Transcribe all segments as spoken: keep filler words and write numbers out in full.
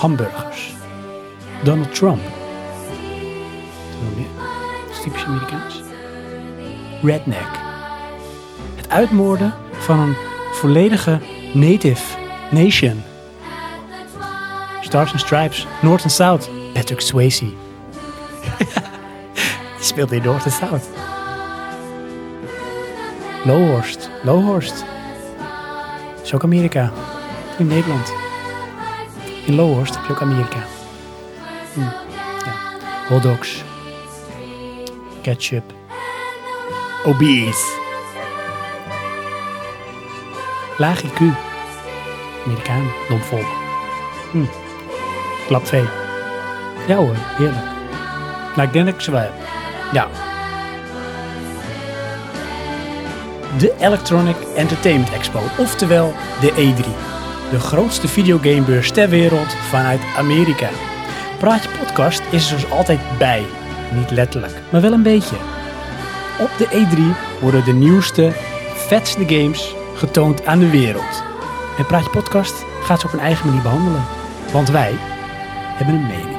hamburgers. Donald Trump. Wat nog meer? Dat is typisch Amerikaans. Redneck. Het uitmoorden van een volledige native nation. Stars and Stripes, North and South. Patrick Swayze. Die speelt in North and South. Lowhorst. Lowhorst. Is ook Amerika. In Nederland. In Lowhorst heb je ook Amerika. Hm. Ja. Hotdogs. Ketchup. Obese. Laag I Q. Amerikaan. Domvolk. Hm. Klapvee. Ja hoor, heerlijk. Nou, ik denk dat ik ze wel heb. Ja. De Electronic Entertainment Expo, oftewel de E drie. De grootste videogamebeurs ter wereld vanuit Amerika. Praatje Podcast is er zoals altijd bij. Niet letterlijk, maar wel een beetje. Op de E drie worden de nieuwste, vetste games getoond aan de wereld. En Praatje Podcast gaat ze op een eigen manier behandelen. Want wij hebben een mening.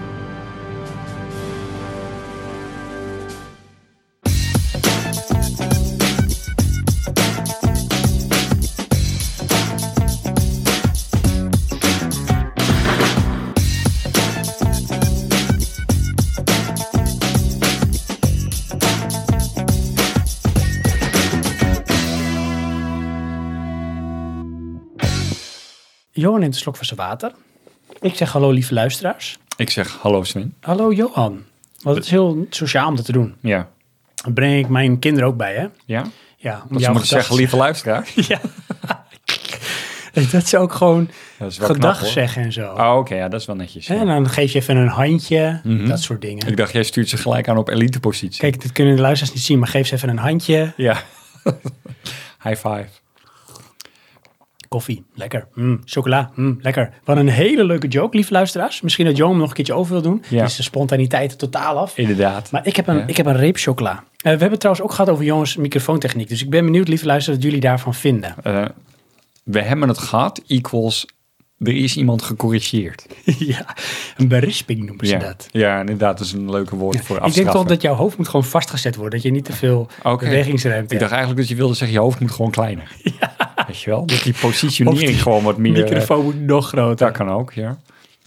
Johan neemt een slok van zijn water. Ik zeg hallo lieve luisteraars. Ik zeg hallo Sven. Hallo Johan. Want het is heel sociaal om dat te doen. Ja. Dan breng ik mijn kinderen ook bij, hè? Ja? Ja. Om dat moet je zeggen, lieve luisteraar. Ja. Dat ze ook gewoon gedag knap, zeggen en zo. Oh, oké. Okay, ja, dat is wel netjes. Ja. En dan geef je even een handje. Mm-hmm. Dat soort dingen. Ik dacht, jij stuurt ze gelijk aan op elitepositie. Kijk, dit kunnen de luisteraars niet zien, maar geef ze even een handje. Ja. High five. Koffie, lekker. Mm, chocola, mm, lekker. Wat een hele leuke joke, lieve luisteraars. Misschien dat Johan hem nog een keertje over wil doen. Ja. Dus de spontaniteit totaal af. Inderdaad. Maar ik heb een, ja. ik heb een reep chocola. Uh, we hebben het trouwens ook gehad over Johans microfoontechniek. Dus ik ben benieuwd, lieve luisteraars, wat jullie daarvan vinden. Uh, we hebben het gehad, equals, er is iemand gecorrigeerd. Ja, een berisping noemen ze ja. dat. Ja, inderdaad, dat is een leuke woord Ja. voor Ik afstraffen. denk toch dat jouw hoofd moet gewoon vastgezet worden. Dat je niet te veel okay. bewegingsruimte hebt. Ik dacht eigenlijk dat je wilde zeggen, je hoofd moet gewoon kleiner. Ja. Weet je wel? Dat die positionering die gewoon wat meer... De microfoon moet nog groter. Dat kan ook, ja.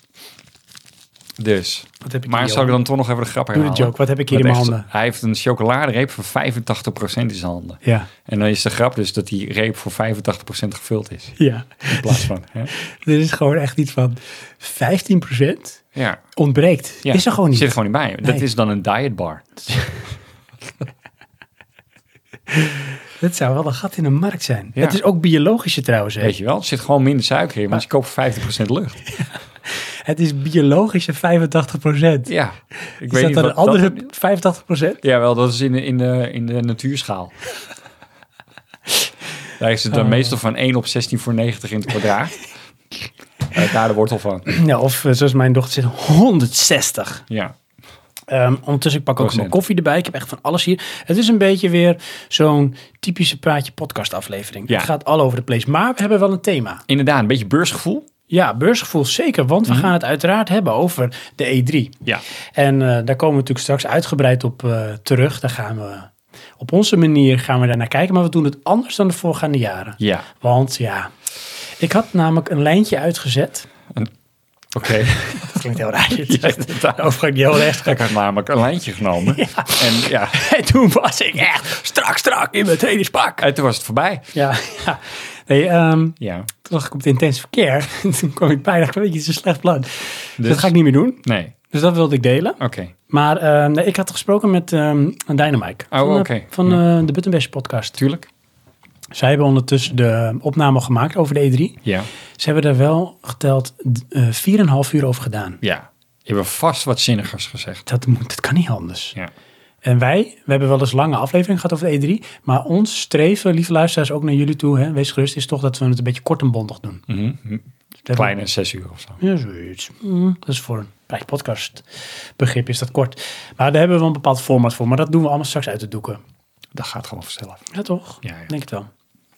Dus. Wat heb ik maar hier, zal ik dan toch nog even de grap herhalen? Doe de joke. Wat heb ik hier Met in mijn echt, handen? Hij heeft een chocoladereep voor vijfentachtig procent in zijn handen. Ja. En dan is de grap dus dat die reep voor vijfentachtig procent gevuld is. Ja. In plaats van... Hè? Dit is gewoon echt iets van vijftien procent Ja. ontbreekt. Ja. Is er gewoon niet. Zit er gewoon niet bij. Nee. Dat is dan een diet bar. Dat zou wel een gat in de markt zijn. Ja. Het is ook biologische trouwens. Hè? Weet je wel? Er zit gewoon minder suiker in, want je koopt vijftig procent lucht. Ja. Het is biologische vijfentachtig procent. Ja. Ik Is weet dat niet dan wat een andere dat... vijfentachtig procent? Ja, wel, dat is in de, in de, in de natuurschaal. Daar is het dan oh. meestal van één op zestien voor negentig in het kwadraat. uh, daar de wortel van. Ja, of uh, zoals mijn dochter zit, honderdzestig. Ja. Um, ondertussen ik pak ook mijn koffie erbij. Ik heb echt van alles hier. Het is een beetje weer zo'n typische praatje podcast aflevering. Ja. Het gaat all over the place. Maar we hebben wel een thema. Inderdaad, een beetje beursgevoel. Ja, beursgevoel zeker. Want we mm-hmm. gaan het uiteraard hebben over de E drie. Ja. En uh, daar komen we natuurlijk straks uitgebreid op uh, terug. Daar gaan we op onze manier gaan we daar naar kijken. Maar we doen het anders dan de voorgaande jaren. Ja. Want ja, ik had namelijk een lijntje uitgezet. Oké. Okay. Dat klinkt heel raar. Ja, overgang heel recht. Ik had namelijk een lijntje genomen. Ja. En, ja. en toen was ik echt strak, strak in mijn trainingspak. En toen was het voorbij. Ja, ja. Nee, um, ja. Toen was ik op het intens verkeer. Toen kwam ik bij en dacht, weet je, het is een slecht plan. Dus, dus dat ga ik niet meer doen. Nee. Dus dat wilde ik delen. Oké. Okay. Maar uh, nee, ik had gesproken met um, Dynamike. Oh, van, oké. Okay. Van uh, de Button Bash podcast. Tuurlijk. Zij hebben ondertussen de opname gemaakt over de E drie. Ja. Ze hebben er wel geteld uh, vier en een half uur over gedaan. Ja. Je hebt vast wat zinnigers gezegd. Dat, moet, dat kan niet anders. Ja. En wij, we hebben wel eens lange afleveringen gehad over de E drie. Maar ons streven, lieve luisteraars, ook naar jullie toe, hè, wees gerust, is toch dat we het een beetje kort en bondig doen. Mm-hmm. Kleine zes uur of zo. Ja, zoiets. Mm, dat is voor een bij podcast begrip is dat kort. Maar daar hebben we wel een bepaald format voor. Maar dat doen we allemaal straks uit te doeken. Dat gaat gewoon vanzelf. Ja, toch? Ja, ja. Denk het wel.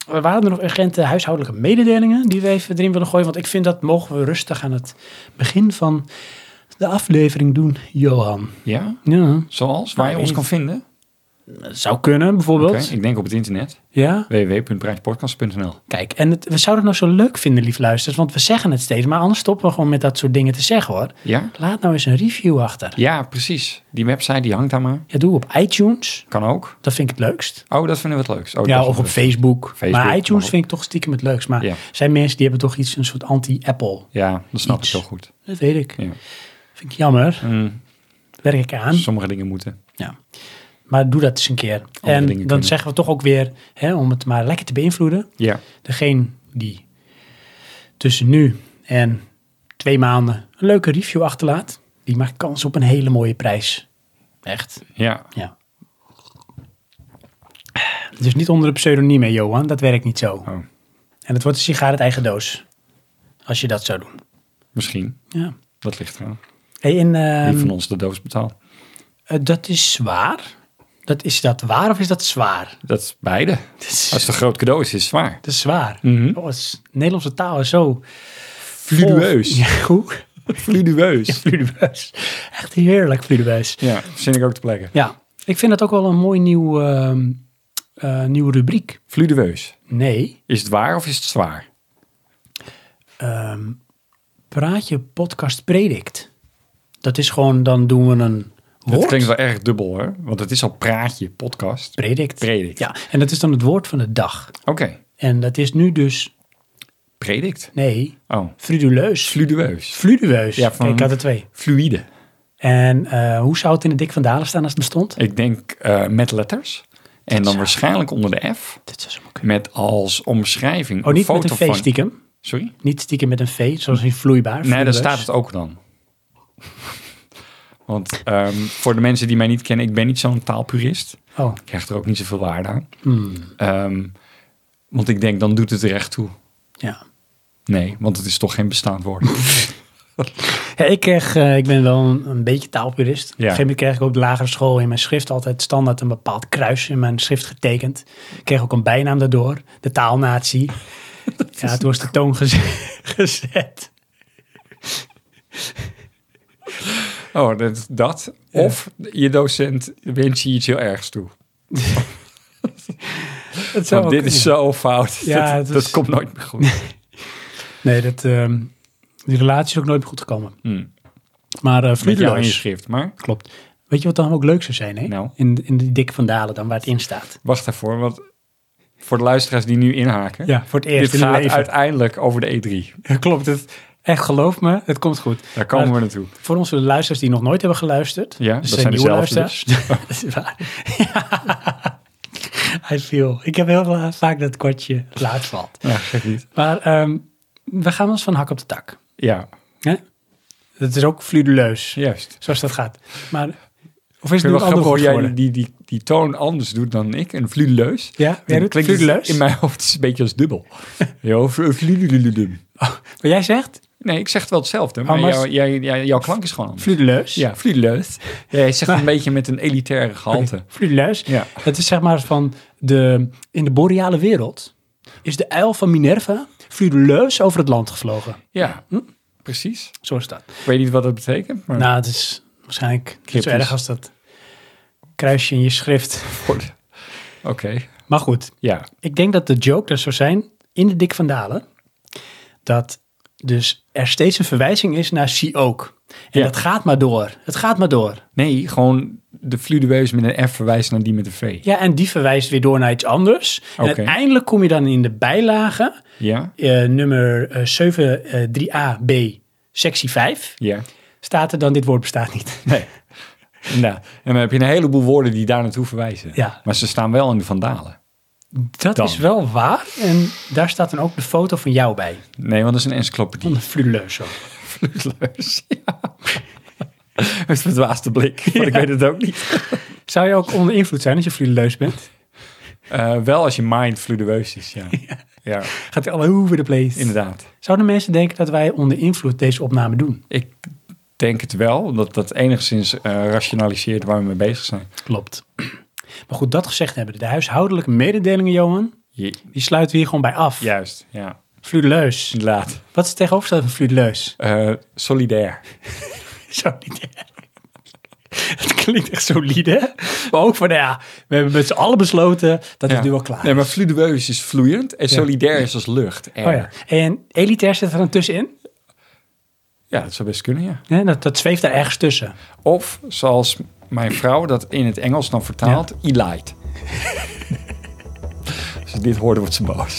Er waren er nog urgente huishoudelijke mededelingen die we even erin willen gooien. Want ik vind dat mogen we rustig aan het begin van de aflevering doen, Johan. Ja? Ja. Zoals? Waar je ons kan vinden? Dat zou kunnen, bijvoorbeeld. Okay, ik denk op het internet. Ja. w w w punt praatjepodcast punt n l. Kijk, en het, we zouden het nou zo leuk vinden, lief luisters. Want we zeggen het steeds, maar anders stoppen we gewoon met dat soort dingen te zeggen, hoor. Ja? Laat nou eens een review achter. Ja, precies. Die website, die hangt daar maar. Ja, doe op iTunes. Kan ook. Dat vind ik het leukst. Oh, dat vinden we het leukst. Oh, ja, of of op Facebook. Facebook. Maar iTunes vind ik toch stiekem het leukst. Maar ja. zijn mensen die hebben toch iets, een soort anti-Apple. Ja, dat snap iets. ik wel goed. Dat weet ik. Ja. Vind ik jammer. Mm. Werk ik aan. Sommige dingen moeten. Ja. Maar doe dat eens een keer. Andere en dan kunnen. zeggen we toch ook weer, hè, om het maar lekker te beïnvloeden. Ja. Degene die tussen nu en twee maanden een leuke review achterlaat, die maakt kans op een hele mooie prijs. Echt. Ja. Ja. Dus niet onder de pseudoniem, hè, Johan. Dat werkt niet zo. Oh. En het wordt een sigaret eigen doos. Als je dat zou doen. Misschien. Ja. Dat ligt eraan. Hey, en, uh, Wie van ons de doos betaalt. Uh, dat is zwaar. Dat, is dat waar of is dat zwaar? Dat is beide. Dat is, Als het een groot cadeau is, is het zwaar. dat is zwaar. Mm-hmm. Oh, het is, de Nederlandse taal is zo... Fluidueus. Ja, hoe? Fluidueus. Ja, fluidueus. Echt heerlijk, fluidueus. Ja, vind ik ook te plekken. Ja, ik vind dat ook wel een mooi nieuw, uh, uh, nieuwe rubriek. Fluidueus. Nee. Is het waar of is het zwaar? Um, praatje podcast predikt. Dat is gewoon, dan doen we een woord. Dat klinkt wel erg dubbel, hoor. Want het is al praatje, podcast. Predikt. Predikt. Ja, en dat is dan het woord van de dag. Oké. Okay. En dat is nu dus... Predikt? Nee. Oh. Frauduleus. Fluidueus. Fluidueus. Ja, van Kijk, ik had er twee. Fluïde. En uh, hoe zou het in de Dik van Dalen staan als het bestond? Ik denk uh, met letters. En dan waarschijnlijk onder de F. Dit zou zo kunnen. Met als omschrijving Oh, een niet foto met een V van... stiekem? Sorry? Niet stiekem met een V, zoals in vloeibaar. Nee, fluidueus. daar staat het ook dan. Want um, voor de mensen die mij niet kennen, ik ben niet zo'n taalpurist. Oh. Ik krijg er ook niet zoveel waarde aan. Hmm. Um, want ik denk, dan doet het er echt toe. Ja. Nee, want het is toch geen bestaand woord. Ja, ik, kreeg, uh, ik ben wel een, een beetje taalpurist. Op een gegeven moment kreeg ik op de lagere school in mijn schrift altijd standaard een bepaald kruis in mijn schrift getekend. Ik kreeg ook een bijnaam daardoor, de taalnatie. Ja, toen was de toon geze- gezet. Oh, dat. dat. Ja. Of je docent wens je iets heel ergs toe. Dat zou Want ook dit is kunnen. zo fout. Ja, dat, het dat is- komt nooit meer goed. Nee, dat, um, die relatie is ook nooit meer goed gekomen. Hmm. Maar uh, Met jou in je Fluiduleus. schrift, maar... Klopt. Weet je wat dan ook leuk zou zijn, hè? Nou. In, in die Dik van Dalen dan, waar het in staat. Wacht daarvoor, want voor de luisteraars die nu inhaken... Ja, voor het eerst dit in hun gaat leven. uiteindelijk over de E drie. Ja, klopt. Het, echt, geloof me, het komt goed. Daar komen Maar we naartoe. Voor onze luisteraars die nog nooit hebben geluisterd. Ja, dus dat zijn nieuwe dezelfde luisteraars. Dat is waar. Ja. I feel. Ik heb heel veel- vaak dat kwartje laat valt. Ja, gek niet. Maar um, we gaan ons van hak op de tak. Ja, Hè? Dat is ook fluiduleus, juist. zoals dat gaat. Maar, of is Ik het vind nu het een ander wel grappig hoe woord jij geworden? die, die, die toon anders doet dan ik. Een fluiduleus. Ja, jij Dan doet klinkt het fluiduleus? in mijn hoofd is een beetje als dubbel. Ja, fluiduleus. Wat jij zegt? Nee, ik zeg het wel hetzelfde, maar, Oh, maar jou, jij, jij, jouw klank is gewoon anders. Fluiduleus? Ja, fluiduleus. Ja, jij zegt het een beetje met een elitaire gehalte. Fluiduleus? Ja. Het is zeg maar van de, in de boreale wereld is de uil van Minerva fluiduleus over het land gevlogen. Ja, Hm? precies. Zo is dat. Ik weet niet wat dat betekent, maar... Nou, het is waarschijnlijk niet zo Cryptisch. erg als dat kruisje in je schrift. voor de- Oké, Maar goed, ja. ik denk dat de joke er zou zijn in de Dik van Dalen, dat dus er steeds een verwijzing is naar zie ook. En Ja. dat gaat maar door. Het gaat maar door. Nee, gewoon de fluidueus met een F verwijst naar die met een V. Ja, en die verwijst weer door naar iets anders. En Oké. uiteindelijk kom je dan in de bijlage, Ja, eh, nummer eh, zeven drie a b, sectie vijf, ja. staat er dan dit woord bestaat niet. Nee. Nou, en dan heb je een heleboel woorden die daar naartoe verwijzen. Ja. Maar ze staan wel in de Vandalen. Dat Dan. is wel waar. En daar staat dan ook de foto van jou bij. Nee, want dat is een encyclopedie. Van een fluiduleus zo. Fluiduleus, ja. Met een verdwaasde blik, want ik weet het ook niet. Zou je ook onder invloed zijn als je fluiduleus bent? Uh, wel als je mind fluidueus is, ja. Ja, Gaat hij alle over the place? inderdaad. Zouden mensen denken dat wij onder invloed deze opname doen? Ik denk het wel, dat dat enigszins uh, rationaliseert waar we mee bezig zijn. Klopt. Maar goed, dat gezegd hebben. De huishoudelijke mededelingen, Johan. Je, Die sluiten we hier gewoon bij af. juist, ja. Fludeleus. Inderdaad. Wat is het tegenovergestelde van fludeleus? Uh, solidair. Solidair. Het klinkt echt solide. Maar ook van, ja, we hebben met z'n allen besloten dat Ja. het nu al klaar is. Nee, maar fluideus is vloeiend en Ja. solidair is als lucht. Air. Oh ja. En elitair zit er dan tussenin? Ja, dat zou best kunnen, ja. Ja, dat, dat zweeft daar ergens tussen. Of, zoals mijn vrouw dat in het Engels dan vertaalt, elite. Als ze dit hoorde, wordt ze boos.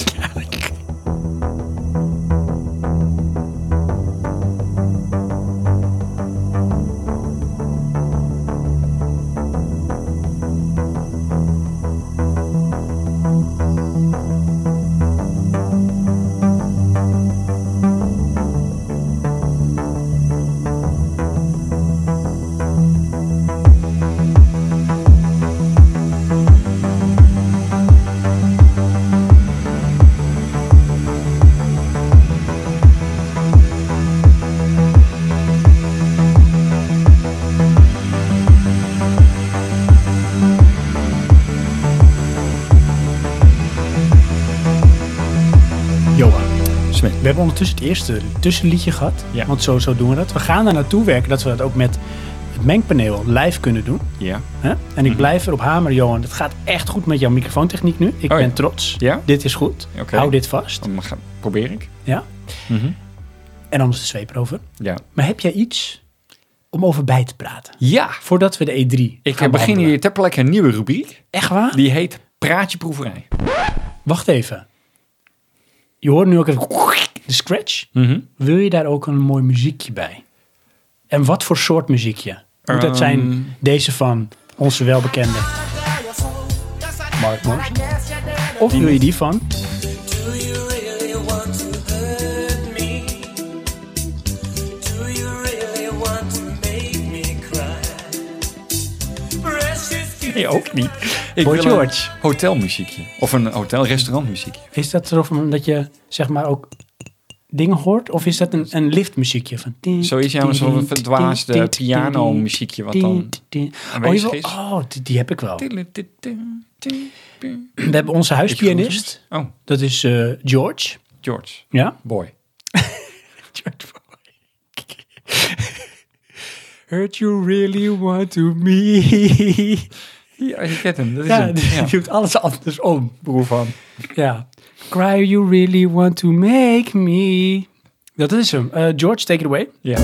Johan, Smit. we hebben ondertussen het eerste tussenliedje gehad. Ja. Want zo, zo doen we dat. We gaan er naartoe werken dat we dat ook met het mengpaneel live kunnen doen. Ja. Hè? En ik blijf erop hameren, Johan. Het gaat echt goed met jouw microfoontechniek nu. Ik Oh ja. ben trots. Ja? Dit is goed. Oké. Hou dit vast. Dan ga, probeer ik. Ja. Mhm. En anders de zweep erover. Ja. Maar heb jij iets om over bij te praten? Ja. Voordat we de E drie Ik gaan begin behandelen. hier ter plekke een nieuwe rubriek. Echt waar? Die heet Praatje Proeverij. Wacht even. Je hoort nu ook even de scratch. Mhm. Wil je daar ook een mooi muziekje bij? En wat voor soort muziekje? Moet dat zijn Um, deze van onze welbekende Mark Morris? Of wil je die van? Do you really want to hurt me? Do you really want to make me cry? Precious Nee, ook niet. Ik Boy wil George. een hotelmuziekje. Of een hotel-restaurantmuziekje. Is dat erover omdat je zeg maar ook dingen hoort? Of is dat een, een liftmuziekje van? Zo is ja, maar zo'n verdwaasde pianomuziekje wat dan Oh, aanwezig je is. wil- oh, die, die heb ik wel. We hebben onze huispianist. Oh, Dat is eh, George. George. Ja? Boy. George Boy. Heard you really want to me. Ja, ik ken hem. Dat is Ja, hem. die Ja. doet alles andersom. Broer van. Ja. Cry you really want to make me. Dat is hem. Eh, George, take it away. Ja.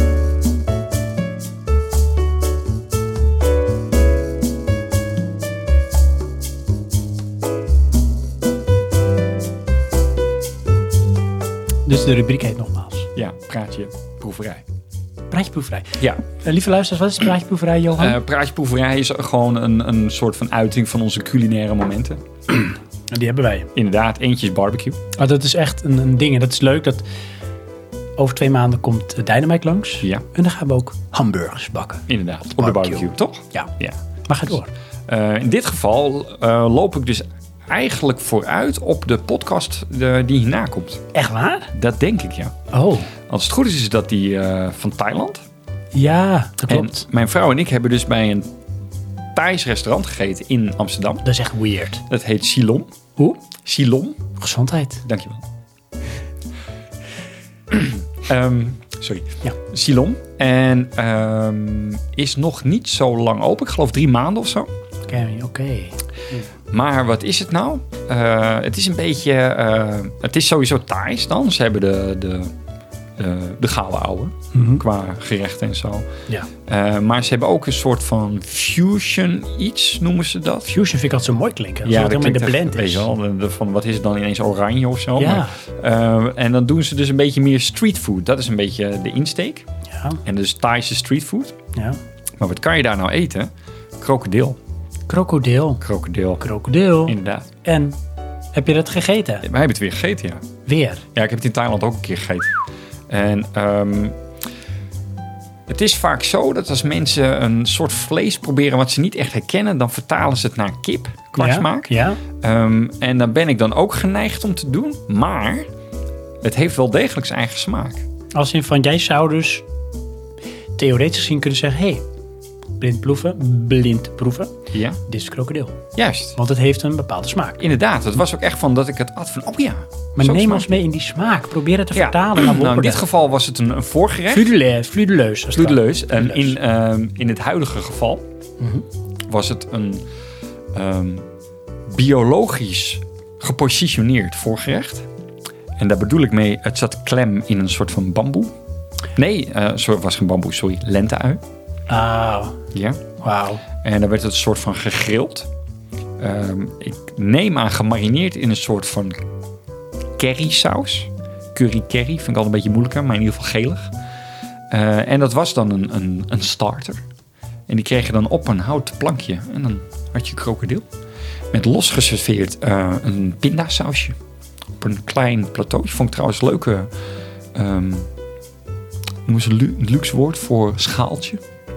Dus de rubriek heet nogmaals. Ja, praatje proeverij. Praatjeproeverij. Ja, Uh, lieve luisteraars, wat is praatjeproeverij, Johan? uh, praatje proeverij is gewoon een, een soort van uiting van onze culinaire momenten. Die hebben wij. Inderdaad, eentje is barbecue. Oh, dat is echt een, een ding. En dat is leuk. Dat over twee maanden komt uh, Dynamite langs. Ja, En dan gaan we ook hamburgers bakken. inderdaad. Op de Barbecue. barbecue, toch? Ja, Ja. maar ga door. Uh, in dit geval uh, loop ik dus eigenlijk vooruit op de podcast de, die hierna komt. Echt waar? Dat denk ik, ja. Oh, Als het goed is, is dat die uh, van Thailand. ja, dat klopt. En mijn vrouw en ik hebben dus bij een Thais restaurant gegeten in Amsterdam. Dat is echt weird. Dat heet Silom. Hoe? Silom, Gezondheid. dankjewel. um, sorry. Ja. Silom. En um, is nog niet zo lang open. Ik geloof drie maanden of zo. Oké, oké. Maar wat is het nou? Uh, het is een beetje... Uh, het is sowieso Thais dan. Ze hebben de, de, de, de gouden ouwe. Mhm. Qua gerechten en zo. Ja. Uh, maar ze hebben ook een soort van fusion iets, noemen ze dat. Fusion vind ik altijd zo mooi klinken. Alsof Ja, het dat helemaal in de klinkt blend echt, is. weet je wel, de- de- van wat is het dan ineens oranje of zo. Ja. Maar, uh, en dan doen ze dus een beetje meer street food. Dat is een beetje de insteek. Ja, En dus Thaise street food. ja. Maar wat kan je daar nou eten? Krokodil. Krokodil. Krokodil. Krokodil. Inderdaad. En, heb je dat gegeten? Wij hebben het weer gegeten, ja. Weer. Ja, ik heb het in Thailand ook een keer gegeten. En um, het is vaak zo dat als mensen een soort vlees proberen wat ze niet echt herkennen, dan vertalen ze het naar kip qua ja? smaak. Ja. Um, en daar ben ik dan ook geneigd om te doen. Maar het heeft wel degelijk zijn eigen smaak. Als in van, jij zou dus theoretisch gezien kunnen zeggen, hé, hey, blind proeven, blind proeven. Ja, Dit is krokodil. juist. Want het heeft een bepaalde smaak. Inderdaad, het was ook echt van dat ik het at van, oh ja. Maar zo neem smaakt ons mee in die smaak. Probeer het te Ja. vertalen naar woorden. Nou, in dit geval was het een, een voorgerecht. Fludeleus. Fludeleus. als het Vloedeleus. En Vloedeleus. in, ehm, in het huidige geval Mhm. was het een ehm, biologisch gepositioneerd voorgerecht. En daar bedoel ik mee, het zat klem in een soort van bamboe. Nee, eh sorry, het was geen bamboe, sorry, lenteui. Ah, Ja. wauw. En daar werd het een soort van gegrild. Ehm, ik neem aan gemarineerd in een soort van currysaus. Curry curry, vind ik altijd een beetje moeilijker, maar in ieder geval gelig. Eh, en dat was dan een, een, een starter. En die kreeg je dan op een houten plankje. En dan had je krokodil. Met los geserveerd eh, een pindasausje. Op een klein plateautje. Vond ik trouwens een leuke... Um, noem eens een lu- luxe woord voor schaaltje.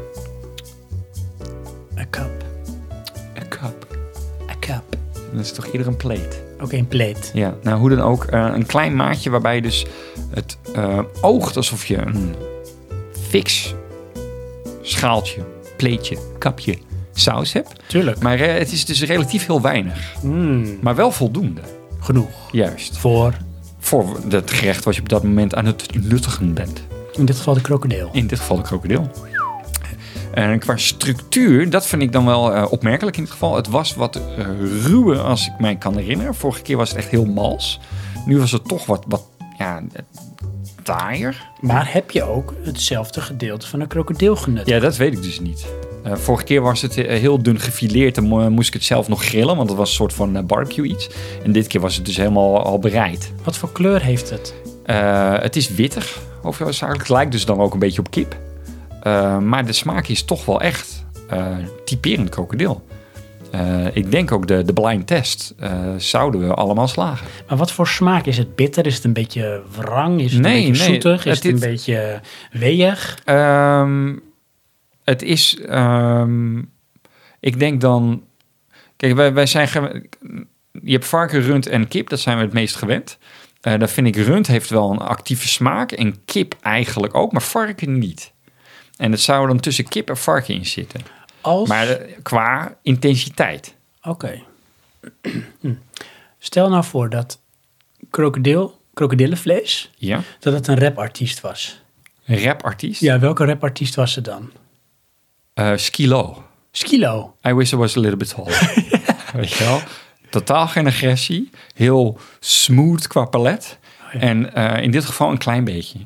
A cup. Een cup. A cup. Dat is toch eerder een plate? Ook een pleet. Ja, nou hoe dan ook. Uh, een klein maatje waarbij dus het uh, oogt alsof je een fix schaaltje, pleetje, kapje saus hebt. Tuurlijk. Maar uh, het is dus relatief heel weinig. Mm, Maar wel voldoende. genoeg. Juist. Voor, Voor het gerecht wat je op dat moment aan het nuttigen bent. in dit geval de krokodil. In dit geval de krokodil. En qua structuur, dat vind ik dan wel uh, opmerkelijk in dit geval. Het was wat uh, ruwer als ik mij kan herinneren. Vorige keer was het echt heel mals. Nu was het toch wat, wat ja, taaier. Maar heb je ook hetzelfde gedeelte van een krokodil genut? Ja, dat weet ik dus niet. Uh, vorige keer was het uh, heel dun gefileerd en mo- moest ik het zelf nog grillen. Want het was een soort van uh, barbecue iets. En dit keer was het dus helemaal al bereid. Wat voor kleur heeft het? Uh, het is wittig, hoofdzakelijk. Het lijkt dus dan ook een beetje op kip. Uh, maar de smaak is toch wel echt uh, typerend krokodil. Uh, ik denk ook de, de blind test uh, zouden we allemaal slagen. Maar wat voor smaak? Is het bitter? Is het een beetje wrang? Is het Nee, een beetje nee, zoetig? Is het het een dit- beetje weeg? Um, het is... Um, ik denk dan... Kijk, wij, wij zijn... Ge- je hebt varken, rund en kip. Dat zijn we het meest gewend. Uh, dan vind ik rund heeft wel een actieve smaak. En kip eigenlijk ook, maar varken niet. En het zou dan tussen kip en varken in zitten. Als... Maar uh, qua intensiteit. Oké. Hm. Stel nou voor dat krokodil, krokodillenvlees, Ja. dat het een rapartiest was. Een rapartiest. Ja, welke rapartiest was het dan? Uh, Skilo. Skilo. I wish I was a little bit taller. Weet je wel? Totaal geen agressie. Heel smooth qua palet. Oh ja. En uh, in dit geval een klein beetje.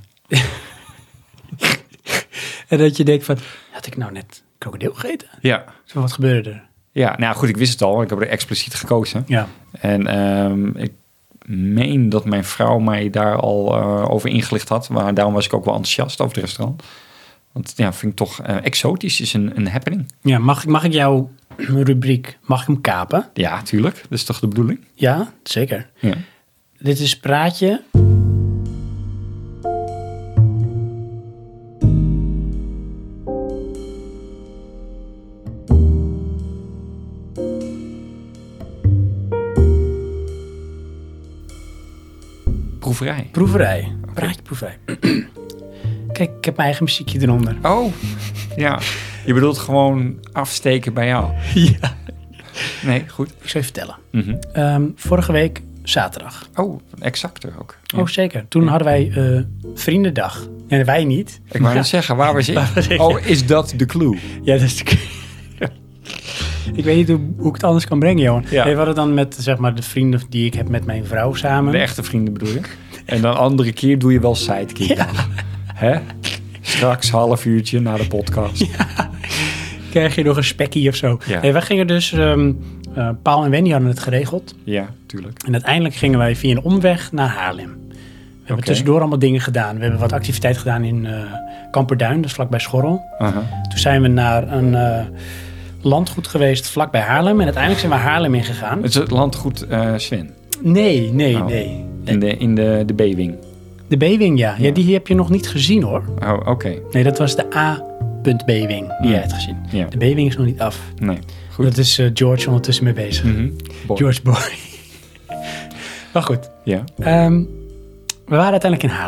En dat je denkt van, had ik nou net krokodil gegeten? Ja. Zo, wat gebeurde er? Ja, nou goed, ik wist het al. Want ik heb er expliciet gekozen. Ja. En um, ik meen dat mijn vrouw mij daar al uh, over ingelicht had. Maar daarom was ik ook wel enthousiast over het restaurant. Want ja, vind ik toch uh, exotisch is een, een happening. Ja, mag, ik- mag ik jouw rubriek, mag ik hem kapen? Ja, tuurlijk. Dat is toch de bedoeling? Ja, zeker. Ja. Dit is Praatje. Proeverij. Proeverij. Praatje proeverij. Kijk, ik heb mijn eigen muziekje eronder. Oh, ja. Je bedoelt gewoon afsteken bij jou. Ja. Nee, goed. Ik zal je vertellen. Mhm. Ehm, vorige week zaterdag. Oh, exacter ook. Ja. Oh, zeker. Toen hadden wij eh, Vriendendag. Nee, wij niet. Ik wou net zeggen, waar was Waar was ik? ik? Oh, is dat de clue? Ja, dat is de... Ik weet niet hoe, hoe ik het anders kan brengen, Johan. Ja. Nee, we hadden dan met zeg maar, de vrienden die ik heb met mijn vrouw samen. De echte vrienden bedoel je? En dan andere keer doe je wel sidekick. Ja. Hè? Straks half uurtje na de podcast. Krijg je nog een spekkie of zo. Ja. Hey, wij gingen dus... ehm uh, Paul en Wendy hadden het geregeld. Ja, tuurlijk. En uiteindelijk gingen wij via een omweg naar Haarlem. We hebben Oké. tussendoor allemaal dingen gedaan. We hebben wat activiteit gedaan in uh, Kamperduin, dus vlakbij Schorrel. Aha. Toen zijn we naar een uh, landgoed geweest vlakbij Haarlem. En uiteindelijk zijn we Haarlem ingegaan. Het is het landgoed uh, Sven. Nee, nee, Oh. nee. In de, in de, de B-wing. De B-wing, ja. ja. Ja. Die heb je nog niet gezien, hoor. Oh, oké. Okay. Nee, dat was de A.B-wing. Die Ja. jij hebt gezien. Ja. De B-wing is nog niet af. Nee. Goed. Dat is uh, George ondertussen mee bezig. Mhm. Boy. George Boy. Maar goed. Ja. Um, we waren uiteindelijk in Haarlem.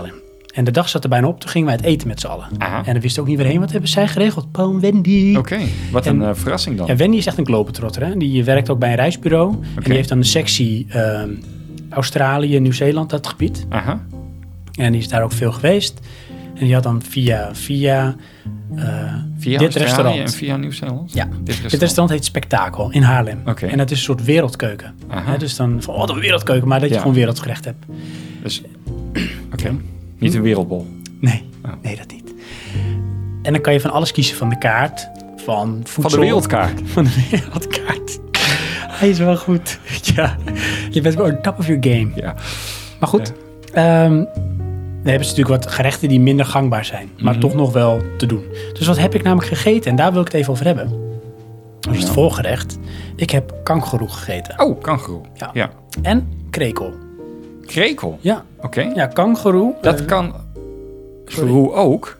En de dag zat er bijna op, toen gingen wij het eten met z'n allen. Aha. En we wisten ook niet waarheen, wat hebben zij geregeld? Paul Wendy. Oké, wat En- een uh, verrassing dan. Ja, Wendy is echt een globetrotter. Hè? Die werkt ook bij een reisbureau. En die heeft dan een sectie ehm, Australië, Nieuw-Zeeland, dat gebied. Aha. En die is daar ook veel geweest. En die had dan via, via, uh, Via dit Australië restaurant. en via Nieuw-Zeeland? Ja, Dit dit restaurant. restaurant heet Spektakel in Haarlem. Oké. En dat is een soort wereldkeuken. Aha. Hè, dus dan van, oh, een wereldkeuken, maar dat je Ja. gewoon wereldgerecht hebt. Dus, Oké, niet een wereldbol. Nee, Oh. nee, dat niet. En dan kan je van alles kiezen van de kaart, van voedsel. Van de wereldkaart. Van de wereldkaart. Hij is wel goed. Ja, je bent wel on top of your game. Ja. Maar goed, ehm, dan hebben ze natuurlijk wat gerechten die minder gangbaar zijn. Maar Mhm. toch nog wel te doen. Dus wat heb ik namelijk gegeten? En daar wil ik het even over hebben. Dat is het Ja. voorgerecht. Ik heb kangoeroe gegeten. Oh, kangoeroe. Ja. Ja. En krekel. Krekel. Ja, Oké. ja kangoeroe. Dat eh, kan sorry. geroe ook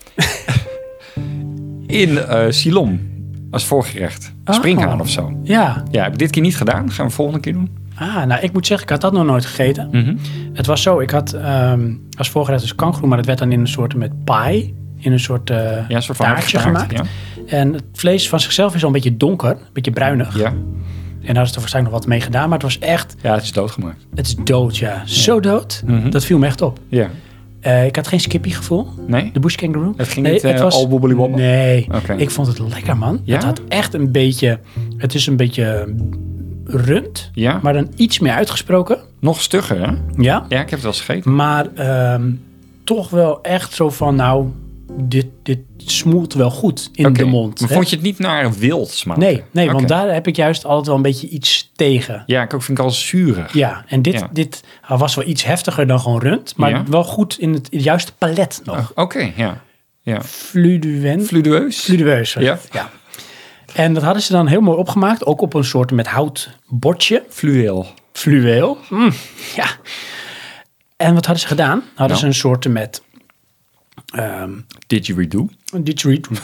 in eh Silom als voorgerecht. Oh. Springhaan of zo. Ja. Ja, heb ik dit keer niet gedaan. Gaan we volgende keer doen. Ah, nou, ik moet zeggen, ik had dat nog nooit gegeten. Mhm. Het was zo, ik had ehm, als voorgerecht dus kangoeroe, maar dat werd dan in een soort met pie. In een soort eh, Ja, een soort van taartje hapstaart, gemaakt. Ja. En het vlees van zichzelf is al een beetje donker, een beetje bruinig. Ja. En daar is er waarschijnlijk nog wat mee gedaan, maar het was echt, ja, het is doodgemaakt. het is dood, ja. Zo dood, Mhm. dat viel me echt op. Ja. Eh, ik had geen skippy gevoel, Nee? de bush kangaroo. Het ging nee, niet uh, all wobbly wobble? Nee, Oké. ik vond het lekker, man. Ja? Het had echt een beetje, het is een beetje rund, Ja? maar dan iets meer uitgesproken. Nog stugger, hè? Ja, Ja, ik heb het wel eens gegeten. maar ehm, toch wel echt zo van, nou, dit, dit smoelt wel goed in Oké. de mond. Maar hè? vond je het niet naar wild smaken? Nee, nee, want Oké. daar heb ik juist altijd wel een beetje iets tegen. Ja, ik ook vind ik al zuurig. Ja, en dit, Ja. dit was wel iets heftiger dan gewoon rund, maar Ja. wel goed in het, in het juiste palet nog. Oh, Oké, ja. ja. Fluiduen. Fluideus? Fluidueus. was Ja. het, ja. En dat hadden ze dan heel mooi opgemaakt, ook op een soort met houtbordje. Fluweel. Fluweel. Mm, ja. En wat hadden ze gedaan? Hadden Nou. ze een soort met... ehm Didgeridoo. een didgeridoo.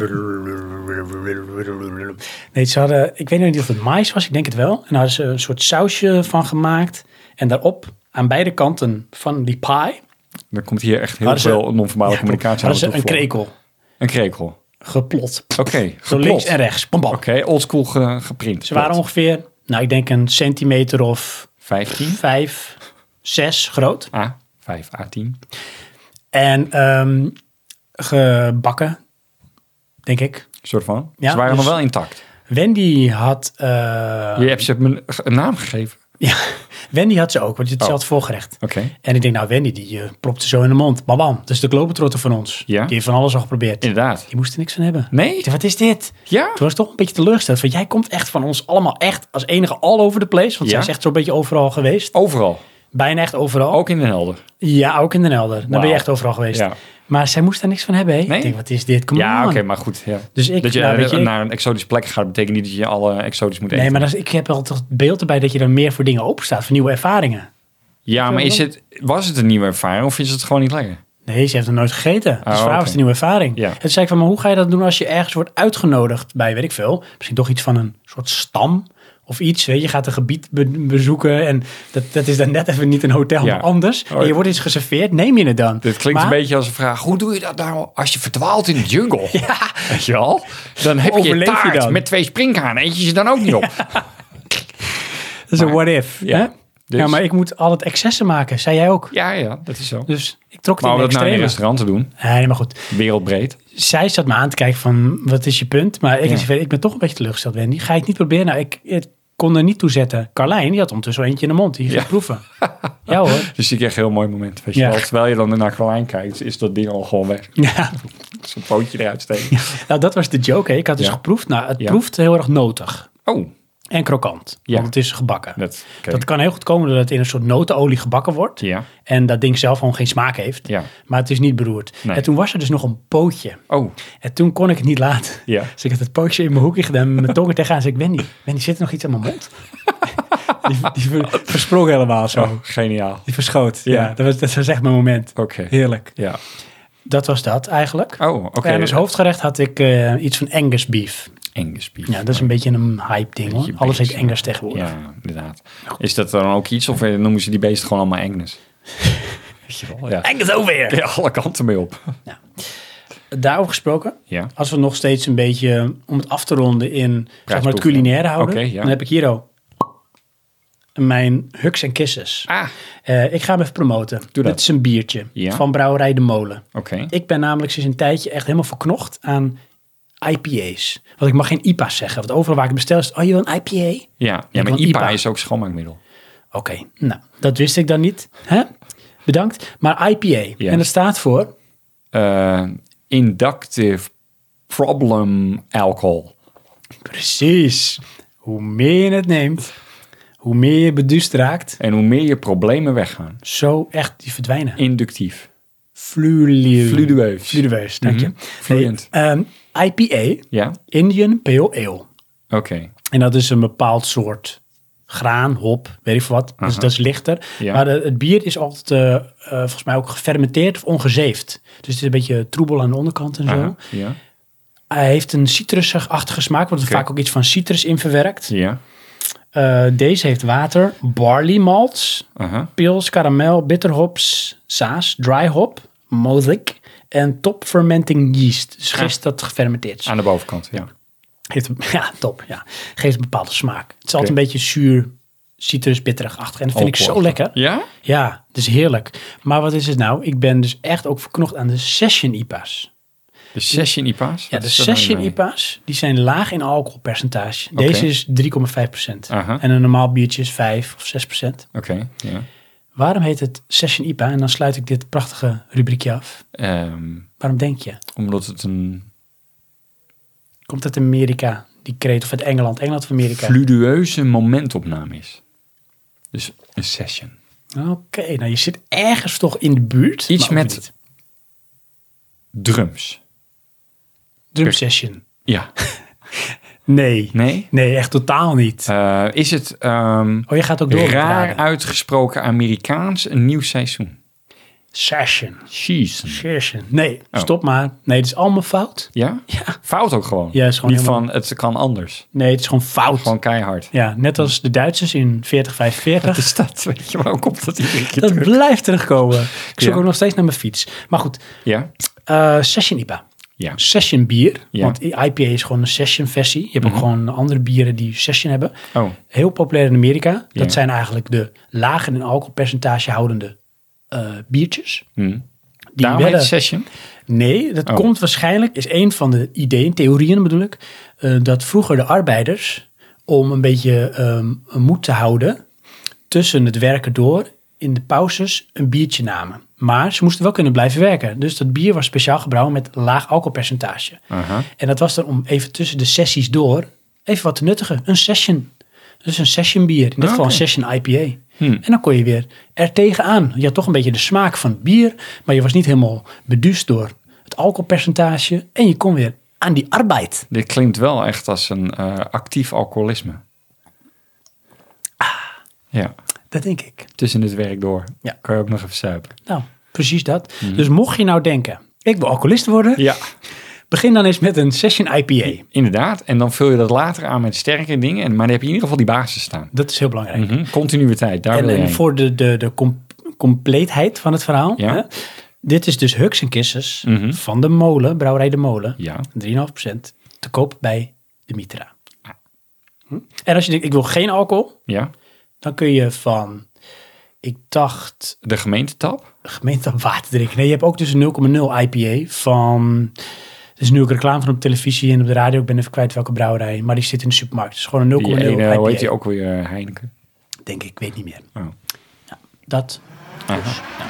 Nee, ze hadden... Ik weet niet of het mais was, ik denk het wel. En daar hadden ze een soort sausje van gemaakt. En daarop, aan beide kanten van die pie... Er komt hier echt heel Hadden ze- veel non-verbale Ja, communicatie hadden ze aan een het voor. krekel Een krekel. geplot. Oké, Zo geplot. links en rechts. Bam, bam. Oké, oldschool ge, geprint. Ze waren ongeveer, nou ik denk een centimeter of vijftien. vijf, zes groot. Ah, vijf à tien. En ehm, gebakken, denk ik. Soort van. Ja, Ze waren dus- nog wel intact. Wendy had... eh, Je hebt ze een, een naam gegeven. ja, Wendy had ze ook, want het is Oh. hetzelfde voorgerecht. Oké. En ik denk, nou Wendy, die uh, propte zo in de mond. Bam, bam. Dat is de globetrotter van ons. Ja. Die heeft van alles al geprobeerd. Inderdaad. Die moest er niks van hebben. Nee? Ik dacht, wat is dit? Ja? Toen was ik toch een beetje teleurgesteld. Want jij komt echt van ons allemaal echt als enige all over the place. Want Ja. zij is echt zo'n beetje overal geweest. Overal. Bijna echt overal. Ook in Den Helder. Ja, ook in Den Helder. Dan ben je Wauw. echt overal geweest. Ja. Maar zij moest daar niks van hebben. Hè? Nee? Ik denk, wat is dit? Come Ja, on. oké, maar goed. Ja. Dus ik, dat je, nou, weet je, ik- naar een exotische plek gaat, betekent niet dat je alle exotisch moet eten. Nee, maar dat is, ik heb altijd het beeld erbij dat je dan meer voor dingen openstaat. Voor nieuwe ervaringen. Ja, maar is het, was het een nieuwe ervaring of is het gewoon niet lekker? Nee, ze heeft het nooit gegeten. Dus Oh, voor haar oké. was het een nieuwe ervaring. Ja. En toen zei ik van, maar hoe ga je dat doen als je ergens wordt uitgenodigd bij, weet ik veel, misschien toch iets van een soort stam of iets, weet je, je gaat een gebied be- bezoeken en dat, dat is dan net even niet een hotel, Ja. maar anders. Oh, En je wordt iets geserveerd, neem je het dan? Dit klinkt Maar- een beetje als een vraag. Hoe doe je dat nou als je verdwaalt in de jungle? Ja, Weet je wel? Dan heb je overleef je taart dan? met twee springhanen. Eet je ze dan ook niet op? dat is een Maar- what if. Ja, hè? dus- Ja, maar ik moet altijd excessen maken, zei jij ook. Ja, ja, dat is zo. Dus ik trok het Maar in om de dat nou in een extreme. restaurant te doen, Nee, maar goed. wereldbreed. Zij zat me aan te kijken van, wat is je punt? Maar ik, Ja. zei, ik ben toch een beetje teleurgesteld, Wendy. Ga je het niet proberen? Nou, ik, ik kon er niet toe zetten. Carlijn, die had ondertussen wel eentje in de mond. Die ging Ja. proeven. Ja hoor. Dus ik echt een heel mooi moment. Weet je Ja. wel, terwijl je dan naar Carlijn kijkt, is dat ding al gewoon weg. Ja, Zo'n pootje eruit steken. nou dat was de joke. Hè. Ik had dus Ja. geproefd. Nou, het Ja. proeft heel erg notig. Oh, En krokant. Ja. Want het is gebakken. dat, oké. Dat kan heel goed komen doordat het in een soort notenolie gebakken wordt. Ja, En dat ding zelf gewoon geen smaak heeft. ja. Maar het is niet beroerd. Nee. En toen was er dus nog een pootje. Oh, En toen kon ik het niet laten. ja. Dus ik had het pootje in mijn hoekje gedaan. Met mijn tong er tegenaan. En zei ik, Wendy, Wendy, zit er nog iets aan mijn mond? die, die ver- versprong helemaal zo. Oh, geniaal. Die verschoot. Ja, Ja. dat, was, dat was echt mijn moment. Oké. Heerlijk. Ja. Dat was dat eigenlijk. Oh, oké. En als hoofdgerecht had ik eh, iets van Angus beef. Angus beef. Ja, dat is een beetje een hype ding hoor. Beetje Alles heet beest. Angus tegenwoordig. Ja, inderdaad. Is dat dan ook iets of noemen ze die beesten gewoon allemaal Angus? Weet je wel, ja. En het over. Kun je alle kanten mee op. Daarover gesproken, Ja. als we nog steeds een beetje, om het af te ronden in zeg maar, het Prijsboek, culinaire ja. houden, Oké, ja. dan heb ik hier al mijn Hugs en Kisses. Ah, Eh, ik ga hem even promoten. dat. Dit is een biertje Ja. van Brouwerij De Molen. oké. Ik ben namelijk sinds een tijdje echt helemaal verknocht aan I P A's. Want ik mag geen I P A's zeggen. Want overal waar ik bestel is, oh je wil een I P A? Ja, ja Ik maar wil I P A, I P A. is ook schoonmaakmiddel. Oké, nou, dat wist ik dan niet. Hè? Bedankt. Maar I P A, Ja. en dat staat voor... Uh, inductive problem alcohol. Precies. Hoe meer je het neemt, hoe meer je beduust raakt, En hoe meer je problemen weggaan. zo echt die verdwijnen. Inductief. Fluidu- Fluidueus. Fluidueus, dank je. Mhm. Fluent. Nee, ehm, I P A, Ja, Indian Pale Ale. oké. En dat is een bepaald soort graan, hop, weet ik veel wat. Dus Aha. dat is lichter. Ja. Maar de- het bier is altijd eh, eh, volgens mij ook gefermenteerd of ongezeefd. Dus het is een beetje troebel aan de onderkant en zo. Aha, ja. Hij heeft een citrusachtige smaak, want er Oké. vaak ook iets van citrus in verwerkt. Ja. Eh, deze heeft water, barley malts, Aha. pils, karamel, bitterhops, saas, dry hop, mosaic en top fermenting yeast. Dus gist dat gefermenteerd is. Aan de bovenkant, ja. Geeft een, ja, top, ja. Geeft een bepaalde smaak. Het is altijd Oké. een beetje zuur, citrus, bitterig-achtig. En dat vind ik zo Alcohol. lekker. Ja? Ja, het is heerlijk. Maar wat is het nou? Ik ben dus echt ook verknocht aan de session I P A's. De session I P A's? Ja, Wat de is dat nou session weer? I P A's, die zijn laag in alcoholpercentage. Deze is drie komma vijf procent. Aha. En een normaal biertje is vijf of zes procent. Oké, ja. Waarom heet het Session I P A? En dan sluit ik dit prachtige rubriekje af. Ehm, Waarom denk je? omdat het een Komt uit Amerika, die kreet, of uit Engeland? Engeland of Amerika? fluidueuze momentopname is. Dus een session. Oké, nou je zit ergens toch in de buurt. Iets maar ook met niet. drums. Drum session. Ja. Nee. Nee? Nee, echt totaal niet. Uh, is het um, Oh, je gaat ook door met raar raden. uitgesproken Amerikaans een nieuw seizoen? Session. Season. Session. Nee, Oh. stop maar. Nee, het is allemaal fout. Ja? Ja. Fout ook gewoon. Ja, is gewoon Niet helemaal- van het kan anders. Nee, het is gewoon fout. Gewoon keihard. Ja, net als de Duitsers in veertig vijfenveertig. Wat is dat? Weet je, waarom komt dat iedere keer Dat terug? blijft terugkomen. Ik zoek Ja. ook nog steeds naar mijn fiets. Maar goed, Ja? eh, Session I P A. Ja. Session bier. Ja. Want I P A is gewoon een session versie. Je hebt Mhm. ook gewoon andere bieren die session hebben. Oh, Heel populair in Amerika. Dat Ja. zijn eigenlijk de lager in alcoholpercentage houdende eh, biertjes. hm. Die Daarom heet werden- het session? Nee, dat Oh. komt waarschijnlijk, is een van de ideeën, theorieën bedoel ik, eh, dat vroeger de arbeiders, om een beetje ehm, moed te houden tussen het werken door, in de pauzes een biertje namen. Maar ze moesten wel kunnen blijven werken. Dus dat bier was speciaal gebrouwen met laag alcoholpercentage. Aha. En dat was dan om even tussen de sessies door, even wat te nuttigen. Een session. Dus een session bier. In dit geval Oké. een session I P A. Hm. En dan kon je weer er tegenaan. Je had toch een beetje de smaak van het bier, maar je was niet helemaal beduust door het alcoholpercentage. En je kon weer aan die arbeid. Dit klinkt wel echt als een eh, actief alcoholisme. Ja, Dat denk ik. tussen het werk door. Ja. Kan je ook nog even suipen. Nou, precies dat. Dus mocht je nou denken, ik wil alcoholist worden, Ja, begin dan eens met een session I P A. inderdaad. En dan vul je dat later aan met sterke dingen. En, maar dan heb je in ieder geval die basis staan. Dat is heel belangrijk. Mhm. Continuïteit, daar En, wil je en heen. voor de, de, de com- compleetheid van het verhaal. Ja. Hè? Dit is dus Hugs en Kisses Mhm. van de Molen, Brouwerij de Molen. Ja, drie komma vijf procent te koop bij de Mitra. Hm? En als je denkt, ik wil geen alcohol, ja. dan kun je van, ik dacht, De gemeentetap. gemeente water drinken. Nee, je hebt ook dus een nul komma nul I P A van, er is nu ook reclame van op televisie en op de radio. Ik ben even kwijt welke brouwerij, maar die zit in de supermarkt. Het is gewoon een nul Die komma nul ene, hoe heet I P die A. ook weer? eh, Heineken. Denk ik, ik weet niet meer. Oh. Dat. Aha. Dus, ja.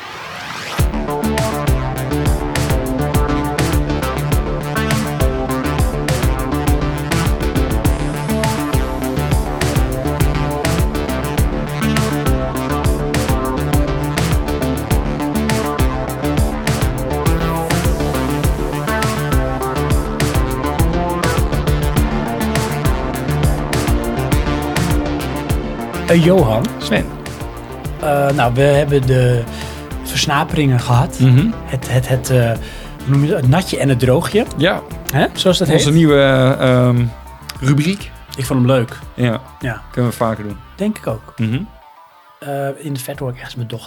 Eh, Johan, Sven. eh, nou, we hebben de versnaperingen gehad. Mhm. Het, het, het, eh, hoe noem je dat? Het natje en het droogje. Ja, Hè? Zoals dat onze heet. nieuwe ehm, rubriek. Ik vond hem leuk. Ja, Ja, kunnen we vaker doen. denk ik ook. Mhm. Eh, in de vet hoor ik echt mijn dochter.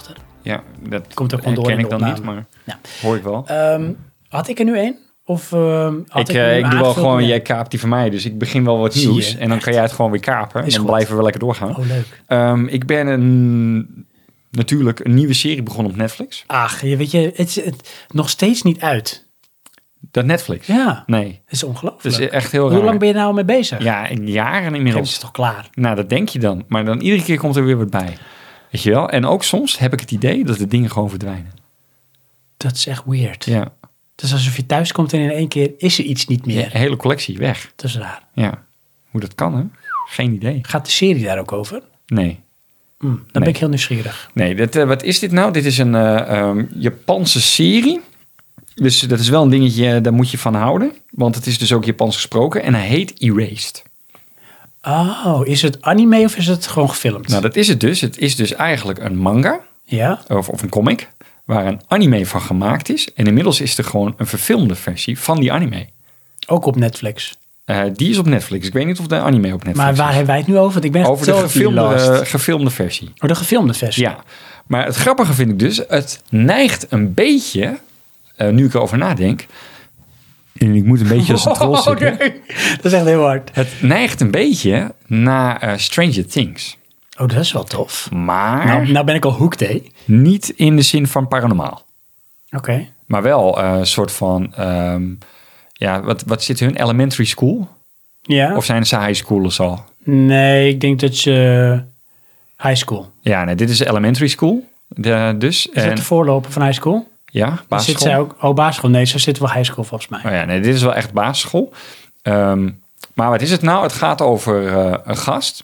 Ja, dat Komt ook gewoon door ken in ik de dan niet, opname. maar Ja. hoor ik wel. Ehm, had ik er nu één? Of ehm, had ik, ik, uh, er nu ik doe wel aangevuld? gewoon, Nee. jij kaapt die van mij. Dus ik begin wel wat Zie je, nieuws. En dan echt. kan jij het gewoon weer kapen. En Is dan goed. blijven we lekker doorgaan. Oh, leuk. Um, ik ben een, natuurlijk een nieuwe serie begonnen op Netflix. Ach, je weet je, het is het, nog steeds niet uit. Dat Netflix? Ja, Nee. dat is Dat ongelooflijk. is echt heel raar. Hoe lang ben je nou mee bezig? Ja, jaren Het inmiddels. is toch klaar? Nou, dat denk je dan. Maar dan iedere keer komt er weer wat bij. Weet je wel? En ook soms heb ik het idee dat de dingen gewoon verdwijnen. Dat is echt weird. Ja. Het is alsof je thuis komt en in één keer is er iets niet meer. Ja, hele collectie weg. Dat is raar. Ja. Hoe dat kan, hè? Geen idee. Gaat de serie daar ook over? Nee. Hm, dan ben ik heel nieuwsgierig. Nee, dit, uh, wat is dit nou? Dit is een uh, um, Japanse serie. Dus dat is wel een dingetje, daar moet je van houden. Want het is dus ook Japans gesproken. En hij heet Erased. Oh, is het anime of is het gewoon gefilmd? Nou, dat is het dus. Het is dus eigenlijk een manga. Ja? Of, of een comic. Waar een anime van gemaakt is. En inmiddels is er gewoon een verfilmde versie van die anime. Ook op Netflix. Uh, die is op Netflix. Ik weet niet of de anime op Netflix Maar waar is. hebben wij het nu over? Want ik ben Over de totally gefilmde, lost. uh, gefilmde versie. Oh, de gefilmde versie. Ja. Maar het grappige vind ik dus, het neigt een beetje, uh, nu ik erover nadenk, en ik moet een beetje als een troll Oh, zitten. nee. Dat is echt heel hard. Het neigt een beetje naar uh, Stranger Things. Oh, dat is wel tof. Maar Nou, nou ben ik al hooked, hé. niet in de zin van paranormaal. Oké. Maar wel een uh, soort van, um, ja, wat, wat zit hun? Elementary school? Ja? Of zijn ze high schoolers al? Nee, ik denk dat ze high school. Ja, nee, dit is elementary school. De, dus. Is dat de voorloper van high school? Ja, Zit basisschool. zij ook, oh, basisschool. Nee, ze zit wel high school volgens mij. Oh ja, nee, dit is wel echt basisschool. Um, maar wat is het nou? Het gaat over uh, een gast.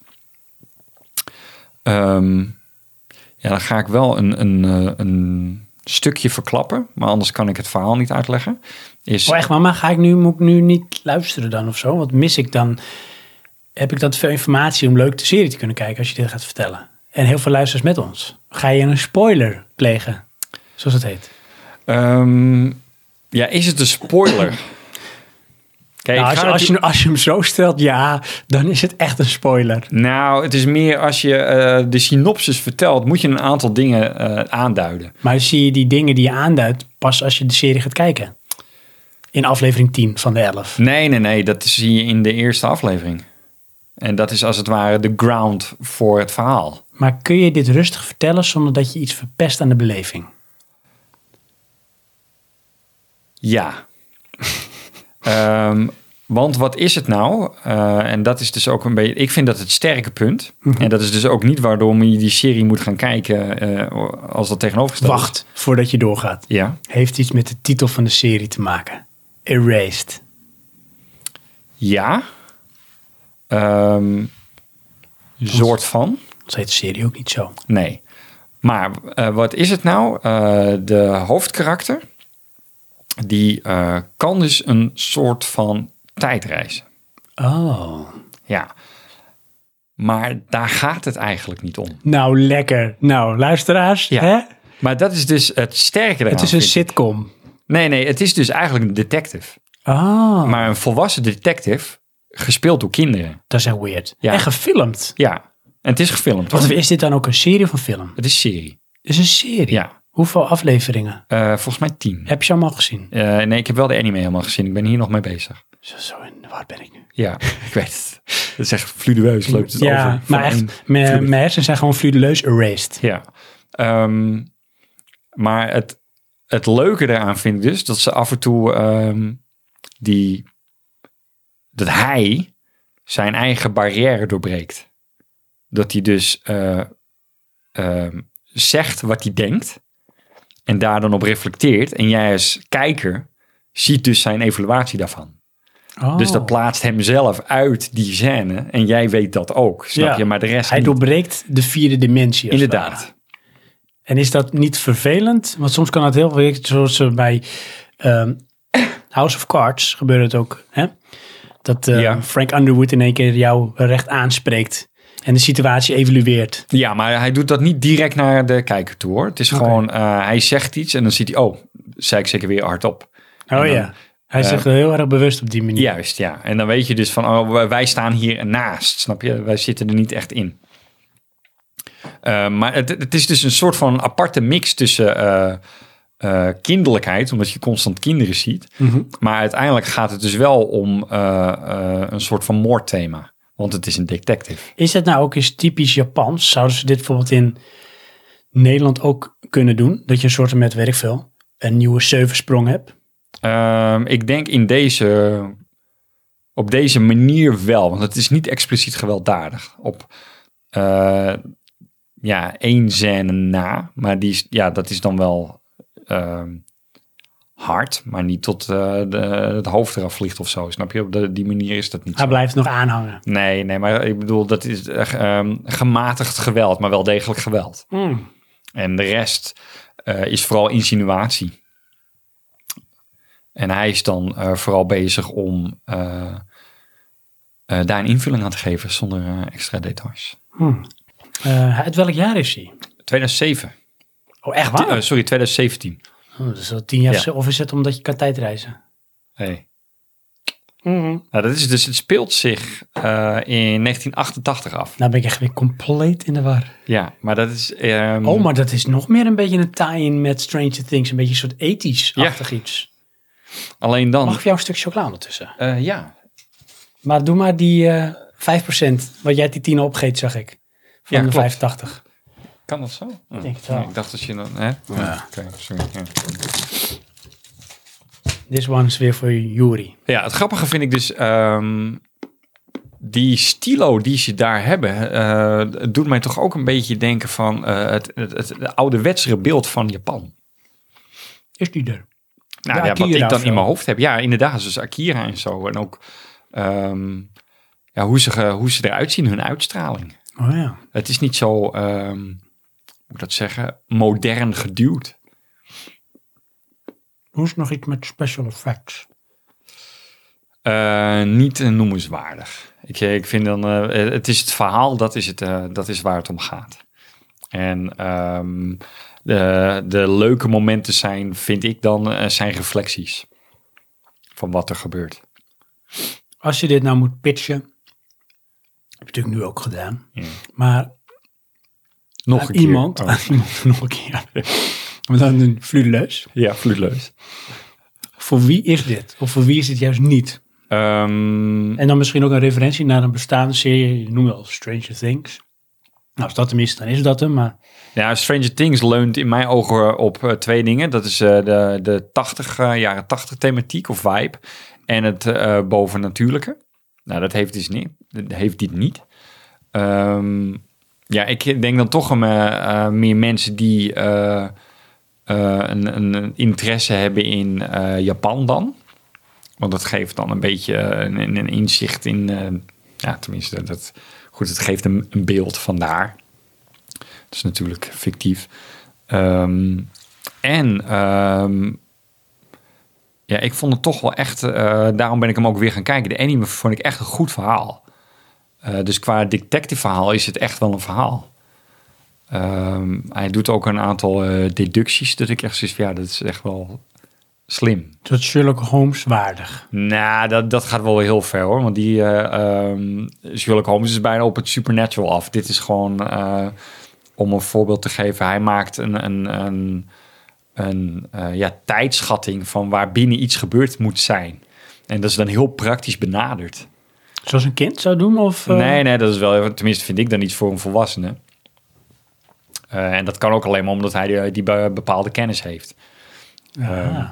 Um, ja, dan ga ik wel een, een, een stukje verklappen. Maar anders kan ik het verhaal niet uitleggen. Is, Oh echt, maar, maar ga ik nu, moet ik nu niet luisteren dan of zo? Want mis ik dan, heb ik dan te veel informatie om leuk de serie te kunnen kijken als je dit gaat vertellen? En heel veel luisteraars met ons. Ga je een spoiler plegen, zoals het heet? Um, ja, is het een spoiler? Kijk, Nou, ik als, ga je, als, het- je, als je hem zo stelt, ja, dan is het echt een spoiler. Nou, het is meer als je uh, de synopsis vertelt, moet je een aantal dingen uh, aanduiden. Maar zie je die dingen die je aanduidt pas als je de serie gaat kijken? In aflevering tien van de elf. Nee, nee, nee, dat zie je in de eerste aflevering. En dat is als het ware de ground voor het verhaal. Maar kun je dit rustig vertellen zonder dat je iets verpest aan de beleving? Ja. um, want wat is het nou? Uh, en dat is dus ook een beetje... Ik vind dat het sterke punt. Mhm. En dat is dus ook niet waarom je die serie moet gaan kijken uh, als dat tegenovergesteld is. Wacht, voordat je doorgaat. Ja. Heeft iets met de titel van de serie te maken. Erased. Ja. Um, soort van. Dat heet de serie ook niet zo. Nee. Maar uh, wat is het nou? Uh, de hoofdkarakter... die uh, kan dus een soort van tijdreizen. Oh. Ja. Maar daar gaat het eigenlijk niet om. Nou, lekker. Nou, luisteraars. Ja. Hè? Maar dat is dus het sterke eraan. Het is een vind ik. sitcom. Nee, nee, het is dus eigenlijk een detective. Oh. Maar een volwassen detective, gespeeld door kinderen. Dat is echt weird. Ja. En gefilmd. Ja, en het is gefilmd. Wat Hoor. is dit dan ook een serie of een film? Het is serie. Het is een serie. Ja. Hoeveel afleveringen? Uh, volgens mij tien. Heb je ze allemaal gezien? Uh, nee, ik heb wel de anime helemaal gezien. Ik ben hier nog mee bezig. Zo, zo in de war ben ik nu. Ja, ik weet het. Dat is echt fluideus. Loopt het Ja, over van maar echt, één mijn vloeiend. mijn hersenen zijn gewoon fluideleus erased. Ja. Um, maar het, het leuke daaraan vind ik dus dat ze af en toe um, die dat hij zijn eigen barrière doorbreekt. Dat hij dus uh, uh, zegt wat hij denkt en daar dan op reflecteert. En jij als kijker ziet dus zijn evaluatie daarvan. Oh. Dus dat plaatst hem zelf uit die scène en jij weet dat ook, snap Ja. je? Maar de rest Hij niet. doorbreekt de vierde dimensie. als het ware. Inderdaad. En is dat niet vervelend? Want soms kan het heel veel, zoals uh, bij um, House of Cards gebeurt het ook. Hè? Dat uh, Ja. Frank Underwood in één keer jou recht aanspreekt en de situatie evalueert. Ja, maar hij doet dat niet direct naar de kijker toe, hoor. Het is Oké. gewoon, uh, hij zegt iets en dan ziet hij, oh, zei ik zeker weer hardop. Oh dan, ja, hij uh, zegt er heel erg bewust op die manier. Juist, ja. En dan weet je dus van, oh, wij staan hier naast, snap je? Wij zitten er niet echt in. Uh, maar het, het is dus een soort van aparte mix tussen uh, uh, kinderlijkheid, omdat je constant kinderen ziet. Mm-hmm. Maar uiteindelijk gaat het dus wel om uh, uh, een soort van moordthema. Want het is een detective. Is het nou ook eens typisch Japans? Zouden ze dit bijvoorbeeld in Nederland ook kunnen doen? Dat je een soort met werkveel een nieuwe zeuvensprong hebt? Uh, ik denk in deze, op deze manier wel. Want het is niet expliciet gewelddadig. Op uh, ja, één scène na. Maar die is, ja, dat is dan wel uh, hard. Maar niet tot uh, de, het hoofd eraf vliegt of zo. Snap je? Op de, die manier is dat niet Hij zo. blijft nog aanhangen. Nee, nee, maar ik bedoel, dat is uh, um, gematigd geweld. Maar wel degelijk geweld. Mm. En de rest uh, is vooral insinuatie. En hij is dan uh, vooral bezig om uh, uh, daar een invulling aan te geven zonder uh, extra details. Hmm. Uh, uit welk jaar is hij? tweeduizend zeven. Oh, echt waar? Uh, sorry, twintig zeventien. Oh, dat is al tien jaar. Ja. Of is het omdat je kan tijdreizen? Hey. Mm-hmm. Nou, dat is dus, het speelt zich uh, in negentien achtentachtig af. Nou ben ik echt weer compleet in de war. Ja, maar dat is... Um, Oh, maar dat is nog meer een beetje een tie-in met Stranger Things. Een beetje een soort ethisch-achtig iets. alleen dan... Mag ik voor jou een stuk chocola ondertussen? Uh, ja. Maar doe maar die uh, vijf procent, wat jij die tien opgeet, zag ik. Van Ja, de klopt. vijfentachtig. Kan dat zo? Oh, denk het wel. Ik dacht dat je dan... Hè? Ja. Ja. Oké, okay, sorry. Ja. This one is weer voor Yuri. Ja, het grappige vind ik dus... Um, die stilo die ze daar hebben... Uh, het doet mij toch ook een beetje denken van... Uh, het, het, het, het ouderwetsere beeld van Japan. Is die er? Nou Ja, ja, wat Akira ik dan of zo. in mijn hoofd heb. Ja, inderdaad. Dus Akira en zo. En ook um, ja, hoe, ze, hoe ze eruit zien. Hun uitstraling. Oh ja. Het is niet zo... Um, hoe moet ik dat zeggen? Modern geduwd. Hoe is het nog iets met special effects? Uh, niet uh, noemenswaardig. Ik, ik vind dan, uh, het is het verhaal, dat is, het, uh, dat is waar het om gaat. En um, de, de leuke momenten zijn, vind ik dan, uh, zijn reflecties van wat er gebeurt. Als je dit nou moet pitchen, heb je natuurlijk nu ook gedaan, Ja. maar Nog aan een keer. iemand, Oh. aan iemand nog een keer, maar dan een vluleus. Ja, vloedleus. Voor wie is dit? Of voor wie is dit juist niet? Um, En dan misschien ook een referentie naar een bestaande serie, je noemde al Stranger Things. Nou, als dat hem is, dan is dat hem, maar... ja, Stranger Things leunt in mijn ogen op uh, twee dingen. Dat is uh, de, de tachtig, uh, jaren tachtig thematiek of vibe. En het uh, bovennatuurlijke. Nou, dat heeft, dus niet, dat heeft dit niet. Um, ja, ik denk dan toch um, uh, meer mensen die uh, uh, een, een interesse hebben in uh, Japan dan. Want dat geeft dan een beetje een, een inzicht in... Uh, ja, tenminste, dat, goed, het geeft een, een beeld van daar. Dat is natuurlijk fictief. Um, en um, ja, ik vond het toch wel echt... Uh, daarom ben ik hem ook weer gaan kijken. De anime vond ik echt een goed verhaal. Uh, dus qua detective verhaal is het echt wel een verhaal. Um, hij doet ook een aantal uh, deducties. Dat ik echt zoiets van, ja, dat is echt wel slim. Dat is Sherlock Holmes waardig. Nou, dat, dat gaat wel heel ver hoor. Want die uh, um, Sherlock Holmes is bijna op het supernatural af. Dit is gewoon, uh, om een voorbeeld te geven, hij maakt een, een, een, een uh, ja, tijdschatting van waar binnen iets gebeurd moet zijn. En dat is dan heel praktisch benaderd. Zoals een kind zou doen? Of, uh... Nee, nee, dat is wel, tenminste vind ik dan iets voor een volwassene. Uh, en dat kan ook alleen maar omdat hij die, die bepaalde kennis heeft. Ja. Um,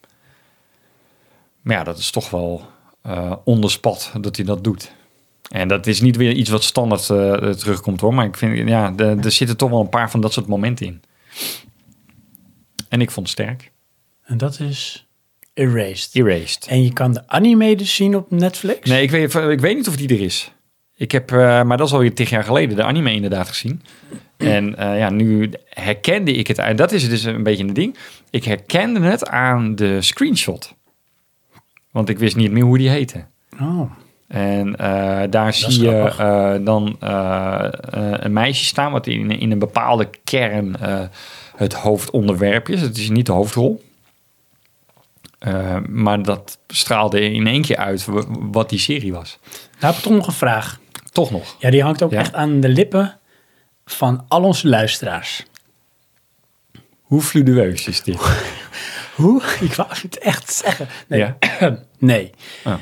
Maar ja, dat is toch wel uh, onderspat dat hij dat doet. En dat is niet weer iets wat standaard uh, terugkomt hoor. Maar ik vind, ja, de, er zitten toch wel een paar van dat soort momenten in. En ik vond het sterk. En dat is Erased. Erased. En je kan de anime dus zien op Netflix? Nee, ik weet, ik weet niet of die er is. Ik heb, uh, maar dat is alweer tig jaar geleden, de anime inderdaad gezien. En uh, ja, nu herkende ik het. En dat is dus een beetje een ding. Ik herkende het aan de screenshot. Want ik wist niet meer hoe die heette. Oh. En uh, daar is zie je grappig. uh, dan uh, uh, een meisje staan... wat in, in een bepaalde kern uh, het hoofdonderwerp is. Het is niet de hoofdrol. Uh, maar dat straalde in één keer uit w- wat die serie was. Daar heb ik toch nog een vraag. Toch nog. Ja, die hangt ook Ja. echt aan de lippen van al onze luisteraars. Hoe fluideus is dit? Hoe? Ik wou het echt zeggen. Nee. Ja. nee. Oh.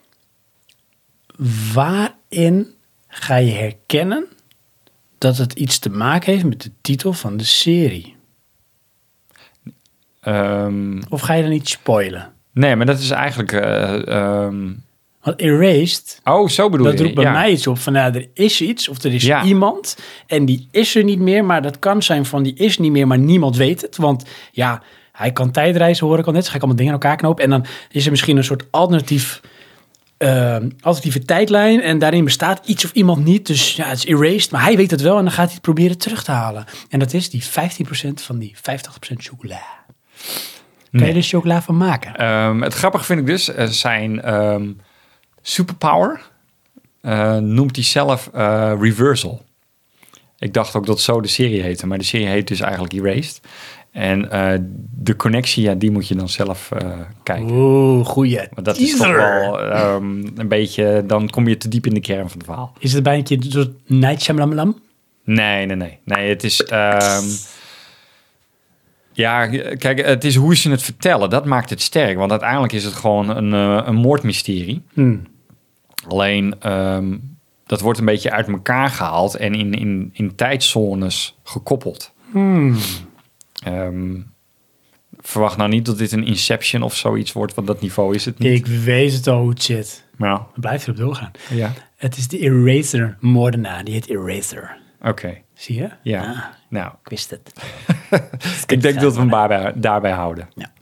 Waarin ga je herkennen dat het iets te maken heeft met de titel van de serie? Um, Of ga je dan niet spoilen? nee, maar dat is eigenlijk... Uh, um... Want Erased, Oh, zo bedoel dat je? roept bij ja. mij iets op van, nou, er is iets of er is Ja. iemand en die is er niet meer, maar dat kan zijn van die is niet meer, maar niemand weet het. Want ja, hij kan tijdreizen, hoor ik al net, dus ga ik allemaal dingen aan elkaar knopen en dan is er misschien een soort alternatief, uh, alternatieve tijdlijn en daarin bestaat iets of iemand niet. Dus ja, het is erased, maar hij weet het wel en dan gaat hij het proberen terug te halen. En dat is die vijftien procent van die vijftig procent chocola. Kan Nee. je er chocola van maken? Um, het grappige vind ik dus, uh, zijn um, superpower uh, noemt hij zelf uh, Reversal. Ik dacht ook dat zo de serie heette, maar de serie heet dus eigenlijk Erased. En uh, de connectie, ja, die moet je dan zelf uh, kijken. Oeh, goeie. Maar dat is toch wel um, een beetje, dan kom je te diep in de kern van het verhaal. Is het bijna een soort Night Shyamalan? Nee, nee, nee. Nee, het is... Um, ja, kijk, het is hoe ze het vertellen. Dat maakt het sterk. Want uiteindelijk is het gewoon een, uh, een moordmysterie. Hmm. Alleen, um, dat wordt een beetje uit elkaar gehaald en in, in, in tijdzones gekoppeld. Hmm. Um, verwacht nou niet dat dit een Inception of zoiets wordt, want dat niveau is het niet. Ik weet het al hoe het zit. Nou, We blijven erop doorgaan. ja. Het is de Eraser moordenaar. Die heet Eraser. Oké. Okay. Zie je? Ja. Ah, Nou, ik wist het. ik denk dat we hem daarbij, daarbij houden. Ja.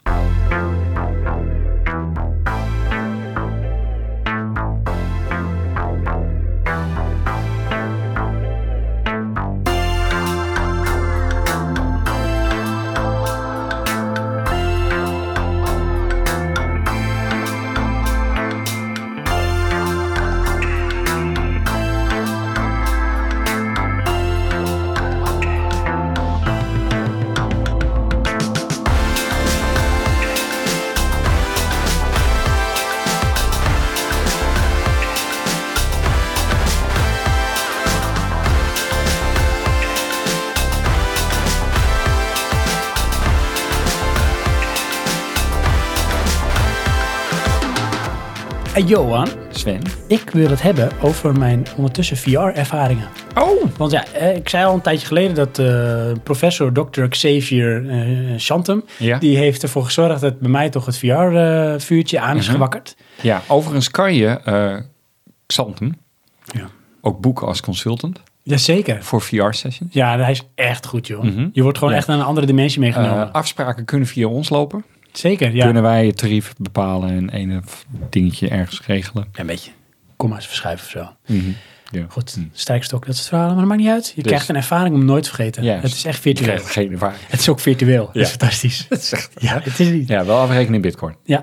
Hey Johan, Sven? ik wil het hebben over mijn ondertussen V R-ervaringen. Oh! Want ja, eh, ik zei al een tijdje geleden dat uh, professor dokter Xavier uh, Chantum, Ja. die heeft ervoor gezorgd dat bij mij toch het V R-vuurtje aan is Mhm. gewakkerd. Ja, overigens kan je uh, Xantum Ja. ook boeken als consultant Jazeker. voor V R-sessions. Ja, hij is echt goed, joh. Mhm. Je wordt gewoon Ja. echt naar een andere dimensie meegenomen. Uh, afspraken kunnen via ons lopen. Zeker, ja. Kunnen wij het tarief bepalen en een dingetje ergens regelen. Een beetje komma's verschuiven of zo. Mm-hmm. Ja. Goed, Hm. strijkstok, dat is het verhaal, maar dat maakt niet uit. Je Dus- krijgt een ervaring om nooit te vergeten. Juist. Het is echt Je virtueel. krijgt geen ervaring. Het is ook virtueel. Dat is Ja. fantastisch. Dat is echt... Ja, het is niet. Ja, wel afrekenen in bitcoin. Ja.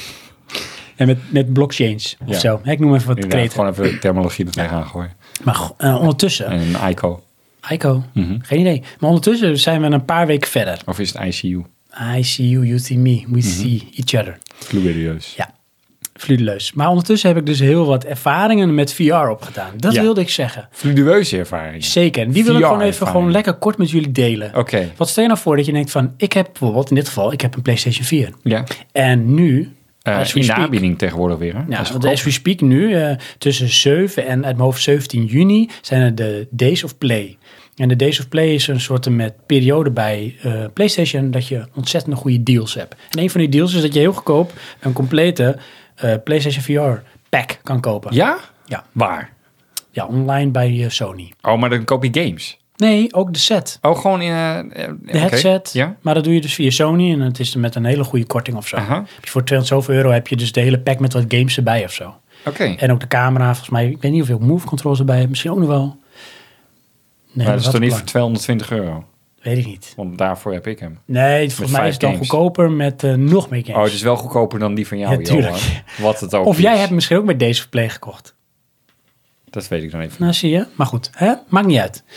En met, met blockchains of Ja. zo. Ik noem even wat Inderdaad, kreten. gewoon even terminologie er tegenaan gooien. Maar uh, ondertussen, En een I C O. Ico, Mhm. geen idee. Maar ondertussen zijn we een paar weken verder. Of is het I C U? I see you, you see me. We see each other. Fluideus. Ja, fluideus. Maar ondertussen heb ik dus heel wat ervaringen met V R opgedaan. Dat Ja. wilde ik zeggen. Fluideuze ervaring. Zeker. En die wil ik gewoon even V R-ervaring. gewoon lekker kort met jullie delen. Oké. Wat stel je nou voor dat je denkt van, ik heb bijvoorbeeld in dit geval, ik heb een PlayStation vier. Ja. En nu, Uh, as we in de speak- aanbieding tegenwoordig weer. Hè? Ja, Als want as we speak nu, uh, tussen zeven en uit mijn hoofd zeventien juni, zijn er de Days of Play. En de Days of Play is een soort met periode bij uh, PlayStation dat je ontzettend goede deals hebt. En een van die deals is dat je heel goedkoop een complete uh, PlayStation V R pack kan kopen. Ja? Ja. Waar? Ja, online bij uh, Sony. Oh, maar dan koop je games. Nee, ook de set. Oh, gewoon in... Uh, De headset. Ja? Maar dat doe je dus via Sony en het is met een hele goede korting of zo. Aha. Heb je voor tweehonderd zoveel euro heb je dus de hele pack met wat games erbij of zo. Oké. En ook de camera, volgens mij, ik weet niet hoeveel move controls erbij heb, misschien ook nog wel. Nee, Maar dat is had toch niet ik voor tweehonderdtwintig euro? Weet ik niet. Want daarvoor heb ik hem. Nee, volgens Met mij vijf is het dan games. goedkoper met uh, nog meer games. Oh, het is wel goedkoper dan die van jou, Ja, tuurlijk. Johan. Wat het ook Of is. jij hebt misschien ook met deze Play gekocht. Dat weet ik dan even. Nou, zie je. Maar goed, hè? Maakt niet uit.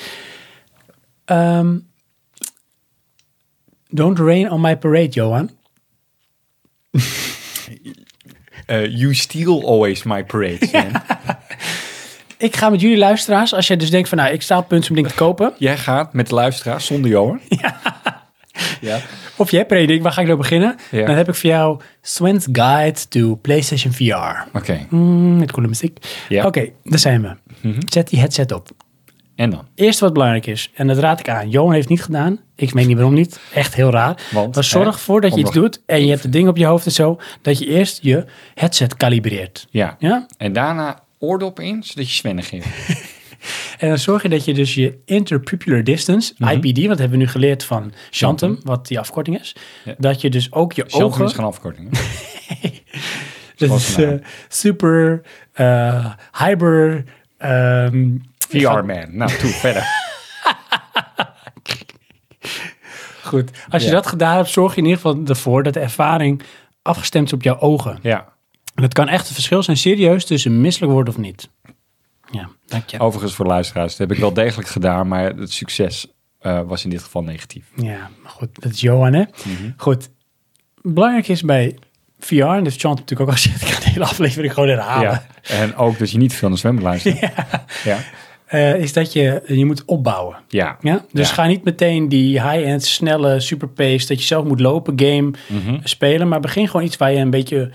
Um, don't rain on my parade, Johan. Uh, you steal always my parade, man. ik ga met jullie luisteraars, als jij dus denkt van, nou, ik sta op punt om ding te kopen. Jij gaat met de luisteraar zonder Johan. Ja. ja. Of je hebt er een ding, waar ga ik nou beginnen? Ja. Dan heb ik voor jou Sven's Guide to PlayStation V R. Oké. Okay. Mm, met coole muziek. Ja. Oké, okay, daar zijn we. Mm-hmm. Zet die headset op. En dan? Eerst wat belangrijk is, en dat raad ik aan. Johan heeft het niet gedaan. Ik weet niet waarom niet. Echt heel raar. Want, maar zorg ervoor dat je iets doet en je hebt het ding op je hoofd en zo, dat je eerst je headset kalibreert. Ja. Ja? En daarna oordop in, zodat je Sven geeft. En dan zorg je dat je dus je interpupillar distance, mm-hmm. I P D, wat hebben we nu geleerd van Shantum, wat die afkorting is. Ja. Dat je dus ook je Shantum ogen... is geen afkorting. Dat is uh, super, uh, hyper... Um, V R-man. Nou, toe, verder. Goed. Als je ja. dat gedaan hebt, zorg je in ieder geval ervoor dat de ervaring afgestemd is op jouw ogen. Ja. En het kan echt een verschil zijn, serieus, tussen misselijk worden of niet. Ja, dank je. Overigens voor de luisteraars, dat heb ik wel degelijk gedaan, maar het succes uh, was in dit geval negatief. Ja, maar goed, dat is Johan, hè? Mm-hmm. Goed. Belangrijk is bij V R, en dat heeft Chant natuurlijk ook al gezegd, ik ga de hele aflevering gewoon herhalen. Ja, en ook dat je niet veel naar zwemmen luistert. ja. ja. Uh, is dat je, je moet opbouwen. Ja. ja? Dus ja. ga niet meteen die high-end, snelle, superpace, dat je zelf moet lopen, game mm-hmm. spelen, maar begin gewoon iets waar je een beetje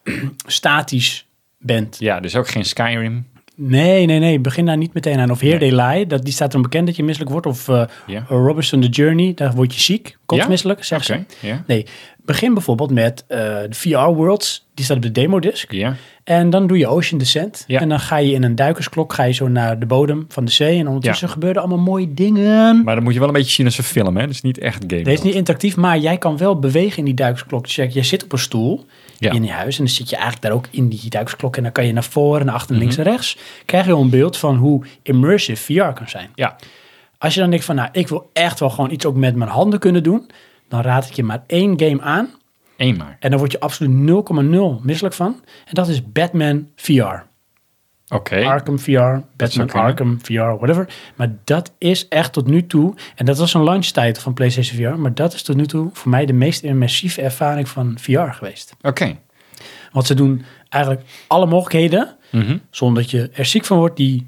statisch bent. Ja, dus ook geen Skyrim. Nee, nee, nee. Begin daar niet meteen aan. Of Here nee. They Lie, dat, die staat erom bekend dat je misselijk wordt. Of uh, yeah. Robinson the Journey, daar word je ziek. Kotsmisselijk, ja? zeggen okay. ze. Yeah. Nee, begin bijvoorbeeld met uh, de V R Worlds. Die staat op de demodisc. Yeah. En dan doe je Ocean Descent. Yeah. En dan ga je in een duikersklok ga je zo naar de bodem van de zee. En ondertussen yeah. gebeuren allemaal mooie dingen. Maar dan moet je wel een beetje zien als een film, hè? Dus niet echt game. Deze is niet interactief, maar jij kan wel bewegen in die duikersklok. Dus jij zit op een stoel... Ja. in je huis. En dan zit je eigenlijk daar ook in die duiksklok. En dan kan je naar voren, naar achter, mm-hmm. links en rechts. Krijg je al een beeld van hoe immersive V R kan zijn. Ja. Als je dan denkt van, nou, ik wil echt wel gewoon iets ook met mijn handen kunnen doen. Dan raad ik je maar één game aan. Eén maar. En dan word je absoluut nul komma nul misselijk van. En dat is Batman V R. Oké. Okay. Arkham V R, Batman okay. Arkham V R, whatever. Maar dat is echt tot nu toe... En dat was een launchtitel van PlayStation V R. Maar dat is tot nu toe voor mij de meest immersieve ervaring van V R geweest. Oké. Okay. Want ze doen eigenlijk alle mogelijkheden... Mm-hmm. zonder dat je er ziek van wordt... die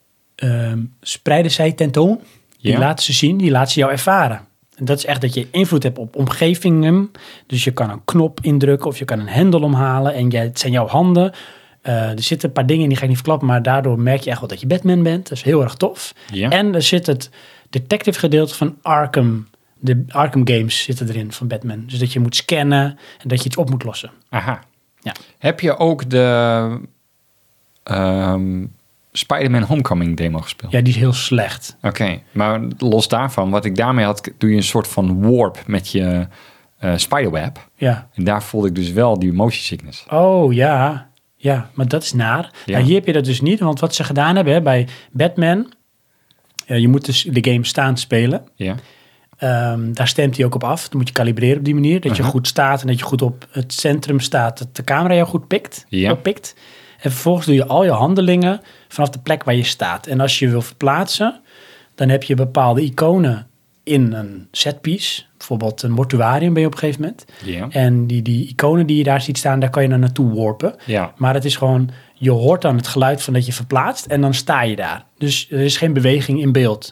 um, spreiden zij tentoon. Die ja. laten ze zien, die laten ze jou ervaren. En dat is echt dat je invloed hebt op omgevingen. Dus je kan een knop indrukken of je kan een hendel omhalen. En jij, het zijn jouw handen... Uh, er zitten een paar dingen in, die ga ik niet verklappen, maar daardoor merk je echt wel dat je Batman bent. Dat is heel erg tof. Ja. En er zit het detective gedeelte van Arkham, de Arkham games zitten erin van Batman. Dus dat je moet scannen en dat je iets op moet lossen. Aha. Ja. Heb je ook de um, Spider-Man Homecoming demo gespeeld? Ja, die is heel slecht. Oké, okay. Maar los daarvan, wat ik daarmee had, doe je een soort van warp met je uh, spiderweb. Ja. En daar voelde ik dus wel die motion sickness. Oh, ja. Ja, maar dat is naar. Ja. Nou, hier heb je dat dus niet, want wat ze gedaan hebben hè, bij Batman... Uh, je moet dus de game staand spelen. Ja. Um, daar stemt hij ook op af. Dan moet je kalibreren op die manier. Dat uh-huh. je goed staat en dat je goed op het centrum staat. Dat de camera jou goed pikt. Ja. Pikt. En vervolgens doe je al je handelingen vanaf de plek waar je staat. En als je wil verplaatsen, dan heb je bepaalde iconen in een setpiece. Bijvoorbeeld een mortuarium ben je op een gegeven moment. Ja. En die, die iconen die je daar ziet staan, daar kan je dan naartoe warpen. Ja. Maar het is gewoon, je hoort dan het geluid van dat je verplaatst en dan sta je daar. Dus er is geen beweging in beeld.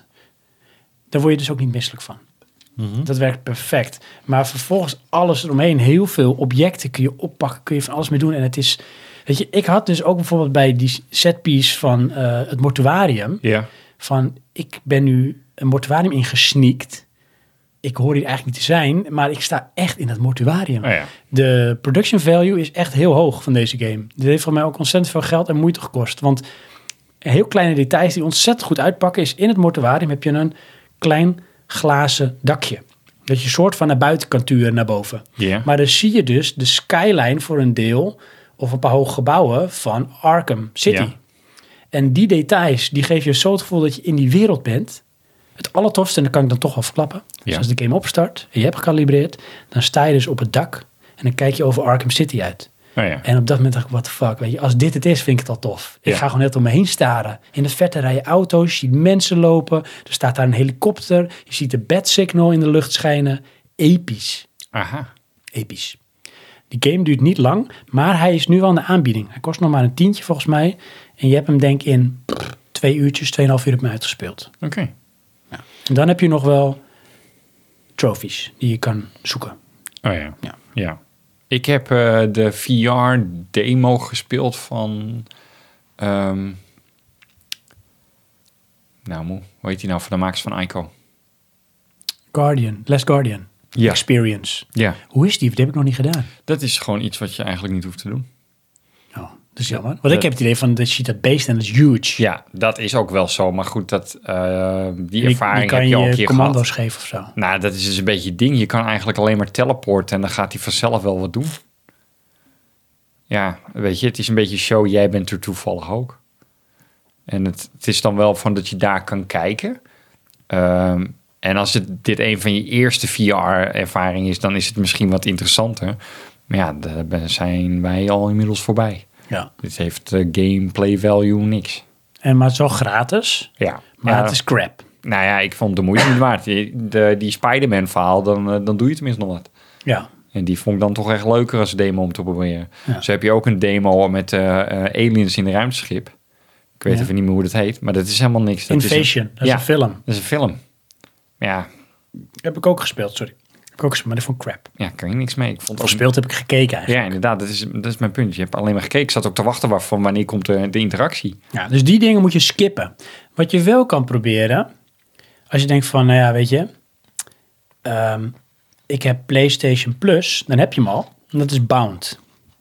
Daar word je dus ook niet misselijk van. Mm-hmm. Dat werkt perfect. Maar vervolgens alles eromheen, heel veel objecten kun je oppakken, kun je van alles mee doen. En het is, weet je, ik had dus ook bijvoorbeeld bij die setpiece van uh, het mortuarium, ja. van ik ben nu een mortuarium ingesneakt. Ik hoor hier eigenlijk niet te zijn, maar ik sta echt in het mortuarium. Oh ja. De production value is echt heel hoog van deze game. Dit heeft voor mij ook ontzettend veel geld en moeite gekost. Want heel kleine details die ontzettend goed uitpakken is... in het mortuarium heb je een klein glazen dakje. Dat je soort van naar buiten kan turen naar boven. Yeah. Maar dan zie je dus de skyline voor een deel... of een paar hoge gebouwen van Arkham City. Yeah. En die details, die geven je zo het gevoel dat je in die wereld bent... Het allertofste, en dat kan ik dan toch wel verklappen. Dus ja. als de game opstart en je hebt gekalibreerd... dan sta je dus op het dak en dan kijk je over Arkham City uit. Oh ja. En op dat moment dacht ik, what the fuck, weet je, als dit het is, vind ik het al tof. Ik ja. ga gewoon net om me heen staren. In de verte rijden auto's, je ziet mensen lopen. Er staat daar een helikopter. Je ziet de bat signal in de lucht schijnen. Episch. Aha. Episch. Die game duurt niet lang, maar hij is nu wel aan de aanbieding. Hij kost nog maar een tientje volgens mij. En je hebt hem denk ik in pff, twee uurtjes, tweeënhalf uur heb je hem uitgespeeld. Oké. En dan heb je nog wel trophies die je kan zoeken. Oh ja. Ja. ja. Ik heb uh, de V R-demo gespeeld van... Um, nou, moe. Hoe heet die nou? Van de makers van Ico. Guardian, Last Guardian. Ja. Experience. Ja. Hoe is die? Dat heb ik nog niet gedaan. Dat is gewoon iets wat je eigenlijk niet hoeft te doen. Oh, dat is jammer. Want dat- ik heb het idee van, dat ziet dat beest en dat is huge. Ja, dat is ook wel zo. Maar goed, dat, uh, die Die, ervaring die kan heb je al een je keer commando's gehad. geven of zo. Nou, dat is dus een beetje het ding. Je kan eigenlijk alleen maar teleporten en dan gaat hij vanzelf wel wat doen. Ja, weet je, het is een beetje show. Jij bent er toevallig ook. En het, het is dan wel van dat je daar kan kijken. Um, en als het, dit een van je eerste V R-ervaringen is, dan is het misschien wat interessanter. Maar ja, daar zijn wij al inmiddels voorbij. Ja. Dit heeft uh, gameplay value niks. En, maar het is wel gratis, Ja, maar ja, het is crap. nou ja, ik vond de moeite niet waard. Die, de, die Spider-Man verhaal, dan, uh, dan doe je tenminste nog wat. Ja. En die vond ik dan toch echt leuker als demo om te proberen. Ja. Zo heb je ook een demo met uh, uh, aliens in een ruimteschip. Ik weet Ja. even niet meer hoe dat heet, maar dat is helemaal niks. Dat Invasion, is een, dat is ja, een film. dat is een film. Ja, Heb ik ook gespeeld, sorry. Heb ik ook gespeeld, maar dat vond ik crap. ja, kan je niks mee. Ik vond Of gespeeld heb ik gekeken eigenlijk. Ja, inderdaad, dat is, dat is mijn punt. Je hebt alleen maar gekeken. Ik zat ook te wachten waar- van wanneer komt de, de interactie. Ja, dus die dingen moet je skippen. Wat je wel kan proberen, als je denkt van, nou ja, weet je, ehm, ik heb PlayStation Plus, dan heb je hem al. En dat is Bound.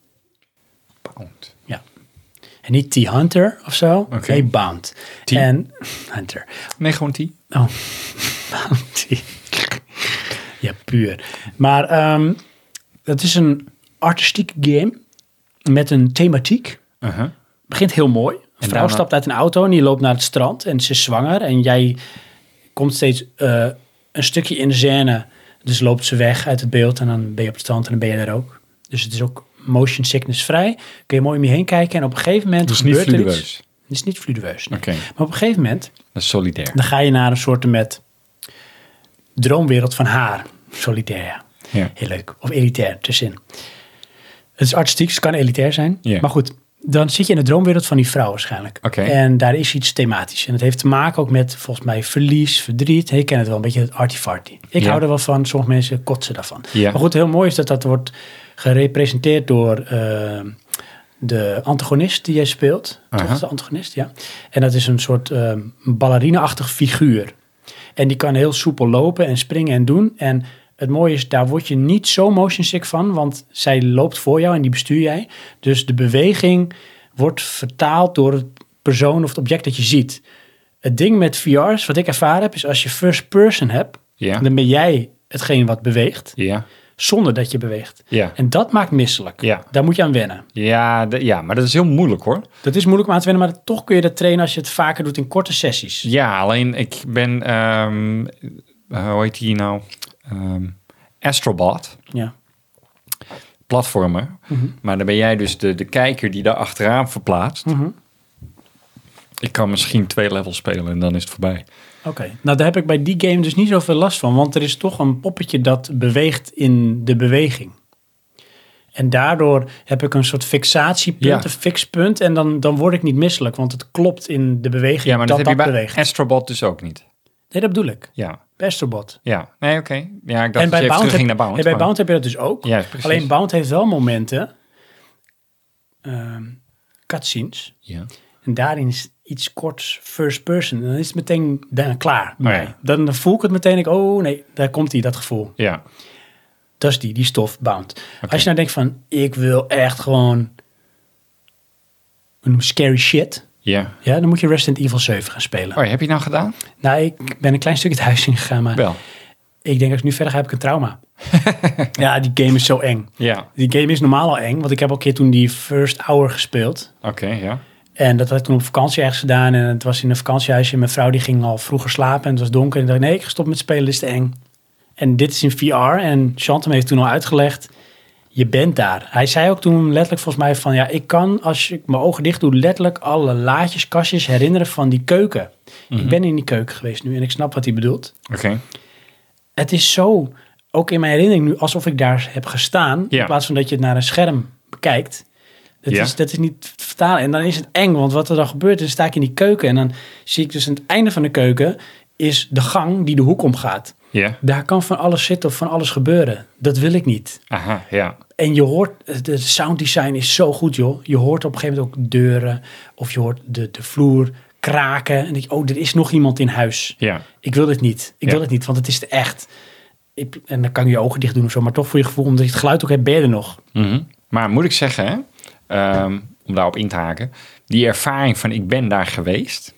Bound. Ja. En niet T-Hunter of zo. Oké. Nee, Bound. T. En Hunter. Nee, gewoon die. Oh, Bounty. Ja, puur. Maar ehm, dat is een artistieke game met een thematiek. Uh-huh. Begint heel mooi. Een vrouw daarna- stapt uit een auto en die loopt naar het strand en ze is zwanger. En jij komt steeds eh, een stukje in de scène. Dus loopt ze weg uit het beeld en dan ben je op het strand en dan ben je daar ook. Dus het is ook motion sickness vrij. Kun je mooi om je heen kijken en op een gegeven moment Dus niet gebeurt er iets. fluideus. Het is niet fluideus. nee. Oké, Maar op een gegeven moment dat is solidair. dan ga je naar een soort met droomwereld van haar. Solitair, ja. Ja. Heel leuk. Of elitair, tussenin. Het is artistiek, het kan elitair zijn. Ja. Maar goed, dan zit je in de droomwereld van die vrouw waarschijnlijk. Oké. En daar is iets thematisch. En het heeft te maken ook met, volgens mij, verlies, verdriet. Je kent het wel, een beetje het arty-farty. Ik Ja. hou er wel van, sommige mensen kotsen daarvan. Ja. Maar goed, heel mooi is dat dat wordt gerepresenteerd door eh, de antagonist die jij speelt. Aha. Toch de antagonist, ja. En dat is een soort uh, ballerina-achtig figuur. En die kan heel soepel lopen en springen en doen. En het mooie is, daar word je niet zo motion sick van, want zij loopt voor jou en die bestuur jij. Dus de beweging wordt vertaald door het persoon of het object dat je ziet. Het ding met V R's, wat ik ervaren heb, is als je first person hebt, Ja. dan ben jij hetgeen wat beweegt, Ja. zonder dat je beweegt. Ja. En dat maakt misselijk. Ja. Daar moet je aan wennen. Ja, de- ja, maar dat is heel moeilijk hoor. Dat is moeilijk om aan te wennen, maar toch kun je dat trainen als je het vaker doet in korte sessies. Ja, alleen ik ben, ehm, eh, hoe heet die nou? Ehm, Astrobot, Ja. platformer. Mhm. Maar dan ben jij dus de, de kijker die daar achteraan verplaatst. Mhm. Ik kan misschien twee levels spelen en dan is het voorbij. Oké, nou daar heb ik bij die game dus niet zoveel last van, want er is toch een poppetje dat beweegt in de beweging. En daardoor heb ik een soort fixatiepunt, Ja. een fixpunt, en dan, dan word ik niet misselijk, want het klopt in de beweging Ja, maar dat, dat heb dat je bij beweegt. Astrobot dus ook niet. Nee, dat bedoel ik. Ja, Astrobot. ja. Nee, oké. Ja, ik dacht En dat bij je even Bound, terug heb, ging naar Bound. nee, bij maar- Bound heb je dat dus ook. Ja, precies. Alleen Bound heeft wel momenten, ehm cutscenes, Ja. en daarin is iets korts first person. En dan is het meteen dan klaar bij Oh ja. mij. Dan voel ik het meteen, ik, oh nee, daar komt hij, dat gevoel. Ja. Dat is die, die stof, Bound. Oké. Als je nou denkt van, ik wil echt gewoon een scary shit. Ja. Ja, dan moet je Resident Evil zeven gaan spelen. Oh, heb je het nou gedaan? Nou, ik ben een klein stukje het huis ingegaan, maar Wel. ik denk als ik nu verder ga, heb ik een trauma. Ja, die game is zo eng. Ja. Die game is normaal al eng, want ik heb al een keer toen die first hour gespeeld. Oké, ja. En dat had ik toen op vakantie ergens gedaan. En het was in een vakantiehuisje. Mijn vrouw die ging al vroeger slapen en het was donker. En ik dacht, nee, ik ga stoppen met spelen, dit is te eng. En dit is in V R. En Chantem heeft toen al uitgelegd, je bent daar. Hij zei ook toen letterlijk volgens mij van, ja, ik kan als ik mijn ogen dicht doe, letterlijk alle laadjes, kastjes herinneren van die keuken. Ik ben in die keuken geweest nu en ik snap wat hij bedoelt. Oké. Het is zo, ook in mijn herinnering nu, alsof ik daar heb gestaan. Ja. In plaats van dat je het naar een scherm bekijkt. Dat, Ja. is, dat is niet te vertalen. En dan is het eng, want wat er dan gebeurt, is sta ik in die keuken en dan zie ik dus aan het einde van de keuken is de gang die de hoek omgaat. Ja. Daar kan van alles zitten of van alles gebeuren. Dat wil ik niet. Aha, ja. En je hoort, de sound design is zo goed, joh. Je hoort op een gegeven moment ook deuren of je hoort de, de vloer kraken. En dan denk je, oh, er is nog iemand in huis. Ja. Ik wil dit niet. Ik Ja. wil het niet, want het is te echt. Ik, en dan kan je je ogen dicht doen of zo, maar toch voor je gevoel, omdat je het geluid ook hebt, ben je er nog. Mhm. Maar moet ik zeggen, hè, ehm, om daarop in te haken, die ervaring van ik ben daar geweest,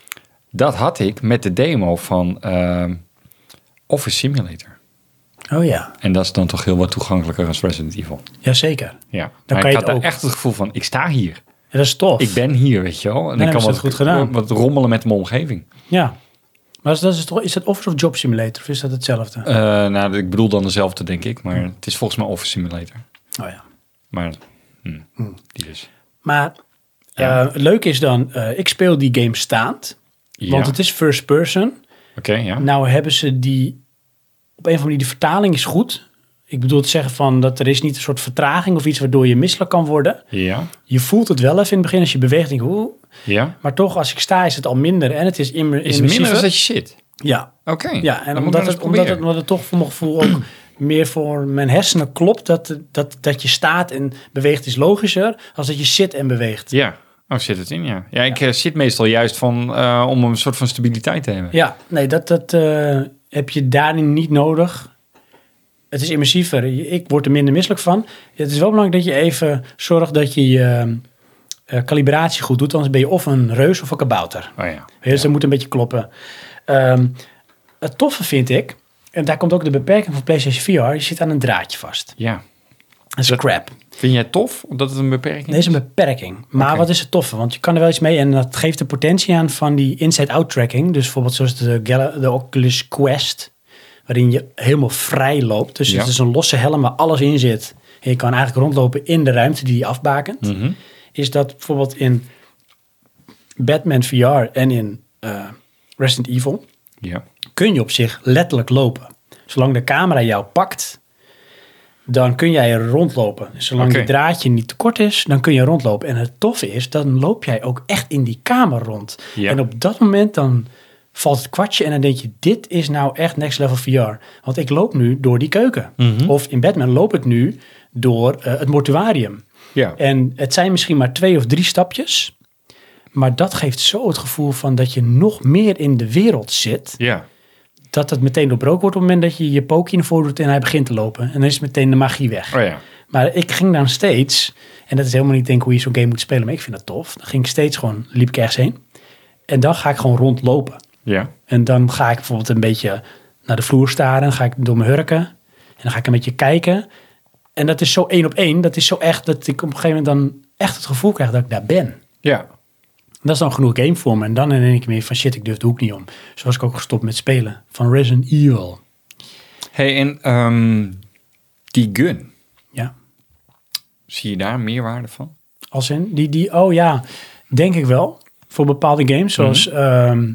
dat had ik met de demo van ehm, Office Simulator. Oh ja, En dat is dan toch heel wat toegankelijker als Resident Evil. jazeker. Ja, Dan maar kan ik je had het daar ook. echt het gevoel van, ik sta hier. Ja, dat is tof. Ik ben hier, weet je wel. En Nee, ik dat kan is wat, goed gedaan. wat rommelen met mijn omgeving. Ja. Maar is dat, is, toch, is dat Office of Job Simulator of is dat hetzelfde? Uh, nou, ik bedoel dan dezelfde, denk ik. Maar het is volgens mij Office Simulator. Oh ja. Maar hm, die dus. Maar Ja. eh, het leuke is dan, eh, ik speel die game staand. Ja. Want het is first person. Oké, ja. Nou hebben ze die, op een of andere manier, de vertaling is goed. Ik bedoel te zeggen van dat er is niet een soort vertraging of iets waardoor je misselijk kan worden. Ja, Je voelt het wel even in het begin als je beweegt. Denk je, oeh. ja. Maar toch, als ik sta, is het al minder. En het is immer, Is het minder immersiever. dan dat je zit? Ja, Oké. ja. En dan moet ik omdat maar het, eens omdat, het, proberen. omdat het toch voor mijn gevoel ook meer voor mijn hersenen klopt. Dat, dat, dat je staat en beweegt is logischer. Als dat je zit en beweegt. Ja, oh, zit het in, ja. Ja, ik eh, zit meestal juist van, eh, om een soort van stabiliteit te hebben. Ja, nee, dat, dat eh, heb je daarin niet nodig. Het is immersiever. Je- Ik word er minder misselijk van. Het is wel belangrijk dat je even zorgt dat je je eh, kalibratie goed doet. Anders ben je of een reus of een kabouter. Oh ja. Weet je, dus dat moet een beetje kloppen. Ehm, het toffe vind ik, en daar komt ook de beperking van PlayStation V R, je zit aan een draadje vast. Ja. Dat is crap. Vind jij het tof, omdat het een beperking Deze is een beperking. Maar Oké. wat is het toffe? Want je kan er wel iets mee en dat geeft de potentie aan van die inside-out tracking. Dus bijvoorbeeld zoals de, Gal- de Oculus Quest, waarin je helemaal vrij loopt. Dus Ja. het is een losse helm waar alles in zit. En je kan eigenlijk rondlopen in de ruimte die je afbakent. Mhm. Is dat bijvoorbeeld in Batman V R en in eh, Resident Evil Ja. kun je op zich letterlijk lopen. Zolang de camera jou pakt, dan kun jij er rondlopen. Dus zolang Oké. je draadje niet te kort is, dan kun je rondlopen. En het toffe is, dan loop jij ook echt in die kamer rond. Ja. En op dat moment dan valt het kwartje en dan denk je, dit is nou echt next level V R. Want ik loop nu door die keuken. Mhm. Of in Batman loop ik nu door eh, het mortuarium. Ja. En het zijn misschien maar twee of drie stapjes. Maar dat geeft zo het gevoel van dat je nog meer in de wereld zit. Ja. Dat het meteen doorbroken wordt op het moment dat je je pookje naar voren doet en hij begint te lopen. En dan is meteen de magie weg. Oh ja. Maar ik ging dan steeds, en dat is helemaal niet denk ik hoe je zo'n game moet spelen, maar ik vind dat tof. Dan ging ik steeds gewoon, liep ik ergens heen. En dan ga ik gewoon rondlopen. Ja. En dan ga ik bijvoorbeeld een beetje naar de vloer staren. Dan ga ik door mijn hurken. En dan ga ik een beetje kijken. En dat is zo één op één. Dat is zo echt dat ik op een gegeven moment dan echt het gevoel krijg dat ik daar ben. Ja. Dat is dan genoeg game voor me. En dan denk ik meer van shit, ik durf de hoek niet om. Zo was ik ook gestopt met spelen van Resident Evil. Hey, en ehm, die gun, Ja, zie je daar meerwaarde van? als in die, die, oh ja, denk ik wel. Voor bepaalde games, zoals ehm,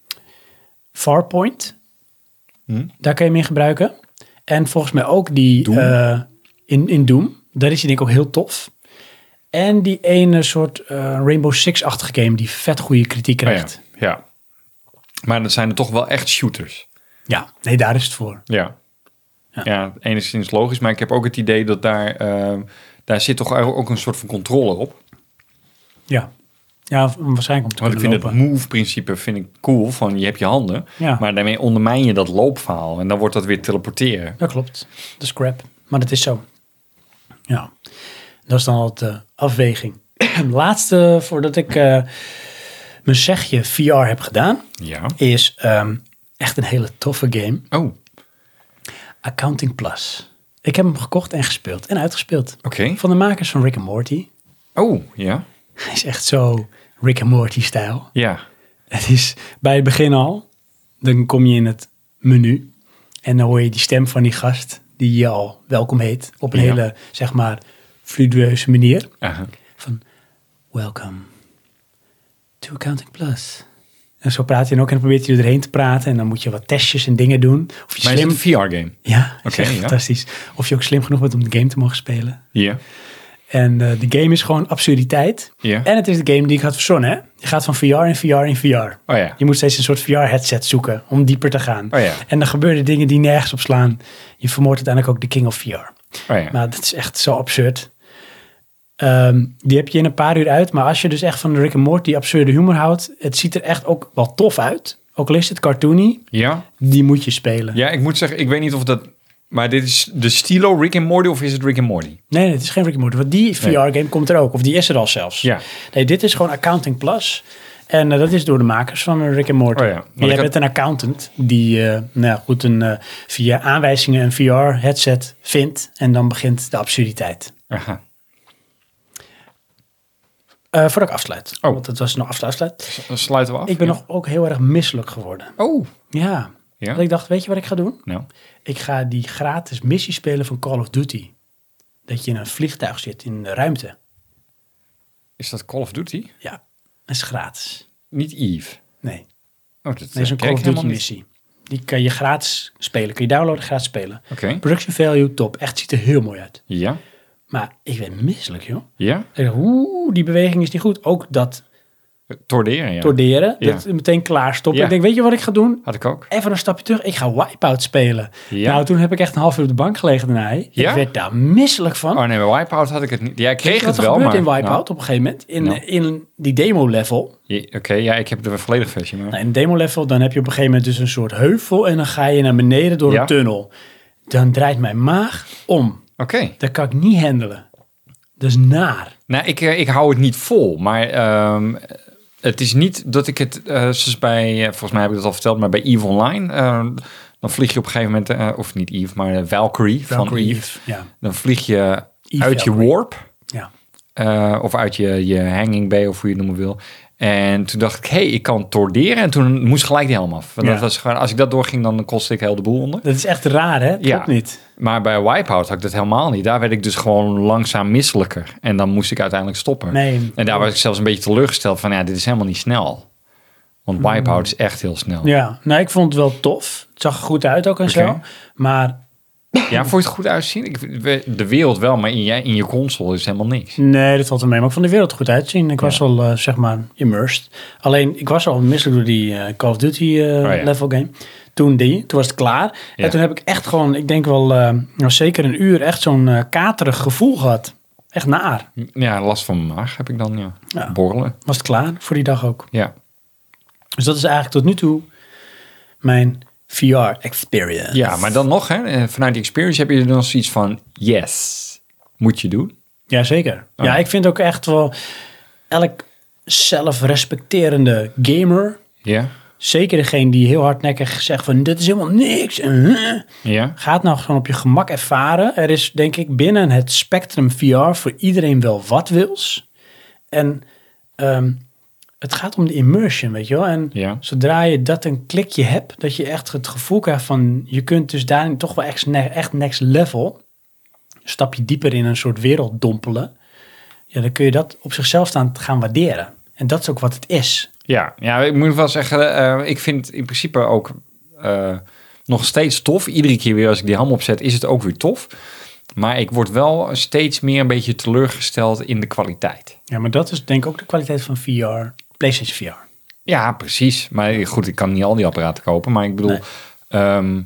Farpoint. Hm? Daar kan je hem in gebruiken. En volgens mij ook die Doom? eh, in, in Doom. Daar is die denk ik ook heel tof. En die ene soort eh, Rainbow Six-achtige game die vet goede kritiek Oh ja. krijgt. Ja. Maar dat zijn er toch wel echt shooters. Ja, nee, daar is het voor. Ja. Ja. Ja, enigszins logisch. Maar ik heb ook het idee dat daar... eh, daar zit toch ook een soort van controle op. Ja, ja waarschijnlijk om te Want ik kunnen vind lopen. het move-principe vind ik cool. Van je hebt je handen. Ja. Maar daarmee ondermijn je dat loopverhaal. En dan wordt dat weer teleporteren. Dat klopt. Dat is crap. Maar dat is zo. Ja. Dat is dan al de afweging. Laatste, voordat ik eh, mijn zegje V R heb gedaan, Ja. is ehm, echt een hele toffe game. Oh, Accounting Plus. Ik heb hem gekocht en gespeeld en uitgespeeld. oké. Van de makers van Rick and Morty. Oh, ja. Hij is echt zo Rick and Morty-stijl. Ja. Het is bij het begin al. Dan kom je in het menu. En dan hoor je die stem van die gast. Die je al welkom heet. Op een Ja. hele, zeg maar, fluideuze manier. Aha. Van, welcome to Accounting Plus. En zo praat hij dan ook. En dan probeert hij er doorheen te praten. En dan moet je wat testjes en dingen doen. Of je Maar is slim... het een V R-game? Ja, dat is Oké, echt ja. fantastisch. Of je ook slim genoeg bent om de game te mogen spelen. Ja. En uh, de game is gewoon absurditeit. Ja. En het is de game die ik had verzonnen, hè? Je gaat van V R in V R in V R. Oh ja. Je moet steeds een soort V R-headset zoeken om dieper te gaan. Oh ja. En dan gebeuren dingen die nergens op slaan. Je vermoordt uiteindelijk ook de King of V R. Oh ja. Maar dat is echt zo absurd. Um, die heb je in een paar uur uit. Maar als je dus echt van de Rick and Morty absurde humor houdt... het ziet er echt ook wel tof uit. Ook al is het cartoony, Ja. die moet je spelen. Ja, ik moet zeggen, ik weet niet of dat... Maar dit is de stilo Rick and Morty of is het Rick and Morty? Nee, nee, het is geen Rick and Morty. Want die V R-game komt er ook. Of die is er al zelfs. Ja. Nee, dit is gewoon Accounting Plus. En uh, dat is door de makers van uh, Rick and Morty. Oh ja. Maar Maar jij ik bent had- een accountant die uh, nou ja, goed een, uh, via aanwijzingen een V R-headset vindt. En dan begint de absurditeit. Aha. Uh, voordat ik afsluit. Oh. Want het was nog afsluit. Dan sluiten we af. Ik ben Ja. nog ook heel erg misselijk geworden. Oh. Ja. Ja? Dat ik dacht, weet je wat ik ga doen? Nou. Ik ga die gratis missie spelen van Call of Duty. Dat je in een vliegtuig zit in de ruimte. Is dat Call of Duty? Ja, dat is gratis. Niet Eve. Nee, Oh, dat dat is een ken Call ik of Duty helemaal niet. missie. Die kan je gratis spelen. Kun je downloaden, gratis spelen. Oké. Production value, top. Echt, ziet er heel mooi uit. Ja. Maar ik ben misselijk, joh. Ja. Ik dacht, Oeh, die beweging is niet goed. Ook dat Torderen, ja. torderen, Ja. dat meteen klaarstoppen. Ja. Ik denk, weet je wat ik ga doen? Had ik ook. Even een stapje terug. Ik ga Wipeout spelen. Ja. Nou, toen heb ik echt een half uur op de bank gelegen daarna. hè. Ja? Ik werd daar misselijk van. Oh nee, bij Wipeout had ik het niet. Ja, ik kreeg Weet je het wat er wel, gebeurt maar... in Wipeout op een gegeven moment? In, Nou. in die demo-level. Ja, Oké, ja, ik heb de volledige versie, maar... Nou, in de demo-level, dan heb je op een gegeven moment dus een soort heuvel. En dan ga je naar beneden door Ja. een tunnel. Dan draait mijn maag om. Oké. Dat kan ik niet handelen. Dat is naar. Nou, ik, eh, ik hou het niet vol, maar ehm, het is niet dat ik het, eh, zoals bij, eh, volgens mij heb ik dat al verteld, maar bij EVE Online, eh, dan vlieg je op een gegeven moment, eh, of niet EVE, maar eh, Valkyrie, van Valkyrie, EVE. Ja. Dan vlieg je Eve uit je Valkyrie. warp, Ja. eh, of uit je, je hanging bay, of hoe je het noemen wil. En toen dacht ik, hé, hey, ik kan torderen. En toen moest gelijk die helm af. Want Ja. dat was gewoon, als ik dat doorging, dan kostte ik heel de boel onder. Dat is echt raar, hè? Klopt Ja. niet. Maar bij Wipeout had ik dat helemaal niet. Daar werd ik dus gewoon langzaam misselijker. En dan moest ik uiteindelijk stoppen. Nee. En daar was ik zelfs een beetje teleurgesteld van, ja, dit is helemaal niet snel. Want Wipeout is echt heel snel. Ja, Ja, nou, ik vond het wel tof. Het zag er goed uit ook en Oké. zo. Maar vond je het goed uitzien? Ik, de wereld wel, maar in je, in je console is helemaal niks. nee, dat valt er mee. Maar ik vond de wereld er goed uitzien. Ik was Ja. al, eh, zeg maar, immersed. Alleen, ik was al misselijk door die eh, Call of Duty eh, Oh, ja. level game. Toen die, toen was het klaar. Ja. En toen heb ik echt gewoon, ik denk wel, eh, nou, zeker een uur echt zo'n eh, katerig gevoel gehad. Echt naar. Ja, last van mijn maag heb ik dan, ja. Ja. Borrelen. Was het klaar voor die dag ook. Ja. Dus dat is eigenlijk tot nu toe mijn V R-experience. Ja, maar dan nog, hè, eh, vanuit die experience heb je er dan zoiets van, yes, moet je doen. Jazeker. Oh. Ja, ik vind ook echt wel elk zelfrespecterende gamer, Ja, zeker degene die heel hardnekkig zegt van dit is helemaal niks, en, huh, ja, gaat nou gewoon op je gemak ervaren. Er is denk ik binnen het spectrum V R voor iedereen wel wat wils. En ehm, het gaat om de immersion, weet je wel. En ja. zodra je dat een klikje hebt, dat je echt het gevoel krijgt van je kunt dus daarin toch wel echt, ne- echt next level, een stapje dieper in een soort wereld dompelen. Ja, dan kun je dat op zichzelf staan gaan waarderen. En dat is ook wat het is. Ja, ja, ik moet wel zeggen, eh, ik vind in principe ook eh, nog steeds tof. Iedere keer weer als ik die ham opzet, is het ook weer tof. Maar ik word wel steeds meer een beetje teleurgesteld in de kwaliteit. Ja, maar dat is denk ik ook de kwaliteit van V R, PlayStation V R. Ja, precies. Maar goed, ik kan niet al die apparaten kopen. Maar ik bedoel, Nee. ehm,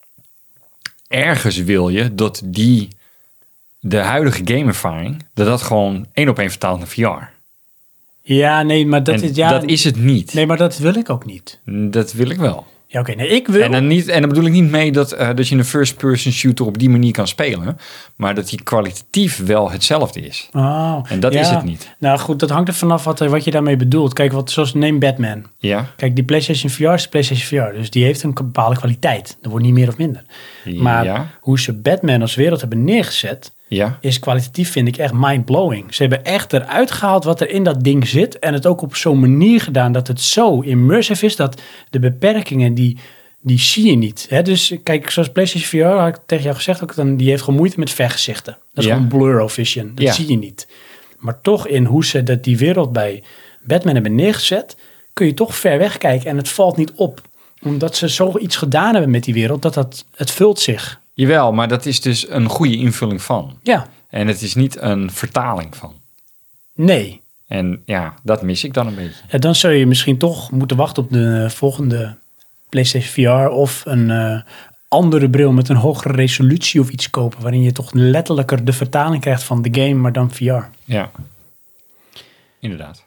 ergens wil je dat die, de huidige gameervaring, dat dat gewoon één op één vertaalt naar V R. Ja, nee, maar dat en is... Ja, dat is het niet. Nee, maar dat wil ik ook niet. Dat wil ik wel. Ja, oké. nee, ik wil... En dan, niet, en dan bedoel ik niet mee dat, eh, dat je een first-person shooter op die manier kan spelen. Maar dat die kwalitatief wel hetzelfde is. Oh, En dat ja. is het niet. Nou goed, dat hangt er vanaf wat, wat je daarmee bedoelt. Kijk, wat, zoals neem Batman. Ja? Kijk, die PlayStation V R is de PlayStation V R. Dus die heeft een bepaalde kwaliteit. Dat wordt niet meer of minder. Maar Ja? hoe ze Batman als wereld hebben neergezet, Ja? is kwalitatief, vind ik, echt mind-blowing. Ze hebben echt eruit gehaald wat er in dat ding zit. En het ook op zo'n manier gedaan dat het zo immersive is, dat de beperkingen, die, die zie je niet. Hè? Dus kijk, zoals PlayStation V R, had ik tegen jou gezegd, ook, dan, die heeft gewoon moeite met vergezichten. Dat is Ja. gewoon blur vision. Dat Ja. zie je niet. Maar toch in hoe ze dat die wereld bij Batman hebben neergezet, kun je toch ver weg kijken en het valt niet op. Omdat ze zoiets gedaan hebben met die wereld, dat, dat het vult zich. Jawel, maar dat is dus een goede invulling van. Ja, En het is niet een vertaling van. Nee. En ja, dat mis ik dan een beetje. Ja, dan zou je misschien toch moeten wachten op de volgende PlayStation V R of een uh, andere bril met een hogere resolutie of iets kopen, waarin je toch letterlijker de vertaling krijgt van de game, maar dan V R. Ja, inderdaad.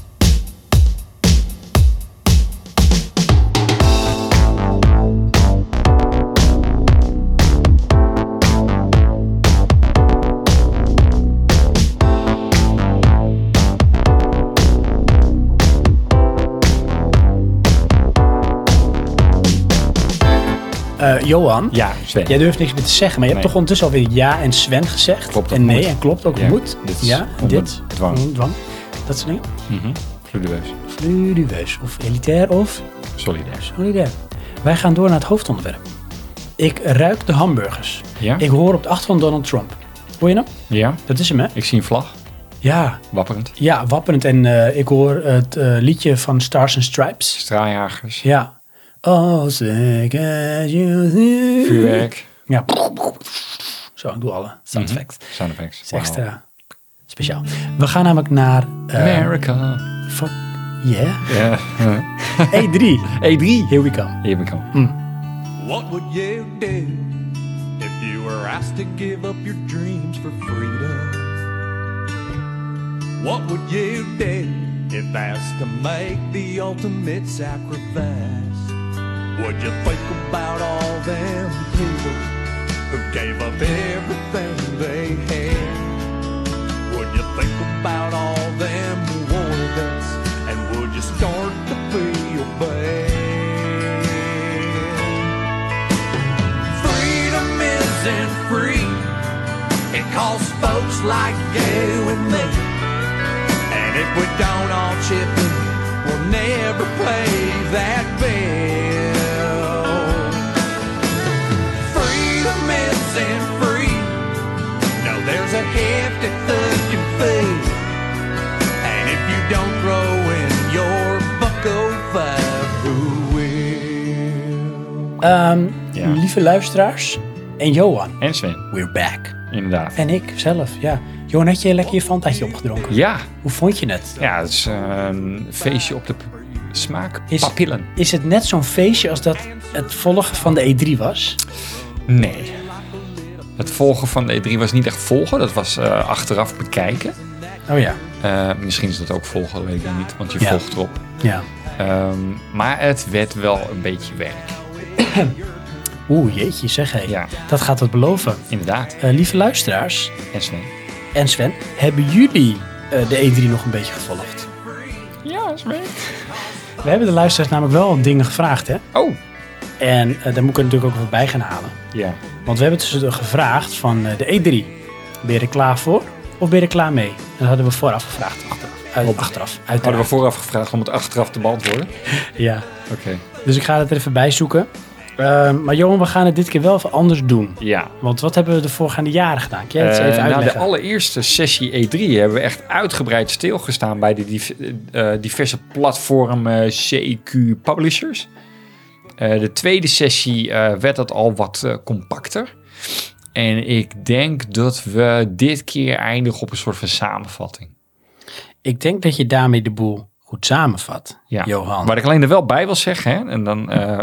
Uh, Johan, Ja, Sven. jij durft niks meer te zeggen, maar je Nee. hebt toch ondertussen alweer ja en Sven gezegd. Klopt, dat en nee moet. en klopt ook Ja, moet. dit is ja, onder dit. dwang. Onder dwang. Dat soort dingen. Mm-hmm. Fluideus. Fluidueus of elitair of Solidair. solidair. Wij gaan door naar het hoofdonderwerp. Ik ruik de hamburgers. Ja? Ik hoor op de achtergrond Donald Trump. Hoor je hem? Ja, Dat is hem, hè? ik zie een vlag. Ja, Wapperend. ja, wapperend. En uh, ik hoor het uh, liedje van Stars and Stripes. Straaljagers. Ja. Oh, sick as you think. Vuurwerk. Ja. Zo, ik doe alle sound Mhm. effects. Sound effects. Het is extra speciaal. We gaan namelijk naar... Uh, America. Fuck, yeah. Ja. E drie. E drie. Here we come. Hier ben ik al. What would you do if you were asked to give up your dreams for freedom? What would you do if asked to make the ultimate sacrifice? Would you think about all them people who gave up everything they had? Would you think about all them war vets and would you start to feel bad? Freedom isn't free. It costs folks like you and me. And if we don't all chip in, we'll never pay that bill. Freedom isn't free. No, there's a hefty thugging fee. And if you don't throw in your buck oh five, who will? Um, Ja. Lieve luisteraars en Johan, En Sven. we're back. Inderdaad. En ik zelf, ja. Johan, had je lekker je Fantaatje opgedronken? Ja. Hoe vond je het? Ja, het is uh, een feestje op de p- smaak. Is- Papillen. Is het net zo'n feestje als dat het volgen van de E drie was? Nee. Het volgen van de E drie was niet echt volgen. Dat was uh, achteraf bekijken. Oh ja. Uh, misschien is dat ook volgen, dat weet ik niet. Want je Ja. volgt erop. Ja. Um, maar het werd wel een beetje werk. Oeh, jeetje, zeg hé. Ja. Dat gaat wat beloven. Inderdaad. Uh, lieve luisteraars En Sven. en Sven, hebben jullie uh, de E drie nog een beetje gevolgd? Ja, Sven. We hebben de luisteraars namelijk wel dingen gevraagd, hè? Oh. En uh, daar moet ik er natuurlijk ook wat bij gaan halen. Ja. Want we hebben dus gevraagd van uh, de E drie. Ben je er klaar voor of ben je er klaar mee? En dat hadden we vooraf gevraagd. Achteraf. Uit, achteraf, uiteraard. Hadden we vooraf gevraagd om het achteraf te beantwoorden? Ja. Oké. Okay. Dus ik ga het er even bij zoeken. Uh, maar Johan, we gaan het dit keer wel even anders doen. Ja. Want wat hebben we de voorgaande jaren gedaan? Kun jij het eens even Uh, na uitleggen? de allereerste sessie E drie hebben we echt uitgebreid stilgestaan bij de div- uh, diverse platformen C Q publishers. Uh, de tweede sessie uh, werd dat al wat uh, compacter. En ik denk dat we dit keer eindigen op een soort van samenvatting. Ik denk dat je daarmee de boel goed samenvat, Ja. Johan. Waar ik alleen er wel bij wil zeggen, hè, en dan uh,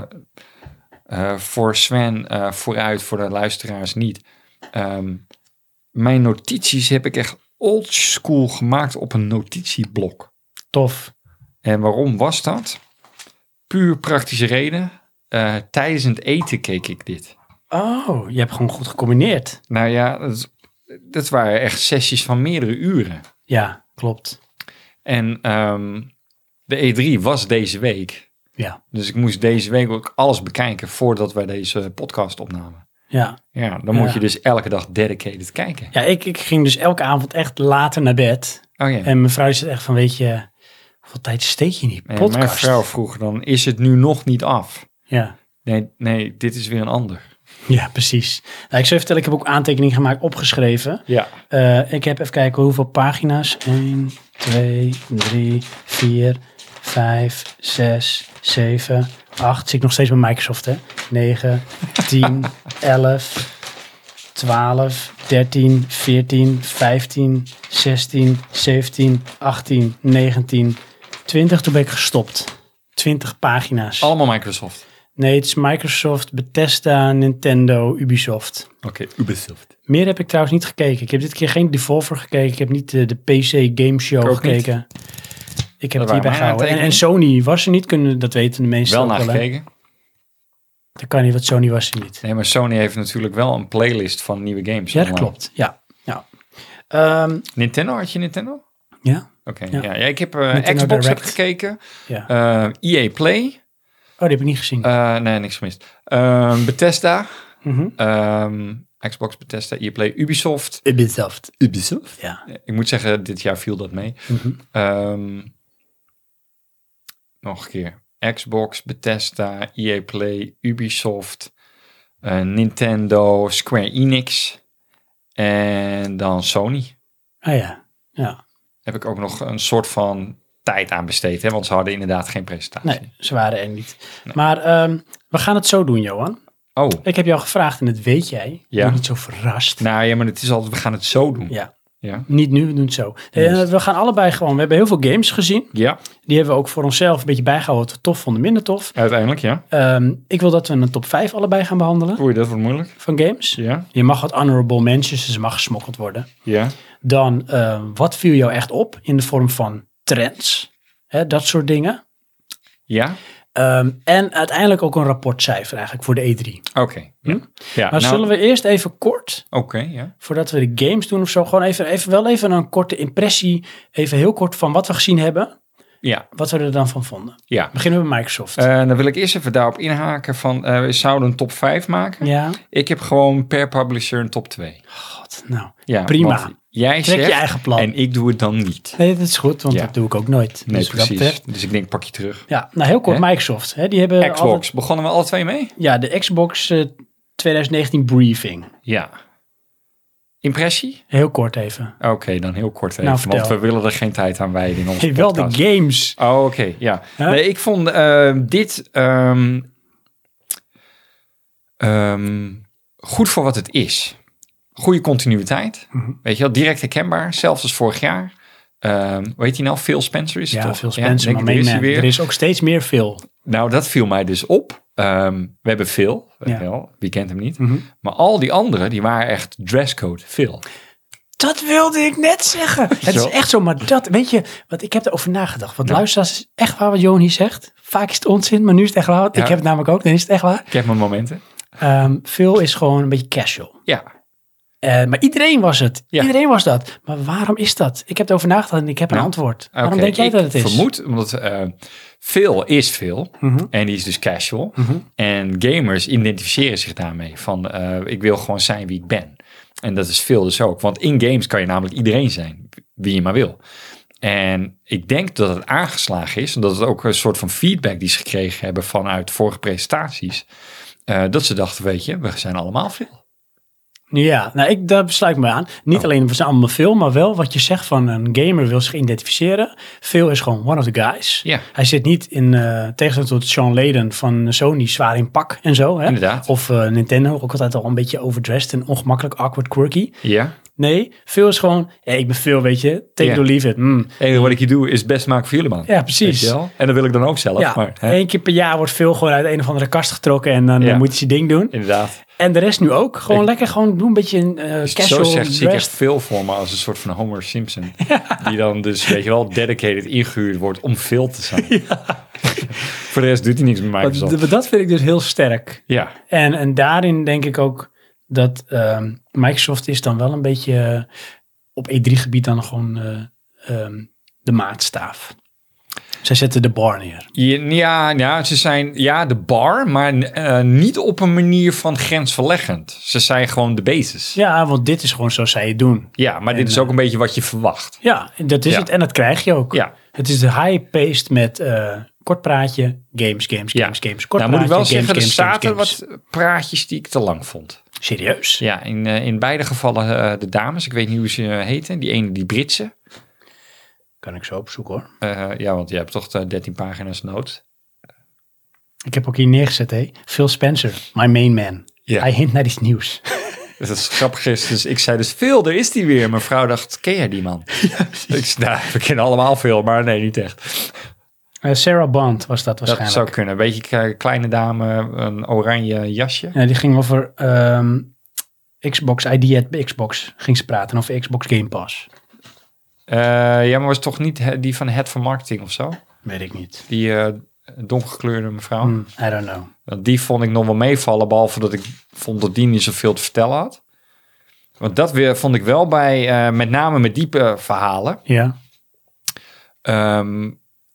uh, voor Sven uh, vooruit, voor de luisteraars niet. Um, mijn notities heb ik echt old school gemaakt op een notitieblok. Tof. En waarom was dat? Puur praktische reden. Uh, tijdens het eten keek ik dit. Oh, je hebt gewoon goed gecombineerd. Nou ja, dat, dat waren echt sessies van meerdere uren. Ja, klopt. En um, de E drie was deze week. Ja. Dus ik moest deze week ook alles bekijken voordat wij deze podcast opnamen. Ja. Ja, dan Ja. moet je dus elke dag dedicated kijken. Ja, ik, ik ging dus elke avond echt later naar bed. Oh ja. En mijn vrouw zei echt van, weet je, hoeveel tijd steek je in die En podcast? mijn vrouw vroeg dan, is het nu nog niet af? Ja. Nee, nee, dit is weer een ander. Ja, precies. Nou, ik zou je vertellen, ik heb ook aantekeningen gemaakt, opgeschreven. Ja. Uh, ik heb even kijken hoeveel pagina's. één, twee, drie, vier, vijf, zes, zeven, acht. Zit ik nog steeds bij Microsoft, hè? negen, tien, elf, twaalf, dertien, veertien, vijftien, zestien, zeventien, achttien, negentien, twintig. Toen ben ik gestopt. twintig pagina's. Allemaal Microsoft. Nee, het is Microsoft, Bethesda, Nintendo, Ubisoft. Oké, okay, Ubisoft. Meer heb ik trouwens niet gekeken. Ik heb dit keer geen Devolver gekeken. Ik heb niet de, de P C Game Show Ook gekeken. Niet. Ik heb dat het hierbij gehouden. En, en Sony was er niet, kunnen, dat weten de meesten wel ook naar wel. Wel gekeken. Dat kan niet, want Sony was er niet. Nee, maar Sony heeft natuurlijk wel een playlist van nieuwe games. Ja, dat online. klopt. Ja. ja. Um, Nintendo, had je Nintendo? ja. Oké, Ja. ja. ja. Ik heb uh, Nintendo Xbox heb Direct. gekeken. ja. Uh, E A Play. Oh, die heb ik niet gezien. Uh, nee, niks gemist. Um, Bethesda. Mm-hmm. Um, Xbox, Bethesda, E A Play, Ubisoft. Ubisoft. Ubisoft? Ja. Ik moet zeggen, dit jaar viel dat mee. Mm-hmm. Um, nog een keer. Xbox, Bethesda, E A Play, Ubisoft, uh, Nintendo, Square Enix en dan Sony. Ah ja, ja. Heb ik ook nog een soort van tijd aan besteed, hè? Want ze hadden inderdaad geen presentatie. Nee, ze waren er niet. Nee. Maar um, we gaan het zo doen, Johan. Oh, Ik heb jou gevraagd en dat weet jij. Ja. Ik ben niet zo verrast. nou ja, maar het is altijd, we gaan het zo doen. Ja, Ja. niet nu, we doen het zo. Yes. Uh, we gaan allebei gewoon, we hebben heel veel games gezien. Ja, Die hebben we ook voor onszelf een beetje bijgehouden wat we tof vonden, minder tof. uiteindelijk, ja. Um, ik wil dat we een top vijf allebei gaan behandelen Oei, dat wordt moeilijk. van games. Ja, Je mag wat honorable mentions, dus er mag gesmokkeld worden. ja. Dan, uh, wat viel jou echt op in de vorm van trends? Hè, dat soort dingen. Ja, Um, en uiteindelijk ook een rapportcijfer eigenlijk voor de E drie. oké. Okay. Ja. Hm? Ja, Maar nou, zullen we eerst even kort, Oké, okay, ja. voordat we de games doen of zo, gewoon even, even wel even een korte impressie, even heel kort van wat we gezien hebben, Ja, wat we er dan van vonden. ja. Beginnen we bij Microsoft. Uh, dan wil ik eerst even daarop inhaken van, uh, we zouden een top vijf maken. ja, Ik heb gewoon per publisher een top twee. god, nou, Ja, prima. want Jij Trek zegt, je eigen plan. en ik doe het dan niet. Nee, dat is goed, want Ja. dat doe ik ook nooit. Nee, dus wat dat precies. betreft- Dus ik denk, pak je terug. Ja, nou heel kort Hè? Microsoft. Hè, die hebben Xbox, altijd- begonnen we alle twee mee? ja, de Xbox uh, twintig negentien briefing. Ja. Impressie? Heel kort even. Oké, okay, dan heel kort even. Nou, want vertel. we willen er geen tijd aan wijden in onze Hey, wel de podcast. games. Oh, oké, okay, ja. Huh? Nee, ik vond uh, dit um, um, goed voor wat het is. Goede continuïteit. Mm-hmm. Weet je wel, direct herkenbaar. Zelfs als vorig jaar. Um, weet je nou, Phil Spencer is het Ja, toch? veel Spencer, denk maar ik, main er is man. hij weer. Er is ook steeds meer Phil. Nou, dat viel mij dus op. Um, we hebben Phil, weet Ja. je wel, wie kent hem niet. Mm-hmm. Maar al die anderen, die waren echt dresscode Phil. Dat wilde ik net zeggen. Het is Zo. echt zo, maar dat, weet je, wat ik heb erover nagedacht. Want Nou. luisteraars, is echt waar wat Johan hier zegt. Vaak is het onzin, maar nu is het echt waar. Ja. Ik heb het namelijk ook, dan is het echt waar. Ik heb mijn momenten. Um, Phil is gewoon een beetje casual. Ja, Uh, maar iedereen was het. Ja. Iedereen was dat. Maar waarom is dat? Ik heb erover nagedacht en ik heb een Nou, antwoord. Waarom oké, denk jij ik dat het is? vermoed, omdat uh, Phil is Phil. Mhm. En die is dus casual. Mhm. En gamers identificeren zich daarmee. Van, uh, ik wil gewoon zijn wie ik ben. En dat is Phil dus ook. Want in games kan je namelijk iedereen zijn. Wie je maar wil. En ik denk dat het aangeslagen is. Omdat het ook een soort van feedback die ze gekregen hebben vanuit vorige presentaties. Uh, dat ze dachten, weet je, we zijn allemaal Phil. Ja, nou, ik, daar besluit ik me aan. Niet Oh. alleen, we zijn allemaal Phil, maar wel wat je zegt van een gamer wil zich identificeren. Phil is gewoon one of the guys. Ja. Hij zit niet in, uh, tegenstelling tot Sean Layden van Sony, zwaar in pak en zo. Hè? Inderdaad. Of uh, Nintendo, ook altijd al een beetje overdressed en ongemakkelijk, awkward, quirky. Ja. Nee, Phil is gewoon, hey, ik ben Phil, weet je, take Ja. it or leave it. Mm. Het enige wat ik hier doe is het best maken voor jullie, man. Ja, precies. Weet je wel? En dat wil ik dan ook zelf. Ja, Maar, hè? één keer per jaar wordt Phil gewoon uit een of andere kast getrokken en dan Ja. uh, moet hij zijn ding doen. Inderdaad. En de rest nu ook. Gewoon Ik- lekker, gewoon doen een beetje een uh, Als je het casual zo zegt, zie ik echt dressed. veel voor me als een soort van Homer Simpson. Die dan dus, weet je wel, dedicated ingehuurd wordt om Phil te zijn. Voor de rest doet hij niks met Microsoft. Maar dat vind ik dus heel sterk. Ja, En, en daarin denk ik ook dat um, Microsoft is dan wel een beetje uh, op E drie gebied dan gewoon uh, um, de maatstaaf. Zij zetten de bar neer. ja, ja, ze zijn ja, de bar, maar uh, niet op een manier van grensverleggend. Ze zijn gewoon de basis. Ja, Ja, want dit is gewoon zoals zij het doen. maar En, dit is ook een beetje wat je verwacht. Ja, dat is Ja. het. En dat krijg je ook. Ja. Het is de high-paced met uh, kort praatje, games, games, Ja. games, games. Kort Nou, moet ik wel praatje, zeggen, er games, games, zaten games, wat praatjes die ik te lang vond. Serieus? Ja, in, uh, in beide gevallen uh, de dames. Ik weet niet hoe ze uh, heten. Die ene, die Britse. Kan ik zo opzoeken hoor. Uh, ja, want je hebt toch uh, dertien pagina's notes. Ik heb ook hier neergezet, hé. Phil Spencer, my main man. Ja. Hij hint naar iets nieuws. Dat is grappig is. Dus ik zei dus, Phil, daar is die weer. Mijn vrouw dacht, ken jij die man? Ja, ik zei, nou, we kennen allemaal Phil, maar nee, niet echt. Uh, Sarah Bond was dat waarschijnlijk. Dat zou kunnen. Een beetje kleine dame, een oranje jasje. Ja, die ging over um, Xbox I D at Xbox. Ging ze praten over Xbox Game Pass. Uh, ja, maar was het toch niet die van Head van Marketing of zo? Weet ik niet. Die uh, donkergekleurde mevrouw? Hmm, I don't know. Die vond ik nog wel meevallen, behalve dat ik vond dat die niet zoveel te vertellen had. Want dat weer vond ik wel bij, uh, met name met diepe verhalen. Ja. Um,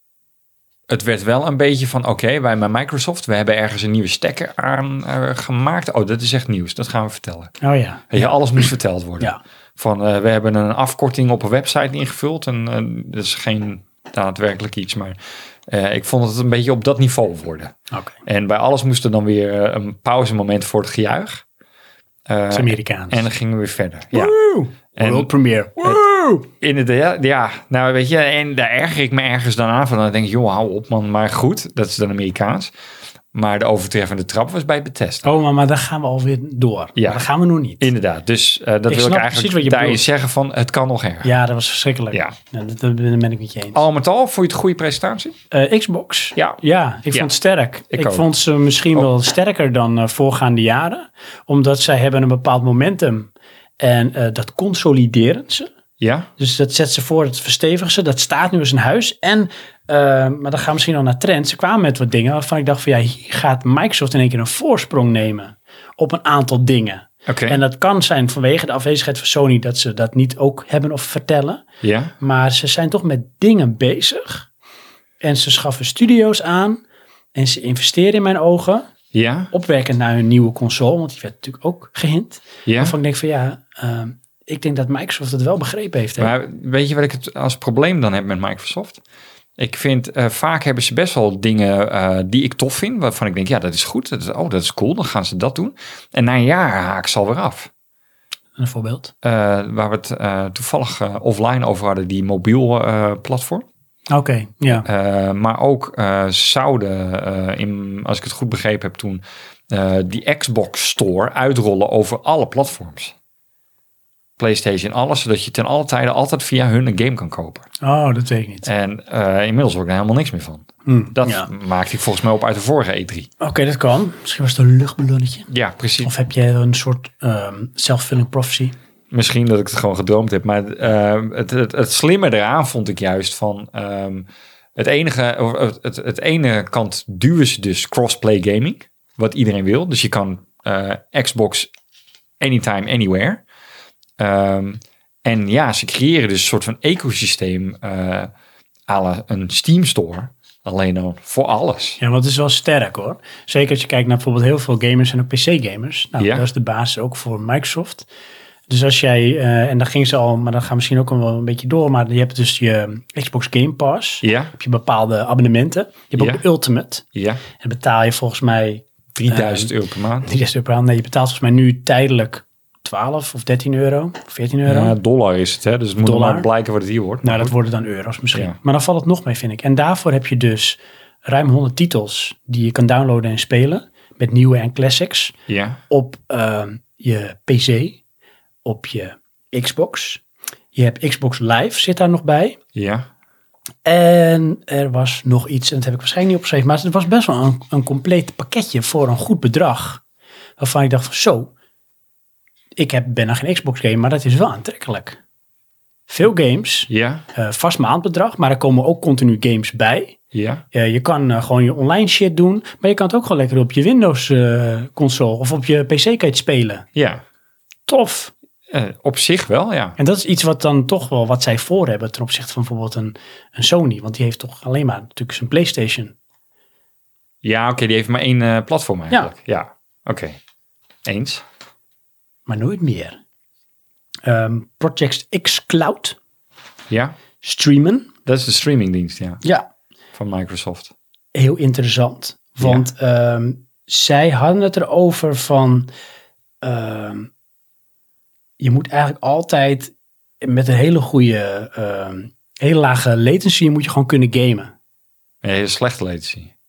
het werd wel een beetje van, oké, okay, wij bij Microsoft, we hebben ergens een nieuwe stekker aan uh, gemaakt. Oh, dat is echt nieuws, dat gaan we vertellen. Oh ja. Weet je, alles moest verteld worden. Ja. Van, uh, we hebben een afkorting op een website ingevuld en uh, dat is geen daadwerkelijk iets, maar uh, ik vond het een beetje op dat niveau worden. Okay. En bij alles moest er dan weer uh, een pauzemoment voor het gejuich. Uh, het is Amerikaans. En dan gingen we weer verder. Ja. Woe! En World premiere. Woe! Inderdaad, ja. Nou, weet je, en daar erger ik me ergens dan aan van. Dan denk ik, joh, hou op man. Maar goed, dat is dan Amerikaans. Maar de overtreffende trap was bij Bethesda. Oh, maar, maar daar gaan we alweer door. Ja. Daar gaan we nog niet. Inderdaad. Dus uh, dat ik wil ik eigenlijk daarin bedoelt. zeggen van, het kan nog erger. Ja, dat was verschrikkelijk. Ja. Ja, dat, dat ben ik met je eens. Al met al, vond je het een goede presentatie? Uh, Xbox? Ja. Ja, ik ja. vond het sterk. Ik, ik ook. vond ze misschien oh. wel sterker dan uh, voorgaande jaren. Omdat zij hebben een bepaald momentum. En uh, dat consolideren ze. Ja. Dus dat zet ze voor, het verstevigen ze. Dat staat nu als een huis. En, uh, maar dan gaan we misschien al naar trends. Ze kwamen met wat dingen waarvan ik dacht van ja, hier gaat Microsoft in één keer een voorsprong nemen op een aantal dingen. Okay. En dat kan zijn vanwege de afwezigheid van Sony dat ze dat niet ook hebben of vertellen. Ja. Maar ze zijn toch met dingen bezig. En ze schaffen studio's aan. En ze investeren in mijn ogen. Ja. Opwerkend naar hun nieuwe console. Want die werd natuurlijk ook gehint. Ja. Waarvan ik denk van ja, uh, ik denk dat Microsoft het wel begrepen heeft. Hè? Maar weet je wat ik het als probleem dan heb met Microsoft? Ik vind, uh, vaak hebben ze best wel dingen uh, die ik tof vind. Waarvan ik denk, ja, dat is goed. Dat is, oh, dat is cool. Dan gaan ze dat doen. En na een jaar haak ze alweer af. Een voorbeeld? Uh, waar we het uh, toevallig uh, offline over hadden. Die mobiel uh, platform. Oké, okay, ja. Uh, maar ook uh, zouden, uh, in, als ik het goed begrepen heb toen, uh, die Xbox Store uitrollen over alle platforms. PlayStation, alles, zodat je ten alle tijde altijd via hun een game kan kopen. Oh, dat weet ik niet. En uh, inmiddels hoor ik daar helemaal niks meer van. Hmm, dat ja. maakte ik volgens mij op uit de vorige E drie. Oké, okay, dat kan. Misschien was het een luchtballonnetje. Ja, precies. Of heb jij een soort um, self-fulfilling prophecy? Misschien dat ik het gewoon gedroomd heb. Maar uh, het, het, het slimme eraan vond ik juist van... Um, het enige, het, het, het ene kant duwen ze dus crossplay gaming. Wat iedereen wil. Dus je kan uh, Xbox anytime, anywhere. Um, en ja, ze creëren dus een soort van ecosysteem uh, à la een Steam Store. Alleen dan voor alles. Ja, want het is wel sterk hoor. Zeker als je kijkt naar bijvoorbeeld heel veel gamers en ook P C-gamers. Nou, ja. dat is de basis ook voor Microsoft. Dus als jij, uh, en dan ging ze al, maar dan gaan we misschien ook wel een beetje door. Maar je hebt dus je Xbox Game Pass. Ja. Heb je bepaalde abonnementen. Je hebt ja. ook de Ultimate. Ja. En betaal je volgens mij... drieduizend uh, euro per maand. drieduizend euro per maand. Nee, je betaalt volgens mij nu tijdelijk twaalf of dertien euro. Of veertien euro. Ja, dollar is het hè. Dus het moet dollar. maar blijken wat het hier wordt. Nou, dat worden dan euro's misschien. Ja. Maar dan valt het nog mee, vind ik. En daarvoor heb je dus ruim honderd titels die je kan downloaden en spelen. Met nieuwe en classics. Ja. Op uh, je P C. Op je Xbox. Je hebt Xbox Live, zit daar nog bij. Ja. En er was nog iets, en dat heb ik waarschijnlijk niet opgeschreven. Maar het was best wel een, een compleet pakketje voor een goed bedrag. Waarvan ik dacht van zo... Ik heb, ben nog geen Xbox game, maar dat is wel aantrekkelijk. Veel games, Ja. uh, vast maandbedrag, maar er komen ook continu games bij. Ja. Uh, je kan uh, gewoon je online shit doen, maar je kan het ook gewoon lekker op je Windows uh, console of op je P C kan je het spelen. Ja. Tof. Uh, op zich wel, ja. En dat is iets wat dan toch wel wat zij voor hebben ten opzichte van bijvoorbeeld een, een Sony, want die heeft toch alleen maar natuurlijk zijn PlayStation. Ja, oké, okay, die heeft maar één uh, platform eigenlijk. Ja, ja. Oké. Okay. Eens. Maar nooit meer. Um, Project X Cloud. Ja. Streamen. Dat is de streamingdienst, ja. Ja. Van Microsoft. Heel interessant. Want ja. um, zij hadden het erover van... Um, je moet eigenlijk altijd met een hele goede... Um, hele lage latency moet je gewoon kunnen gamen. Een hele slechte latency.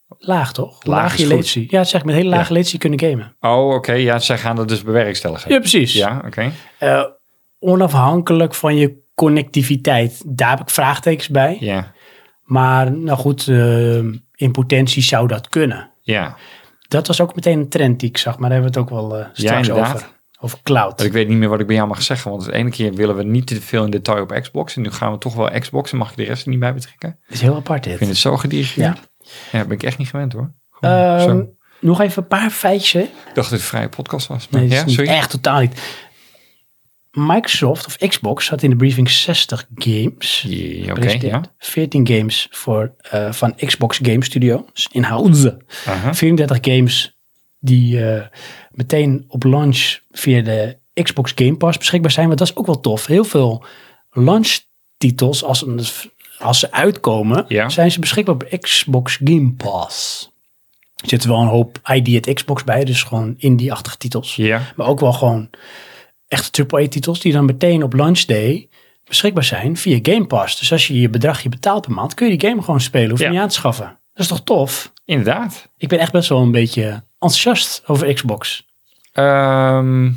Laag, toch? Laag Lage is goed. latency. Ja, zeg met hele lage Ja. latency kunnen gamen. Oh, oké. Ja, zij gaan dat dus bewerkstelligen. Ja, precies. Ja, oké. Uh, onafhankelijk van je connectiviteit. Daar heb ik vraagtekens bij. Ja, Maar nou goed, uh, in potentie zou dat kunnen. ja. Dat was ook meteen een trend die ik zag. Maar daar hebben we het ook wel uh, straks inderdaad. over. Over cloud. Want ik weet niet meer wat ik bij jou mag zeggen. Want de ene keer willen we niet te veel in detail op Xbox. En nu gaan we toch wel Xboxen. Mag ik de rest er niet bij betrekken? Dat is heel apart dit. Ik vind het zo gedirigeerd. Ja. Ja, ben ik echt niet gewend hoor. Gewoon, Um, zo. nog even een paar feitjes. Hè? Ik dacht dat het een vrije podcast was. Maar Nee, dat ja, is niet, sorry. echt totaal niet. Microsoft of Xbox had in de briefing zestig games. Ja, oké, gepresenteerd. ja. veertien games voor, uh, van Xbox Game Studio. Dus in-house. Aha. vierendertig games die uh, meteen op launch via de Xbox Game Pass beschikbaar zijn. Want dat is ook wel tof. Heel veel launchtitels, als, als ze uitkomen, Ja. zijn ze beschikbaar op Xbox Game Pass. Er zitten wel een hoop I D at Xbox bij, dus gewoon indie-achtige titels. Ja, Maar ook wel gewoon echte triple A titels die dan meteen op launch day beschikbaar zijn via Game Pass. Dus als je je bedragje betaalt per maand, kun je die game gewoon spelen. Hoef je Ja. niet aan te schaffen. Dat is toch tof? inderdaad. Ik ben echt best wel een beetje enthousiast over Xbox. Ehm,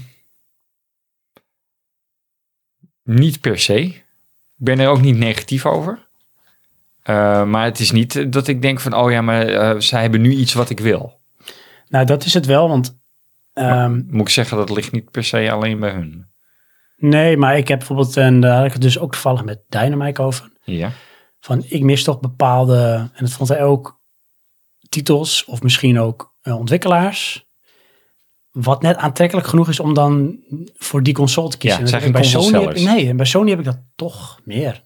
niet per se. Ik ben er ook niet negatief over. Uh, maar het is niet dat ik denk van, oh ja, maar uh, zij hebben nu iets wat ik wil. Nou, dat is het wel, want um, Moet ik zeggen, dat ligt niet per se alleen bij hun. nee, maar ik heb bijvoorbeeld, en daar had ik het dus ook toevallig met Dynamite over, Ja, van ik mis toch bepaalde, en dat vond hij ook, titels of misschien ook uh, ontwikkelaars, wat net aantrekkelijk genoeg is om dan voor die console te kiezen. Ja, het zijn En geen bij Sony heb, console-sellers. nee, en bij Sony heb ik dat toch meer.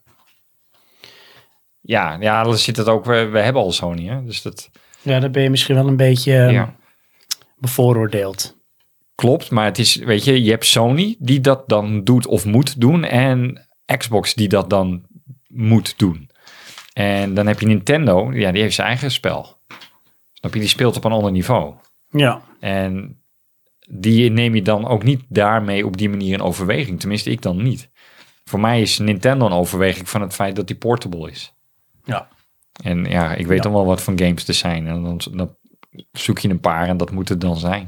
ja, ja dan zit het ook, we, we hebben al Sony, hè? Dus dat, Ja, dan ben je misschien wel een beetje um, ja. bevooroordeeld. Klopt, maar het is, weet je, je hebt Sony die dat dan doet of moet doen en Xbox die dat dan moet doen. En dan heb je Nintendo, ja, die heeft zijn eigen spel. Snap je, die speelt op een ander niveau. Ja, En die neem je dan ook niet daarmee op die manier in overweging. Tenminste, ik dan niet. Voor mij is Nintendo een overweging van het feit dat die portable is. ja. En ja, ik weet Ja. dan wel wat van games er zijn. En dan, dan zoek je een paar en dat moet het dan zijn.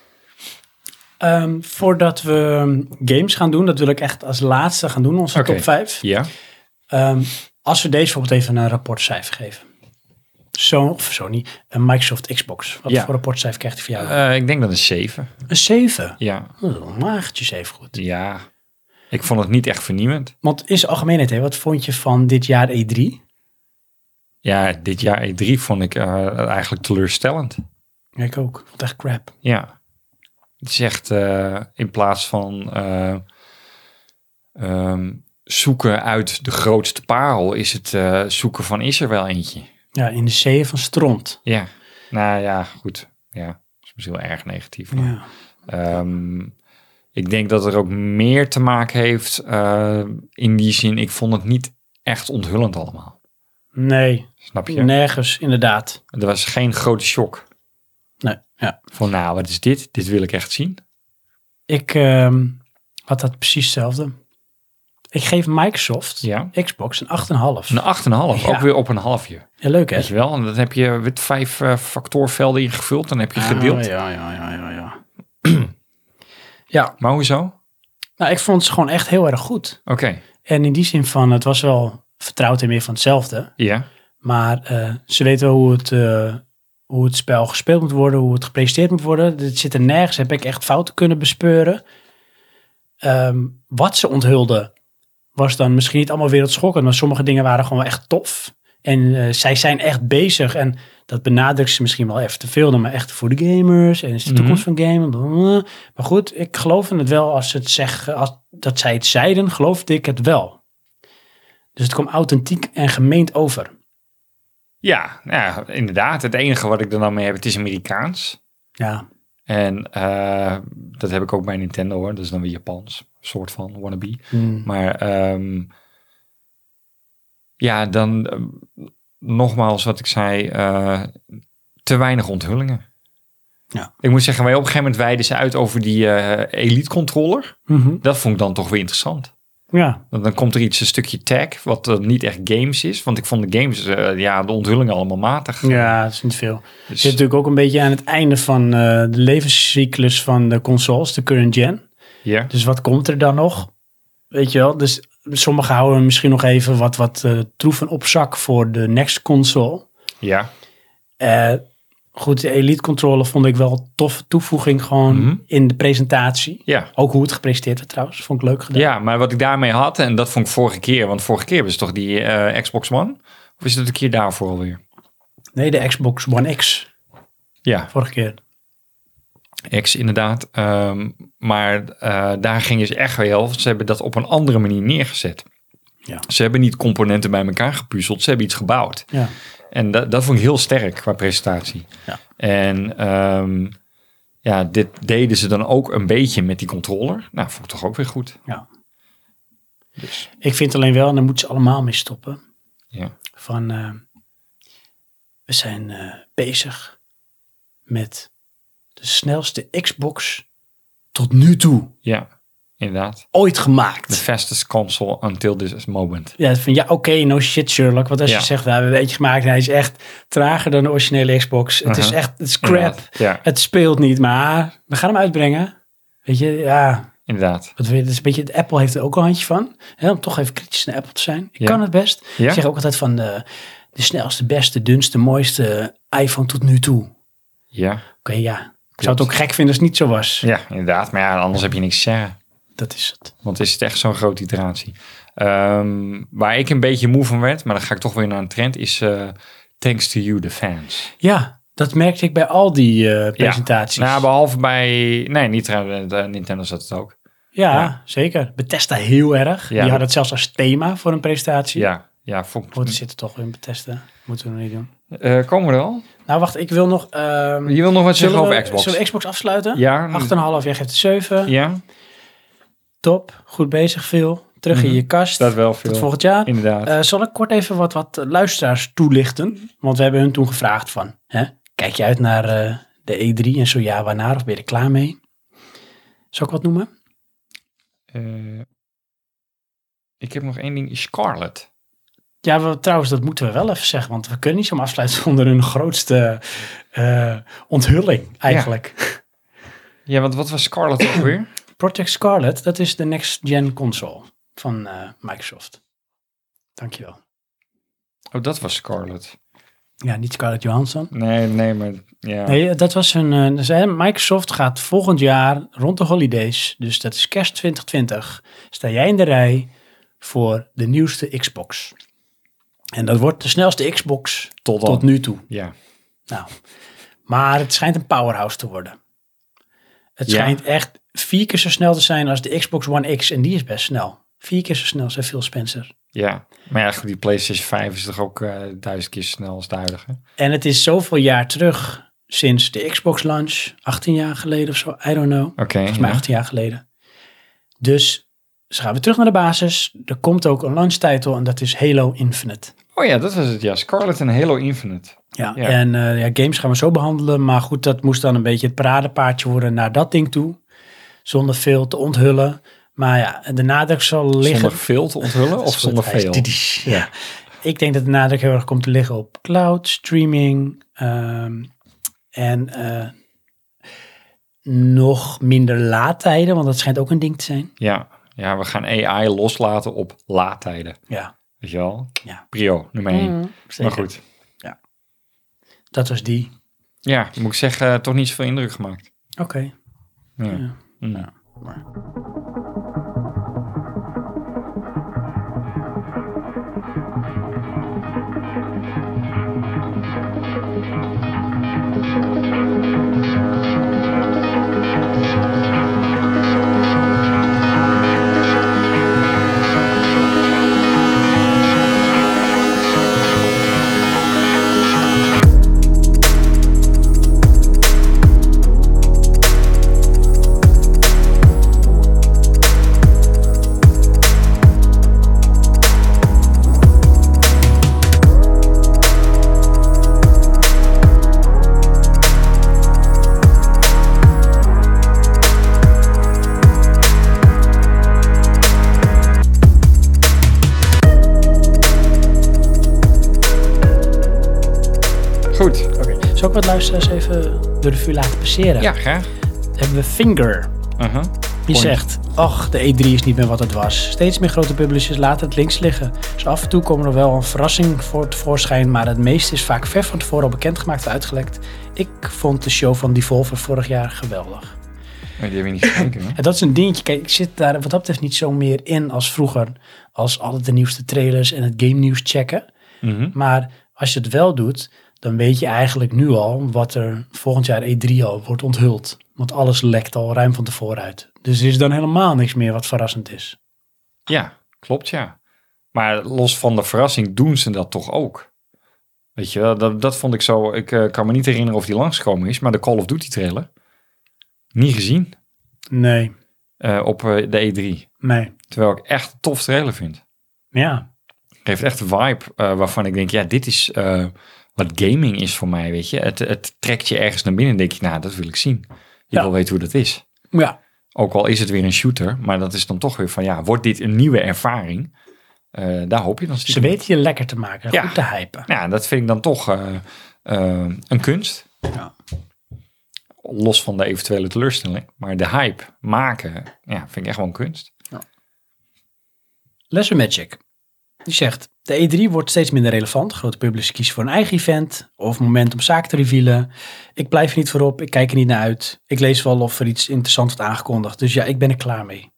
Um, voordat we games gaan doen, dat wil ik echt als laatste gaan doen, onze Oké. top vijf. Ja? Um, als we deze bijvoorbeeld even een rapportcijfer geven. Zo, of Sony, een Microsoft Xbox. Wat Ja. voor rapportcijfer krijgt hij voor jou? Uh, ik denk dat een zeven. Een zeven. Ja. Dat is een magertje zeven goed. Ja. Ik vond het niet echt vernieuwend. Want in zijn algemeenheid, hè, wat vond je van dit jaar E drie? Ja, dit jaar E drie vond ik uh, eigenlijk teleurstellend. Ja, ik ook. Ik vond het echt crap. Ja. Het is echt uh, in plaats van uh, um, zoeken uit de grootste parel, is het uh, zoeken van is er wel eentje. Ja, in de zee van stront. Ja, nou ja, goed. Ja, dat is misschien wel erg negatief. Maar, Ja. um, ik denk dat er ook meer te maken heeft uh, in die zin. Ik vond het niet echt onthullend allemaal. Nee, Snap je? nergens inderdaad. Er was geen grote shock. Nee, ja. Van nou, wat is dit? Dit wil ik echt zien. Ik um, had dat precies hetzelfde. Ik geef Microsoft, Ja. Xbox, een acht komma vijf. Een acht komma vijf, Ja. ook weer op een halfje. Ja, leuk hè? Weet je wel? En dan heb je met vijf uh, factorvelden ingevuld. Dan heb je gedeeld. Ah, ja, ja, ja, ja, ja. Ja, Maar hoezo? nou, ik vond ze gewoon echt heel erg goed. Oké, okay. En in die zin van, het was wel vertrouwd en meer van hetzelfde. ja. Maar uh, ze weten wel hoe het, uh, hoe het spel gespeeld moet worden, hoe het gepresenteerd moet worden. Het zit er nergens, heb ik echt fouten kunnen bespeuren. Um, wat ze onthulden was dan misschien niet allemaal wereldschokkend, maar sommige dingen waren gewoon echt tof. En uh, zij zijn echt bezig en dat benadrukt ze misschien wel even te veel, maar echt voor de gamers en is de toekomst mm-hmm. van gamen. Blablabla. Maar goed, ik geloof in het wel als ze het zeggen, als dat zij het zeiden, geloofde ik het wel. Dus het kwam authentiek en gemeend over. Ja, ja, inderdaad. Het enige wat ik er dan mee heb, het is Amerikaans. Ja. En uh, dat heb ik ook bij Nintendo hoor. Dat is dan weer Japans, soort van wannabe. Hmm. Maar um, ja, dan uh, nogmaals wat ik zei, uh, te weinig onthullingen. Ja. Ik moet zeggen, wij op een gegeven moment wijden ze uit over die uh, Elite controller. Mm-hmm. Dat vond ik dan toch weer interessant. Ja, Want dan komt er iets, een stukje tech, wat uh, niet echt games is. Want ik vond de games, uh, ja, de onthullingen allemaal matig. ja, dat is niet veel. Dus, Het zit natuurlijk ook een beetje aan het einde van uh, de levenscyclus van de consoles, de current gen. ja, Dus wat komt er dan nog? Weet je wel, dus sommigen houden misschien nog even wat, wat uh, troeven op zak voor de next console. ja, Uh, goed, de Elite controller vond ik wel een toffe toevoeging gewoon Mhm. in de presentatie. ja. Ook hoe het gepresenteerd werd trouwens, vond ik leuk gedaan. Ja, maar wat ik daarmee had, en dat vond ik vorige keer, want vorige keer was het toch die uh, Xbox One? Of is het een keer daarvoor alweer? Nee, de Xbox One X, Ja, vorige keer. X inderdaad. Um, maar uh, daar gingen ze echt wel, ze hebben dat op een andere manier neergezet. Ja. Ze hebben niet componenten bij elkaar gepuzzeld, ze hebben iets gebouwd. Ja. En dat, dat vond ik heel sterk qua presentatie. Ja. En um, ja, dit deden ze dan ook een beetje met die controller. Nou, vond ik toch ook weer goed. Ja. Dus, Ik vind alleen wel, en daar moeten ze allemaal mee stoppen, ja. van uh, we zijn uh, bezig met de snelste Xbox tot nu toe Ja, inderdaad. ooit gemaakt. The fastest console until this moment. Ja, van ja, oké, okay, no shit Sherlock. Want als Ja. je zegt, we hebben een beetje gemaakt, hij is echt trager dan de originele Xbox. Het is Uh-huh. echt, het is crap. Inderdaad. Ja, Het speelt niet, maar we gaan hem uitbrengen. Weet je, ja, inderdaad. wat wil je, dat is een beetje, Apple heeft er ook een handje van. Hè, om toch even kritisch naar Apple te zijn. Ik Ja. kan het best. Ja? Ik zeg ook altijd van de, de snelste, beste, dunste, mooiste iPhone tot nu toe. Oké, Ja, ja. Ik zou het ook gek vinden als het niet zo was. ja, inderdaad. Maar ja, anders heb je niks te zeggen. Dat is het. Want is het echt zo'n grote iteratie. Um, waar ik een beetje moe van werd, maar dan ga ik toch weer naar een trend, is uh, thanks to you, the fans. Ja, dat merkte ik bij al die uh, presentaties. Nou, behalve bij... Nee, niet trouwens, uh, Nintendo zat het ook. Ja, Ja. zeker. Bethesda heel erg. Ja. Die had het zelfs als thema voor een presentatie. Ja, ja, vond Oh, ik... we zitten toch in Bethesda. Moeten we nog niet doen. Uh, komen we er al? Nou, wacht. Ik wil nog... Um, Je wil nog wat zeggen zullen over we- Xbox? Zullen we Xbox afsluiten? Ja. acht komma vijf, jij geeft het zeven. Ja, Top. Goed bezig, Phil. Terug in Mhm. je kast. dat wel veel. Tot volgend jaar. Inderdaad. Uh, zal ik kort even wat, wat luisteraars toelichten? Want we hebben hun toen gevraagd van... Hè, kijk je uit naar uh, de E drie en zo ja, waarnaar? Of ben je er klaar mee? Zal ik wat noemen? Uh, ik heb nog één ding. Scarlett. Ja, we, trouwens, dat moeten we wel even zeggen. Want we kunnen niet zo afsluiten zonder hun grootste uh, onthulling eigenlijk. Ja. Ja, want wat was Scarlett ook weer? Project Scarlett, dat is de next-gen console van uh, Microsoft. Dankjewel. Oh, dat was Scarlett. Ja, niet Scarlett Johansson. Nee, nee, maar ja. Nee, dat was een... Uh, dus, hè, Microsoft gaat volgend jaar rond de holidays, dus dat is kerst twintig twintig, sta jij in de rij voor de nieuwste Xbox. En dat wordt de snelste Xbox Tot tot, dan. nu toe. Ja. Nou, maar het schijnt een powerhouse te worden. Het Ja. schijnt echt vier keer zo snel te zijn als de Xbox One X. En die is best snel. Vier keer zo snel, zei Phil Spencer. Ja, maar ja, goed, die PlayStation vijf is toch ook uh, duizend keer zo snel als de huidige. En het is zoveel jaar terug sinds de Xbox launch. achttien jaar geleden of zo, I don't know. Oké. Volgens mij ja. achttien jaar geleden. Dus ze gaan weer terug naar de basis. Er komt ook een launch title en dat is Halo Infinite. Oh ja, dat was het. Ja, Scarlett en Halo Infinite. Ja, Ja. en uh, ja, games gaan we zo behandelen. Maar goed, dat moest dan een beetje het paradepaardje worden naar dat ding toe. Zonder veel te onthullen. Maar ja, de nadruk zal liggen... Zonder veel te onthullen of zonder veel? Ja. Ik denk dat de nadruk heel erg komt te liggen op cloud, streaming um, en uh, nog minder laadtijden, want dat schijnt ook een ding te zijn. Ja, ja, we gaan A I loslaten op laadtijden. Ja. Weet je wel? Ja. Prio, nummer één. Mm, maar zeker. goed. Ja. Dat was die. Ja, moet ik zeggen, toch niet zoveel indruk gemaakt. Oké. Okay. Ja. Ja. Mm. Ja. Maar... wat luisteraars even door de vuur laten passeren? Ja, graag. Dan hebben we Finger. Uh-huh. Die Point. zegt, ach, de E drie is niet meer wat het was. Steeds meer grote publishers laten het links liggen. Dus af en toe komen er wel een verrassing voor tevoorschijn, maar het meeste is vaak ver van tevoren al bekendgemaakt en uitgelekt. Ik vond de show van Devolver vorig jaar geweldig. Maar die hebben we niet gekeken, hè? En dat is een dingetje, kijk, ik zit daar wat dat betreft niet zo meer in als vroeger. Als altijd de nieuwste trailers en het game nieuws checken. Mhm. Maar als je het wel doet, dan weet je eigenlijk nu al wat er volgend jaar E drie al wordt onthuld. Want alles lekt al ruim van tevoren uit. Dus er is dan helemaal niks meer wat verrassend is. Ja, klopt, ja. Maar los van de verrassing doen ze dat toch ook. Weet je wel, dat, dat vond ik zo... Ik uh, kan me niet herinneren of die langsgekomen is, maar de Call of Duty trailer. Niet gezien Nee, uh, op uh, de E drie. nee. Terwijl ik echt een tof trailer vind. Ja, Geeft echt een vibe uh, waarvan ik denk, ja, dit is uh, wat gaming is voor mij, weet je. Het, het trekt je ergens naar binnen en denk je, nou, dat wil ik zien. Je Ja. wil weten hoe dat is. ja. Ook al is het weer een shooter, maar dat is dan toch weer van, ja, wordt dit een nieuwe ervaring? Uh, daar hoop je dan Ze stiekem. weten je lekker te maken, Ja. goed te hypen. Ja, dat vind ik dan toch uh, uh, een kunst. Ja. Los van de eventuele teleurstelling. Maar de hype maken, ja, vind ik echt wel een kunst. Lesser Magic. Die zegt, de E drie wordt steeds minder relevant. Grote publishers kiezen voor een eigen event of moment om zaken te revealen. Ik blijf er niet voor op, ik kijk er niet naar uit. Ik lees wel of er iets interessants wordt aangekondigd. Dus ja, ik ben er klaar mee.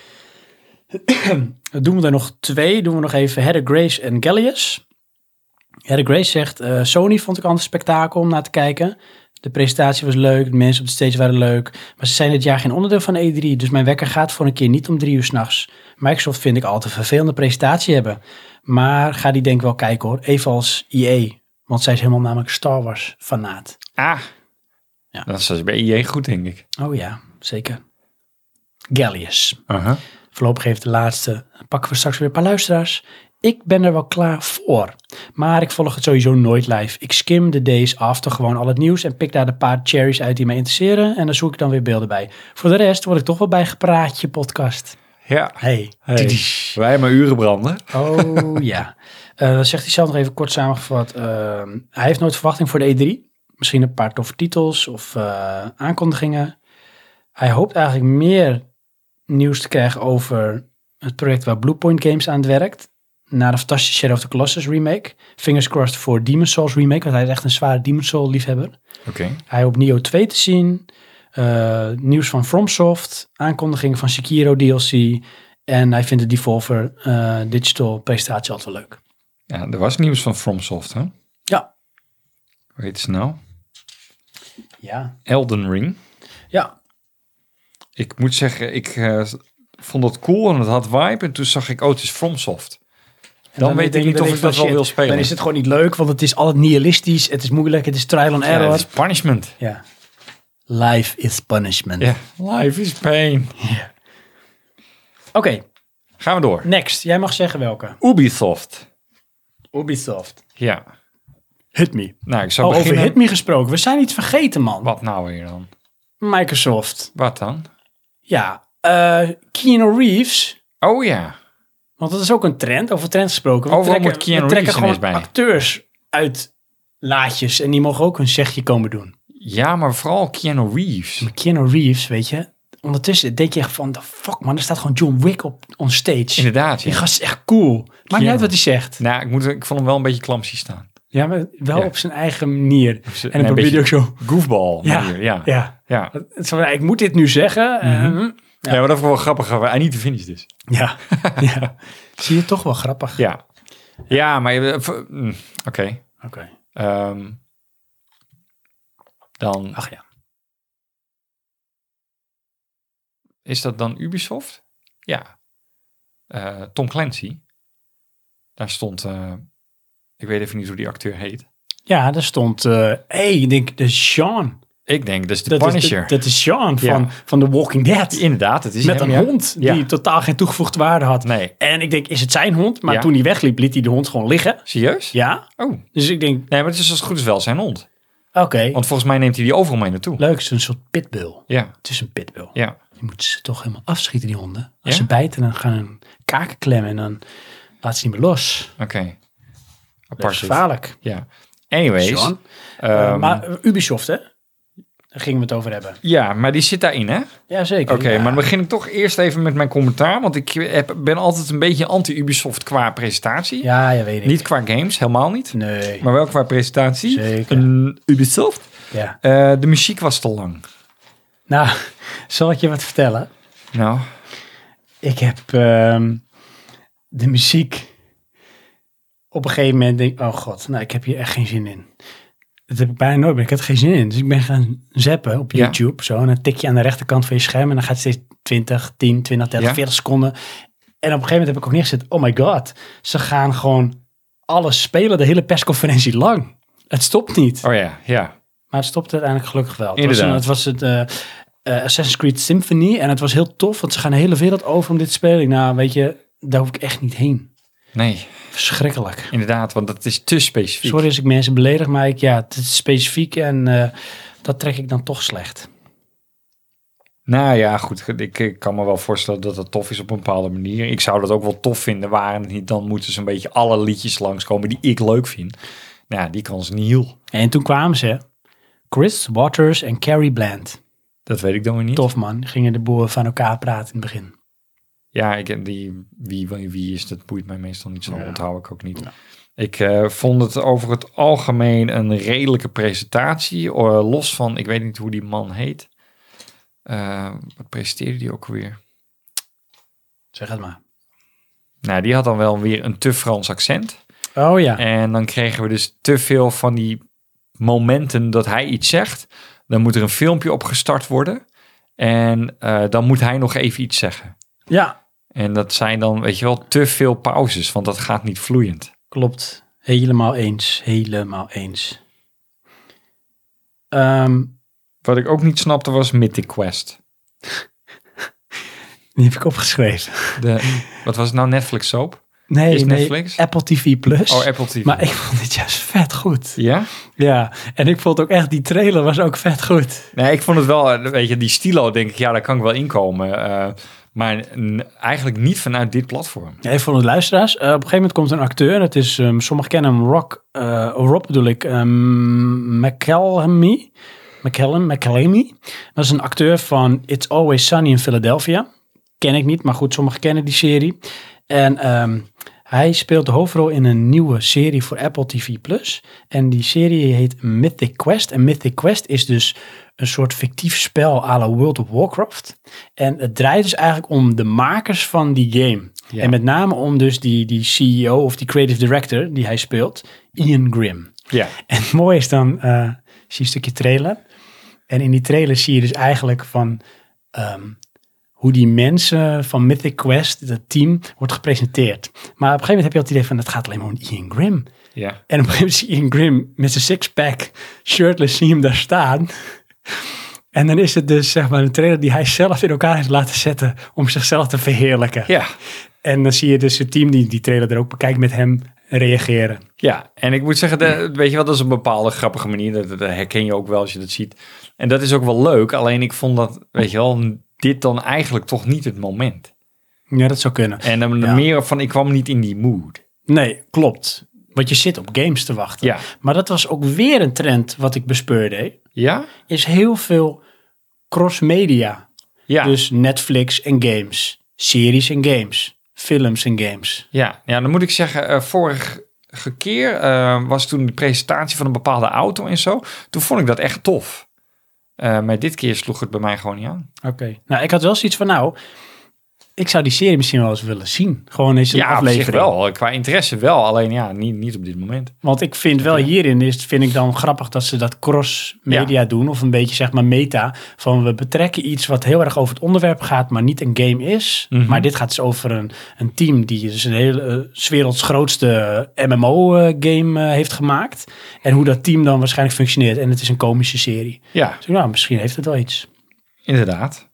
Dan doen we er nog twee. Doen we nog even Heather Grace en Gallius. Heather Grace zegt, uh, Sony vond ik altijd een spektakel om naar te kijken. De presentatie was leuk, de mensen op de stage waren leuk. Maar ze zijn dit jaar geen onderdeel van E drie. Dus mijn wekker gaat voor een keer niet om drie uur 's nachts. Microsoft vind ik altijd een vervelende presentatie hebben. Maar ga die denk ik wel kijken hoor. Even als E A. Want zij is helemaal namelijk Star Wars fanaat. Ah, Ja. dat is bij I E goed, denk ik. Oh ja, zeker. Gallius. Uh-huh. Voorlopig even de laatste. Dan pakken we straks weer een paar luisteraars. Ik ben er wel klaar voor. Maar ik volg het sowieso nooit live. Ik skim de days after gewoon al het nieuws en pik daar de paar cherries uit die mij interesseren. En dan zoek ik dan weer beelden bij. Voor de rest word ik toch wel bij gepraatje podcast. Ja. Hey. Hey. Wij hebben uren branden. Oh ja. Uh, dan zegt hij zelf nog even kort samengevat. Uh, hij heeft nooit verwachting voor de E drie. Misschien een paar toffe titels of uh, aankondigingen. Hij hoopt eigenlijk meer nieuws te krijgen over het project waar Bluepoint Games aan het werkt. Na de fantastische Shadow of the Colossus remake. Fingers crossed voor Demon's Souls remake, want hij is echt een zware Demon's Souls liefhebber. Oké. Okay. Hij hoopt Nioh twee te zien. Uh, nieuws van FromSoft. Aankondigingen van Sekiro D L C. En hij vindt de Devolver uh, Digital presentatie altijd wel leuk. Ja, er was nieuws van FromSoft, hè? Ja. Hoe heet ze nou? Ja. Elden Ring. Ja. Ik moet zeggen, ik uh, vond het cool en het had vibe. En toen zag ik, oh, het is FromSoft. Dan, dan weet ik niet of ik dat wel wil spelen. Dan is het gewoon niet leuk, want het is altijd nihilistisch. Het is moeilijk, het is trial and error. Ja, het is punishment. Ja. Life is punishment. Ja, life is pain. Ja. Oké. Okay. Gaan we door. Next, jij mag zeggen welke. Ubisoft. Ubisoft. Ja. Hit me. Nou, ik zou oh, beginnen... over Hit me gesproken. We zijn iets vergeten, man. Wat nou weer dan? Microsoft. Wat dan? Ja, uh, Keanu Reeves. Oh ja. Want dat is ook een trend. Over trends gesproken. We Overal trekken, moet Keanu we trekken Reeves gewoon bij. acteurs uit laadjes. En die mogen ook een zegje komen doen. Ja, maar vooral Keanu Reeves. Maar Keanu Reeves, weet je. Ondertussen denk je echt van, the fuck man. Er staat gewoon John Wick op on stage. Inderdaad, ja. Die gast is echt cool. Maakt Keanu. niet uit wat hij zegt. Nou, ik, moet, ik vond hem wel een beetje clumsy staan. Ja, maar wel Ja. op zijn eigen manier. Ze- En dan nee, probeer je ook zo... Goofball. Ja, manier, ja. ja. Ja. Het is van, ik moet dit nu zeggen. Mhm. uh, Ja. ja, maar dat vond ik wel grappig. I need to finish this. ja. ja. Zie je toch wel grappig. Ja. Ja, maar... je- v- mm, Oké. Okay. Oké. Ehm, dan... Ach ja. Is dat dan Ubisoft? Ja. Uh, Tom Clancy. Daar stond... Uh, ik weet even niet hoe die acteur heet. Ja, daar stond... Hé, uh, hey, ik denk, de Sean. Ik denk, dat is de Dat Punisher. is, de, dat is Sean van, Ja. van The Walking Dead. Inderdaad, het is Met hem, een ja. hond Ja. die totaal geen toegevoegde waarde had. Nee. En ik denk, is het zijn hond? Maar Ja. toen hij wegliep, liet hij de hond gewoon liggen. Serieus? Ja. Oh. Dus ik denk, Nee, maar het is als het goed is wel zijn hond. oké. Okay. Want volgens mij neemt hij die overal mee naartoe. Leuk, het is een soort pitbull. Ja. Het is een pitbull. Ja. Je moet ze toch helemaal afschieten, die honden. Als Ja? ze bijten, dan gaan hun kaken klemmen en dan laat ze niet meer los. Oké. Dat Apart. is dit. gevaarlijk. Ja. Anyways. Sean. Um, Uh, maar uh, Ubisoft, hè? Daar gingen we het over hebben. Ja, maar die zit daarin, hè? Jazeker. Oké, ja. maar dan begin ik toch eerst even met mijn commentaar. Want ik heb, ben altijd een beetje anti-Ubisoft qua presentatie. Ja, ja, weet ik. Niet qua games, helemaal niet. Nee. Maar wel qua presentatie. Zeker. Een Ubisoft. Ja. Uh, de muziek was te lang. Nou, zal ik je wat vertellen? Nou, Ik heb um, de muziek op een gegeven moment denk ik, oh god, nou ik heb hier echt geen zin in. Dat heb ik bijna nooit, maar ik had er geen zin in. Dus ik ben gaan zappen op Ja. YouTube. Zo, en dan tik je aan de rechterkant van je scherm en dan gaat het steeds twintig, tien, twintig, dertig, Ja. veertig seconden. En op een gegeven moment heb ik ook neergezet, oh my god, ze gaan gewoon alles spelen, de hele persconferentie lang. Het stopt niet. oh ja, ja. Maar het stopte uiteindelijk gelukkig wel. Het was, Inderdaad. een, het, was het uh, uh, Assassin's Creed Symphony en het was heel tof, want ze gaan de hele wereld over om dit te spelen. Ik, nou, weet je, daar hoef ik echt niet heen. Nee, Verschrikkelijk. inderdaad, want dat is te specifiek. Sorry als ik mensen beledig, maar ik, ja, het is specifiek en uh, dat trek ik dan toch slecht. Nou ja, goed. Ik, ik kan me wel voorstellen dat het tof is op een bepaalde manier. Ik zou dat ook wel tof vinden. Waren het niet, dan moeten ze een beetje alle liedjes langskomen die ik leuk vind. Nou ja, die kans niet heel. En toen kwamen ze, Chris Waters en Carrie Bland. Dat weet ik dan weer niet. Tof man, die gingen de boeren van elkaar praten in het begin. Ja, ik, die, wie, wie, wie is, dat boeit mij meestal niet zo. Ja. Onthoud ik ook niet. Ja. Ik uh, vond het over het algemeen een redelijke presentatie. Uh, los van, ik weet niet hoe die man heet. Uh, wat presenteerde die ook alweer? Zeg het maar. Nou, die had dan wel weer een te Frans accent. Oh ja. En dan kregen we dus te veel van die momenten dat hij iets zegt. Dan moet er een filmpje opgestart worden. En uh, dan moet hij nog even iets zeggen. Ja, En dat zijn dan, weet je wel, te veel pauzes. Want dat gaat niet vloeiend. klopt. Helemaal eens. Helemaal eens. Um, Wat ik ook niet snapte was Mythic Quest. die heb ik opgeschreven. De, wat was het nou, Netflix soap? Nee, Is nee, Netflix? Apple T V Plus. Oh, Apple T V. Maar ik vond dit juist vet goed. Ja? Ja, en ik vond ook echt, die trailer was ook vet goed. Nee, ik vond het wel, weet je, die stilo denk ik, ja, daar kan ik wel inkomen. Uh, maar n- eigenlijk niet vanuit dit platform. Ja, even voor de luisteraars. Uh, op een gegeven moment komt een acteur. Dat is, um, sommigen kennen hem, Rock, uh, Rob bedoel ik, um, McElhenney. McCallum, McCallamy. Dat is een acteur van It's Always Sunny in Philadelphia. Ken ik niet, maar goed, sommigen kennen die serie. En um, hij speelt de hoofdrol in een nieuwe serie voor Apple T V Plus. En die serie heet Mythic Quest. En Mythic Quest is dus een soort fictief spel à la World of Warcraft. En het draait dus eigenlijk om de makers van die game. Ja. En met name om dus die, die C E O of die creative director die hij speelt, Ian Grimm. Ja. En het mooie is dan, uh, zie je een stukje trailer. En in die trailer zie je dus eigenlijk van um, hoe die mensen van Mythic Quest, dat team, wordt gepresenteerd. Maar op een gegeven moment heb je al het idee van, het gaat alleen maar om Ian Grimm. Ja. En op een gegeven moment zie je Ian Grimm met zijn sixpack shirtless, zie je hem daar staan. En dan is het dus zeg maar een trailer die hij zelf in elkaar heeft laten zetten om zichzelf te verheerlijken. Ja. En dan zie je dus het team die die trailer er ook bekijkt met hem reageren. Ja, en ik moet zeggen, de, weet je wat, dat is een bepaalde grappige manier. Dat, dat herken je ook wel als je dat ziet. En dat is ook wel leuk. Alleen ik vond dat, weet je wel, dit dan eigenlijk toch niet het moment. Ja, dat zou kunnen. En dan Ja. meer van, ik kwam niet in die mood. Nee, klopt. Want je zit op games te wachten. Ja. Maar dat was ook weer een trend wat ik bespeurde. Hè? Ja? Is heel veel cross-media. Ja. Dus Netflix en games. Series en games. Films en games. Ja, ja, dan moet ik zeggen, uh, vorige keer uh, was toen de presentatie van een bepaalde auto en zo. Toen vond ik dat echt tof. Uh, maar dit keer sloeg het bij mij gewoon niet aan. Oké. Okay. Nou, ik had wel zoiets van, nou, ik zou die serie misschien wel eens willen zien. Gewoon eens een ja, aflevering. Ja, wel. Qua interesse wel. Alleen ja, niet, niet op dit moment. Want ik vind wel hierin, is, vind ik dan grappig dat ze dat cross-media ja. doen. Of een beetje zeg maar meta. Van we betrekken iets wat heel erg over het onderwerp gaat, maar niet een game is. Mm-hmm. Maar dit gaat dus over een, een team die dus een hele uh, 's werelds grootste M M O-game uh, heeft gemaakt. En hoe dat team dan waarschijnlijk functioneert. En het is een komische serie. Ja. Dus nou, misschien heeft het wel iets. Inderdaad.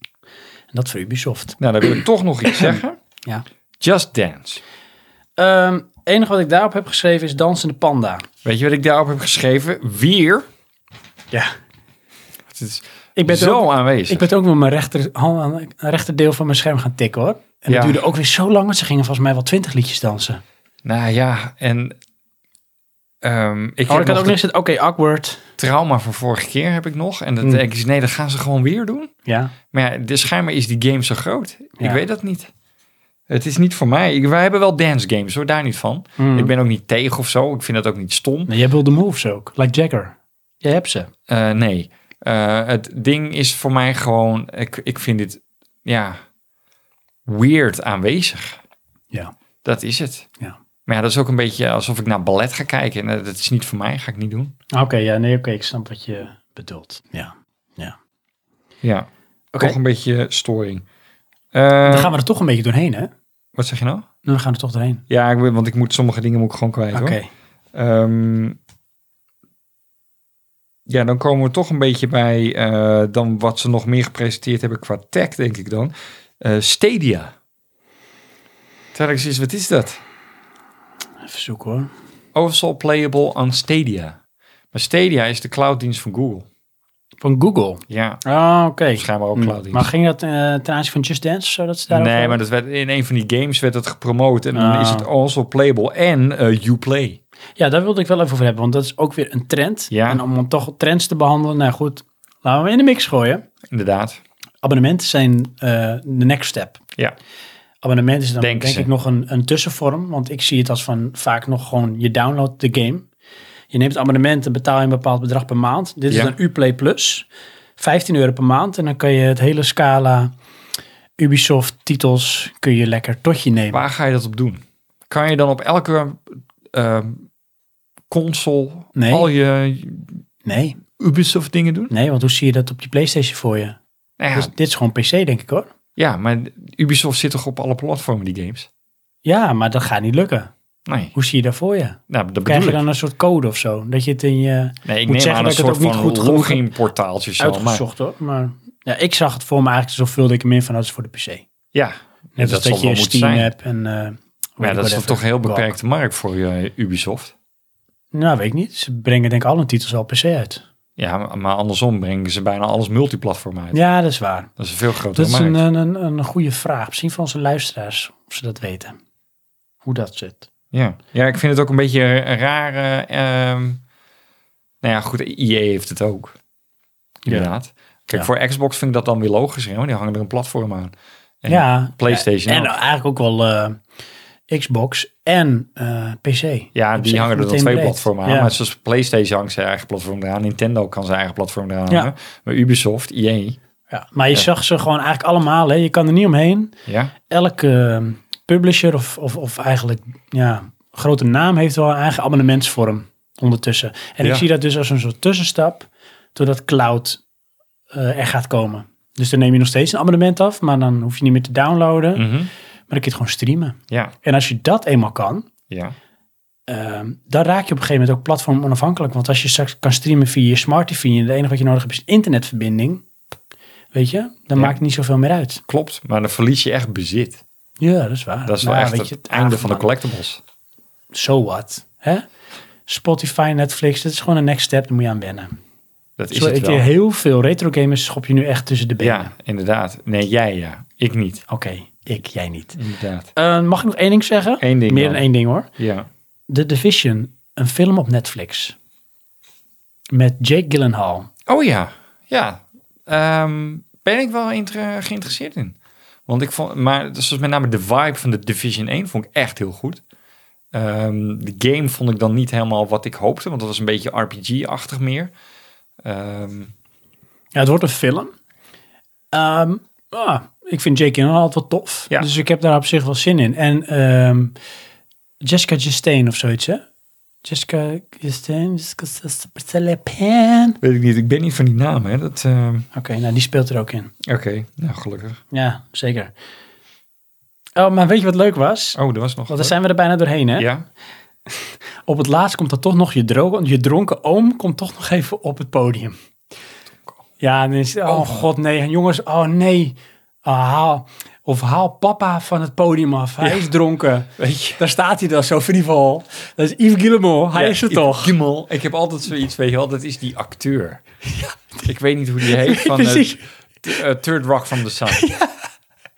En dat voor Ubisoft. Nou, dan wil ik toch nog iets zeggen. Ja. Just Dance. Het um, enige wat ik daarop heb geschreven is Dansende Panda. Weet je wat ik daarop heb geschreven? Weer. Ja. Het is ik ben zo ook, aanwezig. Ik ben ook met mijn rechter, rechterdeel van mijn scherm gaan tikken hoor. En ja. dat duurde ook weer zo lang, want ze gingen volgens mij wel twintig liedjes dansen. Nou ja, en Um, ik Oh, ik heb had nog ook de niks Oké, okay, awkward. trauma van vorige keer heb ik nog. En dan Mm. denk ik, nee, dat gaan ze gewoon weer doen. Ja. Maar ja, de, schijnbaar is die game zo groot. Ja. Ik weet dat niet. Het is niet voor mij. Ik, wij hebben wel dance games, hoor, daar niet van. Mm. Ik ben ook niet tegen of zo. Ik vind dat ook niet stom. Nee, jij wil de moves ook. Like Jagger. Jij hebt ze. Uh, nee. Uh, het ding is voor mij gewoon... Ik, ik vind dit, ja... weird aanwezig. Ja. Dat is het. Ja. Maar ja, dat is ook een beetje alsof ik naar ballet ga kijken. En dat is niet voor mij, ga ik niet doen. Oké, okay, ja, nee, oké, okay, ik snap wat je bedoelt. Ja, ja. Ja, okay. Toch een beetje storing. Uh, Dan gaan we er toch een beetje doorheen, hè? Wat zeg je nou? Dan gaan we er toch doorheen. Ja, ik, want ik moet sommige dingen moet ik gewoon kwijt, Oké. Okay. Um, ja, dan komen we toch een beetje bij uh, dan wat ze nog meer gepresenteerd hebben qua tech, denk ik dan. Uh, Stadia. Terwijl ik eens, wat is dat? Even zoeken hoor. Also playable on Stadia. Maar Stadia is de clouddienst van Google. Van Google? Ja. Ah, oké. Okay. Schijnbaar ook clouddienst. Maar ging dat uh, ten aanzien van Just Dance? Zo dat ze daar nee, maar dat werd, in een van die games werd het gepromoot. En ah. dan is het also playable en uh, Uplay. Ja, daar wilde ik wel even over hebben. Want dat is ook weer een trend. Ja. En om toch trends te behandelen. Nou goed, laten we in de mix gooien. Inderdaad. Abonnementen zijn uh, de next step. Ja. Abonnement is dan denk, denk ik nog een, een tussenvorm. Want ik zie het als van vaak nog gewoon je downloadt de game. Je neemt het abonnement en betaal je een bepaald bedrag per maand. Dit is ja. een Uplay Plus. vijftien euro per maand. En dan kan je het hele scala Ubisoft titels kun je lekker tot je nemen. Waar ga je dat op doen? Kan je dan op elke uh, console nee. al je nee. Ubisoft dingen doen? Nee, want hoe zie je dat op je PlayStation voor je? Nou ja. Dus dit is gewoon P C, denk ik hoor. Ja, maar Ubisoft zit toch op alle platformen, die games? Ja, maar dat gaat niet lukken. Nee. Hoe zie je dat voor je? Nou, dat Krijg je ik. dan een soort code of zo? Dat je het in je... Nee, ik moet neem aan een soort van goed login-portaaltje. Zo, uitgezocht maar... hoor. Maar ja, ik zag het voor me eigenlijk, zo vulde ik hem in van dat is voor de P C. Ja. Net als dat, dat je Steam hebt en... Uh, maar ja, dat is toch toch een heel beperkte Go. markt voor uh, Ubisoft? Nou, weet ik niet. Ze brengen denk ik al hun titels al P C uit. Ja, maar andersom brengen ze bijna alles multiplatform uit. Ja, dat is waar. Dat is een veel grotere markt. Dat is een, een, een, een goede vraag. Misschien van onze luisteraars, of ze dat weten. Hoe dat zit. Ja, ja, ik vind het ook een beetje een rare... Um, nou ja, goed, I E heeft het ook. Inderdaad. Ja. Kijk, ja. voor Xbox vind ik dat dan weer logisch. Hè? Die hangen er een platform aan. En ja. PlayStation ja, En ook. eigenlijk ook wel uh, Xbox en uh, P C. Ja, die hangen er dan twee breed. platformen aan. Ja. Maar zoals PlayStation hangt zijn eigen platform eraan. Nintendo kan zijn eigen platform eraan ja. hangen. Maar Ubisoft, I E... Ja, maar je ja. zag ze gewoon eigenlijk allemaal. Hè? Je kan er niet omheen. Ja. Elke... Uh, publisher of, of, of eigenlijk ja, grote naam heeft wel een eigen abonnementsvorm ondertussen. En ja. ik zie dat dus als een soort tussenstap totdat cloud uh, er gaat komen. Dus dan neem je nog steeds een abonnement af, maar dan hoef je niet meer te downloaden. Mm-hmm. Maar dan kun je het gewoon streamen. Ja. En als je dat eenmaal kan, ja. uh, dan raak je op een gegeven moment ook platform onafhankelijk. Want als je straks kan streamen via je smart T V en het enige wat je nodig hebt is internetverbinding, weet je, dan ja. maakt het niet zoveel meer uit. Klopt, maar dan verlies je echt bezit. Ja, dat is waar. Dat is wel nou, echt weet het, je, het einde van de collectibles. So what? Hè? Spotify, Netflix, dat is gewoon een next step. Daar moet je aan wennen. Dat is Zo, het ik wel. Heel veel retro gamers schop je nu echt tussen de benen. Ja, inderdaad. Nee, jij ja. Ik niet. Oké, okay, ik, jij niet. Inderdaad. Uh, mag ik nog één ding zeggen? Eén ding Meer dan. dan één ding hoor. Ja. The Division, een film op Netflix. Met Jake Gyllenhaal. Oh ja, ja. Um, ben ik wel inter- geïnteresseerd in. Want ik vond, maar dus met name de vibe van de Division één vond ik echt heel goed. Um, de game vond ik dan niet helemaal wat ik hoopte, want dat was een beetje R P G-achtig meer. Um, ja, het wordt een film. Um, ah, ik vind Jake Gyllenhaal altijd wel tof. Ja. Dus ik heb daar op zich wel zin in. En um, Jessica Chastain of zoiets, hè? Jessica Chastain, Jessica Chastain. Weet ik niet, ik ben niet van die naam, hè. Dat. Uh... Oké, okay, nou die speelt er ook in. Oké, okay, nou gelukkig. Ja, zeker. Oh, maar weet je wat leuk was? Oh, er was nog. Want daar zijn we er bijna doorheen, hè? Ja. Op het laatst komt dan toch nog je, droge, je dronken oom komt toch nog even op het podium. Ja, en dan is, oh, oh god, nee, jongens, oh nee. Oh, haal, of haal papa van het podium af. Hij ja. is dronken. Weet je. Daar staat hij dan zo frivol. Dat is Yves Guillemot. Hij ja, is er Yves toch. Guillemot. Ik heb altijd zoiets, weet je wel, dat is die acteur. Ja. Ik weet niet hoe die heet van uh, t- uh, Third Rock from the Sun. Ja.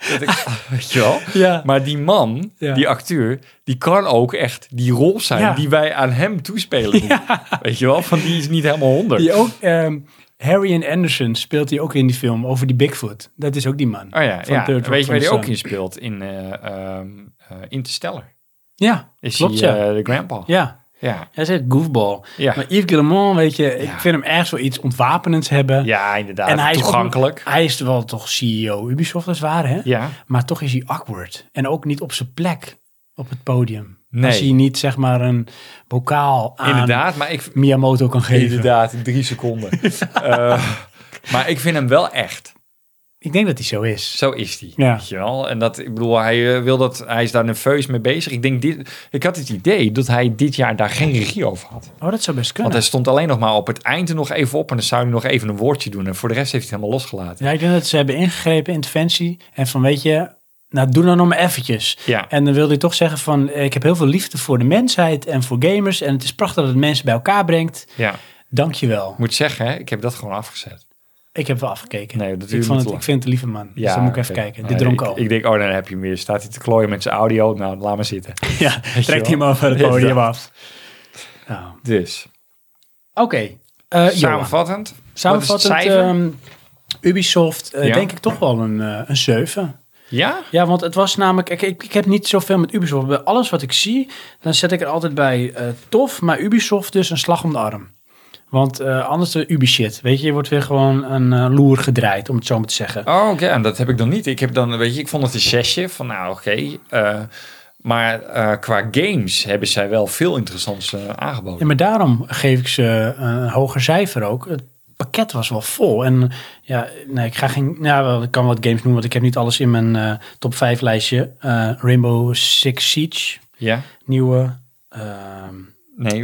Dat ik, weet je wel? Ja. Maar die man, Ja. die acteur, die kan ook echt die rol zijn Ja. die wij aan hem toespelen. Weet je wel? Van die is niet helemaal honderd. Die ook, ehm, Harry and Anderson speelt hij ook in die film over die Bigfoot. Dat is ook die man. Oh ja, Van ja. Third Rock Weet je from waar the die ook Sun. in speelt? In uh, um, uh, Interstellar. Ja, Is klopt hij ja. uh, de grandpa. Ja, Ja. hij zegt goofball. Ja. Maar Yves Guillemot, weet je, ik Ja. vind hem ergens wel iets ontwapenends hebben. Ja, inderdaad. En hij is toegankelijk. Ook, hij is wel toch C E O Ubisoft als het ware, hè? Ja. Maar toch is hij awkward. En ook niet op zijn plek op het podium. Nee. Als hij niet, zeg maar, een bokaal aan Inderdaad, maar ik... Miyamoto kan geven. Inderdaad, in drie seconden. uh, maar ik vind hem wel echt. Ik denk dat hij zo is. Zo is hij, Ja. weet je wel. En dat, ik bedoel, hij uh, wil dat, hij is daar nerveus mee bezig. Ik denk, dit, ik had het idee dat hij dit jaar daar geen regie over had. Oh, dat zou best kunnen. Want hij stond alleen nog maar op het eind er nog even op en dan zou hij nog even een woordje doen. En voor de rest heeft hij het helemaal losgelaten. Ja, ik denk dat ze hebben ingegrepen, interventie. En van, weet je, nou doe dan nog maar eventjes. Ja. En dan wilde hij toch zeggen van, ik heb heel veel liefde voor de mensheid en voor gamers. En het is prachtig dat het mensen bij elkaar brengt. Ja, Dank je wel. ik moet zeggen, hè, ik heb dat gewoon afgezet. Ik heb wel afgekeken. Nee, dat ik, duurt vond me het, te ik vind het een lieve man. dus dan moet ik even oké. kijken. Nee, Dit dronk ik, al. Ik denk, oh, dan heb je hem weer. Staat hij te klooien met zijn audio? Nou, laat maar zitten. ja, je trekt hij hem wel. over het Ja, podium dat. af. Nou. Dus, Oké. eh, Johan. samenvattend. Samenvattend, Wat is het cijfer? ehm, Ubisoft, eh, Ja. denk ik toch wel een, eh, een zeven. Ja? Ja, want het was namelijk... Ik, ik, ik heb niet zoveel met Ubisoft. Bij alles wat ik zie, dan zet ik er altijd bij eh, tof, maar Ubisoft dus een slag om de arm. Want eh, anders de Ubi-shit, weet je, je wordt weer gewoon een eh, loer gedraaid, om het zo maar te zeggen. Oh, oké. En dat heb ik dan niet. Ik heb dan, weet je, ik vond het een zesje van, nou, oké. eh, maar eh, qua games hebben zij wel veel interessants eh, aangeboden. Ja, maar daarom geef ik ze een hoger cijfer ook. Het pakket was wel vol. En ja, nee, ik ga geen... Nou, wel, ik kan wat games noemen, want ik heb niet alles in mijn eh, top vijf lijstje. Eh, Rainbow Six Siege, Ja? nieuwe... ehm, Nee.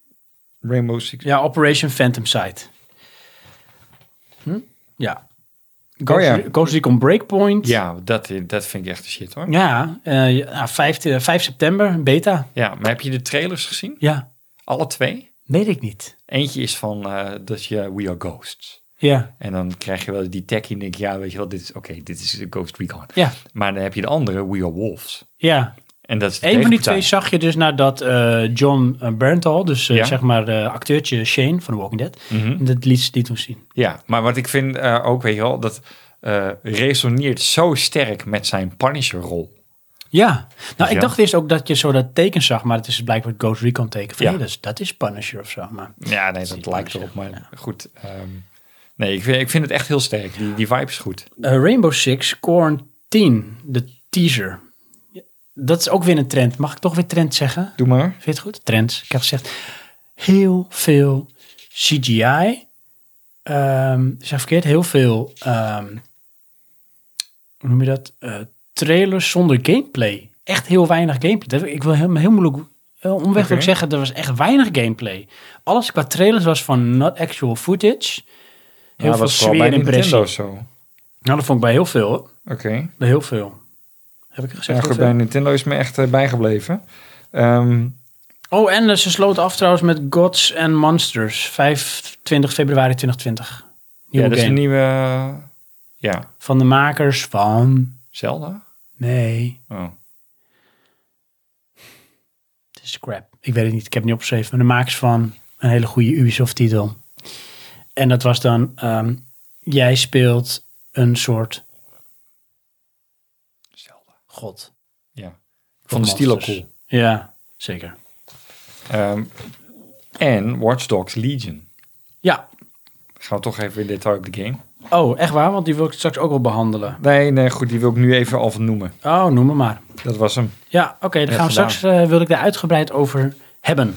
Rainbow Six. ja, Operation Phantom Sight. Hm? Ja. Ghost, Oh ja. Ghost Recon Breakpoint. Ja, dat, dat vind ik echt de shit, hoor. Ja, eh, ja vijf, vijf september, beta. Ja, maar heb je de trailers gezien? Ja, Alle twee? weet ik niet. Eentje is van eh, dat je We Are Ghosts. Ja, En dan krijg je wel die techie en denk je, ja, weet je wel, dit is oké, dit is Ghost Recon. ja, Maar dan heb je de andere, We Are Wolves. ja. En dat is de Een van die tegenpartij. twee zag je dus nadat eh, John uh, Bernthal, dus eh, Ja. zeg maar de acteurtje Shane van The Walking Dead, Mhm. dat liet ze die toen zien. Ja, maar wat ik vind eh, ook, weet je wel, dat eh, resoneert zo sterk met zijn Punisher-rol. Ja, nou Ja. ik dacht eerst ook dat je zo dat teken zag, maar het is blijkbaar het Ghost Recon teken. Van, Ja. hey, dat, is, dat is Punisher of zo. Maar Ja, nee, dat niet lijkt Punisher, erop, maar ja. goed. ehm, nee, ik vind, ik vind het echt heel sterk. Die, die vibe is goed. Uh, Rainbow Six Quarantine, de teaser. Ja, dat is ook weer een trend. Mag ik toch weer trend zeggen? Doe maar. Vind je het goed? Trends. Ik heb gezegd, heel veel C G I. Um, zeg verkeerd, heel veel, um, hoe noem je dat? Uh, trailers zonder gameplay. Echt heel weinig gameplay. Dat, ik wil heel, heel moeilijk, heel omweg wil ik Oké. zeggen, er was echt weinig gameplay. Alles qua trailers was van not actual footage. Heel Ja, veel was vooral sfeer bij en impressie. Nintendo zo. Nou, dat vond ik bij heel veel, hoor. Oké. Bij heel veel. Heb ik gezegd Ja, goed, hoeveel? bij Nintendo is me echt eh, bijgebleven. Ehm, Oh, en uh, ze sloten af trouwens met Gods and Monsters. vijfentwintig februari tweeduizend twintig. Nieuwe ja, dat is game. een nieuwe... eh, ja, Van de makers van... Zelda? Nee, Oh. het is crap. Ik weet het niet, ik heb het niet opgeschreven. Maar de makers van een hele goede Ubisoft titel. En dat was dan... Um, jij speelt een soort... Zelda. God. Ja. Ik vond de stilo Monsters. cool. Ja, zeker. Ehm, en Watch Dogs Legion. Ja. Gaan we toch even in detail op de game? Oh, echt waar? Want die wil ik straks ook wel behandelen. Nee, nee, goed. Die wil ik nu even al noemen. Oh, noem me maar. Dat was hem. Ja, oké. dan Ja, gaan we gedaan. straks... Uh, wil ik daar uitgebreid over hebben.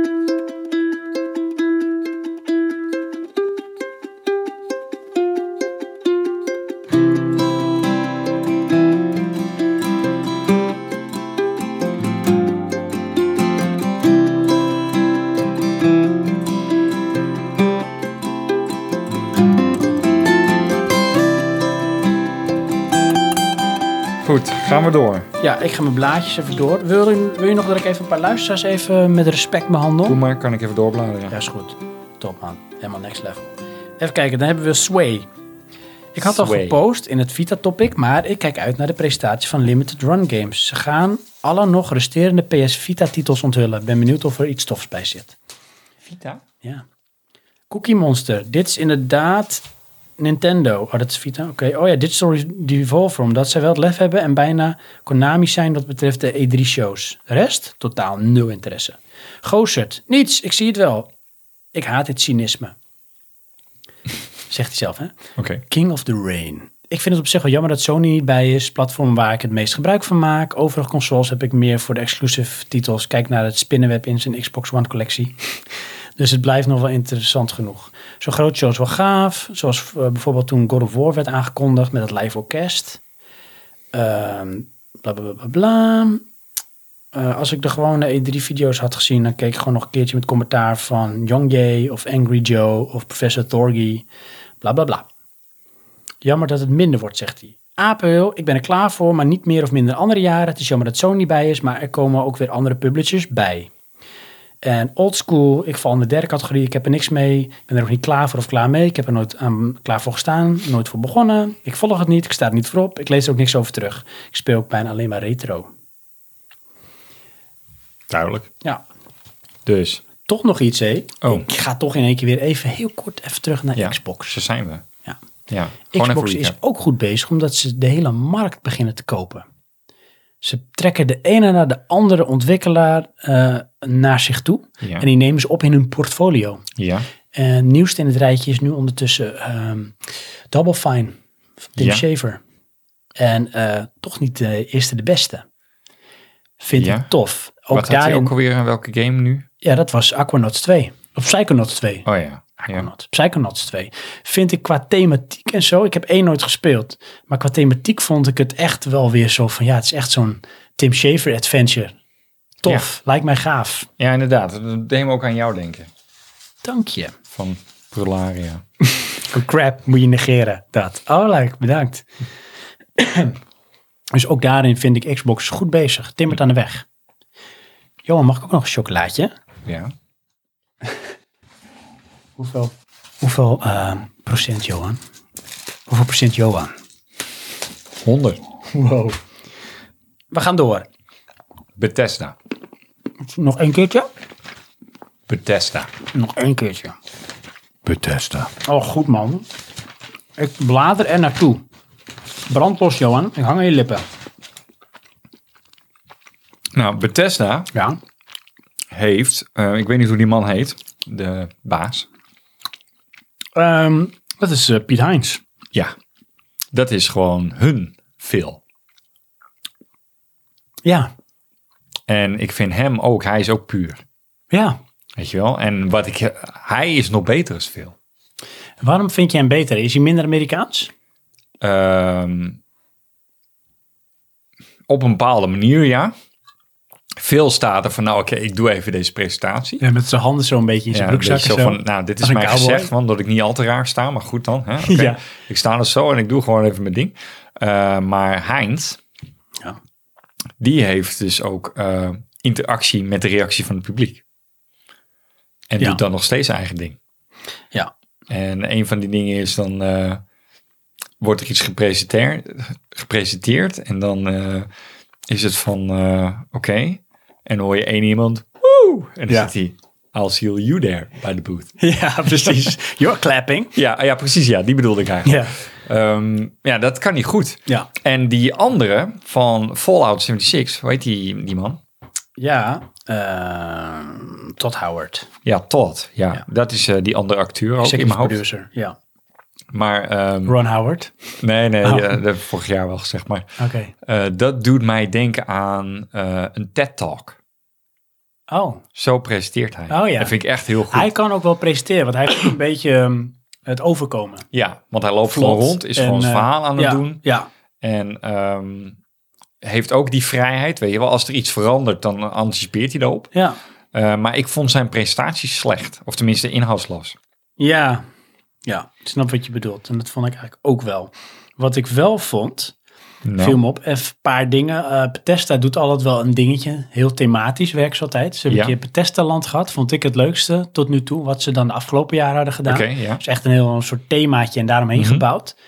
Goed, gaan we door. Ja, ik ga mijn blaadjes even door. Wil je, wil je nog dat ik even een paar luisteraars even met respect behandel? Doe maar, kan ik even doorbladeren. Ja, is goed. Top man. Helemaal next level. Even kijken, dan hebben we Sway. Ik had al Sway. gepost in het Vita-topic, maar ik kijk uit naar de presentatie van Limited Run Games. Ze gaan alle nog resterende P S Vita-titels onthullen. Ben benieuwd of er iets tofs bij zit. Vita? Ja. Cookie Monster. Dit is inderdaad Nintendo. Oh, dat is Vita. Oké. Okay. Oh ja, Digital Devolver. Omdat zij wel het lef hebben en bijna Konami zijn wat betreft de E drie shows. De rest? Totaal nul interesse. Gozert. Niets. Ik zie het wel. Ik haat dit cynisme. Zegt hij zelf, hè? Oké. Okay. King of the Rain. Ik vind het op zich wel jammer dat Sony niet bij is. Platform waar ik het meest gebruik van maak. Overige consoles heb ik meer voor de exclusive titels. Kijk naar het spinnenweb in zijn Xbox One collectie. Dus het blijft nog wel interessant genoeg. Zo'n groot show is wel gaaf. Zoals uh, bijvoorbeeld toen God of War werd aangekondigd met het live orkest. Uh, bla bla bla bla. Uh, als ik de gewone E drie video's had gezien, dan keek ik gewoon nog een keertje met commentaar van Young of Angry Joe of Professor Thorgy. Bla bla bla. Jammer dat het minder wordt, zegt hij. Apenhul, ik ben er klaar voor, maar niet meer of minder andere jaren. Het is jammer dat Sony bij is, maar er komen ook weer andere publishers bij. En old school, ik val in de derde categorie, ik heb er niks mee. Ik ben er nog niet klaar voor of klaar mee. Ik heb er nooit aan klaar voor gestaan, nooit voor begonnen. Ik volg het niet, ik sta er niet voor op. Ik lees er ook niks over terug. Ik speel ook bijna alleen maar retro. Duidelijk. Ja. Dus. Toch nog iets, hé. Oh. Ik ga toch in één keer weer even heel kort even terug naar Ja, Xbox. zo zijn we. Ja. Ja, Xbox is ook goed bezig omdat ze de hele markt beginnen te kopen. Ze trekken de ene naar de andere ontwikkelaar uh, naar zich toe. Ja. En die nemen ze op in hun portfolio. Ja. En nieuwste in het rijtje is nu ondertussen um, Double Fine. Tim Ja. Schafer. En uh, toch niet de eerste de beste. Vind Ja. ik tof. Ook Wat had hij daarin, ook alweer aan welke game nu? ja, dat was Aquanauts twee. Of Psychonauts twee. Oh ja. ja. Aquanauts. Psychonauts twee. Vind ik qua thematiek en zo. Ik heb één nooit gespeeld. Maar qua thematiek vond ik het echt wel weer zo van... Ja, het is echt zo'n Tim Schafer adventure. Tof. Lijkt mij gaaf. Ja, inderdaad. Dat deed me ook aan jou denken. Dank je. Van Prularia. Oh, crap, moet je negeren. Dat. Oh, leuk. Bedankt. Dus ook daarin vind ik Xbox goed bezig. Timmert aan de weg. Johan, mag ik ook nog een chocolaatje? Ja. Hoeveel, hoeveel uh, procent, Johan? Hoeveel procent, Johan? honderd. Wow. We gaan door. Bethesda. Nog één keertje? Bethesda. Nog één keertje. Bethesda. Oh, goed man. Ik blader er naartoe. Brandlos, Johan. Ik hang aan je lippen. Nou, Bethesda Ja. heeft, uh, ik weet niet hoe die man heet, de baas. Um, dat is uh, Piet Heinz. Ja, dat is gewoon hun veel. Ja. En ik vind hem ook, hij is ook puur. Ja. Weet je wel? En wat ik, hij is nog beter als veel. Waarom vind je hem beter? Is hij minder Amerikaans? Um, op een bepaalde manier, ja. Veel staat er van, nou oké, okay, ik doe even deze presentatie. Ja, met zijn handen zo een beetje in zijn Ja, broekzak. zo zo. van, nou, dit is Als een mij cowboy. gezegd, want dat ik niet al te raar sta, maar goed dan. Hè? Okay. Ja. Ik sta er zo en ik doe gewoon even mijn ding. Uh, maar Heinz, Ja. die heeft dus ook uh, interactie met de reactie van het publiek. En Ja. doet dan nog steeds zijn eigen ding. Ja. En een van die dingen is dan, uh, wordt er iets gepresenteerd, gepresenteerd en dan uh, is het van, uh, oké, okay. En dan hoor je één iemand, woe, en dan Ja. zit hij, I'll see you there by the booth. Ja, precies. You're clapping. Ja, ja, precies, ja, die bedoelde ik eigenlijk. Ja. Um, ja, dat kan niet goed. Ja. En die andere van Fallout zevenenzeventig, hoe heet die, die man? Ja. Uh, Todd Howard. Ja, Todd. Ja, Ja. dat is uh, die andere acteur ook in mijn hoofd. Producer. Ja. Maar, um, Ron Howard. nee, nee, Oh. ja, dat heb ik vorig jaar wel gezegd. Maar Oké. uh, dat doet mij denken aan uh, een TED-talk. Oh. Zo presenteert hij. Oh, ja. Dat vind ik echt heel goed. Hij kan ook wel presenteren, want hij heeft een beetje um, het overkomen. Ja, want hij loopt Vlot. gewoon rond, is En, gewoon zijn uh, verhaal aan het ja, doen. Ja. En um, heeft ook die vrijheid, weet je wel. Als er iets verandert, dan anticipeert hij daarop. Ja. Uh, maar ik vond zijn presentatie slecht. Of tenminste inhoudsloos. Ja. Ja, ik snap wat je bedoelt. En dat vond ik eigenlijk ook wel. Wat ik wel vond, Nou. viel me op, even een paar dingen. Uh, Bethesda doet altijd wel een dingetje. Heel thematisch werkt ze altijd. Ze hebben Ja. een keer Bethesda-land gehad. Vond ik het leukste tot nu toe. Wat ze dan de afgelopen jaren hadden gedaan. Oké, ja. Dus echt een heel een soort themaatje en daaromheen Mhm. gebouwd.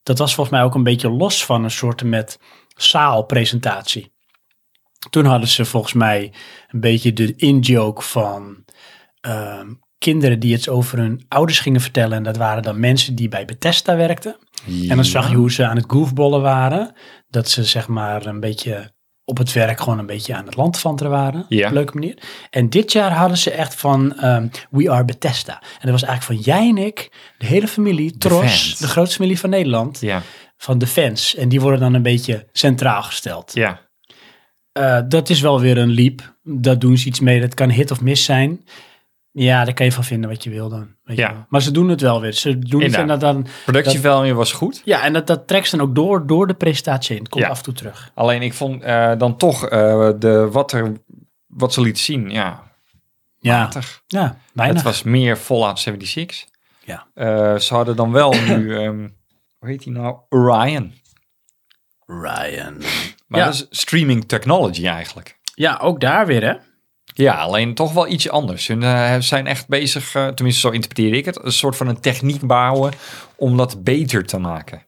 dat was volgens mij ook een beetje los van een soort met zaalpresentatie. Toen hadden ze volgens mij een beetje de in-joke van uh, kinderen die het over hun ouders gingen vertellen. En dat waren dan mensen die bij Bethesda werkten. Ja. En dan zag je hoe ze aan het goofballen waren. Dat ze zeg maar een beetje op het werk gewoon een beetje aan het landvanteren waren. Ja. Op een leuke manier. En dit jaar hadden ze echt van um, We Are Bethesda. En dat was eigenlijk van jij en ik, de hele familie, Tros, de grootste familie van Nederland, Ja. van de fans. En die worden dan een beetje centraal gesteld. Ja. Uh, dat is wel weer een leap. Dat doen ze iets mee. Dat kan hit of miss zijn. Ja, daar kan je van vinden wat je wil dan. Weet Ja. je wel. Maar ze doen het wel weer. Ze doen het en dat dan... Production dat, value was goed. Ja, en dat, dat trekt ze dan ook door, door de presentatie heen. Het komt Ja. af en toe terug. Alleen ik vond uh, dan toch uh, de, wat, er, wat ze liet zien, ja, Ja, matig. ja weinig. Het was meer Fallout zevenenzeventig. Ja. Uh, ze hadden dan wel nu, um, hoe heet die nou? Orion. Ryan. Maar Ja. dat is streaming technology eigenlijk. Ja, ook daar weer hè. Ja, alleen toch wel iets anders. Hun uh, zijn echt bezig, uh, tenminste zo interpreteer ik het, een soort van een techniek bouwen om dat beter te maken.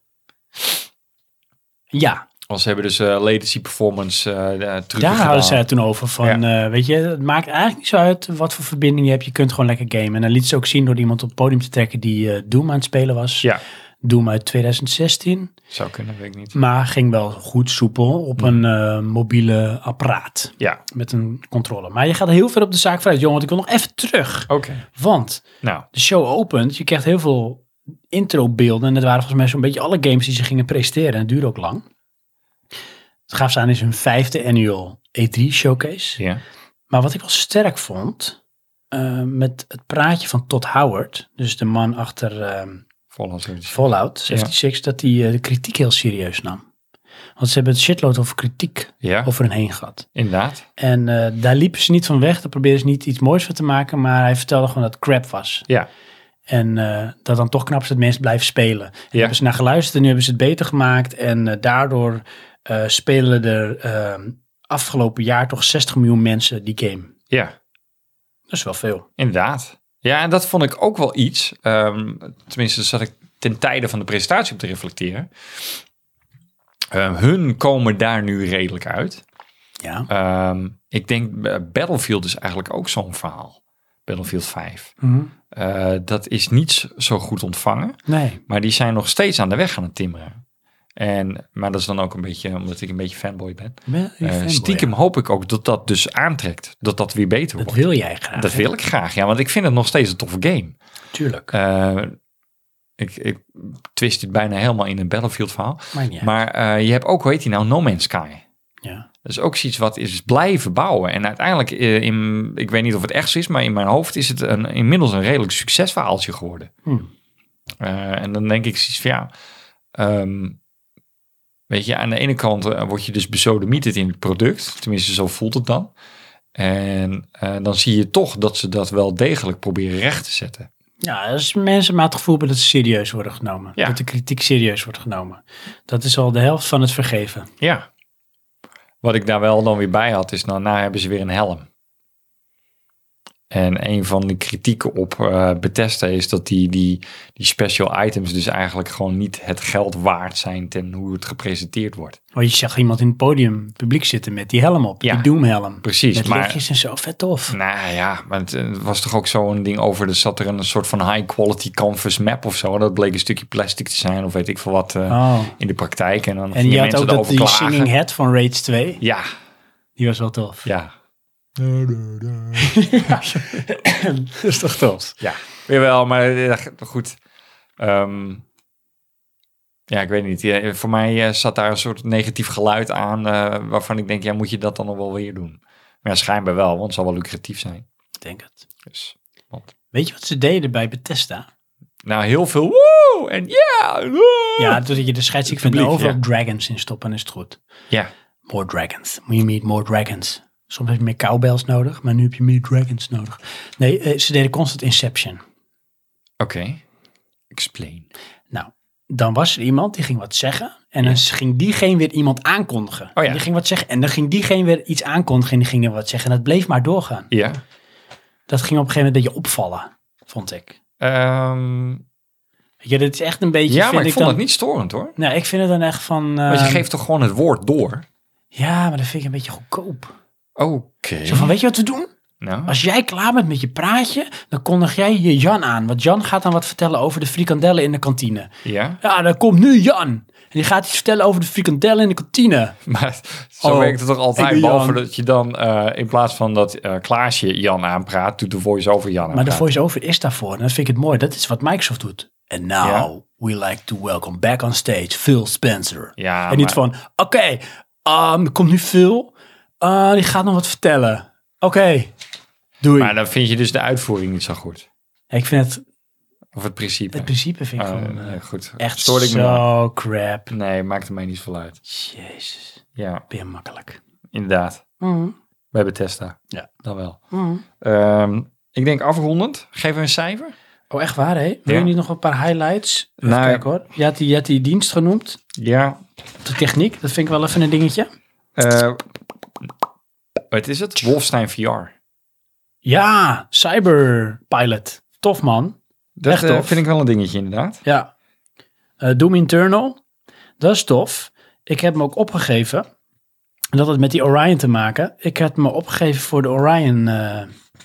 Ja, Want ze hebben dus uh, latency performance uh, terug daar hadden ze het toen over. Van, Ja. uh, weet je, het maakt eigenlijk niet zo uit wat voor verbinding je hebt. Je kunt gewoon lekker gamen. En dan liet ze ook zien door iemand op het podium te trekken die uh, Doom aan het spelen was. Ja, Doom uit twintig zestien. zou kunnen, weet ik niet. Maar ging wel goed soepel op een uh, mobiele apparaat. Ja, Met een controller. Maar je gaat heel ver op de zaak vooruit. Jongen, want ik wil nog even terug. oké. Want Nou, de show opent. Je krijgt heel veel introbeelden. En dat waren volgens mij zo'n beetje alle games die ze gingen presenteren. En het duurde ook lang. Het gaf ze aan is hun vijfde annual E drie showcase. ja. Maar wat ik wel sterk vond. Uh, met het praatje van Todd Howard. Dus de man achter um, Fallout zevenenzeventig. Fallout zevenenzeventig. Dat hij uh, de kritiek heel serieus nam. Want ze hebben het shitload over kritiek Ja, over hen heen gehad. inderdaad. En uh, daar liepen ze niet van weg. Daar probeerden ze niet iets moois van te maken. Maar hij vertelde gewoon dat het crap was. Ja, En uh, dat dan toch knap is dat mensen blijven spelen. En Ja. hebben ze naar geluisterd en nu hebben ze het beter gemaakt. En uh, daardoor uh, spelen er uh, afgelopen jaar toch zestig miljoen mensen die game. ja. Dat is wel veel. Inderdaad. Ja, en dat vond ik ook wel iets. Um, tenminste, zat ik ten tijde van de presentatie op te reflecteren. Um, hun komen daar nu redelijk uit. Ja. Um, ik denk, uh, Battlefield is eigenlijk ook zo'n verhaal. Battlefield vijf. Mm-hmm. Uh, dat is niet zo goed ontvangen. Nee. Maar die zijn nog steeds aan de weg aan het timmeren. En, maar dat is dan ook een beetje, omdat ik een beetje fanboy ben. Ben je Uh, fanboy, stiekem ja. hoop ik ook dat dat dus aantrekt. Dat dat weer beter Dat wordt. wil jij graag. Dat hè? wil ik graag, ja. Want ik vind het nog steeds een toffe game. Tuurlijk. Uh, ik, ik twist dit bijna helemaal in een Battlefield verhaal. Maar niet uit. Maar uh, je hebt ook, hoe heet die nou, No Man's Sky. Ja. Dat is ook iets wat is blijven bouwen. En uiteindelijk, uh, in, ik weet niet of het echt zo is, maar in mijn hoofd is het een, inmiddels een redelijk succesverhaaltje geworden. Hmm. Uh, en dan denk ik zoiets van, ja, um, weet je, aan de ene kant uh, word je dus besodemieterd in het product. Tenminste, zo voelt het dan. En uh, dan zie je toch dat ze dat wel degelijk proberen recht te zetten. Ja, als mensen maar het gevoel hebben dat ze serieus worden genomen. Ja. Dat de kritiek serieus wordt genomen. Dat is al de helft van het vergeven. Ja. Wat ik daar wel dan weer bij had, is nou, nou hebben ze weer een helm. En een van de kritieken op uh, Bethesda is dat die, die, die special items dus eigenlijk gewoon niet het geld waard zijn ten hoe het gepresenteerd wordt. Want je zag iemand in het podium publiek zitten met die helm op. Ja. Die Doom-helm. Precies, Met maar- lichtjes en zo. Vet tof. Nou ja, maar het, het was toch ook zo'n ding over, er zat er een soort van high quality canvas map of zo. Dat bleek een stukje plastic te zijn of weet ik veel wat uh, Oh. in de praktijk. En dan En gingen je had mensen ook dat, erover die klagen. Singing Head van Rage twee. Ja, Die was wel tof. ja. Dat is toch tof? Ja, weer wel, maar uh, goed. Um, ja, ik weet niet. Ja, voor mij uh, zat daar een soort negatief geluid aan, uh, waarvan ik denk, ja, moet je dat dan nog wel weer doen? Maar ja, schijnbaar wel, want het zal wel lucratief zijn. Ik denk het. Dus, wat? Weet je wat ze deden bij Bethesda? Nou, heel veel woe en ja, woe. Ja, doordat je de scheidsziek vindt, Publiek, overal ja. dragons in stoppen is het goed. Ja, More dragons. We need more dragons. Soms heb je meer cowbells nodig, maar nu heb je meer dragons nodig. Nee, eh, ze deden constant Inception. oké. Okay. Explain. Nou, dan was er iemand die ging wat zeggen. En dan ging diegene weer iemand aankondigen. Oh ja. En die ging wat zeggen. En dan ging diegene weer iets aankondigen. En die ging weer wat zeggen. En dat bleef maar doorgaan. Ja. Dat ging op een gegeven moment een beetje opvallen, vond ik. Um, Weet je, dit is echt een beetje... Ja, vind maar ik, ik vond dan, het niet storend hoor. Nou, ik vind het dan echt van... Uh, Want je geeft toch gewoon het woord door? Ja, maar dat vind ik een beetje goedkoop. Oké. Okay. Zo van, weet je wat we doen? Nou. Als jij klaar bent met je praatje, dan kondig jij je Jan aan. Want Jan gaat dan wat vertellen over de frikandellen in de kantine. Ja? Ja, dan komt nu Jan. En die gaat iets vertellen over de frikandellen in de kantine. Maar zo oh, werkt het toch altijd, behalve Jan. dat je dan uh, in plaats van dat uh, Klaasje Jan aanpraat, doet de voice-over Jan aanpraat. Maar de voice-over is daarvoor. En dat vind ik het mooi. Dat is wat Microsoft doet. And now ja? we like to welcome back on stage Phil Spencer. Ja, en niet maar... van, oké, okay, um, er komt nu Phil. Uh, die gaat nog wat vertellen. Oké, okay, doei. Maar dan vind je dus de uitvoering niet zo goed. Ja, ik vind het... Of het principe. Het principe vind ik uh, gewoon nee, goed. echt Stoorde ik zo crap. Nee, maakt er mij niet veel uit. Jezus. Ja. Ben je makkelijk. Inderdaad. Mm. We hebben Bethesda. Ja. Dan wel. Mm. Um, ik denk afrondend. Geef een cijfer. Oh, echt waar, hè? Wil ja. je niet nog een paar highlights? Even nou, kijken, hoor. Je had, die, je had die dienst genoemd. Ja. De techniek, dat vind ik wel even een dingetje. Uh, wat is het? Wolfenstein V R. Ja, Cyberpilot. Tof, man. Dat echt uh, tof. vind ik wel een dingetje, inderdaad. Ja. Uh, Doom Eternal. Dat is tof. Ik heb me ook opgegeven. Dat had met die Orion te maken. Ik had me opgegeven voor de Orion... Uh,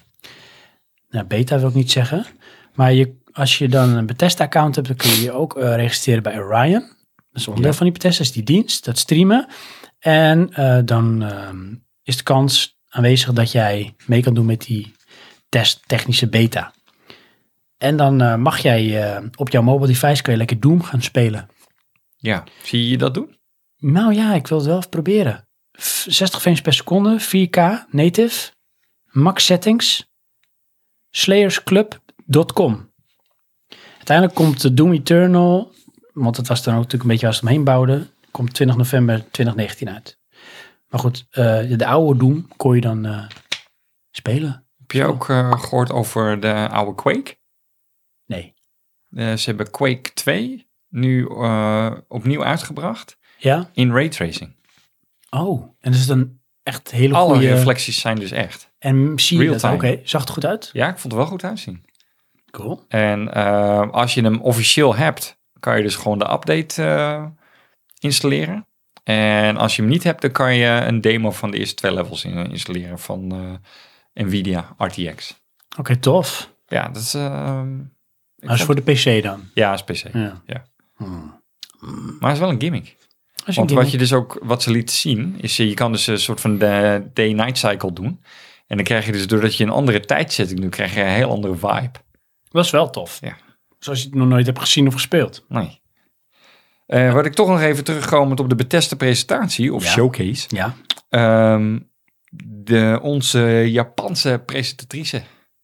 nou, beta wil ik niet zeggen. Maar je, als je dan een Bethesda-account hebt, dan kun je je ook uh, registreren bij Orion. Dat is onderdeel ja. van die Bethesda, is die dienst, dat streamen. En uh, dan uh, is de kans aanwezig dat jij mee kan doen met die test technische beta. En dan uh, mag jij uh, op jouw mobile device kan je lekker Doom gaan spelen. Ja, zie je dat doen? Nou ja, ik wil het wel even proberen. zestig frames per seconde, vier K, native, max settings, slayersclub dot com. Uiteindelijk komt de Doom Eternal, want dat was dan ook natuurlijk een beetje waar ze omheen bouwden, komt twintig november twintig negentien uit. Maar goed, uh, de oude Doom kon je dan uh, spelen. Heb je ook uh, gehoord over de oude Quake? Nee. Uh, ze hebben Quake twee nu uh, opnieuw uitgebracht. Ja? In raytracing. Oh, en dat is dan echt hele Alle goede... reflecties zijn dus echt. En zie je dat? Oké, okay. Zag het goed uit? Ja, ik vond het wel goed uitzien. Cool. En uh, als je hem officieel hebt, kan je dus gewoon de update uh, installeren. En als je hem niet hebt, dan kan je een demo van de eerste twee levels installeren van uh, Nvidia R T X. Oké, okay, tof. Ja, dat is... Uh, dat is voor de P C dan? Ja, dat is P C. Ja. Ja. Hmm. Maar het is wel een gimmick. Een Want gimmick. wat je dus ook, wat ze lieten zien, is je kan dus een soort van de day-night cycle doen. En dan krijg je dus, doordat je een andere tijdzetting doet, krijg je een heel andere vibe. Dat is wel tof. Ja. Zoals je het nog nooit hebt gezien of gespeeld. Nee. Uh, wat ik toch nog even terugkomend op de Bethesda presentatie, of ja. showcase. Ja. Um, de, onze Japanse presentatrice.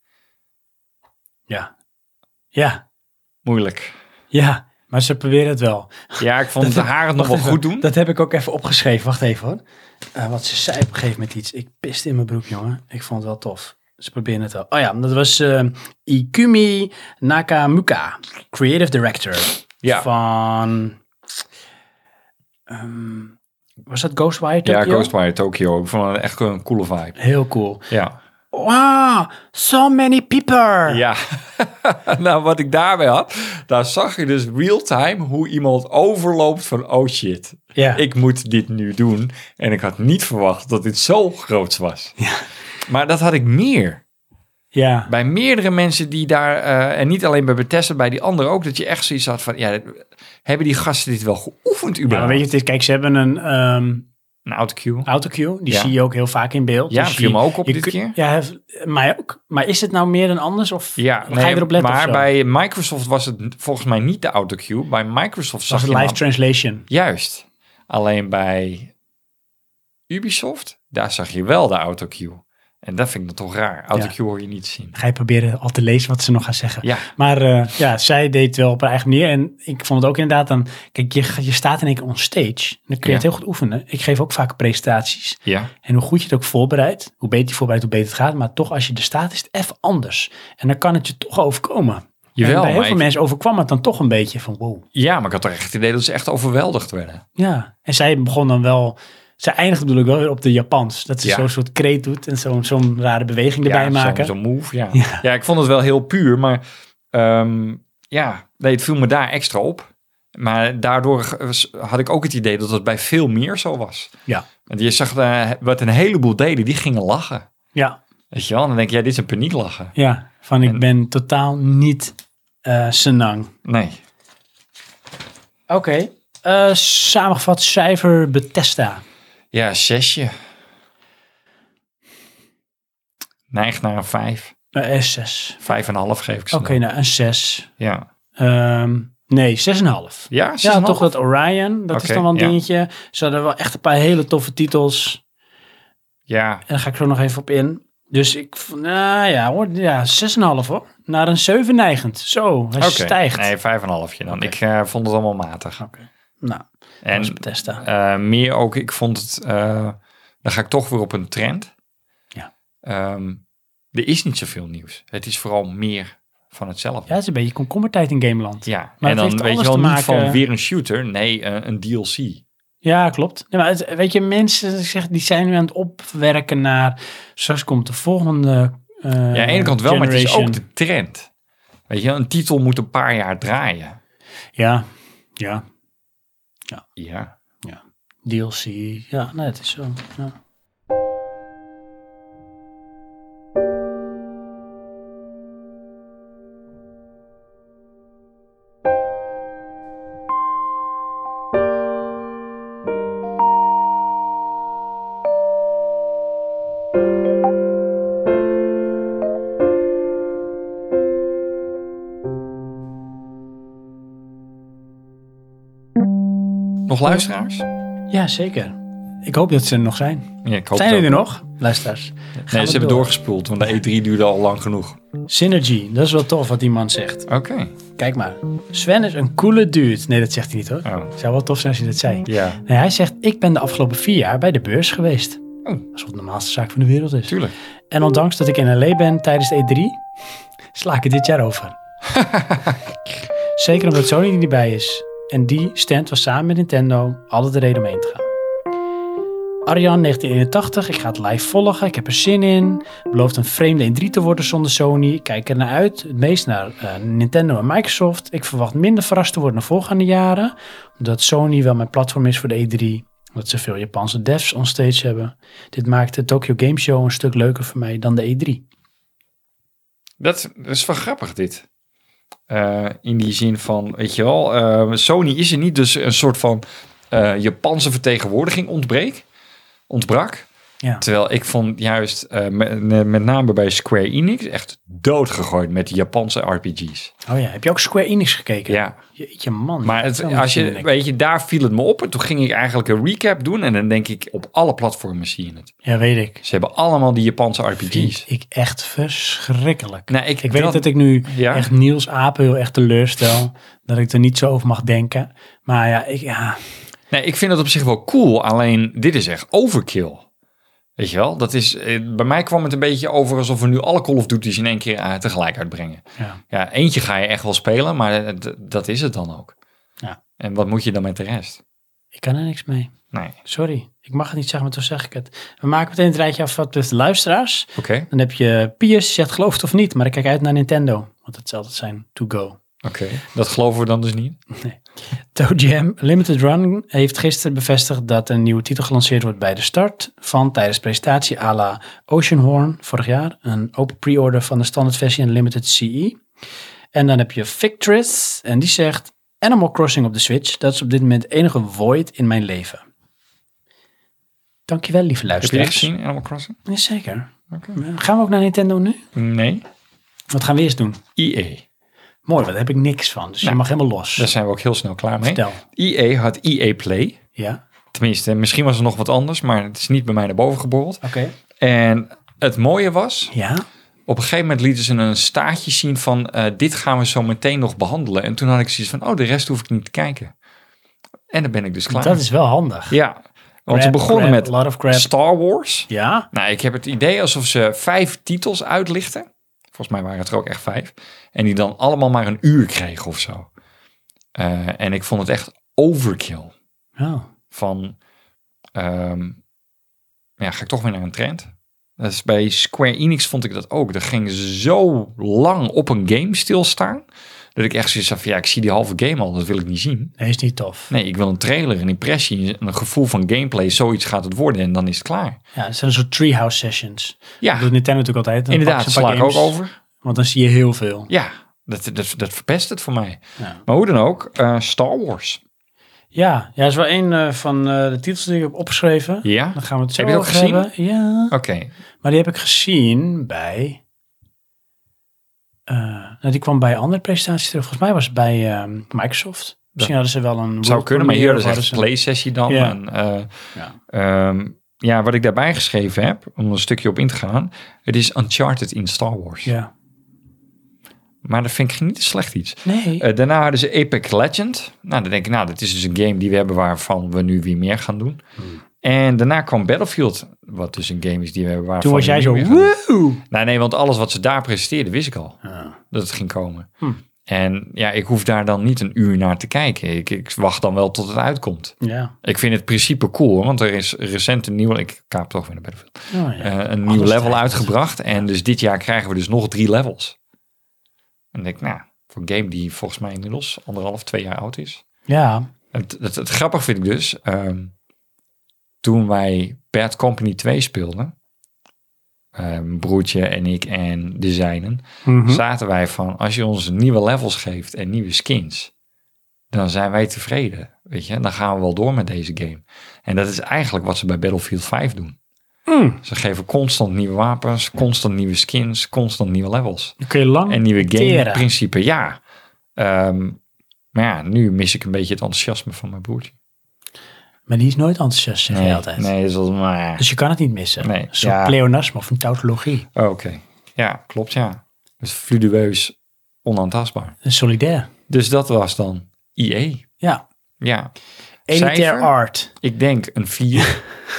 Ja. Ja. Moeilijk. Ja, maar ze proberen het wel. Ja, ik vond dat, haar het nog wel even, goed doen. Dat heb ik ook even opgeschreven. Wacht even hoor. Uh, wat ze zei op een gegeven moment iets. Ik piste in mijn broek, jongen. Ik vond het wel tof. Ze proberen het wel. Oh ja, dat was uh, Ikumi Nakamuka, Creative Director. Ja. Van... Um, was dat Ghostwire Tokyo? Ja, Ghostwire Tokyo. Ik vond het echt een coole vibe. Heel cool. Ja. Wow, so many people. Ja, nou wat ik daarbij had, daar zag je dus real-time hoe iemand overloopt van oh shit, ja. ik moet dit nu doen. En ik had niet verwacht dat dit zo groot was. Ja. Maar dat had ik meer. Ja. Bij meerdere mensen die daar, uh, en niet alleen bij Bethesda, bij die anderen ook, dat je echt zoiets had van, ja, hebben die gasten dit wel geoefend überhaupt? Ja, weet je, het is, kijk, ze hebben een... Um... Een autocue. Autocue, die ja. zie je ook heel vaak in beeld. Ja, dus viel me ook op je, dit je, keer. Ja, mij ook. Maar is het nou meer dan anders? Of ja, ga nee, je erop letten? maar bij Microsoft was het volgens mij niet de autocue. Bij Microsoft zag was je het live hem, translation. Juist. Alleen bij Ubisoft, daar zag je wel de autocue. En dat vind ik dan toch raar. Autocue ja. hoor je niet zien. Ga je proberen al te lezen wat ze nog gaan zeggen. Ja. Maar uh, ja, zij deed het wel op haar eigen manier. En ik vond het ook inderdaad dan... Kijk, je, je staat in één keer on stage. Dan kun je ja. het heel goed oefenen. Ik geef ook vaak presentaties. Ja. En hoe goed je het ook voorbereidt. Hoe beter je voorbereidt, hoe beter het gaat. Maar toch, als je er staat, is het even anders. En dan kan het je toch overkomen. Jawel, en bij heel veel ik... mensen overkwam het dan toch een beetje van wow. Ja, maar ik had toch echt het idee dat ze echt overweldigd werden. Ja, en zij begon dan wel... Zij eindigt bedoel ik wel weer op de Japans. Dat ze ja. zo'n soort kreet doet en zo'n zo'n rare beweging erbij ja, maken. Zo'n zo move, ja. ja. Ja, ik vond het wel heel puur, maar um, ja, nee, het viel me daar extra op. Maar daardoor had ik ook het idee dat het bij veel meer zo was. Ja. Want je zag uh, wat een heleboel deden, die gingen lachen. Ja. Weet je wel? En dan denk je, ja, dit is een panieklachen. Ja, van ik En- ben totaal niet uh, senang. Nee. Oké. Okay. Uh, samengevat cijfer Bethesda. Ja, zesje. Neigt naar een vijf. Uh, zes. Vijf en een half geef ik ze. Oké, okay, nou een zes. Ja. Um, nee, zes en een half. Ja, zes Ja, en een toch half? dat Orion. Dat Oké, is dan wel een ja. dingetje. Ze hadden wel echt een paar hele toffe titels. Ja. En daar ga ik zo nog even op in. Dus ik vond, nou ja hoor, ja, zes en een half hoor. Naar een zeven neigend. Zo, hij Oké. stijgt. Nee, vijf en een halfje dan. Oké. Ik uh, vond het allemaal matig. Oké. Okay. Nou, En dat is Bethesda. uh, meer ook, ik vond het, uh, dan ga ik toch weer op een trend. Ja. Um, er is niet zoveel nieuws. Het is vooral meer van hetzelfde. Ja, het is een beetje komkommertijd in Gameland. Ja, Maar en het dan heeft weet je alles wel te niet maken- van weer een shooter. Nee, uh, een D L C. Ja, klopt. Nee, maar het, weet je, mensen ik zeg, die zijn nu aan het opwerken naar... Straks komt de volgende uh, Ja, aan de ene kant wel, generation. maar het is ook de trend. Weet je, een titel moet een paar jaar draaien. Ja, ja, Ja. D L C. Ja, nee, het is zo. Ja. Nog luisteraars? Ja, zeker. Ik hoop dat ze er nog zijn. Ja, ik hoop Zijn het jullie er ook. nog, luisteraars? Gaan Nee, we ze hebben door. doorgespoeld, want de E drie duurde al lang genoeg. Synergy, dat is wel tof wat die man zegt. Oké. Kijk maar. Sven is een coole dude. Nee, dat zegt hij niet hoor. Oh. Het zou wel tof zijn als hij dat zei. Ja, Nee, hij zegt, ik ben de afgelopen vier jaar bij de beurs geweest. Oh. Alsof het de normaalste zaak van de wereld is. tuurlijk. En ondanks dat ik in L A ben tijdens de E drie, sla ik het dit jaar over. Zeker omdat Sony er niet bij is. En die stand was samen met Nintendo altijd de reden om heen te gaan. Arjan negentien eenentachtig, ik ga het live volgen, ik heb er zin in. Belooft een vreemde E drie te worden zonder Sony. Ik kijk er naar uit, het meest naar uh, Nintendo en Microsoft. Ik verwacht minder verrast te worden dan voorgaande jaren. Omdat Sony wel mijn platform is voor de E drie. Omdat ze veel Japanse devs onstage hebben. Dit maakt de Tokyo Game Show een stuk leuker voor mij dan de E drie. Dat, dat is wel grappig dit. Uh, in die zin van, weet je wel, uh, Sony is er niet, dus een soort van uh, Japanse vertegenwoordiging ontbreek, ontbrak. Ja. Terwijl ik vond juist, uh, met, met name bij Square Enix, echt doodgegooid met die Japanse R P G's. Oh ja, heb je ook Square Enix gekeken? Ja. Jeetje man. Maar het, Zo als je, vind ik. weet je, daar viel het me op. En toen ging ik eigenlijk een recap doen. En dan denk ik, op alle platformen zie je het. Ja, weet ik. Ze hebben allemaal die Japanse R P G's. Vind ik echt verschrikkelijk. Nou, ik, Ik weet dat- dat ik nu Ja. echt Niels Apen heel echt teleurstel. Dat ik er niet zo over mag denken. Maar ja, ik, ja, Nee, ik vind het op zich wel cool. Alleen, dit is echt overkill. Weet je wel? Dat is, eh, bij mij kwam het een beetje over alsof we nu alle Call of Duty's in één keer uh, tegelijk uitbrengen. ja. Ja, eentje ga je echt wel spelen, maar eh, d- dat is het dan ook. Ja. En wat moet je dan met de rest? Ik kan er niks mee. Nee. Sorry, ik mag het niet zeggen, maar toch zeg ik het. We maken meteen het rijtje af wat betreft de luisteraars. Oké, Dan heb je Piers, die zegt geloof het of niet, maar ik kijk uit naar Nintendo. Want het zal altijd zijn to go. oké. Dat geloven we dan dus niet. Toe Jam Limited Run heeft gisteren bevestigd dat een nieuwe titel gelanceerd wordt bij de start van tijdens presentatie à la Oceanhorn vorig jaar. Een open pre-order van de standaardversie en Limited C E. En dan heb je Victress en die zegt Animal Crossing op de Switch. Dat is op dit moment het enige void in mijn leven. Dankjewel lieve Heb je dit luisteraars. gezien, Animal Crossing? Ja, zeker. Oké. Gaan we ook naar Nintendo nu? Nee. Wat gaan we eerst doen? E A. Mooi, daar heb ik niks van. Dus je Nou, mag helemaal los. Daar zijn we ook heel snel klaar mee. Vertel. E A had E A Play. Ja, Tenminste, misschien was er nog wat anders, maar het is niet bij mij naar boven geborreld. oké. En het mooie was, Ja, op een gegeven moment lieten ze een staartje zien van uh, dit gaan we zo meteen nog behandelen. En toen had ik zoiets van, oh, de rest hoef ik niet te kijken. En dan ben ik dus klaar. dat is wel handig. Ja, want Crap, we begonnen crap, met lot of crap. Star Wars. Ja, Nou, ik heb het idee alsof ze vijf titels uitlichten. Volgens mij waren het er ook echt vijf. En die dan allemaal maar een uur kregen of zo. Uh, en ik vond het echt overkill. oh. Van, um, ja, ga ik toch weer naar een trend. Dat is bij Square Enix vond ik dat ook. Er ging zo lang op een game stilstaan. Dat ik echt zoiets had van, ja, ik zie die halve game al, dat wil ik niet zien. Nee, is niet tof. Nee, ik wil een trailer, een impressie, een gevoel van gameplay. Zoiets gaat het worden en dan is het klaar. Ja, het zijn een soort treehouse sessions. Ja, Dat doet Nintendo natuurlijk altijd. Dan inderdaad, pakken ze een sla paar ik ook games, over. Want dan zie je heel veel. Ja, dat, dat, dat verpest het voor mij. Ja, Maar hoe dan ook, uh, Star Wars. ja, ja, dat is wel een uh, van uh, de titels die ik heb opgeschreven. Ja? Dan gaan we het zo Heb je die ook over gezien? hebben. Ja, Oké. Okay. maar die heb ik gezien bij... Uh, nou, die kwam bij andere presentaties terug. Volgens mij was het bij um, Microsoft. Misschien hadden ze wel een... Zou kunnen, maar hier is echt ze... een play-sessie dan. Ja. En, uh, ja. Um, ja, wat ik daarbij geschreven heb, om een stukje op in te gaan. Het is Uncharted in Star Wars. Ja. Maar dat vind ik niet slecht iets. Nee. Uh, daarna hadden ze Apex Legend. Nou, dan denk ik, nou, dat is dus een game die we hebben waarvan we nu weer meer gaan doen. Hmm. En daarna kwam Battlefield, wat dus een game is die we hebben waarvan Toen was we jij nu zo, weer gaan doen. woe! Nou, nee, want alles wat ze daar presenteerden, wist ik al. Ja. Dat het ging komen. Hmm. En ja, ik hoef daar dan niet een uur naar te kijken. Ik, ik wacht dan wel tot het uitkomt. Ja. Ik vind het principe cool, want er is recent een nieuwe... Ik kaap toch weer naar Battlefield. Oh, ja. uh, een nieuw level uitgebracht. En dus dit jaar krijgen we dus nog drie levels. En ik denk, nou, voor een game die volgens mij inmiddels anderhalf, twee jaar oud is. Ja. Het, het, het grappig vind ik dus, um, toen wij Bad Company twee speelden, um, broertje en ik en de zijnen, Mm-hmm. zaten wij van, als je ons nieuwe levels geeft en nieuwe skins, dan zijn wij tevreden, weet je. Dan gaan we wel door met deze game. En dat is eigenlijk wat ze bij Battlefield vijf doen. Mm. Ze geven constant nieuwe wapens, constant nieuwe skins, constant nieuwe levels. Dan kun je lang En nieuwe teren. game principe, ja. Um, maar ja, nu mis ik een beetje het enthousiasme van mijn broertje. Maar die is nooit enthousiast, zeg nee, je altijd. Nee, dat is maar... Dus je kan het niet missen. Nee, een soort ja. pleonasme of een tautologie. Oh, oké. Okay. Ja, klopt, ja. Dus fluidueus, onaantastbaar. Een solidair. Dus dat was dan I E. Ja. Ja. Elitair Cijfer? art. Ik denk een vier.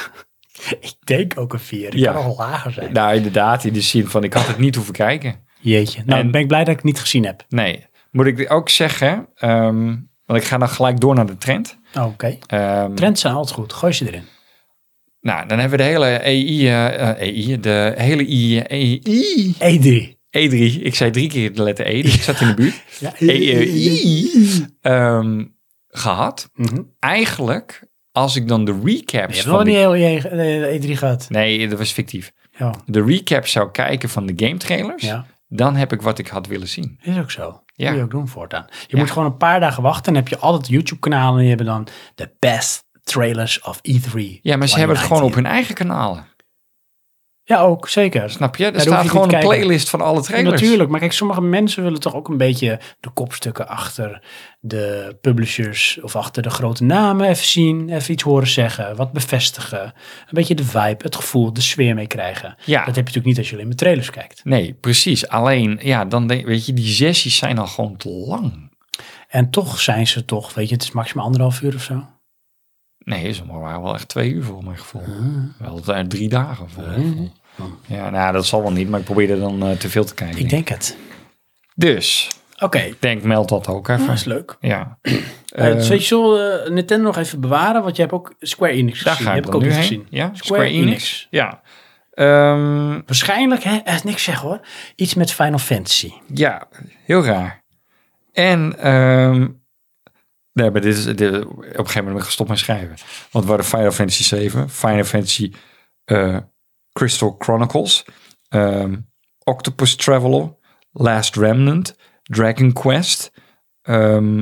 Ik denk ook een vier. Die Ja. kan nog lager zijn. Nou, inderdaad, in de zin van ik had het niet hoeven kijken. Jeetje. Nou, En- ben ik blij dat ik het niet gezien heb. Nee. Moet ik ook zeggen, um, want ik ga dan gelijk door naar de trend. Oh, Oké. Okay. Um, Trends zijn altijd goed. Gooi ze erin. Nou, dan hebben we de hele E I, uh, uh, E I, de hele I, E I, E drie. E drie. Ik zei drie keer de letter E, dus ik zat in de buurt. Ja. E I um, gehad. Mm-hmm. Eigenlijk, als ik dan de Je recaps hebt van wel de... niet heel je E drie gehad. Nee, dat was fictief. Ja. De recap zou kijken van de game trailers, Ja. dan heb ik wat ik had willen zien. Is ook zo. Ja. Moet je ook doen voortaan. Je Ja. moet gewoon een paar dagen wachten. Dan heb je altijd YouTube-kanalen. En die hebben dan de best trailers of E drie. Ja, maar ze hebben het gewoon op hun eigen kanalen. Ja, ook. Zeker. Snap je? Er dan hoef staat je gewoon niet een te kijken. playlist van alle Ja, trailers. natuurlijk, maar kijk, sommige mensen willen toch ook een beetje de kopstukken achter de publishers of achter de grote namen even zien, even iets horen zeggen, wat bevestigen. Een beetje de vibe, het gevoel, de sfeer mee krijgen. Ja. Dat heb je natuurlijk niet als je alleen maar trailers kijkt. Nee, precies. Alleen, ja, dan denk weet je, die sessies zijn al gewoon te lang. En toch zijn ze toch, weet je, het is maximaal anderhalf uur of zo. Nee, ze waren wel echt twee uur voor mijn gevoel. Wel uh, drie dagen voor mijn gevoel. Ja, nou, dat zal wel niet, maar ik probeerde dan uh, te veel te kijken. Ik denk het. Dus, Oké, okay. ik denk, meld dat ook even. Dat is leuk. Ja. Uh, dus weet je, zullen uh, Nintendo nog even bewaren? Want je hebt ook Square Enix Daar gezien. ga Die ik heb ik dan ook nu niet heen. gezien. Ja, Square, Square Enix. Enix. Ja. Um, Waarschijnlijk, hè, eh, niks zeggen hoor. Iets met Final Fantasy. ja, heel raar. En, um, nee, maar dit is, dit, op een gegeven moment ben ik gestopt met schrijven. Want we hadden Final Fantasy zeven, Final Fantasy uh, Crystal Chronicles, um, Octopus Traveler, Last Remnant, Dragon Quest, um,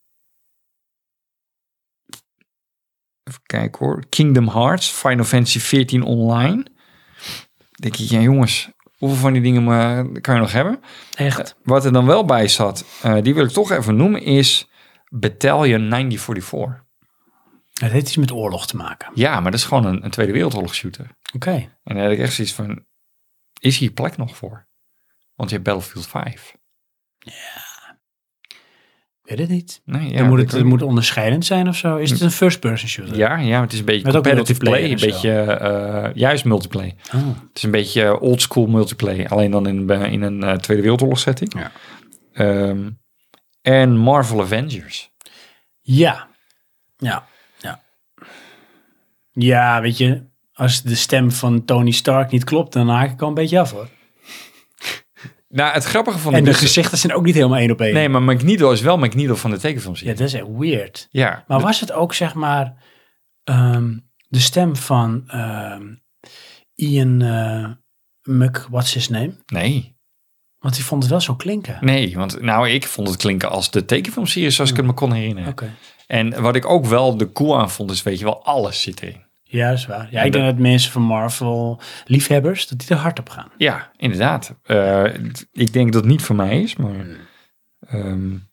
even kijken hoor, Kingdom Hearts, Final Fantasy veertien Online. Denk ik, ja jongens, hoeveel van die dingen uh, kan je nog hebben? Echt? Uh, wat er dan wel bij zat, uh, die wil ik toch even noemen, is Battalion negentien vierenveertig. Het heeft iets met oorlog te maken. Ja, maar dat is gewoon een, een Tweede Wereldoorlog shooter. Oké. Okay. En daar heb ik echt zoiets van, is hier plek nog voor? Want je hebt Battlefield vijf. Ja. Ik weet het niet. Nee, ja, dan moet het, ik het moet onderscheidend zijn of zo. Is het een first-person shooter? Ja, ja, het is een beetje met competitive play. Een zo. beetje, uh, juist multiplayer. Oh. Het is een beetje oldschool multiplayer. Alleen dan in, in een uh, Tweede Wereldoorlog setting. Ja. Um, en Marvel Avengers. Ja. Ja. Ja. Ja, weet je. Als de stem van Tony Stark niet klopt, dan haak ik al een beetje af hoor. Nou, het grappige van... En de dus- gezichten zijn ook niet helemaal één op één. Nee, maar Magneto is wel Magneto van de tekenfilmserie. Ja, dat is echt weird. Ja. Maar was het ook, zeg maar, um, de stem van um, Ian uh, Mc, what's his name? Nee. Want die vond het wel zo klinken. Nee, want nou, ik vond het klinken als de tekenfilmserie zoals ik het me kon herinneren. Oké. Okay. En wat ik ook wel de cool aan vond, is weet je wel, alles zit erin. Ja, dat is waar. Ja, ik denk dat mensen van Marvel, liefhebbers, dat die er hard op gaan. Ja, inderdaad. Uh, ik denk dat het niet voor mij is, maar... Um,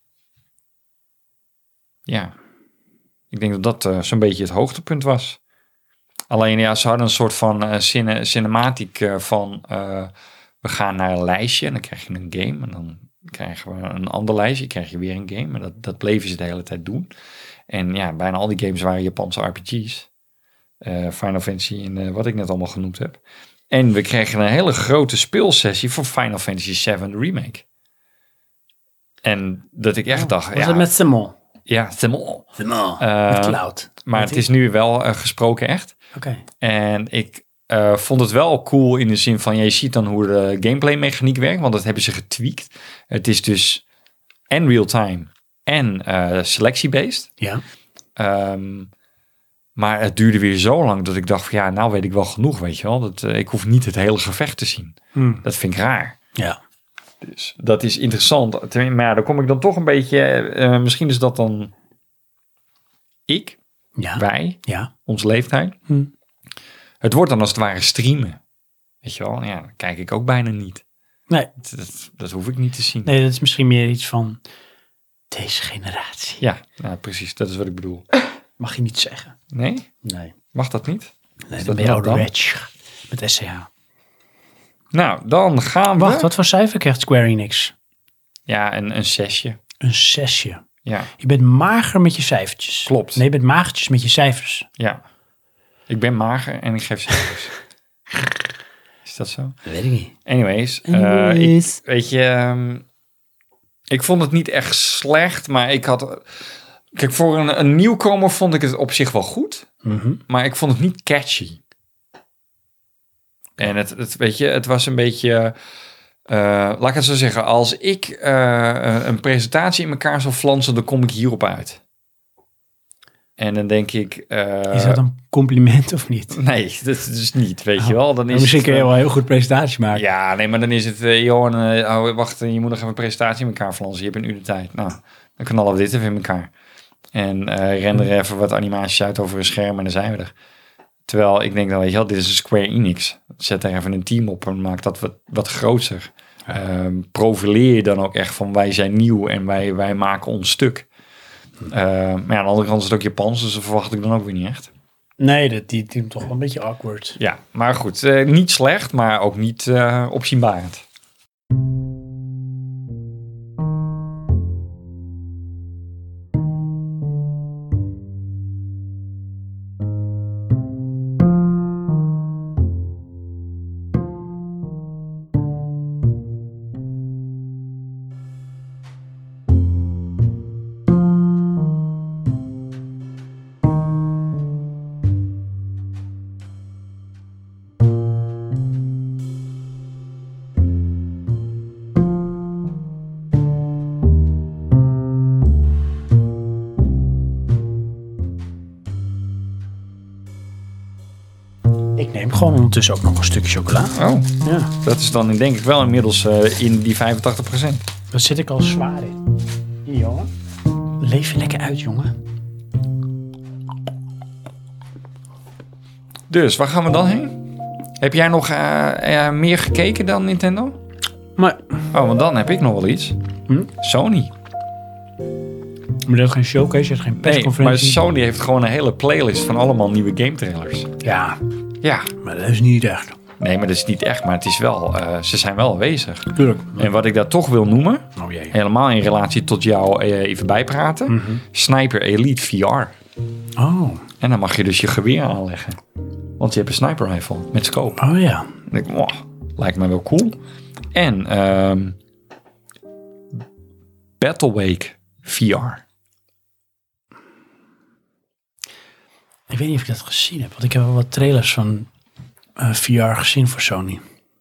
ja. Ik denk dat dat uh, zo'n beetje het hoogtepunt was. Alleen, ja, ze hadden een soort van uh, cine, cinematiek uh, van... Uh, we gaan naar een lijstje en dan krijg je een game. En dan krijgen we een ander lijstje, krijg je weer een game. En dat, dat bleven ze de hele tijd doen. En ja, bijna al die games waren Japanse R P G's. Uh, Final Fantasy en uh, wat ik net allemaal genoemd heb. En we kregen een hele grote speelsessie voor Final Fantasy zeven Remake. En dat ik echt oh, dacht... Was ja, het met Simon? Ja, Simon. Simon, uh, met Cloud. Maar het is nu wel uh, gesproken echt. Oké. Okay. En ik uh, vond het wel cool in de zin van... je ziet dan hoe de gameplay mechaniek werkt, want dat hebben ze getweakt. Het is dus en real-time en uh, selectie-based. Ja. Um, Maar het duurde weer zo lang dat ik dacht van ja, nou weet ik wel genoeg, weet je wel. Dat, uh, ik hoef niet het hele gevecht te zien. Hmm. Dat vind ik raar. Ja. Dus dat is interessant. Maar ja, dan kom ik dan toch een beetje... Uh, misschien is dat dan ik, ja. wij, ja. onze leeftijd. Hmm. Het wordt dan als het ware streamen. Weet je wel, ja, dat kijk ik ook bijna niet. Nee. Dat, dat, dat hoef ik niet te zien. Nee, dat is misschien meer iets van deze generatie. Ja, nou, precies. Dat is wat ik bedoel. Mag je niet zeggen. Nee? Nee. Mag dat niet? Nee, is dan dat ben je dan? ouderwets met S C H. Nou, dan gaan we... Wacht, wat voor cijfer krijgt Square Enix? Ja, een, een zesje. Een zesje. Ja. Je bent mager met je cijfertjes. Klopt. Nee, je bent magertjes met je cijfers. Ja. Ik ben mager en ik geef cijfers. Is dat zo? Dat weet ik niet. Anyways. Anyways. Uh, ik, weet je... Um, ik vond het niet echt slecht, maar ik had... Kijk, voor een, een nieuwkomer vond ik het op zich wel goed. Mm-hmm. Maar ik vond het niet catchy. En het, het, weet je, het was een beetje... Uh, laat ik het zo zeggen. Als ik uh, een presentatie in elkaar zou flansen, dan kom ik hierop uit. En dan denk ik... Uh, is dat een compliment of niet? Nee, dat is dus niet, weet oh. je wel. Dan is misschien het, kun je wel een heel goed presentatie maken. Ja, nee, maar dan is het... Uh, Johan, uh, oh, wacht, je moet nog even een presentatie in elkaar flansen. Je hebt een uur de tijd. Nou, dan knallen we dit even in elkaar. En uh, render even wat animaties uit over een scherm en dan zijn we er. Terwijl ik denk dan, weet je wel, dit is een Square Enix. Zet er even een team op en maak dat wat, wat groter. Ja. Um, profileer je dan ook echt van wij zijn nieuw en wij, wij maken ons stuk. Uh, maar ja, aan de andere kant is het ook Japans, dus dat verwacht ik dan ook weer niet echt. Nee, dat, die team toch wel een beetje awkward. Ja, maar goed, uh, niet slecht, maar ook niet uh, opzienbarend. Ik neem gewoon ondertussen ook nog een stukje chocola. Oh, ja. Dat is dan denk ik wel inmiddels uh, in die vijfentachtig procent. Daar zit ik al zwaar in. Hier, jongen. Leef je lekker uit, jongen. Dus, waar gaan we dan heen? Heb jij nog uh, uh, meer gekeken dan Nintendo? Maar... Oh, want dan heb ik nog wel iets. Hm? Sony. Maar er is geen showcase, er is geen persconferentie. Nee, maar Sony heeft gewoon een hele playlist van allemaal nieuwe game trailers. Ja. Ja. Maar dat is niet echt. Nee, maar dat is niet echt, maar het is wel, uh, ze zijn wel aanwezig. Tuurlijk. En wat ik daar toch wil noemen, oh jee. helemaal in relatie tot jou uh, even bijpraten, mm-hmm. Sniper Elite V R. Oh. En dan mag je dus je geweer aanleggen. Want je hebt een sniper rifle met scope. Oh ja. Dan denk ik, wow, lijkt me wel cool. En um, Battlewake V R. Ik weet niet of ik dat gezien heb, want ik heb wel wat trailers van uh, V R gezien voor Sony.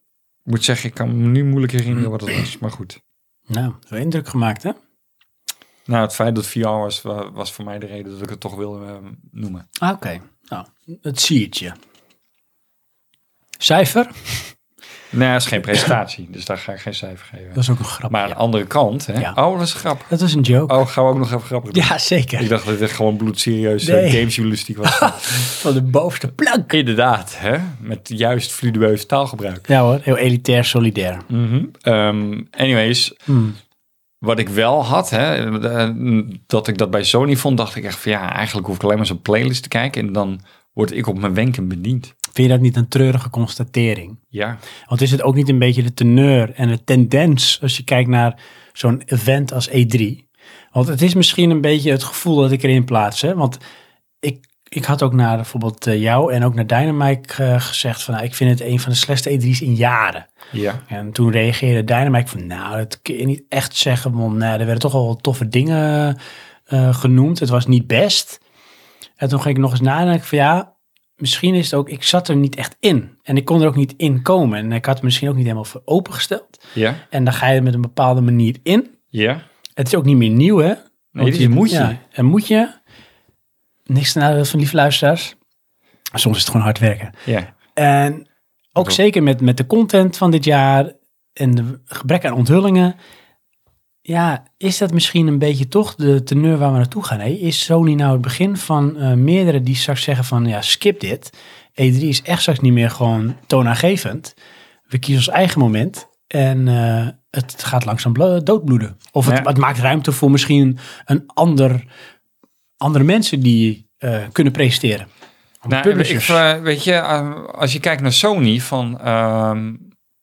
moet zeggen, ik kan me nu moeilijk herinneren wat het was. Maar goed. Nou, wel indruk gemaakt, hè? Nou, het feit dat het V R was, wa- was voor mij de reden dat ik het toch wilde uh, noemen. Ah, Oké, okay. Nou, het siertje. Cijfer? Nee, dat is geen presentatie, dus daar ga ik geen cijfer geven. Dat is ook een grap. Maar aan de andere kant, hè? Ja. Oh, dat is een grap. Dat is een joke. Oh, gaan we ook nog even grappig doen? Ja, zeker. Ik dacht dat dit gewoon bloedserieus Nee. nee. gamesjournalistiek was. Van de bovenste plank. Inderdaad, hè? Met juist fluideus taalgebruik. Ja hoor, heel elitair, solidair. Mm-hmm. Um, anyways, Hmm. wat ik wel had, hè, dat ik dat bij Sony vond, dacht ik echt van ja, eigenlijk hoef ik alleen maar zo'n playlist te kijken en dan word ik op mijn wenken bediend. Vind je dat niet een treurige constatering? Ja. Want is het ook niet een beetje de teneur en de tendens als je kijkt naar zo'n event als E drie? Want het is misschien een beetje het gevoel dat ik erin plaats. Hè? Want ik, ik had ook naar bijvoorbeeld eh, jou en ook naar Dynamite uh, gezegd van nou, ik vind het een van de slechtste E drie's in jaren. Ja. En toen reageerde Dynamite van nou, dat kun je niet echt zeggen. Want nou, er werden toch al wat toffe dingen uh, genoemd. Het was niet best. En toen ging ik nog eens nadenken van ja, misschien is het ook, ik zat er niet echt in. En ik kon er ook niet in komen. En ik had het misschien ook niet helemaal voor opengesteld. Ja. En dan ga je er met een bepaalde manier in. Ja. Het is ook niet meer nieuw, hè? Nee, dit is moet je. Ja, en moet je. Niks te nadeel van lieve luisteraars. Soms is het gewoon hard werken. Ja. En ook Zo. zeker met, met de content van dit jaar en de gebrek aan onthullingen. Ja, is dat misschien een beetje toch de teneur waar we naartoe gaan? Hè? Is Sony nou het begin van uh, meerdere die straks zeggen van ja, skip dit. E drie is echt straks niet meer gewoon toonaangevend. We kiezen ons eigen moment en uh, het gaat langzaam blo- doodbloeden. Of het, Ja. het maakt ruimte voor misschien een ander, andere mensen die uh, kunnen presenteren. Nou, Publishers. ik, uh, weet je, uh, als je kijkt naar Sony van, uh,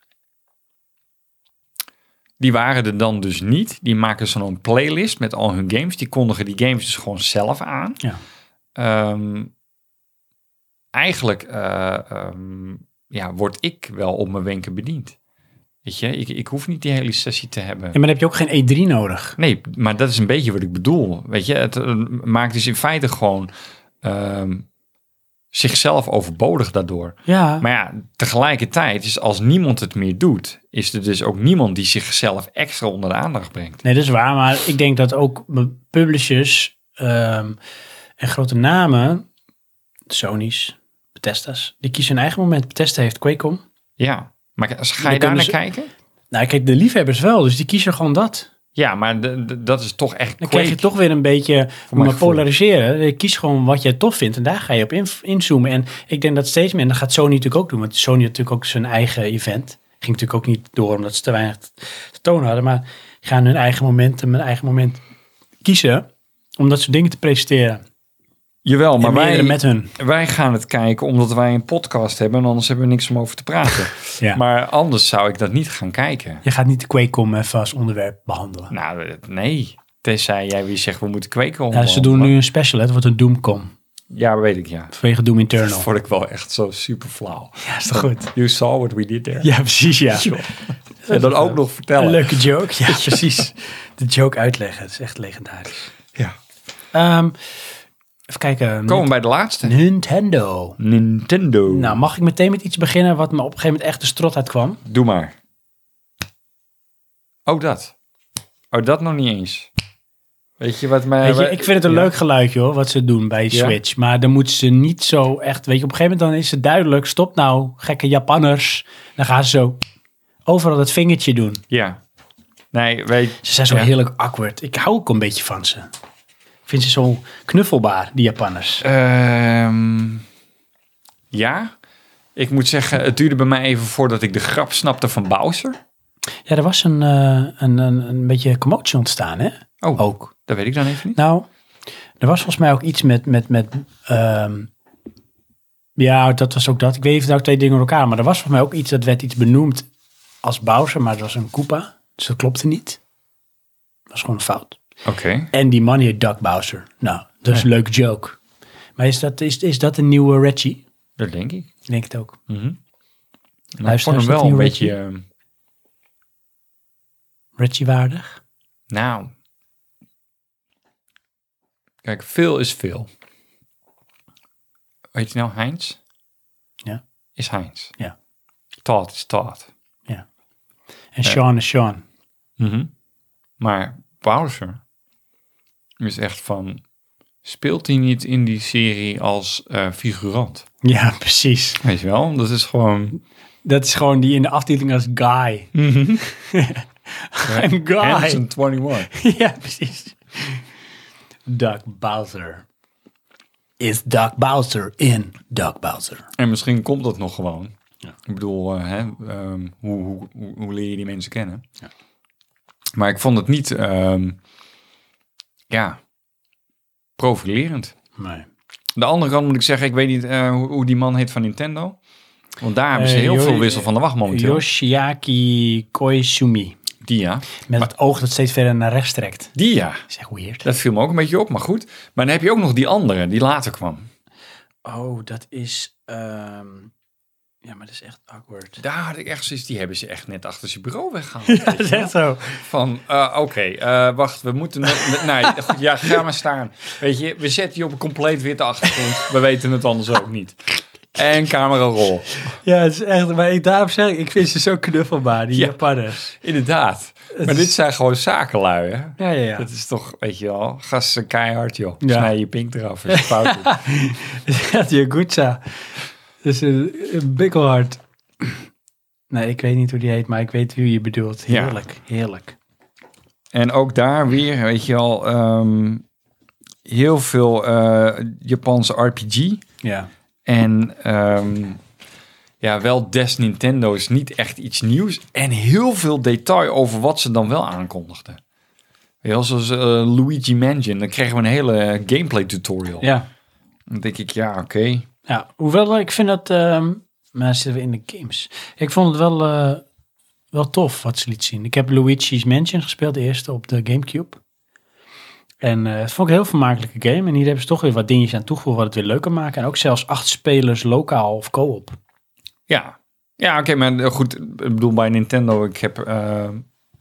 die waren er dan dus niet. Die maken zo'n playlist met al hun games. Die kondigen die games dus gewoon zelf aan. Ja. Um, eigenlijk uh, um, ja, word ik wel op mijn wenken bediend. Weet je, ik, ik hoef niet die hele sessie te hebben. Ja, maar dan heb je ook geen E drie nodig. Nee, maar dat is een beetje wat ik bedoel. Weet je, het uh, maakt dus in feite gewoon um, zichzelf overbodig daardoor. Ja. Maar ja, tegelijkertijd is als niemand het meer doet, is er dus ook niemand die zichzelf extra onder de aandacht brengt. Nee, dat is waar. Maar ik denk dat ook publishers um, en grote namen, Sony's, Bethesda's, die kiezen hun eigen moment. Bethesda heeft QuakeCon. Ja, maar ga Dan je daar naar ze- kijken? Nou, kijk, de liefhebbers wel. Dus die kiezen gewoon dat. Ja, maar de, de- dat is toch echt Dan Quake. krijg je toch weer een beetje Voor mijn maar gevoel. polariseren. Je kiest gewoon wat jij tof vindt en daar ga je op in, inzoomen. En ik denk dat steeds meer, en dat gaat Sony natuurlijk ook doen. Want Sony had natuurlijk ook zijn eigen event. Ging natuurlijk ook niet door omdat ze te weinig te tonen hadden. Maar gaan hun eigen momenten, hun eigen moment kiezen om dat soort dingen te presenteren. Jawel, maar en meerdere wij, met hun. wij gaan het kijken omdat wij een podcast hebben en anders hebben we niks om over te praten. Ja. Maar anders zou ik dat niet gaan kijken. Je gaat niet de QuakeCon even als onderwerp behandelen. Nou, eh, nee. Tenzij jij weer zegt, we moeten kweken. Ja, ze doen nu een special, hè. Het wordt een Doomcon. Ja, weet ik, ja. Vanwege Doom Eternal. Dat vond ik wel echt zo super flauw. Ja, is toch goed? You saw what we did there. Ja, precies, ja. En dan ook nog vertellen. Een leuke joke. Ja, precies. De joke uitleggen. Het is echt legendarisch. Ja. Um, even kijken. Komen we bij de laatste. Nintendo. Nintendo. Nou, mag ik meteen met iets beginnen wat me op een gegeven moment echt de strot uitkwam? Doe maar. Oh, dat. Oh, dat nog niet eens. Weet je wat mij... Weet je, ik vind het een Ja. leuk geluidje hoor, wat ze doen bij Ja. Switch. Maar dan moeten ze niet zo echt... Weet je, op een gegeven moment dan is het duidelijk... Stop nou, gekke Japanners. Dan gaan ze zo overal dat vingertje doen. Ja. Nee, weet... Ze zijn zo Ja. heerlijk awkward. Ik hou ook een beetje van ze. Ik vind ze zo knuffelbaar, die Japanners. Ehm, ja. Ik moet zeggen, het duurde bij mij even voordat ik de grap snapte van Bowser. Ja, er was een, uh, een, een, een beetje commotie ontstaan, hè? Oh, Ook. dat weet ik dan even niet. Nou, er was volgens mij ook iets met... met, met um, ja, dat was ook dat. Ik weet even nou twee dingen door elkaar. Maar er was volgens mij ook iets, dat werd iets benoemd als Bowser. Maar het was een Koopa. Dus dat klopte niet. Dat was gewoon een fout. Oké. Okay. En die man heet Duck Bowser. Nou, dat is Ja. een leuke joke. Maar is dat, is, is dat een nieuwe Reggie? Dat denk ik. Ik denk het ook. Mm-hmm. Nou, ik Luister, vond is hem dat wel een nieuw beetje... Reggie? uh, Reggie waardig? Nou... Kijk, veel is veel. Weet je nou, Heinz? Ja. Is Heinz. Ja. Todd is Todd. Ja. En Sean is Sean. Mm-hmm. Maar Bowser is echt van... Speelt hij niet in die serie als uh, figurant? Ja, precies. Weet je wel? Dat is gewoon... Dat is gewoon die in de aftiteling als Guy. Mm-hmm. I'm Guy. Hanson eenenentwintig. Ja, precies. Doug Bowser. Is Doug Bowser in Doug Bowser? En misschien komt dat nog gewoon. Ja. Ik bedoel, uh, hè, um, hoe, hoe, hoe, hoe leer je die mensen kennen? Ja. Maar ik vond het niet... Um, ja... profilerend. Nee. De andere kant moet ik zeggen, ik weet niet uh, hoe, hoe die man heet van Nintendo. Want daar hebben ze heel uh, veel wissel van de wacht momenteel. Yoshiaki Koizumi. Die ja. Met maar, het oog dat steeds verder naar rechts trekt. Die ja. Dat is echt weird. Dat viel me ook een beetje op, maar goed. Maar dan heb je ook nog die andere, die later kwam. Oh, dat is... Um... Ja, maar dat is echt awkward. Daar had ik echt zoiets, die hebben ze echt net achter zijn bureau weggehaald. Ja, dat is echt zo. Van, uh, oké, okay, uh, wacht, we moeten... Nog, nee, goed, ja, ga maar staan. Weet je, we zetten je op een compleet witte achtergrond. We weten het anders ook niet. En camera rol. Ja, het is echt... Maar ik, daarom zeg ik, ik vind ze zo knuffelbaar, die ja, Japanners. Inderdaad. Het maar is... dit zijn gewoon zakenlui, hè? Ja, ja, ja. Dat is toch, weet je wel, gasten keihard, joh. Ja. Snij je pink eraf als je fout doet. Ja, die Yakuza. Dat is een, een bikkelhard. Nee, ik weet niet hoe die heet, maar ik weet wie je bedoelt. Heerlijk, ja. heerlijk. En ook daar weer, weet je al, um, heel veel uh, Japanse R P G. Ja. En um, ja, wel des Nintendo's niet echt iets nieuws. En heel veel detail over wat ze dan wel aankondigden. Heel zoals uh, Luigi Mansion, dan kregen we een hele gameplay tutorial. Ja. Dan denk ik, ja, oké. Okay. Ja, hoewel ik vind dat... Um, maar zitten we in de games. Ik vond het wel, uh, wel tof wat ze liet zien. Ik heb Luigi's Mansion gespeeld, de eerste op de Gamecube. En uh, het vond ik een heel vermakelijke game. En hier hebben ze toch weer wat dingetjes aan toegevoegd wat het weer leuker maken. En ook zelfs acht spelers lokaal of co-op. Ja, ja oké, okay, maar goed, ik bedoel bij Nintendo, ik heb... Uh,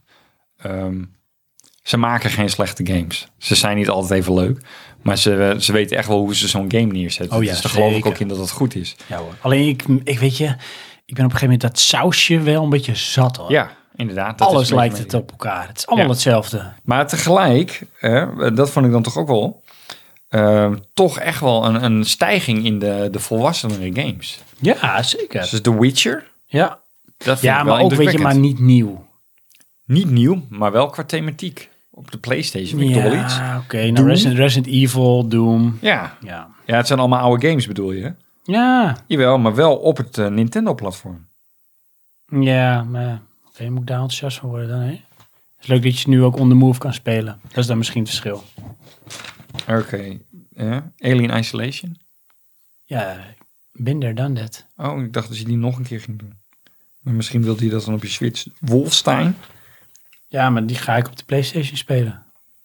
um, ze maken geen slechte games. Ze zijn niet altijd even leuk. Maar ze, ze weten echt wel hoe ze zo'n game neerzetten. Oh ja, dus daar geloof ik ook in dat het goed is. Ja hoor. Alleen ik, ik weet je, ik ben op een gegeven moment dat sausje wel een beetje zat hoor. Ja, inderdaad. Dat Alles is lijkt het op elkaar. Het is allemaal ja. hetzelfde. Maar tegelijk, eh, dat vond ik dan toch ook wel, uh, toch echt wel een, een stijging in de, de volwassenere games. Ja, zeker. Dus The Witcher. Ja, dat ja maar ook weet je, maar niet nieuw. Niet nieuw, maar wel qua thematiek. Op de PlayStation, ik ja, toch wel iets. oké. Okay. Nou, Resident, Resident Evil, Doom. Ja. ja. Ja, het zijn allemaal oude games bedoel je, hè? Ja. Jawel, maar wel op het uh, Nintendo-platform. Ja, maar... Oké, okay, moet ik daar enthousiast van worden dan, hè? Het is leuk dat je nu ook on the move kan spelen. Dat is dan misschien het verschil. Oké. Okay. Uh, Alien Isolation? Ja, been there, done that. Oh, ik dacht dat je die nog een keer ging doen. Maar misschien wilde je dat dan op je Switch. Wolfenstein? Ja, maar die ga ik op de PlayStation spelen.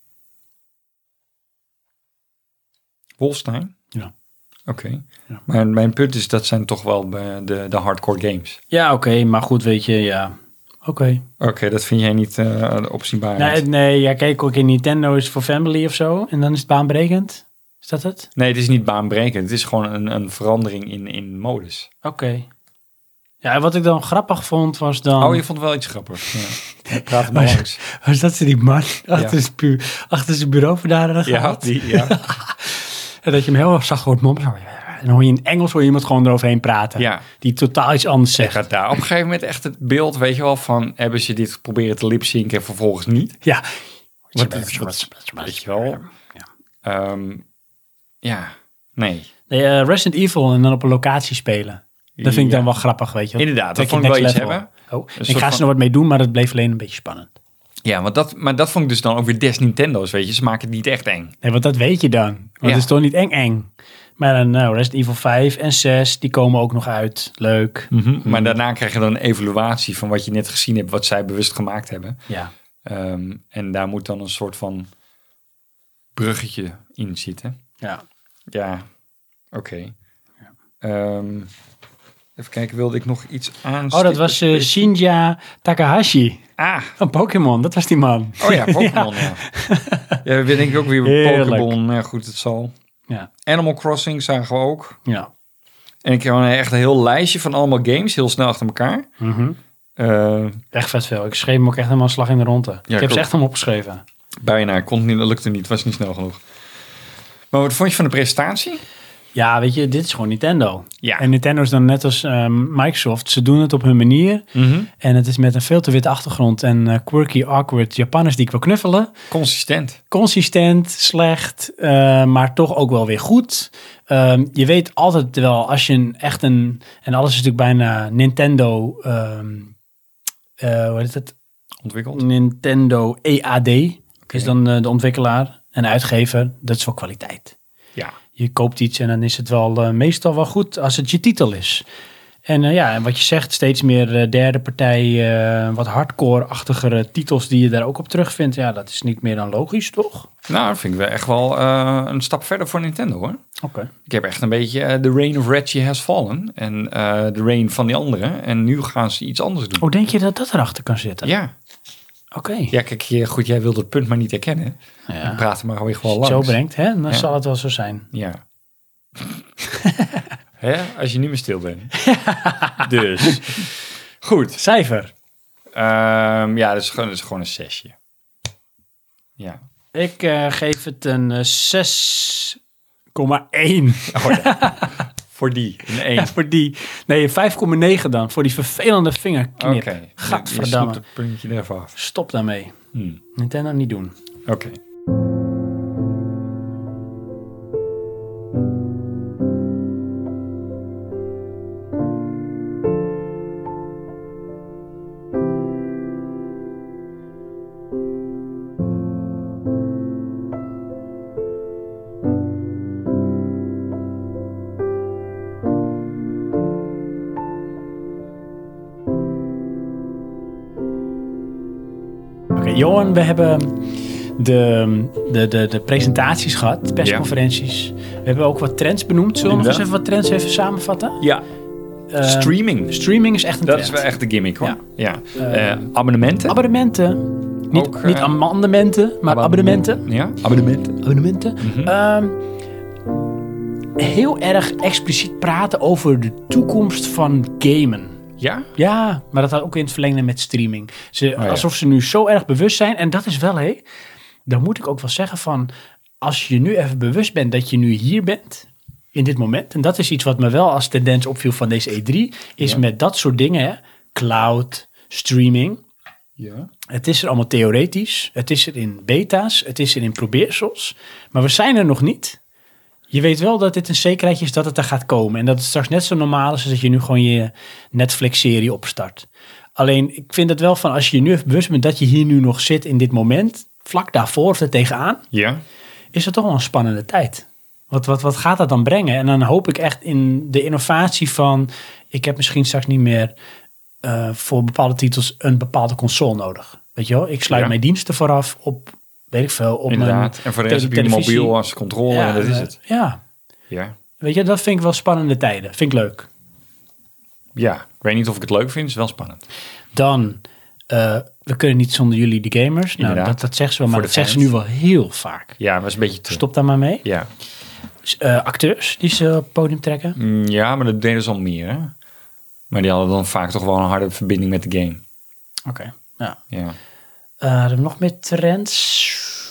Wolfenstein? Ja. Oké. Okay. Ja. Maar mijn punt is, dat zijn toch wel de, de hardcore games. Ja, oké. Okay, maar goed, weet je, ja. Oké. Okay. Oké, okay, dat vind jij niet uh, opzienbaar? Nee, nee, ja, kijk, ook in Nintendo is voor family of zo. En dan is het baanbrekend. Is dat het? Nee, het is niet baanbrekend. Het is gewoon een, een verandering in, in modus. Oké. Okay. Ja, wat ik dan grappig vond was dan... Oh, je vond wel iets grappigs. Ja. Praat er maar langs. Was dat ze die man achter, ja. zijn, pu- achter zijn bureau vandaan had ja, die, ja. En dat je hem heel erg zag hoort mommen. En dan hoor je in Engels hoor je iemand gewoon eroverheen praten. Ja. Die totaal iets anders zegt. Gaat daar op een gegeven moment echt het beeld, weet je wel, van hebben ze dit proberen te lipzinken en vervolgens niet? Ja. Wat, wat, wat, weet je wel? Ja. Um, ja, nee. nee uh, Resident Evil en dan op een locatie spelen. Dat vind ik ja. dan wel grappig, weet je wel. Inderdaad, dat vond ik wel iets hebben. Oh, ik ga ze nog wat mee doen, maar dat bleef alleen een beetje spannend. Ja, want dat, maar dat vond ik dus dan ook weer des Nintendo's, weet je. Ze maken het niet echt eng. Nee, want dat weet je dan. Want ja. het is toch niet eng eng. Maar dan nou, Resident Evil vijf en zes, die komen ook nog uit. Leuk. Mm-hmm. Mm. Maar daarna krijg je dan een evaluatie van wat je net gezien hebt, wat zij bewust gemaakt hebben. Ja. Um, en daar moet dan een soort van bruggetje in zitten. Ja. Ja, oké. Okay. Ja. Um, even kijken, wilde ik nog iets aan? Oh, dat was uh, Shinya Takahashi. Ah. Van Pokémon, dat was die man. Oh ja, Pokémon, ja. Ja, ja we denk ik ook weer Pokémon. Ja, goed, het zal. Ja. Animal Crossing zagen we ook. Ja. En ik heb echt een heel lijstje van allemaal games, heel snel achter elkaar. Mm-hmm. Uh, Echt vet veel. Ik schreef hem ook echt helemaal een slag in de ronde. Ja, ik heb klopt. ze echt helemaal opgeschreven. Bijna, kon niet, dat lukte niet. Het was niet snel genoeg. Maar wat vond je van de presentatie? Ja, weet je, dit is gewoon Nintendo. Ja. En Nintendo is dan net als um, Microsoft. Ze doen het op hun manier. Mm-hmm. En het is met een veel te witte achtergrond en uh, quirky, awkward Japanners die ik wil knuffelen. Consistent. Consistent, slecht, uh, maar toch ook wel weer goed. Um, je weet altijd wel, als je een, echt een... En alles is natuurlijk bijna Nintendo... Um, uh, hoe heet het? Ontwikkeld. Nintendo E A D Okay. is dan uh, de ontwikkelaar en uitgever. Dat is wel kwaliteit. Ja. Je koopt iets en dan is het wel uh, meestal wel goed als het je titel is. En uh, ja, en wat je zegt, steeds meer uh, derde partij, uh, wat hardcore-achtigere titels die je daar ook op terugvindt. Ja, dat is niet meer dan logisch, toch? Nou, dat vind ik wel echt wel uh, een stap verder voor Nintendo, hoor. Oké. Okay. Ik heb echt een beetje uh, The Reign of Reggie has fallen. En uh, The Reign van die anderen. En nu gaan ze iets anders doen. Oh, denk je dat dat erachter kan zitten? Ja. Oké. Okay. Ja, kijk, goed, jij wilde het punt maar niet herkennen. Ja. Ik praat er maar weer gewoon langs. langs. Zo brengt, hè? Dan ja. zal het wel zo zijn. Ja. Hè? Als je niet meer stil bent. Dus. Goed. Cijfer. Um, ja, dat is, gewoon, dat is gewoon een zesje. Ja. Ik uh, geef het een uh, zes komma één. Oh, ja. Voor die, een één. Ja, voor die. Nee, vijf komma negen dan. Voor die vervelende vingerknip. Oké. Okay. Gadverdamme. Je het puntje er even af. Stop daarmee. Hmm. Nintendo niet doen. Oké. Okay. Johan, we hebben de, de, de, de presentaties gehad, persconferenties. Ja. We hebben ook wat trends benoemd. Zullen we nog eens even wat trends even samenvatten? Ja. Uh, streaming. Streaming is echt een dat trend. Dat is wel echt de gimmick, hoor. Ja. ja. Uh, uh, abonnementen. Abonnementen. Niet, ook, uh, niet amendementen, maar abonnementen. Ja, abonnementen. Abonnementen. Mm-hmm. Um, heel erg expliciet praten over de toekomst van gamen. Ja? Ja, maar dat had ook in het verlengde met streaming. Ze, oh, ja. Alsof ze nu zo erg bewust zijn. En dat is wel, hé, dan moet ik ook wel zeggen van, als je nu even bewust bent dat je nu hier bent, in dit moment. En dat is iets wat me wel als tendens opviel van deze E drie, is ja. met dat soort dingen, hè, cloud, streaming. Ja. Het is er allemaal theoretisch. Het is er in beta's. Het is er in probeersels. Maar we zijn er nog niet. Je weet wel dat dit een zekerheidje is dat het er gaat komen. En dat het straks net zo normaal is als dat je nu gewoon je Netflix-serie opstart. Alleen, ik vind het wel van als je je nu even bewust bent dat je hier nu nog zit in dit moment, vlak daarvoor of er tegenaan, ja. is het toch wel een spannende tijd. Wat, wat, wat gaat dat dan brengen? En dan hoop ik echt in de innovatie van, ik heb misschien straks niet meer uh, voor bepaalde titels een bepaalde console nodig. Weet je wel, ik sluit ja. mijn diensten vooraf op, weet ik veel, op Inderdaad. mijn en voor de rest heb je mobiel als controle ja, en dat is het. Ja. ja. Weet je, dat vind ik wel spannende tijden. Vind ik leuk. Ja, ik weet niet of ik het leuk vind. Het is wel spannend. Dan, uh, we kunnen niet zonder jullie de gamers. Nou, dat, dat zeggen ze wel, maar dat zeggen ze nu wel heel vaak. Ja, dat is een beetje te... Stop daar maar mee. Ja. Uh, acteurs die ze op het podium trekken. Mm, ja, maar dat deden ze al meer, hè? Maar die hadden dan vaak toch wel een harde verbinding met de game. Oké, okay, ja. Ja. Uh, hebben we nog meer trends?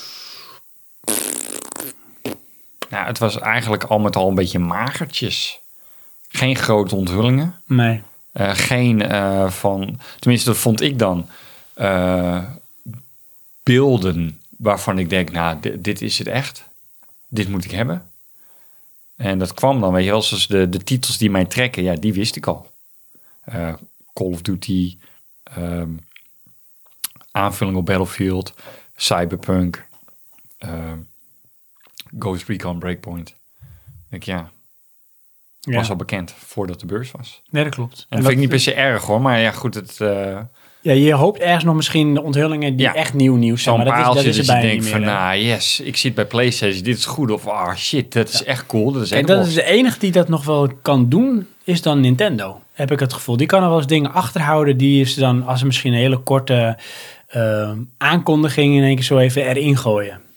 Nou, het was eigenlijk al met al een beetje magertjes. Geen grote onthullingen. Nee. Uh, geen uh, van... Tenminste, dat vond ik dan. Uh, beelden waarvan ik denk, nou, d- dit is het echt. Dit moet ik hebben. En dat kwam dan, weet je wel, zoals de, de titels die mij trekken, ja, die wist ik al. Uh, Call of Duty, um, aanvulling op Battlefield, Cyberpunk, uh, Ghost Recon Breakpoint. Ik denk, ja, ja, was al bekend voordat de beurs was. Nee, dat klopt. En, en dat vind ik niet per se erg, hoor, maar ja, goed, het... Uh, Ja, je hoopt ergens nog misschien de onthullingen die ja. echt nieuw nieuws zijn. Zo'n maar dat is, dat is er bijna niet meer. Van, nou, yes, ik zit bij PlayStation, dit is goed. Of, ah, oh, shit, dat is ja. echt cool. Dat is en dat is de enige die dat nog wel kan doen, is dan Nintendo. Heb ik het gevoel. Die kan er wel eens dingen achterhouden. Die is dan, als er misschien een hele korte uh, aankondiging in één keer zo even erin gooien.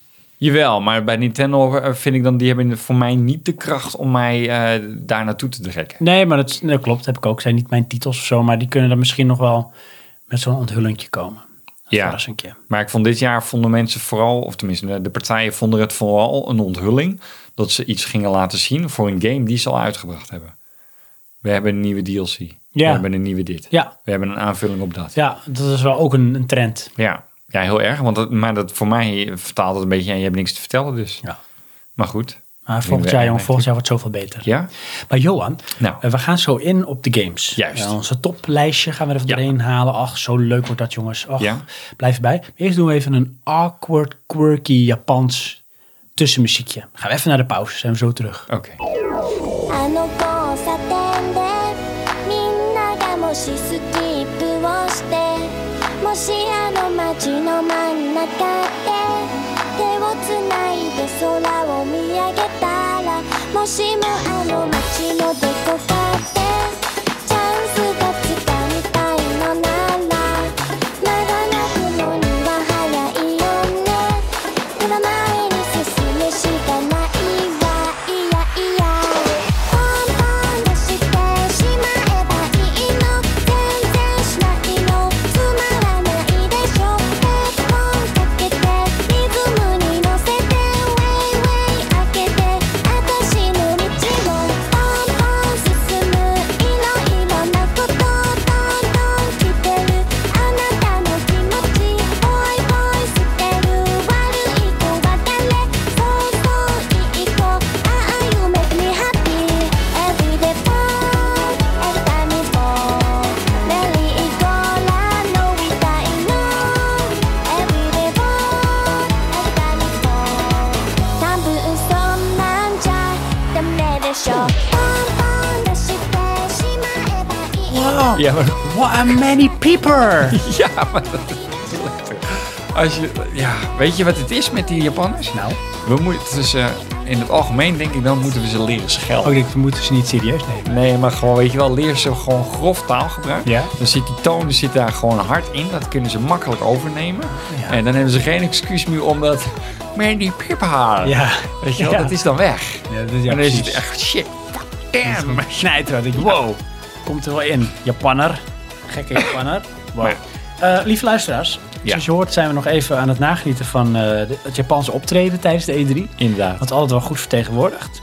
Jawel, maar bij Nintendo uh, vind ik dan... die hebben voor mij niet de kracht om mij uh, daar naartoe te trekken. Nee, maar dat, dat klopt. Dat heb ik ook. Zijn niet mijn titels of zo, maar die kunnen dan misschien nog wel met zo'n onthullingje komen. Een Ja, verrassingje. maar ik vond dit jaar vonden mensen vooral... of tenminste, de partijen vonden het vooral een onthulling... dat ze iets gingen laten zien voor een game die ze al uitgebracht hebben. We hebben een nieuwe D L C. We Ja. hebben een nieuwe dit. Ja, We hebben een aanvulling op dat. ja, dat is wel ook een, een trend. Ja, ja heel erg. Want dat, maar dat voor mij vertaalt het een beetje... en je hebt niks te vertellen dus. Ja. Maar goed. Maar volgend jaar, jongen, volgend jaar wordt het zoveel beter. Ja? Maar Johan, Nou, uh, we gaan zo in op de games. Juist. Uh, onze toplijstje gaan we er even Ja. doorheen halen. Ach, zo leuk wordt dat, jongens. Ach, Ja. blijf erbij. Maar eerst doen we even een awkward, quirky Japans tussenmuziekje. Gaan we even naar de pauze, zijn we zo terug. oké. あの交差点でみんながもしスキップをしてもしあの街の真ん中で手をつないで空を見上げたらもしもあの街のどこかでチャンスがつかみたいのならまだ泣くのには早いよねでは前に進むしかないわいやいやポンポン出してしまえばいいの全然しないのつまらないでしょヘッドホンかけてリズムに乗せてウェイウェイ開けて私の道をポンポン進むいろいろなことどんどん来てるあなたの気持ちボイボイ捨てる悪い子は誰そうそういい子ああ You make me happy Every day fall Every time we fall メリーゴーランドみたいの Every day fall Every time we fall 多分そんなんじゃダメでしょポンポン出してしまえばいい Wow, Ja, maar, what a many people! ja, maar dat is lekker. Als je, ja, weet je wat het is met die Japanners? Nou, We moeten ze, in het algemeen denk ik dan, moeten we ze leren schelden. ook ik we moeten ze niet serieus nemen. Nee, maar gewoon, weet je wel, leer ze gewoon grof taalgebruik. Ja. Dan zit die toon, er zit daar gewoon hard in. Dat kunnen ze makkelijk overnemen. Ja. En dan hebben ze geen excuus meer om dat... Man, die piphaar. Ja, Weet je wel, Ja. dat is dan weg. ja, dat is, ja en dan is het precies. echt shit. Fuck, damn. Knijt wel. Denk je, wow, komt er wel in. Japanner, gekke Japanner. Wow. Maar- Eh, lieve luisteraars, Ja. zoals je hoort zijn we nog even aan het nagenieten van eh, de- het Japanse optreden tijdens de E drie. Inderdaad. Wat altijd wel goed vertegenwoordigd.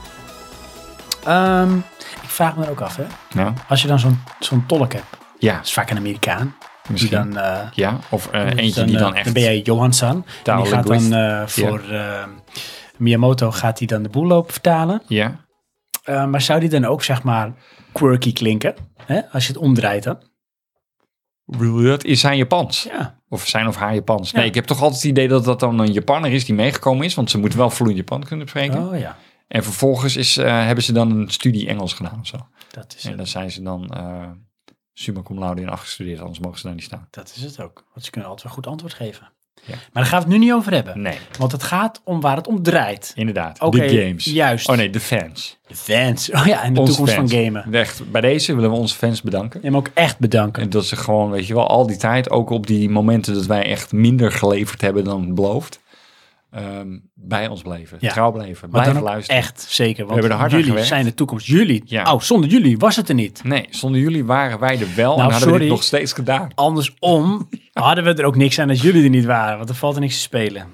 Ehm, ik vraag me er ook af, hè. Nou, Als je dan zo'n zo'n tolk hebt, ja, dat is vaak een Amerikaan. misschien. Die dan, eh, ja, of uh, dus eentje die eh, dan echt... Dan ben jij Johansson. En die gaat taallinguist. dan eh, voor eh, Miyamoto gaat hij dan de boel lopen vertalen. Ja. Eh, maar zou die dan ook, zeg maar, quirky klinken? Hè? Als je het omdraait dan? Bedoel je dat? Is zijn Japans? Ja. Of zijn of haar Japans? Nee, Ja. ik heb toch altijd het idee dat dat dan een Japanner is die meegekomen is. Want ze moeten wel vloeiend Japan kunnen spreken. Oh ja, En vervolgens is, uh, hebben ze dan een studie Engels gedaan of zo. dat is En het. dan zijn ze dan uh, summa cum laude in afgestudeerd. Anders mogen ze daar niet staan. Dat is het ook. Want ze kunnen altijd wel goed antwoord geven. Ja. Maar daar gaan we het nu niet over hebben. Nee, Want het gaat om waar het om draait. inderdaad. Oké, de games. juist. Oh nee, de fans. De fans. Oh ja, en de Onze toekomst fans. van gamen. Echt, bij deze willen we onze fans bedanken. En ook echt bedanken. En dat ze gewoon, weet je wel, al die tijd, ook op die momenten dat wij echt minder geleverd hebben dan beloofd, um, bij ons bleven. Ja. Trouw bleven. Maar Blijven dan ook luisteren. echt, zeker. Want hebben er hard aan jullie gewerkt. zijn de toekomst. Jullie. Ja. Oh, zonder jullie was het er niet. Nee, zonder jullie waren wij er wel Nou, en hadden we sorry. dit nog steeds gedaan. Andersom hadden we er ook niks aan als jullie er niet waren. Want er valt er niks te spelen.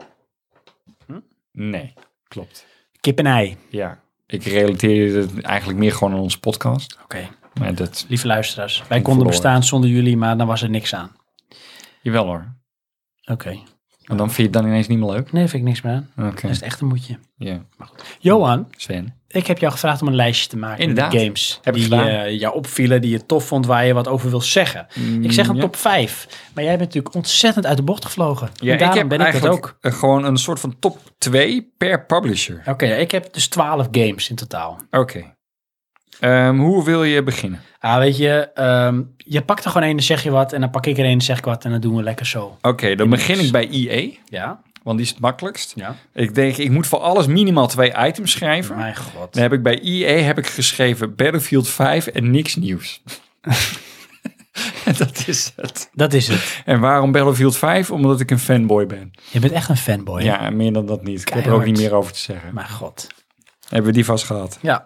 Nee, klopt. Kip en ei. Ja, ik relateerde het eigenlijk meer gewoon aan onze podcast. Oké. Maar dat, Lieve luisteraars. Wij Ging konden verloren. bestaan zonder jullie, maar dan was er niks aan. jawel hoor. Oké. En dan vind je het dan ineens niet meer leuk? Nee, vind ik niks meer aan. Oké. Dat is het echt een moedje. Ja. Johan, Sven. ik heb jou gevraagd om een lijstje te maken Inderdaad. met games. Heb ik die gedaan. eh, jou opvielen, die je tof vond, waar je wat over wil zeggen. Ik zeg een ja. top vijf. Maar jij bent natuurlijk ontzettend uit de bocht gevlogen. Ja, en daarom ik heb ben ik dat eigenlijk ook. eh, gewoon een soort van top twee per publisher. Oké, ja, ik heb dus twaalf games in totaal. Oké. Ehm, hoe wil je beginnen? Ah, weet je, ehm, je pakt er gewoon één, dan zeg je wat. En dan pak ik er één, dan zeg ik wat. En dan doen we lekker zo. Oké, dan begin ik bij E A, Ja? want die is het makkelijkst. Ja. Ik denk, ik moet voor alles minimaal twee items schrijven. Mijn god. Dan heb ik bij E A heb ik geschreven Battlefield vijf en niks nieuws. Dat is het. Dat is het. En waarom Battlefield vijf? Omdat ik een fanboy ben. Je bent echt een fanboy. Ja, meer dan dat niet. Ik heb er ook Keihard. niet meer over te zeggen. Mijn god. Hebben we die vast gehad? Ja.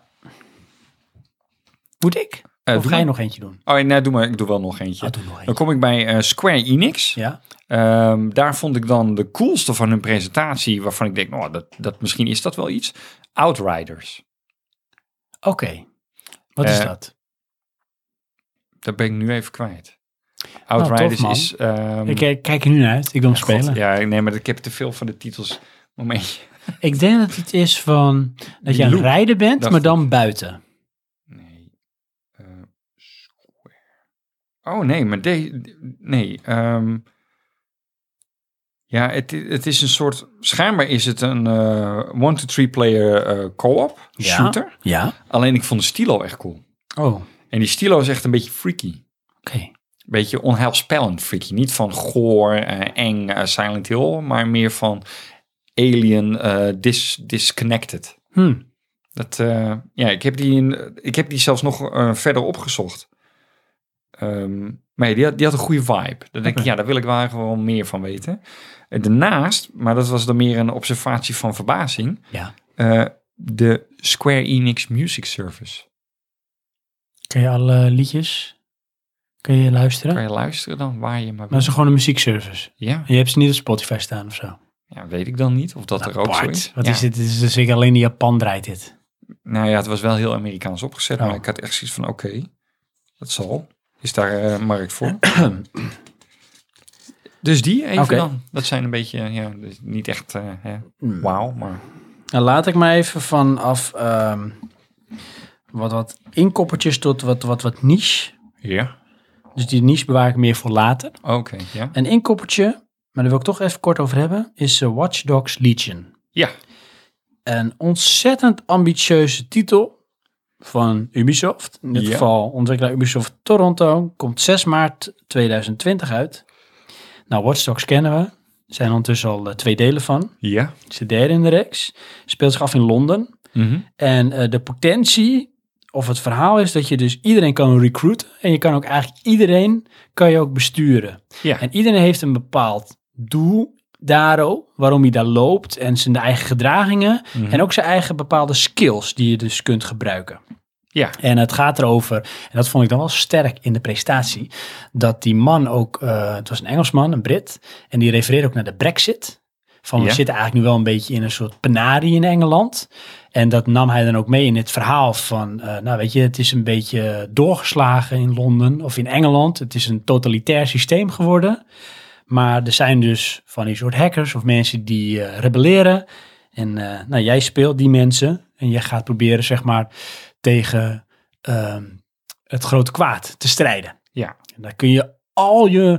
Moet ik? Uh, of doe ga je maar. nog eentje doen? Oh, nee, doe maar. Ik doe wel nog eentje. Ah, doe nog Dan eentje. kom ik bij uh, Square Enix. Ja? Um, daar vond ik dan de coolste van hun presentatie, waarvan ik denk, nou, dat, dat, misschien is dat wel iets. Outriders. Oké. Okay. Wat is Uh, dat? Dat ben ik nu even kwijt. Nou, Outriders tof, is... Um, ik uh, kijk er nu naar uit. Ik wil hem God, spelen. ja, nee, maar ik heb te veel van de titels. Momentje. Ik denk dat het is van dat je aan het Loop. rijden bent, Dacht maar ik. dan buiten. Nee. Uh, Square. Oh, nee, maar de, nee. Um, ja, het, het is een soort... Schijnbaar is het een uh, one-to-three player uh, co-op Ja. shooter. Ja? Alleen ik vond de stilo echt cool. Oh, oké. En die stilo is echt een beetje freaky. Okay. Beetje onheilspellend freaky. Niet van goor, uh, eng, uh, Silent Hill, maar meer van alien, uh, dis, disconnected. Hm. Dat, uh, ja, ik heb, die in, ik heb die zelfs nog uh, verder opgezocht. Um, maar ja, die, had, die had een goede vibe. Dan denk ik, Okay. ja, daar wil ik wel gewoon meer van weten. En daarnaast, maar dat was dan meer een observatie van verbazing, Ja. uh, de Square Enix Music Service. Kun je alle liedjes, kun je luisteren? Kan je luisteren dan, waar je maar Maar dat is gewoon een muziekservice. Ja, En je hebt ze niet op Spotify staan of zo. ja, weet ik dan niet of dat er ook zo Apart. is. Wat ja. is dit? Dit is dus zeker alleen in Japan draait dit. Nou ja, het was wel heel Amerikaans opgezet, Oh. maar ik had echt zoiets van, oké, okay, dat zal. Is daar uh, markt voor? Dus die even Okay. dan. Dat zijn een beetje, ja, dus niet echt uh, hè, Hmm. wauw, maar... Nou, laat ik maar even vanaf um, wat, wat inkoppertjes tot wat, wat, wat niche. Ja, Dus die niche bewaar ik meer voor later. oké, okay, ja. Een inkoppertje, maar daar wil ik toch even kort over hebben, is uh, Watch Dogs Legion. Ja, Een ontzettend ambitieuze titel van Ubisoft. In dit Ja. geval ontwikkelaar Ubisoft Toronto. Komt zes maart tweeduizend twintig uit. Nou, Watch Dogs kennen we. Er zijn ondertussen al uh, twee delen van. ja. Het is de derde in de reeks. Speelt zich af in Londen. Mm-hmm. En uh, de potentie of het verhaal is dat je dus iedereen kan recruiten. En je kan ook eigenlijk iedereen kan je ook besturen. Ja, En iedereen heeft een bepaald doel daarop, waarom hij daar loopt en zijn eigen gedragingen. Mhm. En ook zijn eigen bepaalde skills die je dus kunt gebruiken. ja, En het gaat erover, en dat vond ik dan wel sterk in de prestatie, dat die man ook, uh, het was een Engelsman, een Brit, en die refereerde ook naar de Brexit. Van we Ja. zitten eigenlijk nu wel een beetje in een soort penarie in Engeland. En dat nam hij dan ook mee in het verhaal van, uh, nou weet je, het is een beetje doorgeslagen in Londen of in Engeland. Het is een totalitair systeem geworden. Maar er zijn dus van die soort hackers of mensen die uh, rebelleren. En uh, nou, jij speelt die mensen en je gaat proberen zeg maar tegen uh, het grote kwaad te strijden. ja. En daar kun je al je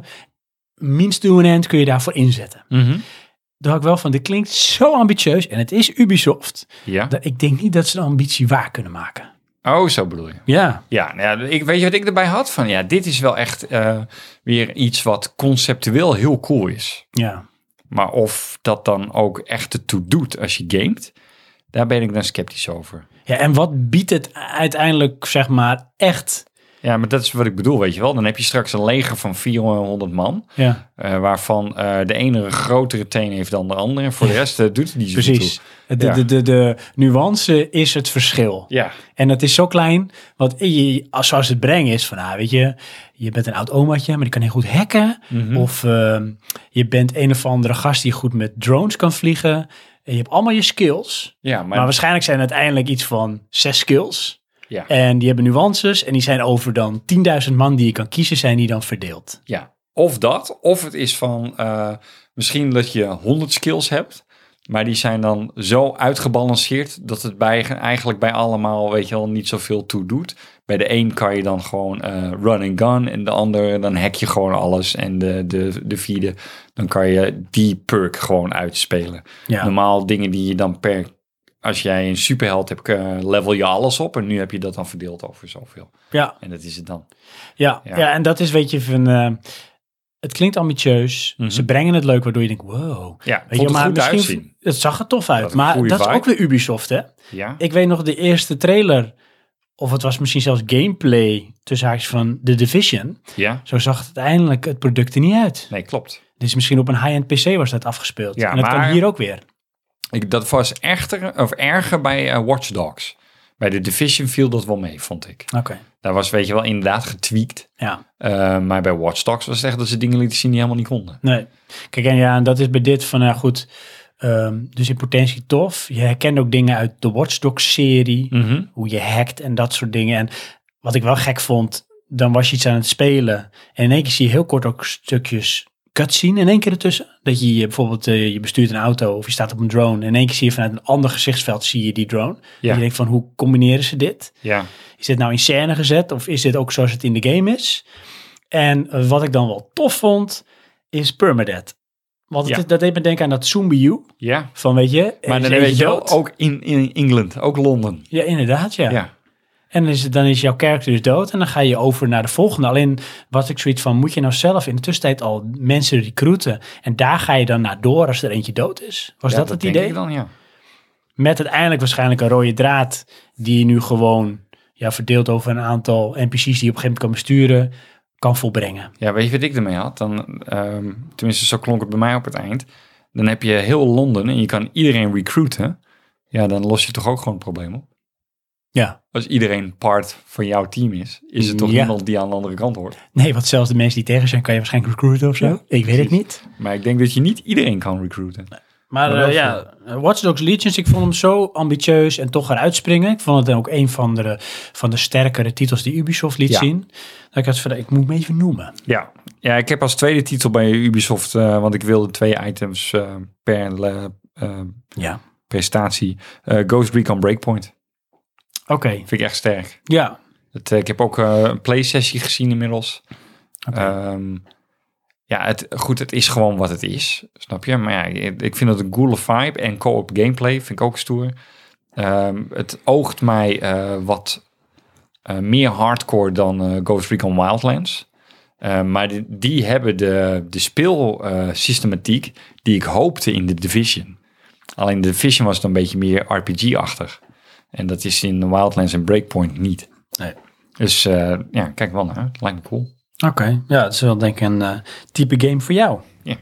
means to an end kun je daarvoor inzetten. Mm-hmm. Daar had ik wel van, dit klinkt zo ambitieus en het is Ubisoft. Ja. Dat ik denk niet dat ze de ambitie waar kunnen maken. Oh, zo bedoel je. Ja, Ja, nou ja, ik, weet je wat ik erbij had? Van ja, dit is wel echt uh, weer iets wat conceptueel heel cool is. ja. Maar of dat dan ook echt ertoe doet als je gamet, daar ben ik dan sceptisch over. Ja, en wat biedt het uiteindelijk, zeg maar, echt? Ja, maar dat is wat ik bedoel, weet je wel. Dan heb je straks een leger van vierhonderd man, Ja, uh, waarvan uh, de ene een grotere teen heeft dan de andere. En voor de rest uh, doet het niet zo precies. toe. De, Ja. de, de, de nuance is het verschil. Ja, En dat is zo klein, want je, als zoals het brengen is van, ah, weet je, je bent een oud omaatje, maar die kan heel goed hacken. Mhm. Of uh, je bent een of andere gast die goed met drones kan vliegen. En je hebt allemaal je skills. ja Maar, maar, waarschijnlijk zijn het uiteindelijk iets van zes skills. ja, En die hebben nuances en die zijn over dan tienduizend man die je kan kiezen, zijn die dan verdeeld. ja. Of dat, of het is van uh, misschien dat je honderd skills hebt, maar die zijn dan zo uitgebalanceerd dat het bij, eigenlijk bij allemaal, weet je wel, niet zoveel toe doet. Bij de een kan je dan gewoon uh, run and gun en de ander dan hack je gewoon alles. En de, de, de vierde, dan kan je die perk gewoon uitspelen. Ja, Normaal dingen die je dan per, als jij een superheld hebt, uh, level je alles op. En nu heb je dat dan verdeeld over zoveel. ja, En dat is het dan. ja, Ja. ja. En dat is, weet je, van, uh, het klinkt ambitieus. Mhm. Ze brengen het leuk, waardoor je denkt, wow. Ja, Weet vond je, het maar goed misschien, uitzien. het zag er tof Had uit. een Maar goede dat is vibe. ook weer Ubisoft, hè? Ja, Ik weet nog de eerste trailer of het was misschien zelfs gameplay tussen haakjes van The Division. Ja? Zo zag het uiteindelijk het product er niet uit. Nee, klopt. Dus misschien op een high-end P C was dat afgespeeld. Ja, en dat maar- kan hier ook weer. Ik, dat was echter, of erger bij uh, Watch Dogs. Bij de Division viel dat wel mee, vond ik. Oké, Daar was, weet je wel, inderdaad getweakt. ja. Uh, maar bij Watch Dogs was het echt dat ze dingen lieten zien die helemaal niet konden. Nee. Kijk, en ja, en dat is bij dit van, nou goed, um, dus in potentie tof. Je herkent ook dingen uit de Watch Dogs-serie, Mm-hmm. hoe je hackt en dat soort dingen. En wat ik wel gek vond, dan was je iets aan het spelen en in één keer zie je heel kort ook stukjes cutscene in één keer ertussen. Dat je je bijvoorbeeld, uh, je bestuurt een auto of je staat op een drone en in één keer zie je vanuit een ander gezichtsveld zie je die drone. Ja. En je denkt van, hoe combineren ze dit? Ja. Is dit nou in scène gezet of is dit ook zoals het in de game is? En uh, wat ik dan wel tof vond, is permadeath. Want het Ja. is, dat deed me denken aan dat Zombie U. Ja. Van weet je, er Maar is dan eentje weet je wel, dood. ook in, in Engeland, ook Londen. Ja, inderdaad, ja. Ja. En dan is, het, dan is jouw karakter dus dood en dan ga je over naar de volgende. Alleen wat ik zoiets van, moet je nou zelf in de tussentijd al mensen recruiten en daar ga je dan naar door als er eentje dood is? Was Ja, dat het denk idee? ik dan, ja. Met uiteindelijk waarschijnlijk een rode draad die je nu gewoon ja, verdeeld over een aantal N P C's die je op een gegeven moment kan besturen, kan volbrengen. Ja, weet je wat ik ermee had? Dan, um, tenminste, zo klonk het bij mij op het eind. Dan heb je heel Londen en je kan iedereen recruiten. Ja, dan los je toch ook gewoon het probleem op. Ja. Als iedereen part van jouw team is, is er toch Ja. niemand die aan de andere kant hoort. Nee, want zelfs de mensen die tegen zijn, kan je waarschijnlijk recruiten of zo. Ja, ik weet het niet. Maar ik denk dat je niet iedereen kan recruiten. Maar Maar wel uh, ja, Watch Dogs Legions, ik vond hem zo ambitieus en toch eruit springen. Ik vond het ook een van de, van de sterkere titels die Ubisoft liet Ja. zien. Dat ik had van, ik moet hem even noemen. Ja, ja, ik heb als tweede titel bij Ubisoft, uh, want ik wilde twee items uh, per uh, uh, Ja. presentatie. Uh, Ghost Recon Breakpoint. Oké, Vind ik echt sterk. ja. Het, uh, ik heb ook uh, een play-sessie gezien inmiddels. Oké. Um, ja, het, goed, het is gewoon wat het is, snap je? Maar ja, ik vind het een coole vibe en co-op gameplay vind ik ook stoer. Um, het oogt mij uh, wat uh, meer hardcore dan uh, Ghost Recon Wildlands. Uh, maar die, die hebben de, de speelsystematiek uh, die ik hoopte in de Division. Alleen de Division was dan een beetje meer R P G-achtig. En dat is in Wildlands en Breakpoint niet. Nee. Dus uh, ja, kijk wel naar. Het lijkt me cool. Oké, okay. Ja, het is wel denk ik een uh, type game voor jou. Ja.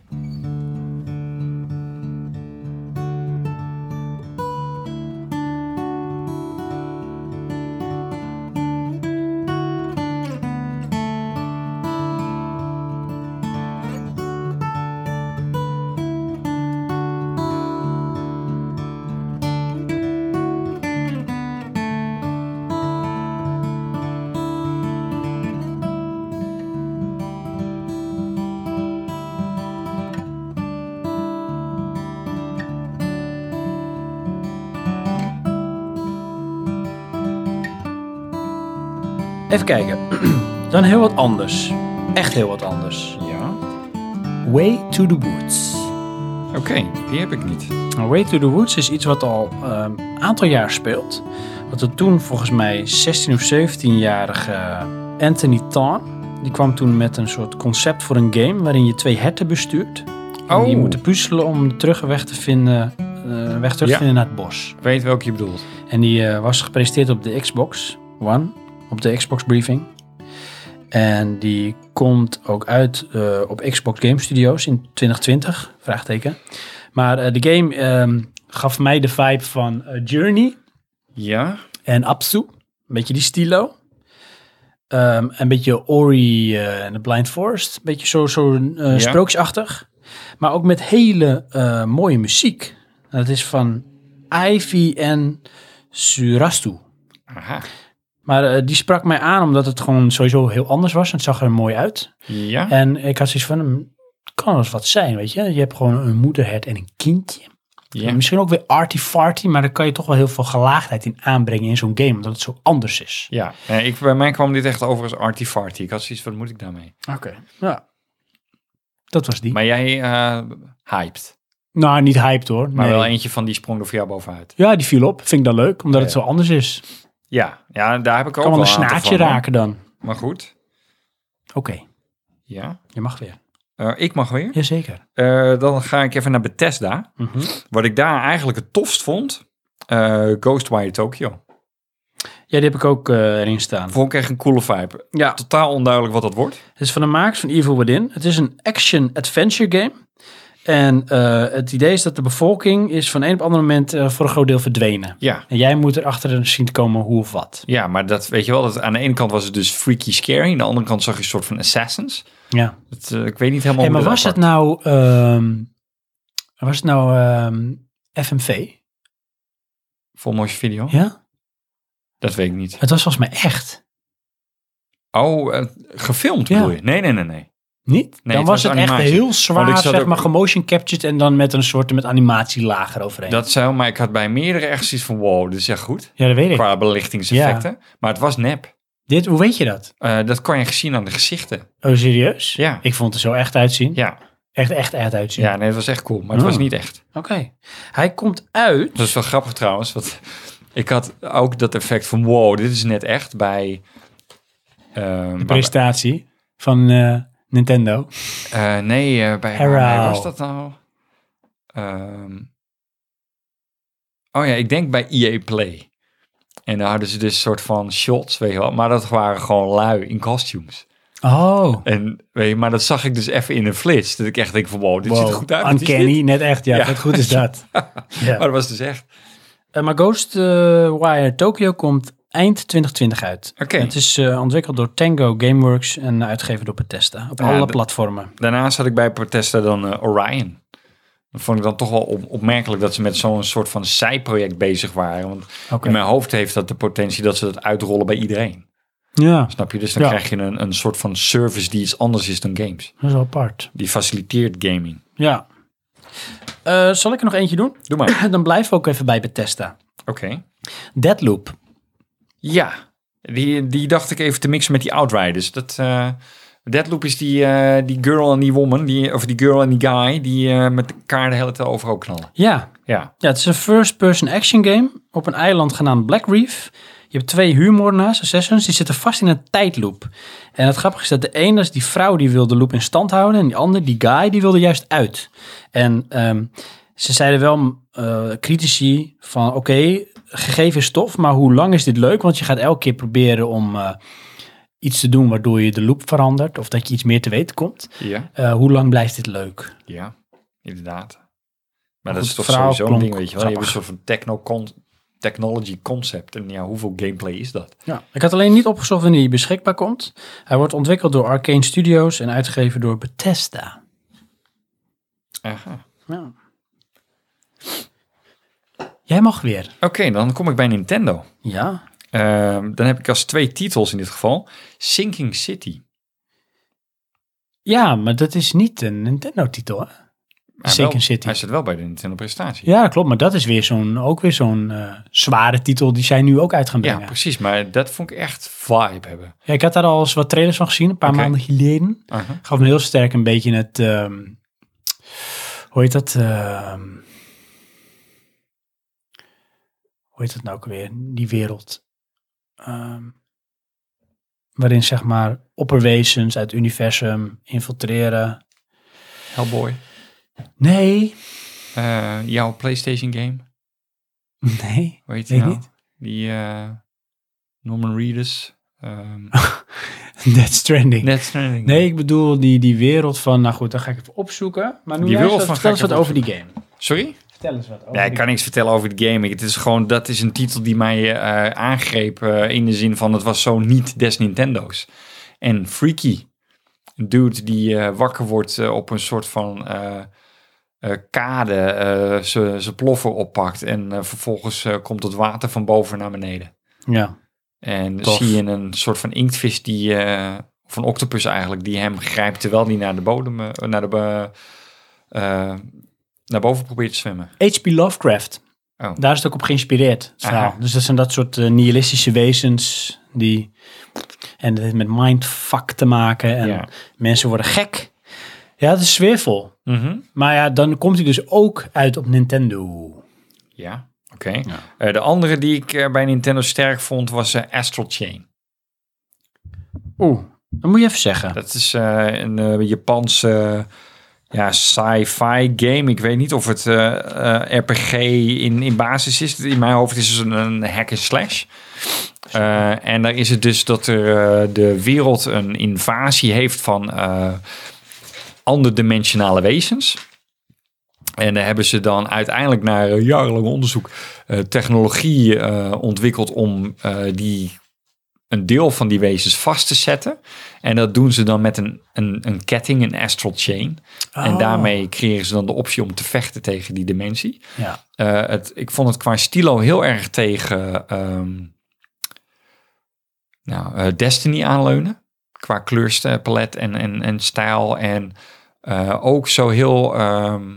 Even kijken. Dan heel wat anders. Echt heel wat anders. Ja. Way to the Woods. Oké, okay, die heb ik niet. Way to the Woods is iets wat al een um, aantal jaar speelt. Wat er toen volgens mij zestien of zeventien-jarige Anthony Tan, die kwam toen met een soort concept voor een game waarin je twee herten bestuurt. Oh. En die moeten puzzelen om de terugweg te vinden, uh, weg terug te Ja. vinden naar het bos. Ik weet welke je bedoelt. En die uh, was gepresenteerd op de Xbox One, op de Xbox briefing. En die komt ook uit uh, op Xbox Game Studios in twintig twintig, vraagteken. Maar uh, de game um, gaf mij de vibe van uh, Journey Ja. en Abzu. Een beetje die stilo. Um, een beetje Ori uh, en The Blind Forest. Een beetje zo, zo uh, Ja. sprookjesachtig. Maar ook met hele uh, mooie muziek. Dat is van Ivy en Surastu. Aha. Maar uh, die sprak mij aan omdat het gewoon sowieso heel anders was. Het zag er mooi uit. Ja. En ik had zoiets van, het kan wel eens wat zijn, weet je. Je hebt gewoon een moederhert en een kindje. Ja. En misschien ook weer arty-farty, maar daar kan je toch wel heel veel gelaagdheid in aanbrengen in zo'n game, omdat het zo anders is. Ja. Nee, ik, bij mij kwam dit echt over als arty-farty. Ik had zoiets van, wat moet ik daarmee? Oké, okay. Ja. Dat was die. Maar jij uh, hyped. Nou, niet hyped hoor. Maar nee. wel eentje van die sprong er voor jou bovenuit. Ja, die viel op. Vind ik dan leuk, omdat Ja, het ja. zo anders is. Ja, ja, daar heb ik ook Kan wel een wel aantal snaartje van, hoor. raken dan. Maar goed. Oké, okay. Ja. Je mag weer. Uh, ik mag weer. Jazeker. Uh, dan ga ik even naar Bethesda. Mm-hmm. Wat ik daar eigenlijk het tofst vond. Uh, Ghostwire Tokyo. Ja, die heb ik ook uh, erin staan. Vond ik echt een coole vibe. Ja. Totaal onduidelijk wat dat wordt. Het is van de makers van Evil Within. Het is een action-adventure game. En uh, het idee is dat de bevolking is van een op ander moment uh, voor een groot deel verdwenen. Ja. En jij moet erachter zien te komen hoe of wat. Ja, maar dat weet je wel. Dat aan de ene kant was het dus freaky scary. Aan de andere kant zag je een soort van assassins. Ja. Dat, uh, ik weet niet helemaal Hey, hoe maar was het, nou, um, was het nou um, F M V? Full motion video? Ja? Dat weet ik niet. Het was volgens mij echt. Oh, uh, gefilmd ja. bedoel je? Nee, nee, nee, nee. Niet? Nee, dan het was het, was echt animatie. heel zwaar, zeg ook... maar, gemotion captured en dan met een soort met animatielager overheen. Dat zou, maar ik had bij meerdere echt zoiets van, wow, dit is echt goed. Ja, dat weet ik. Qua belichtingseffecten. Ja. Maar het was nep. Dit, hoe weet je dat? Uh, dat kan je gezien aan de gezichten. Oh, serieus? Ja. Ik vond het er zo echt uitzien. Ja. Echt, echt, echt uitzien. Ja, nee, het was echt cool, maar het oh. was niet echt. Oké. Okay. Hij komt uit... Dat is wel grappig trouwens, want ik had ook dat effect van, wow, dit is net echt bij... Uh, de presentatie bij, van uh, Nintendo. Uh, nee, uh, bij waar was dat nou? Um, oh ja, ik denk bij E A Play. En daar hadden ze dus een soort van shots, weet je wel. Maar dat waren gewoon lui in costumes. Oh. En, weet je, maar dat zag ik dus even in een flits. Dat ik echt denk van, wow, dit wow. ziet er goed uit. Uncanny, net echt. Ja, ja. Wat goed is dat. ja. Maar dat was dus echt. Uh, maar Ghostwire uh, Tokyo komt eind twintig twintig uit. Okay. Het is uh, ontwikkeld door Tango Gameworks en uitgegeven door Bethesda. Op ja, alle d- platformen. Daarnaast had ik bij Bethesda dan uh, Orion. Dat vond ik dan toch wel op- opmerkelijk dat ze met zo'n soort van zijproject bezig waren. Want okay. in mijn hoofd heeft dat de potentie dat ze dat uitrollen bij iedereen. Ja. Snap je? Dus dan ja. krijg je een, een soort van service die iets anders is dan games. Dat is wel apart. Die faciliteert gaming. Ja. Uh, zal ik er nog eentje doen? Doe maar. Dan blijven we ook even bij Bethesda. Oké. Okay. Deathloop. Ja, die, die dacht ik even te mixen met die Outriders. Dat, uh, Deathloop is die, uh, die girl en die woman, die, of die girl en die guy, die uh, met elkaar de hele tijd overhoop knallen. Ja. Ja. Ja, het is een first-person action game op een eiland genaamd Black Reef. Je hebt twee huurmoordenaars, assassins, die zitten vast in een tijdloop. En het grappige is dat de ene is die vrouw die wil de loop in stand houden en die andere, die guy, die wilde juist uit. En um, ze zeiden wel, uh, critici, van oké, okay, gegeven stof, maar hoe lang is dit leuk? Want je gaat elke keer proberen om uh, iets te doen waardoor je de loop verandert of dat je iets meer te weten komt. Ja. Uh, hoe lang blijft dit leuk? Ja, inderdaad. Maar, maar dat is toch sowieso een ding, weet je wel. Je hebt een soort van techno-con- technology concept. En ja, hoeveel gameplay is dat? Ja, ik had alleen niet opgezocht wanneer die beschikbaar komt. Hij wordt ontwikkeld door Arcane Studios en uitgegeven door Bethesda. Aha. Ja. Jij mag weer. Oké, okay, dan kom ik bij Nintendo. Ja. Uh, dan heb ik als twee titels in dit geval. Sinking City. Ja, maar dat is niet een Nintendo-titel, hè? Sinking City. Hij zit wel bij de Nintendo-presentatie. Ja, klopt. Maar dat is weer zo'n, ook weer zo'n uh, zware titel die zij nu ook uit gaan brengen. Ja, precies. Maar dat vond ik echt vibe hebben. Ja, ik had daar al eens wat trailers van gezien, een paar okay. maanden geleden. Uh-huh. Gaf me heel sterk een beetje het... Um, hoe heet dat? Uh, hoe heet dat nou ook weer? Die wereld. Um, waarin, zeg maar, opperwezens uit het universum infiltreren. Hellboy. Nee. Uh, jouw PlayStation game? Nee. Hoe heet die nou? Niet. Die uh, Norman Reedus. Um, Death Stranding. Death Stranding. Nee, ik bedoel die, die wereld van... Nou goed, dan ga ik even opzoeken. Maar nu die wereld wat, van vertel eens wat over die game. Sorry? Vertel eens wat over Ja, ik kan niks vertellen over de game. Het is gewoon, dat is een titel die mij uh, aangreep uh, in de zin van... Het was zo niet des Nintendo's. En freaky. Een dude die uh, wakker wordt uh, op een soort van... Uh, Uh, kade uh, zijn ploffer oppakt en uh, vervolgens uh, komt het water van boven naar beneden. Ja. En Tof. zie je een soort van inktvis die, uh, of een octopus eigenlijk, die hem grijpt terwijl die naar de bodem, uh, naar, de, uh, naar boven probeert te zwemmen. H P Lovecraft. Oh. Daar is het ook op geïnspireerd. Dus dat zijn dat soort uh, nihilistische wezens die, en dat heeft met mindfuck te maken en ja. Mensen worden gek. Ja, het is sfeervol. Mm-hmm. Maar ja, dan komt hij dus ook uit op Nintendo. Ja, oké. Okay. Ja. Uh, de andere die ik uh, bij Nintendo sterk vond was uh, Astral Chain. Oeh, dat moet je even zeggen. Dat is uh, een uh, Japanse... ja, sci-fi game. Ik weet niet of het uh, uh, R P G in, in basis is. In mijn hoofd is het een, een hack and slash. Uh, en daar is het dus dat er uh, de wereld een invasie heeft van uh, anderdimensionale wezens. En daar hebben ze dan uiteindelijk na uh, jarenlang onderzoek uh, technologie uh, ontwikkeld om uh, die een deel van die wezens vast te zetten. En dat doen ze dan met een, een, een ketting, een astral chain. Oh. En daarmee creëren ze dan de optie om te vechten tegen die dimensie. Ja. Uh, het, ik vond het qua stilo heel erg tegen um, nou, uh, Destiny aanleunen. Qua kleurpalet en, en, en stijl. En uh, ook zo heel... Um,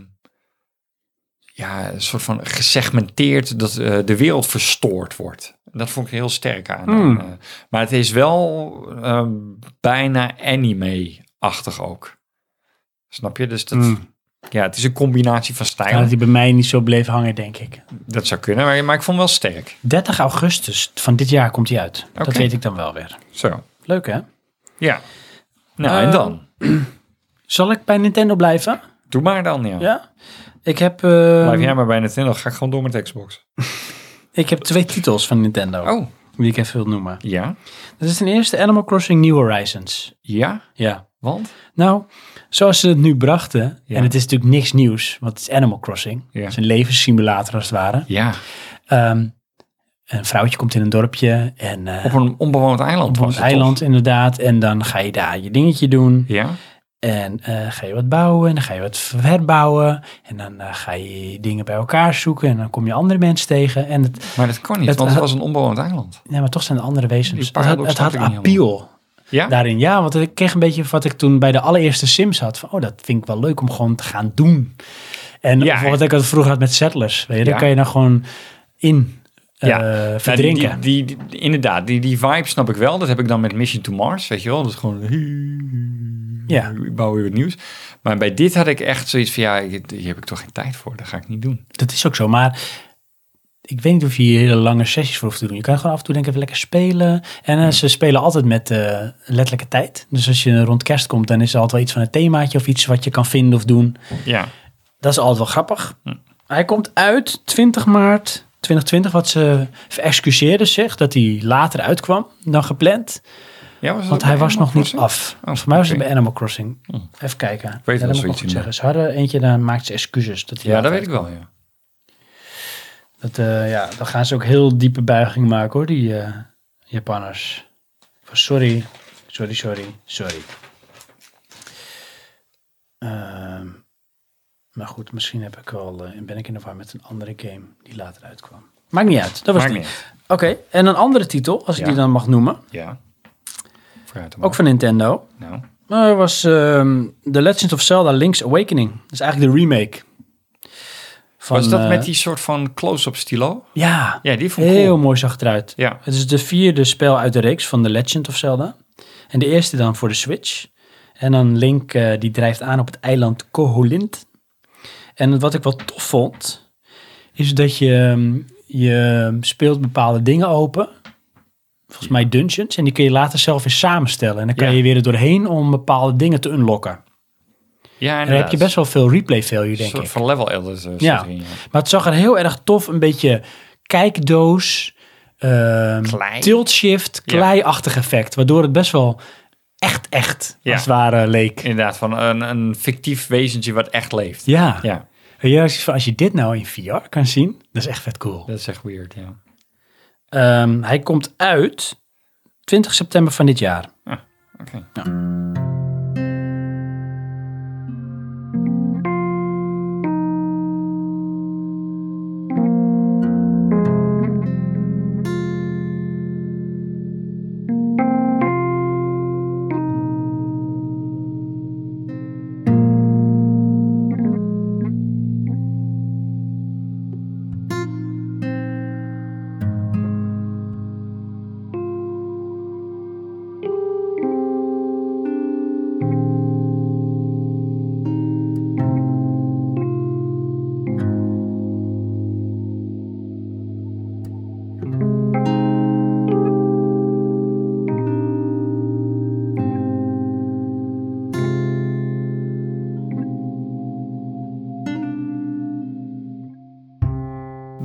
ja, een soort van gesegmenteerd dat uh, de wereld verstoord wordt. Dat vond ik heel sterk aan. Mm. Uh, maar het is wel uh, bijna anime-achtig ook. Snap je? Dus dat, mm. ja, het is een combinatie van stijl. Ja, dat die bij mij niet zo bleef hangen, denk ik. Dat zou kunnen, maar, maar ik vond hem wel sterk. dertig augustus van dit jaar komt hij uit. Okay. Dat weet ik dan wel weer. Zo. Leuk, hè? Ja. Nou, uh, en dan? Zal ik bij Nintendo blijven? Doe maar dan, ja. Ja? Ik heb... Uh, Blijf jij maar bij Nintendo, ga ik gewoon door met de Xbox. Ik heb twee titels van Nintendo. Oh. Die ik even wil noemen. Ja? Dat is ten eerste Animal Crossing New Horizons. Ja? Ja. Want? Nou, zoals ze het nu brachten, ja. En het is natuurlijk niks nieuws, want het is Animal Crossing. Ja. Het is een levenssimulator als het ware. Ja. Um, een vrouwtje komt in een dorpje. En, uh, op een onbewoond eiland. Op een eiland, inderdaad. En dan ga je daar je dingetje doen. Ja. En uh, ga je wat bouwen en dan ga je wat herbouwen. En dan uh, ga je dingen bij elkaar zoeken. En dan kom je andere mensen tegen. En het, maar dat kan niet, het, want het was een onbewoond eiland. Ja, maar toch zijn er andere wezens. Het had, het had appeal ja? daarin. Ja, want ik kreeg een beetje wat ik toen bij de allereerste Sims had. Van, oh, dat vind ik wel leuk om gewoon te gaan doen. En ja, wat ik al vroeger had met Settlers. Weet je, ja. Daar kan je dan gewoon in... Ja, uh, verdrinken. Nou, die, die, die, inderdaad, die, die vibe snap ik wel. Dat heb ik dan met Mission to Mars, weet je wel. Dat is gewoon... Ja. Ik bouw weer wat nieuws. Maar bij dit had ik echt zoiets van... Ja, hier heb ik toch geen tijd voor. Dat ga ik niet doen. Dat is ook zo, maar... Ik weet niet of je hier hele lange sessies voor hoeft te doen. Je kan gewoon af en toe denk ik even lekker spelen. En uh, ja. Ze spelen altijd met uh, letterlijke tijd. Dus als je rond kerst komt, dan is er altijd wel iets van een themaatje... of iets wat je kan vinden of doen. Ja. Dat is altijd wel grappig. Hm. Hij komt uit twintig maart twintig twintig, wat ze excuseerden zich... dat hij later uitkwam dan gepland... Ja, was want hij was nog Crossing? niet af. Oh, voor mij was okay. het bij Animal Crossing. Hm. Even kijken. Ik weet ja, wel dat zoiets moet ik zeggen. Ze hadden eentje, dan maakt ze excuses. Dat ja, dat weet ik wel, ja. Dat, uh, ja. Dan gaan ze ook heel diepe buiging maken, hoor, die uh, Japanners. Sorry, sorry, sorry, sorry. Uh, maar goed, misschien heb ik wel, uh, ben ik in de war met een andere game die later uitkwam. Maakt niet uit, dat was Maakt die. Oké, okay. En een andere titel, als ik ja. die dan mag noemen. Ja. Ook van Nintendo. Nou. Dat was um, The Legend of Zelda Link's Awakening. Dat is eigenlijk de remake. Van, was dat uh, met die soort van close-up stilo? Ja, ja die vond ik heel cool. mooi zag het eruit. Ja. Het is de vierde spel uit de reeks van The Legend of Zelda. En de eerste dan voor de Switch. En dan Link, uh, die drijft aan op het eiland Koholint. En wat ik wel tof vond, is dat je, um, je speelt bepaalde dingen open... Volgens mij dungeons. En die kun je later zelf weer samenstellen. En dan kan ja. je weer er doorheen om bepaalde dingen te unlocken. Ja, en dan heb je best wel veel replay value, denk ik. Een soort van level editor. Ja. ja, maar het zag er heel erg tof. Een beetje kijkdoos, uh, klei. tilt shift, klei-achtig effect. Waardoor het best wel echt, echt, ja. als het ware, leek. Inderdaad, van een, een fictief wezentje wat echt leeft. Ja. ja. ja als je dit nou in V R kan zien, dat is echt vet cool. Dat is echt weird, ja. Um, hij komt uit twintig september van dit jaar. Ah, oké. Okay. Ja.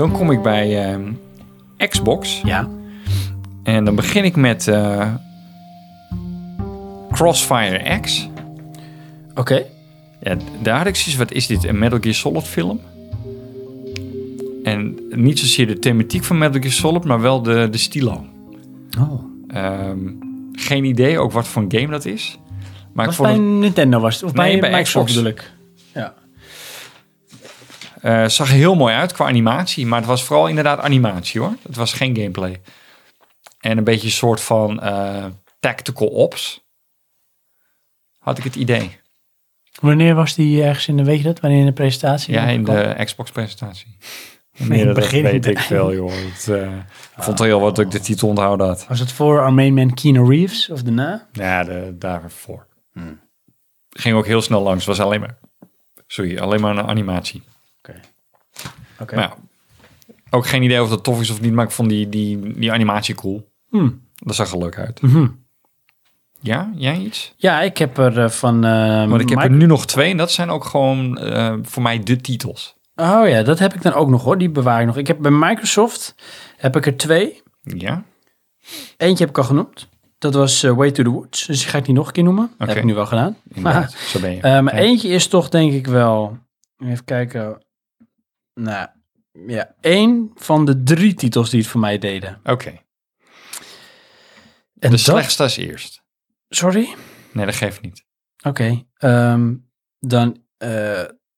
dan kom ik bij uh, Xbox. Ja. En dan begin ik met uh, Crossfire X. Oké. Okay. Ja, daar had ik zoiets, wat is dit? Een Metal Gear Solid film? En niet zozeer de thematiek van Metal Gear Solid, maar wel de, de stilo. Oh. Um, geen idee ook wat voor een game dat is. Maar was ik vond bij het... Nintendo was het? Of nee, bij, bij Xbox Xbox bedoel ik. Ja. Uh, zag er heel mooi uit qua animatie, maar het was vooral inderdaad animatie hoor. Het was geen gameplay. En een beetje een soort van uh, tactical ops. Had ik het idee. Wanneer was die ergens in de, weet je dat? Wanneer in de presentatie? Ja, in de Xbox presentatie. Nee, dat begin weet ik veel joh. Het, uh, ik oh, vond het heel wat dat ik de titel onthouden had. Was het voor Our Main Man Keanu Reeves of daarna? Ja, de, daarvoor. Hmm. Ging ook heel snel langs. Het was alleen maar, sorry, alleen maar een animatie. Oké. Okay. Okay. Maar ja, ook geen idee of dat tof is of niet, maar ik vond die, die, die animatie cool. Hmm. Dat zag er leuk uit. Mm-hmm. Ja, jij iets? Ja, ik heb er uh, van... Uh, Want ik heb Mike... er nu nog twee en dat zijn ook gewoon uh, voor mij de titels. Oh ja, dat heb ik dan ook nog hoor. Die bewaar ik nog. Ik heb bij Microsoft heb ik er twee. Ja. Eentje heb ik al genoemd. Dat was uh, Way to the Woods. Dus die ga ik niet nog een keer noemen. Okay. Heb ik nu wel gedaan. Maar, zo ben je. Uh, maar ja. Eentje is toch denk ik wel... Even kijken. Nou, ja. Één van de drie titels die het voor mij deden. Oké. Okay. De dat... slechtste is eerst. Sorry? Nee, dat geeft niet. Oké. Okay. Um, dan... Uh,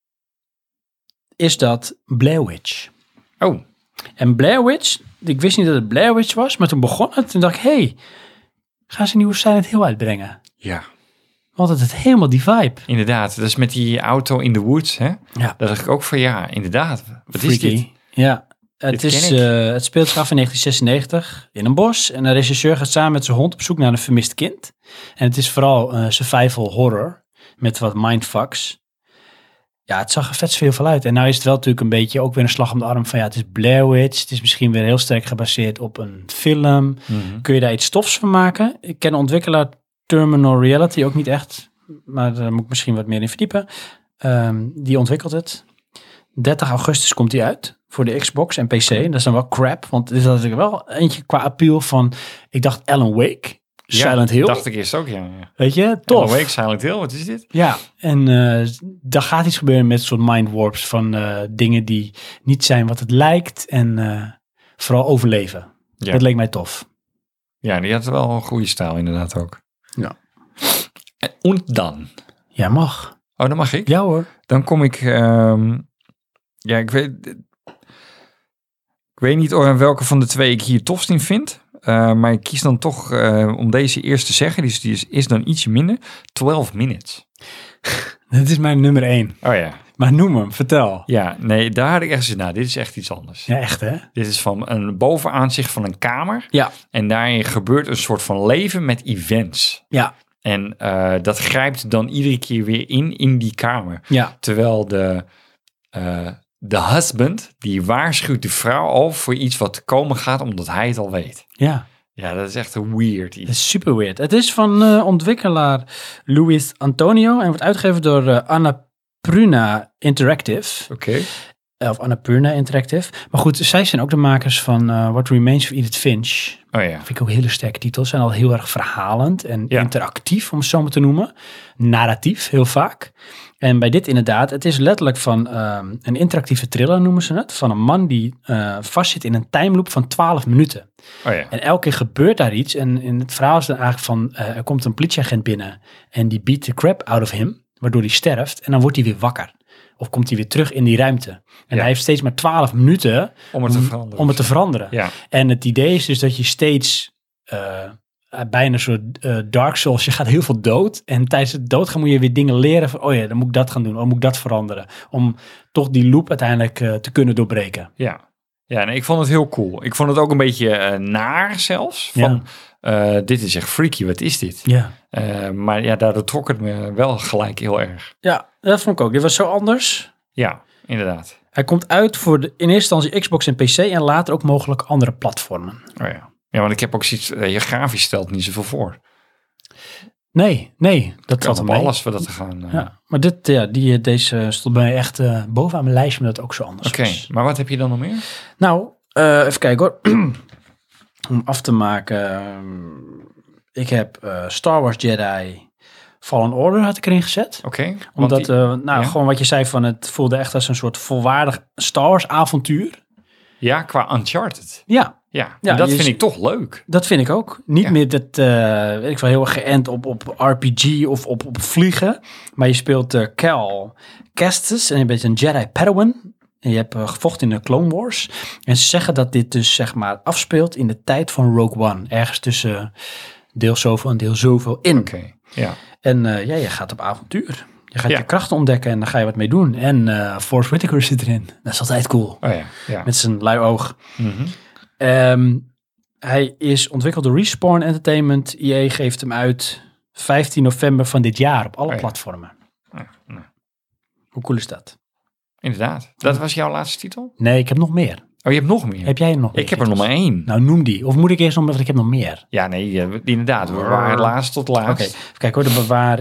is dat Blair Witch. Oh. En Blair Witch, ik wist niet dat het Blair Witch was, maar toen begon het en dacht ik, hé, hey, gaan ze een nieuwe Silent Hill uitbrengen? Ja. Want het is helemaal die vibe. Inderdaad, dat is met die auto in the woods, hè? Ja. Dat dacht ik ook van, ja, inderdaad. Wat Freaky. Is dit? Ja, het, is, uh, het speelt zich af in negentien zesennegentig in een bos en een regisseur gaat samen met zijn hond op zoek naar een vermist kind. En het is vooral uh, survival horror met wat mindfucks. Ja, het zag er vet veel van uit. En nou is het wel natuurlijk een beetje ook weer een slag om de arm van... ja, het is Blair Witch. Het is misschien weer heel sterk gebaseerd op een film. Mm-hmm. Kun je daar iets stofs van maken? Ik ken de ontwikkelaar Terminal Reality ook niet echt. Maar daar moet ik misschien wat meer in verdiepen. Um, die ontwikkelt het. dertig augustus komt die uit voor de Xbox en P C. En dat is dan wel crap. Want het is natuurlijk wel eentje qua appeal van... Ik dacht Alan Wake... Silent ja, Hill. dacht ik eerst ook, ja. ja. Weet je, tof. Alan Wake, Silent Hill, wat is dit? Ja, en uh, daar gaat iets gebeuren met soort mind warps van uh, dingen die niet zijn wat het lijkt en uh, vooral overleven. Ja. Dat leek mij tof. Ja, die had wel een goede stijl inderdaad ook. Ja. En dan? Ja, mag. Oh, dan mag ik? Ja hoor. Dan kom ik, um, ja, ik weet, ik weet niet welke van de twee ik hier tofst in vind. Uh, maar ik kies dan toch uh, om deze eerst te zeggen, dus die is, is dan ietsje minder. twaalf minutes. Dat is mijn nummer één. Oh ja. Maar noem hem, vertel. Ja, nee, daar had ik echt gezegd, nou, dit is echt iets anders. Ja, echt hè? Dit is van een bovenaanzicht van een kamer. Ja. En daarin gebeurt een soort van leven met events. Ja. En uh, dat grijpt dan iedere keer weer in, in die kamer. Ja. Terwijl de... Uh, De husband, die waarschuwt de vrouw al voor iets wat komen gaat, omdat hij het al weet. Ja. Ja, dat is echt een weird iets. Dat is super weird. Het is van uh, ontwikkelaar Luis Antonio en wordt uitgegeven door uh, Annapurna Interactive. Oké. Okay. Uh, of Annapurna Interactive. Maar goed, zij zijn ook de makers van uh, What Remains of Edith Finch. Oh ja. Vind ik ook hele sterke titels. Zijn al heel erg verhalend en ja. interactief, om het zo maar te noemen. Narratief, heel vaak. En bij dit inderdaad, het is letterlijk van uh, een interactieve thriller noemen ze het. Van een man die uh, vastzit in een timeloop van twaalf minuten. Oh ja. En elke keer gebeurt daar iets. En in het verhaal is dan eigenlijk van, uh, er komt een politieagent binnen. En die beat the crap out of him, waardoor hij sterft. En dan wordt hij weer wakker. Of komt hij weer terug in die ruimte. En ja. hij heeft steeds maar twaalf minuten om het te veranderen. Om het te veranderen. Ja. En het idee is dus dat je steeds... Uh, bijna een soort uh, Dark Souls. Je gaat heel veel dood. En tijdens het doodgaan moet je weer dingen leren. Van, oh ja, dan moet ik dat gaan doen. Oh, moet ik dat veranderen. Om toch die loop uiteindelijk uh, te kunnen doorbreken. Ja, ja nee, ik vond het heel cool. Ik vond het ook een beetje uh, naar zelfs. Van, ja. uh, dit is echt freaky. Wat is dit? Ja. Uh, maar ja, daardoor trok het me wel gelijk heel erg. Ja, dat vond ik ook. Dit was zo anders. Ja, inderdaad. Hij komt uit voor de, in eerste instantie Xbox en P C. En later ook mogelijk andere platformen. Oh ja. Ja, want ik heb ook zoiets, je grafisch stelt niet zoveel voor. Nee, nee, dat Kan valt op er mee. alles voor dat te gaan. Uh. Ja, maar dit, ja, die, deze stond bij mij echt uh, bovenaan mijn lijstje, omdat het ook zo anders Oké, was. maar wat heb je dan nog meer? Nou, uh, even kijken hoor. Om af te maken. Uh, ik heb uh, Star Wars Jedi Fallen Order had ik erin gezet. Oké. Okay, Omdat, die, uh, nou, ja? gewoon wat je zei van het voelde echt als een soort volwaardig Star Wars avontuur. Ja, qua Uncharted. Ja. Ja, ja en dat je, vind ik toch leuk. Dat vind ik ook. Niet ja. meer dat, uh, weet ik wel, heel erg geënt op, op R P G of op, op vliegen. Maar je speelt uh, Cal Kestis en je bent een Jedi Padawan. En je hebt uh, gevochten in de Clone Wars. En ze zeggen dat dit dus zeg maar afspeelt in de tijd van Rogue One. Ergens tussen uh, deel zoveel en deel zoveel in. Oké, okay. ja. En uh, ja, je gaat op avontuur. Je gaat ja. je krachten ontdekken en daar ga je wat mee doen. En uh, Force Whitaker zit erin. Dat is altijd cool. Oh ja, ja. Met zijn lui oog. Mm-hmm. Um, hij is ontwikkeld door Respawn Entertainment. I E geeft hem uit vijftien november van dit jaar op alle oh ja. platformen. Ja, nou. Hoe cool is dat? Inderdaad. Dat was jouw laatste titel? Nee, ik heb nog meer. Oh, je hebt nog meer? Heb jij er nog meer? Ik heb er nog maar één. Nou, noem die. Of moet ik eerst nog, want ik heb nog meer. Ja, nee, inderdaad. We waren het laatst tot laatst. Oké, okay. Kijk hoor, de bewaar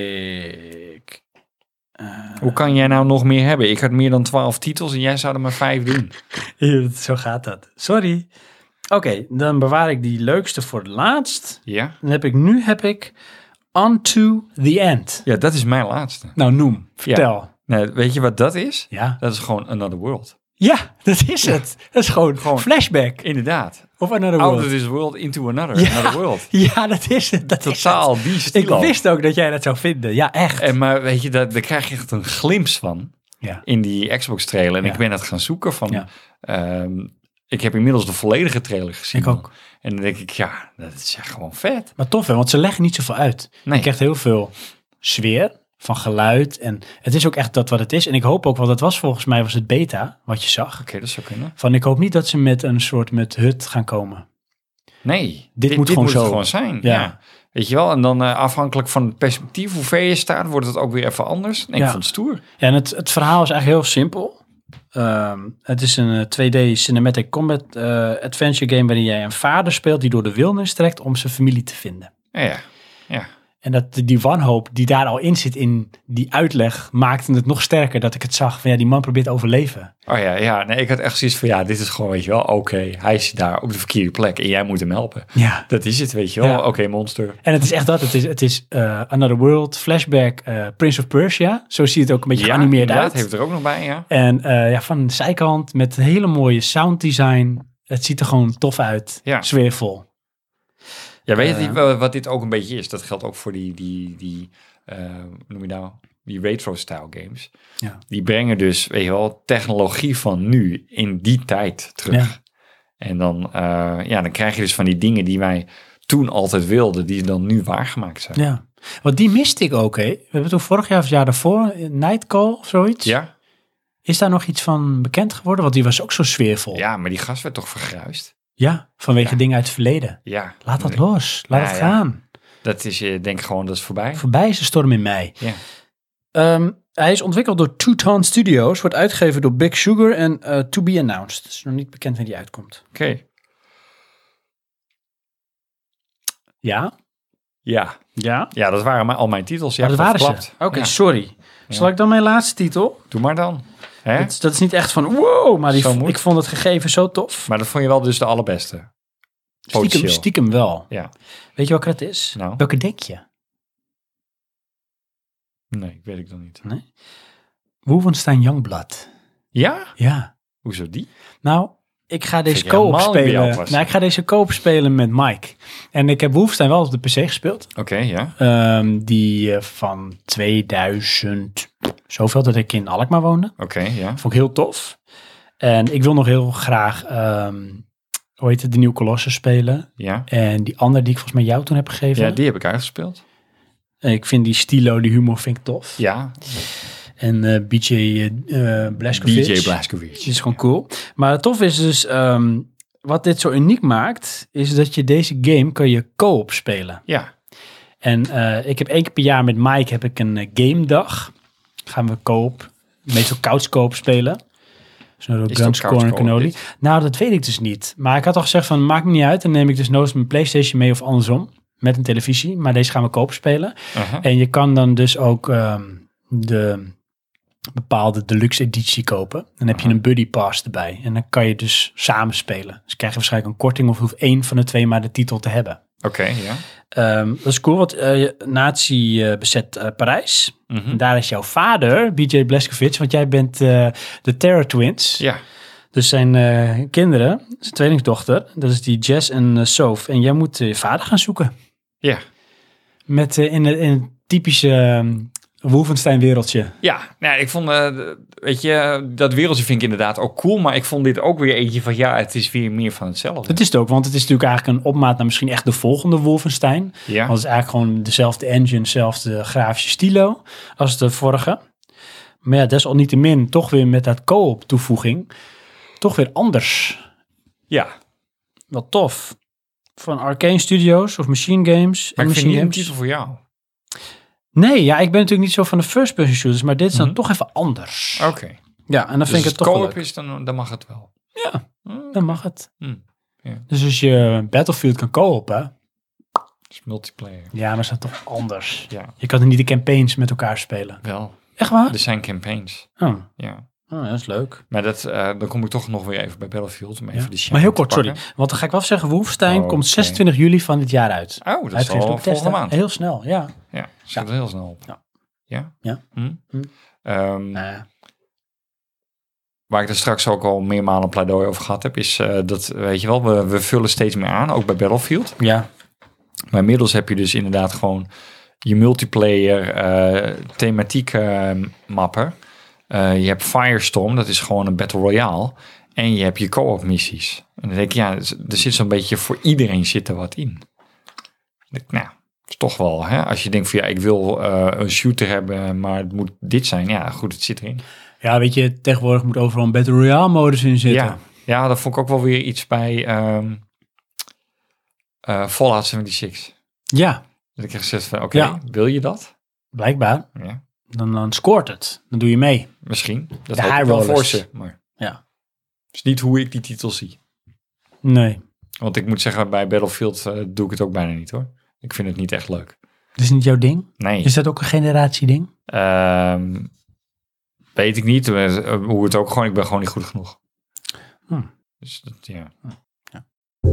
ik... Uh, Hoe kan jij nou nog meer hebben? Ik had meer dan twaalf titels en jij zou er maar vijf doen. Zo gaat dat. Sorry. Oké, okay, dan bewaar ik die leukste voor het laatst. Ja. Dan heb ik nu heb ik Unto the End. Ja, dat is mijn laatste. Nou, noem. Vertel. Ja. Nee, weet je wat dat is? Ja. Dat is gewoon Another World. Ja, dat is het. Dat is gewoon, gewoon flashback. Inderdaad. Of Another World. Out of this world into another, ja, another world. Ja, dat is het. Dat Totaal is het. die stilo. Ik wist ook dat jij dat zou vinden. Ja, echt. En maar weet je, daar, daar krijg je echt een glimp van ja. in die Xbox trailer. En ja. ik ben het gaan zoeken van... Ja. Um, ik heb inmiddels de volledige trailer gezien. Ik ook. En dan denk ik, ja, dat is echt gewoon vet. Maar tof hè, want ze leggen niet zoveel uit. Nee. Je krijgt heel veel sfeer van geluid. En het is ook echt dat wat het is. En ik hoop ook, want dat was volgens mij was het beta, wat je zag. Oké, okay, dat zou kunnen. Van ik hoop niet dat ze met een soort met hut gaan komen. Nee, dit, dit moet, dit gewoon, moet zo. het gewoon zijn. Ja. ja. Weet je wel, en dan uh, afhankelijk van het perspectief, hoe ver je staat, wordt het ook weer even anders. En ik ja. vond het stoer. Ja, en het, het verhaal is eigenlijk heel simpel. Um, het is een uh, twee D cinematic combat uh, adventure game waarin jij een vader speelt die door de wildernis trekt om zijn familie te vinden. Ja, ja. ja. En dat die wanhoop die daar al in zit in die uitleg maakte het nog sterker dat ik het zag van ja, die man probeert te overleven. Oh ja, ja. Nee, ik had echt zoiets van ja, dit is gewoon, weet je wel, oké, okay, hij is daar op de verkeerde plek en jij moet hem helpen. Ja. Dat is het, weet je wel. Ja. Oké, okay, monster. En het is echt dat, het is, het is uh, Another World, flashback, uh, Prince of Persia. Zo ziet het ook een beetje ja, geanimeerd uit. Ja, dat heeft het er ook nog bij, ja. En uh, ja, van de zijkant met hele mooie sound design. Het ziet er gewoon tof uit, ja. sfeervol. Ja, weet je uh, wat dit ook een beetje is? Dat geldt ook voor die, die, die uh, hoe noem je nou, die retro-style games. Ja. Die brengen dus, weet je wel, technologie van nu in die tijd terug. Ja. En dan, uh, ja, dan krijg je dus van die dingen die wij toen altijd wilden, die dan nu waargemaakt zijn. Ja, want die miste ik ook, hè. We hebben toen vorig jaar of het jaar daarvoor, Nightcall of zoiets. Ja. Is daar nog iets van bekend geworden? Want die was ook zo sfeervol. Ja, maar die gast werd toch vergruist? Ja, vanwege ja. dingen uit het verleden. Ja. Laat dat los. Laat ja, het gaan. Ja. Dat is, je denkt gewoon, dat is voorbij. Voorbij is de storm in mei. Ja. Um, hij is ontwikkeld door Two-Tone Studios, wordt uitgegeven door Big Sugar en uh, To Be Announced. Het is nog niet bekend wanneer die uitkomt. Oké. Okay. Ja? Ja. Ja? Ja, dat waren al mijn titels. Ja, oh, dat waren dat ze? Oké, okay, ja. sorry. Zal ja. ik dan mijn laatste titel? Doe maar dan. Hè? Dat, dat is niet echt van wow, maar die, ik vond het gegeven zo tof. Maar dat vond je wel dus de allerbeste? Stiekem, stiekem wel. Ja. Weet je welke het is? Nou. Welke denk je? Nee, weet ik dan niet. Nee? Wolfenstein Youngblood. Ja? Ja. Hoezo die? Nou, ik ga deze co-op spelen. Nou, ik ga deze co-op spelen met Mike. En ik heb Wolfenstein wel op de P C gespeeld. Oké, okay, ja. Um, die uh, van tweeduizend, zoveel dat ik in Alkmaar woonde. Oké, okay, ja. Vond ik heel tof. En ik wil nog heel graag, um, hoe heet het, de nieuwe Colossus spelen. Ja. En die andere die ik volgens mij jou toen heb gegeven. Ja, die heb ik uitgespeeld. En ik vind die stilo, die humor vind ik tof. Ja. En uh, B J uh, Blazkowicz. B J Blazkowicz. Die is gewoon cool. Maar het tof is dus, um, wat dit zo uniek maakt, is dat je deze game kan je co-op spelen. Ja. En uh, ik heb één keer per jaar met Mike heb ik een uh, game dag. Gaan we co-op, meestal couch co-op spelen. Zo dus Gunscore en Canoli. Nou, dat weet ik dus niet. Maar ik had al gezegd van, maakt me niet uit. Dan neem ik dus nooit mijn PlayStation mee of andersom. met een televisie. Maar deze gaan we koop spelen. Uh-huh. En je kan dan dus ook um, de bepaalde deluxe editie kopen. Dan heb je een buddy pass erbij. En dan kan je dus samen spelen. Dus krijg je waarschijnlijk een korting of hoeft één van de twee maar de titel te hebben. Oké, okay, ja. Um, dat is cool, want uh, nazi uh, bezet uh, Parijs. Mm-hmm. En daar is jouw vader, B J Blazkowicz, want jij bent uh, de Terror Twins. Ja. Dus zijn uh, kinderen, zijn tweelingsdochter, dat is die Jess en uh, Soph. En jij moet uh, je vader gaan zoeken. Ja. Met uh, in, in het typische um, Wolfenstein wereldje. Ja, nou, ik vond, uh, weet je, dat wereldje vind ik inderdaad ook cool. Maar ik vond dit ook weer eentje van, ja, het is weer meer van hetzelfde. Het is het ook, want het is natuurlijk eigenlijk een opmaat naar misschien echt de volgende Wolfenstein. Ja. Want het is eigenlijk gewoon dezelfde engine, dezelfde grafische stilo als de vorige. Maar ja, desalniettemin toch weer met dat co-op toevoeging. Toch weer anders. Ja. Wat tof. Van Arcane Studios of Machine Games. Maar en ik vind Machine niet een Games. titel voor jou. Nee, ja, ik ben natuurlijk niet zo van de first-person shooters, maar dit is dan Mm-hmm. toch even anders. Oké. Okay. Ja, en dan Dus vind ik het toch wel co-op leuk. is, dan, dan mag het wel. Ja, Mm. dan mag het. Mm. Ja. Dus als je Battlefield kan co-open, Dat is multiplayer. ja, maar is dat toch anders. Ja, Je kan er niet de campaigns met elkaar spelen. wel. Echt waar? Er zijn campaigns. Oh, Ja. oh dat is leuk. Maar dat, uh, dan kom ik toch nog weer even bij Battlefield. Om Ja. even die Maar heel te kort, sorry. pakken. Want dan ga ik wel zeggen, Wolfenstein Oh, komt oké. zesentwintig juli van dit jaar uit. Oh, dat is Uitgegeven al door Bethesda. volgende maand. Heel snel, ja. Ja, schiet er heel snel op. Ja. Ja? Ja. Hm? Hm. Um, Nou, Waar ik er straks ook al meermalen een pleidooi over gehad heb, is uh, dat, weet je wel, we, we vullen steeds meer aan, ook bij Battlefield. ja. Maar inmiddels heb je dus inderdaad gewoon je multiplayer uh, thematiek uh, mappen. Uh, je hebt Firestorm, dat is gewoon een Battle Royale. En je hebt je co-op missies. En dan denk ik, ja, er zit zo'n beetje voor iedereen zit er wat in. Ik, nou, het is toch wel, hè, als je denkt van ja, ik wil uh, een shooter hebben, maar het moet dit zijn. Ja, goed, het zit erin. Ja, weet je, tegenwoordig moet overal een Battle Royale modus in zitten. Ja, ja, dat vond ik ook wel weer iets bij um, uh, Fallout zevenenzeventig. Ja, Dat ik echt gezegd van, oké, okay, Ja. wil je dat? blijkbaar. Ja, Dan, dan scoort het. Dan doe je mee. misschien. Dat De hoop ik high wel rollers. voor ze. Maar Ja. dat is niet hoe ik die titel zie. Nee, Want ik moet zeggen, bij Battlefield uh, doe ik het ook bijna niet hoor. Ik vind het niet echt leuk. dat is niet jouw ding. Nee. Is dat ook een generatieding? Um, weet ik niet. Uh, hoe het ook gewoon, ik ben gewoon niet goed genoeg. Hm. Dus dat, ja. Ja.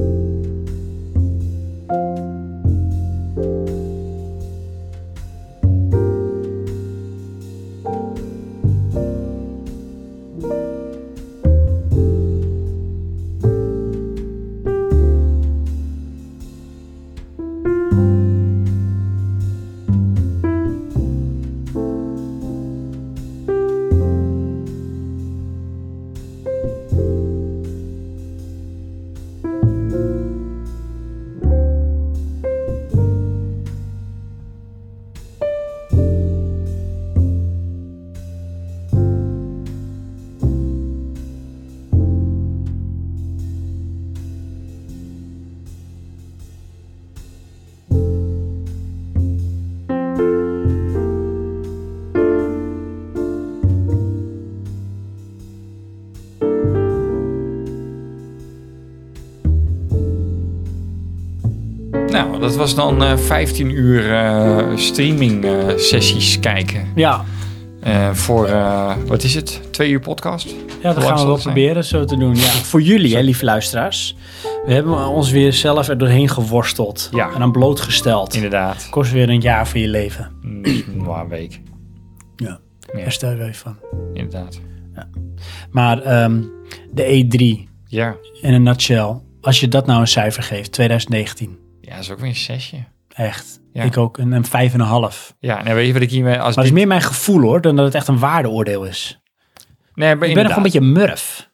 Nou, dat was dan uh, vijftien uur uh, streaming uh, sessies kijken. Ja, Uh, voor, uh, wat is het? Twee uur podcast? ja dat Hoe lang gaan we zal wel het zijn? proberen zo te doen. Ja. Voor jullie, hè, lieve luisteraars. We hebben ons weer zelf er doorheen geworsteld. Ja. En aan blootgesteld. Inderdaad. Kost weer een jaar van je leven. Mm, nou, een week. Ja. Ja, Herstel je van. inderdaad. Maar um, de E drie, Ja. in een nutshell. Als je dat nou een cijfer geeft, twintig negentien. Ja, dat is ook weer een zesje. Echt. Ja. Ik ook, een, een vijf en een half. Ja, nou weet je wat ik hiermee... Als Maar dat is dit... meer mijn gevoel hoor, dan dat het echt een waardeoordeel is. Nee, maar Ik ben er gewoon een inderdaad. beetje murf.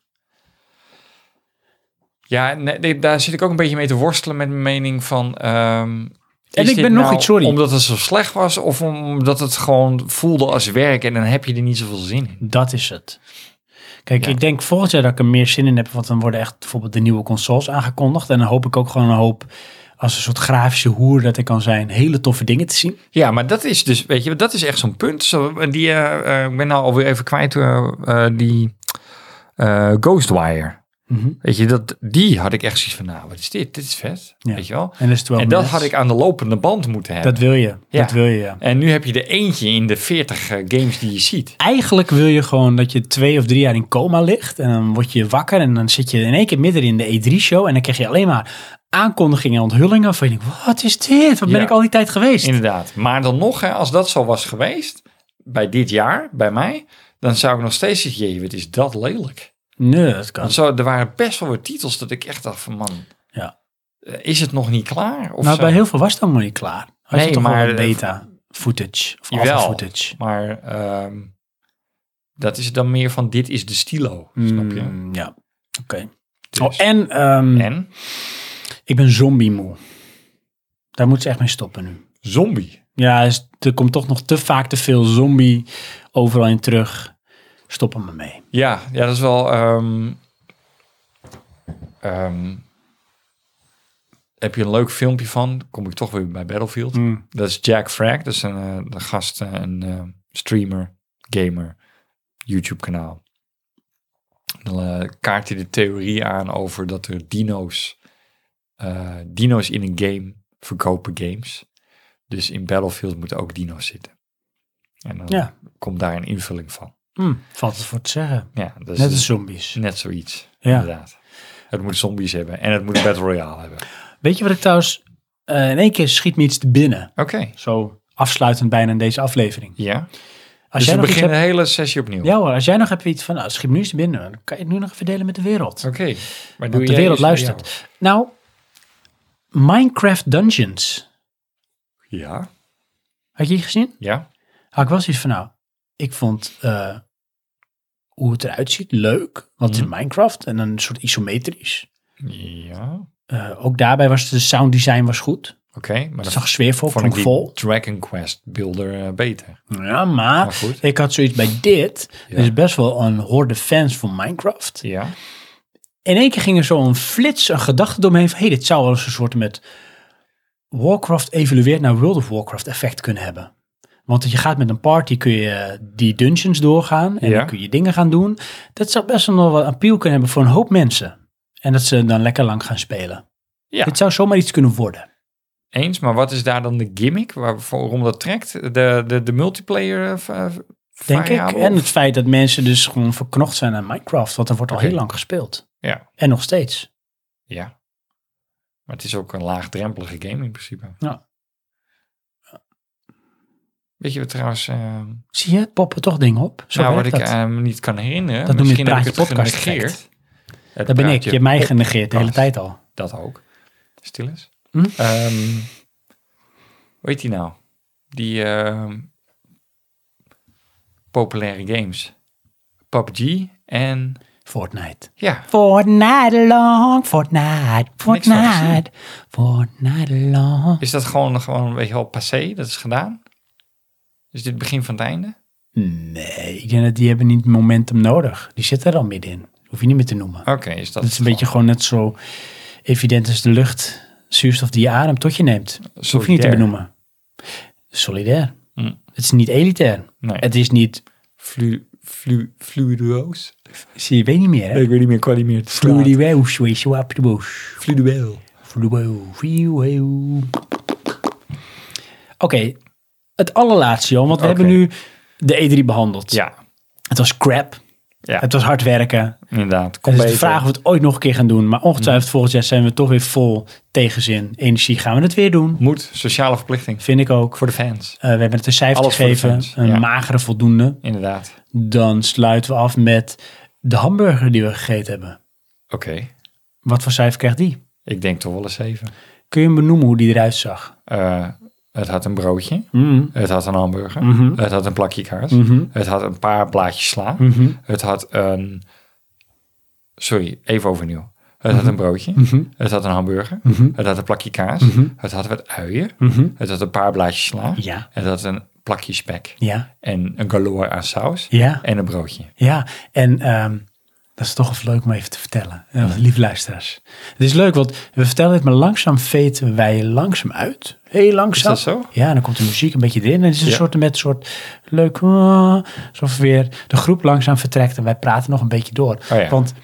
Ja, nee, nee, daar zit ik ook een beetje mee te worstelen met mijn mening van... Um, En is ik dit ben nog nou iets, sorry. Omdat het zo slecht was of omdat het gewoon voelde als werk en dan heb je er niet zoveel zin in. Dat is het. Kijk, Ja. ik denk volgend jaar dat ik er meer zin in heb, want dan worden echt bijvoorbeeld de nieuwe consoles aangekondigd. En dan hoop ik ook gewoon een hoop, als een soort grafische hoer dat ik kan zijn, hele toffe dingen te zien. Ja, maar dat is dus, weet je, dat is echt zo'n punt. Zo, die, uh, uh, ik ben nou alweer even kwijt, uh, uh, die uh, Ghostwire. Mm-hmm. Weet je, dat, die had ik echt zoiets van, nou, wat is dit? Dit is vet, Ja. weet je wel? En, is het wel En dat mes. had ik aan de lopende band moeten hebben. Dat wil je. Ja. Dat wil je, ja. En nu heb je er eentje in de veertig uh, games die je ziet. Eigenlijk wil je gewoon dat je twee of drie jaar in coma ligt. En dan word je wakker en dan zit je in één keer midden in de E drie show. En dan krijg je alleen maar aankondigingen en onthullingen. Van je denkt, wat is dit? Wat ben Ja. ik al die tijd geweest? Inderdaad. Maar dan nog, hè, als dat zo was geweest, bij dit jaar, bij mij, dan zou ik nog steeds zeggen, jee, wat is dat lelijk. Nee, dat kan. Want zo, er waren best wel wat titels dat ik echt dacht van, man, Ja. uh, is het nog niet klaar? Of Nou, zo? bij heel veel was het allemaal niet klaar. Had Nee, je toch maar, wel eh, beta footage of Jawel. alpha footage. Maar ehm, dat is dan meer van, dit is de stilo, snap je? Mm, ja, oké. Dus- Oh, en, ehm, en? ik ben zombie moe. Daar moet ze echt mee stoppen nu. Zombie. Ja, is- er komt toch nog te vaak te veel zombie overal in terug. Stop er maar mee. Ja, ja, dat is wel... ehm, ehm, heb je een leuk filmpje van? Kom ik toch weer bij Battlefield. Mm. Dat is Jack Frag. Dat is een, eh, een gast, eh, een eh, streamer, gamer, YouTube kanaal. Dan eh, kaart hij de theorie aan over dat er dino's, eh, dino's in een game verkopen games. Dus in Battlefield moeten ook dino's zitten. En dan Ja. komt daar een invulling van. Mm, valt het voor te zeggen. Ja, dat is Net dus als zombies. net zoiets. Ja. Inderdaad. Het moet zombies hebben en het moet een Battle Royale hebben. Weet je wat ik trouwens... eh, in één keer schiet me iets te binnen. Oké. Zo afsluitend bijna in deze aflevering. Ja. Als Dus jij we nog iets beginnen hebt, de hele sessie opnieuw. ja hoor, als jij nog hebt iets van... Nou, schiet me nu eens te binnen. Dan kan je het nu nog even delen met de wereld. Oké. Maar doe Want de jij wereld eens bij luistert. Nou, Minecraft Dungeons. jou? Ja. Had je die gezien? Ja. Had ik wel zoiets van, nou, ik vond eh, hoe het eruit ziet leuk. Want het is Minecraft en een soort isometrisch. Ja. Eh, ook daarbij was de sound design was goed. Oké. Maar Het dan zag sfeervol, vond ik klonk die vol. Dragon Quest beelder uh, beter. Ja, maar, Maar goed. ik had zoiets bij dit. Ja. Er is best wel een horde fans van Minecraft. Ja. In één keer ging er zo'n flits, een gedachte door me heen van, hey, dit zou wel eens een soort met Warcraft evolueert naar World of Warcraft effect kunnen hebben. Want je gaat met een party, kun je die dungeons doorgaan en Ja. dan kun je dingen gaan doen. Dat zou best wel nog wat appeal kunnen hebben voor een hoop mensen. En dat ze dan lekker lang gaan spelen. Ja. Dit zou zomaar iets kunnen worden. Eens, maar wat is daar dan de gimmick waar, waarom dat trekt? De, de, de multiplayer uh, v- Denk ik. variabel? En het feit dat mensen dus gewoon verknocht zijn aan Minecraft. Want er wordt al Oké. heel lang gespeeld. Ja. En nog steeds. Ja. Maar het is ook een laagdrempelige game in principe. Ja. Weet je wat trouwens... uh, Zie je, het poppen toch dingen op. Zo nou, wat werkt ik dat. uh, me niet kan herinneren. Dat noem je het misschien heb ik praatje het podcast genegeerd. effect. Het Dat ben ik. praatje Je hebt mij genegeerd de hele podcast. tijd al. Dat ook. Stil eens. Hm? Ehm, hoe heet die nou? Die ehm, populaire games. P U B G en... Fortnite. Ja, Fortnite long, Fortnite, van Fortnite, Fortnite long. is dat gewoon, gewoon weet je wel, passé? Dat is gedaan? Is dit het begin van het einde? Nee, ik denk dat die hebben niet momentum nodig. Die zitten er al middenin. Hoef je niet meer te noemen. Oké, is dat Dat is een beetje gewoon net zo evident als de lucht, zuurstof die je ademt tot je neemt. Dat hoef je niet te solidair? benoemen. Solidair. Hm. Het is niet elitair. Nee. Het is niet, Flu, flu, fluidoos? zie je, weet niet meer hè. ik weet niet meer, qua niet meer. Fluidiweus, wees je op de boos. Fluidueel. Fluidiweus. Oké, het allerlaatste, Johan, want we Oké. hebben nu de E drie behandeld. Ja, Het was crap. ja, Het was hard werken. inderdaad. Het Kom is de beter. vraag of we het ooit nog een keer gaan doen. Maar ongetwijfeld volgend jaar zijn we toch weer vol tegenzin. Energie gaan we het weer doen. Moet, sociale verplichting. Vind ik ook. Voor de fans. Uh, we hebben het een cijfer Alles voor de gegeven. fans, Een ja. magere voldoende. Inderdaad. Dan sluiten we af met de hamburger die we gegeten hebben. Oké. Wat voor cijfer krijgt die? Ik denk toch wel een zeven. Kun je hem benoemen hoe die eruit zag? Uh, het had een broodje. Mm. Het had een hamburger. Mhm. Het had een plakje kaas. Mhm. Het had een paar blaadjes sla. Mhm. Het had een... Sorry, even overnieuw. Het had een broodje. Mhm. Het had een hamburger. Mhm. Het had een plakje kaas. Mhm. Het had wat uien. Mhm. Het had een paar blaadjes sla. Ja, Het had een plakje spek. ja, En een galore aan saus. ja, En een broodje. ja. En ehm, dat is toch even leuk om even te vertellen. Ja, lieve luisteraars. Het is leuk, want we vertellen het, maar langzaam veten wij langzaam uit. Heel langzaam. Is dat zo? Ja, en dan komt de muziek een beetje erin. En het is een Ja. soort met een soort leuk, uh, alsof weer de groep langzaam vertrekt en wij praten nog een beetje door. Oh ja. Want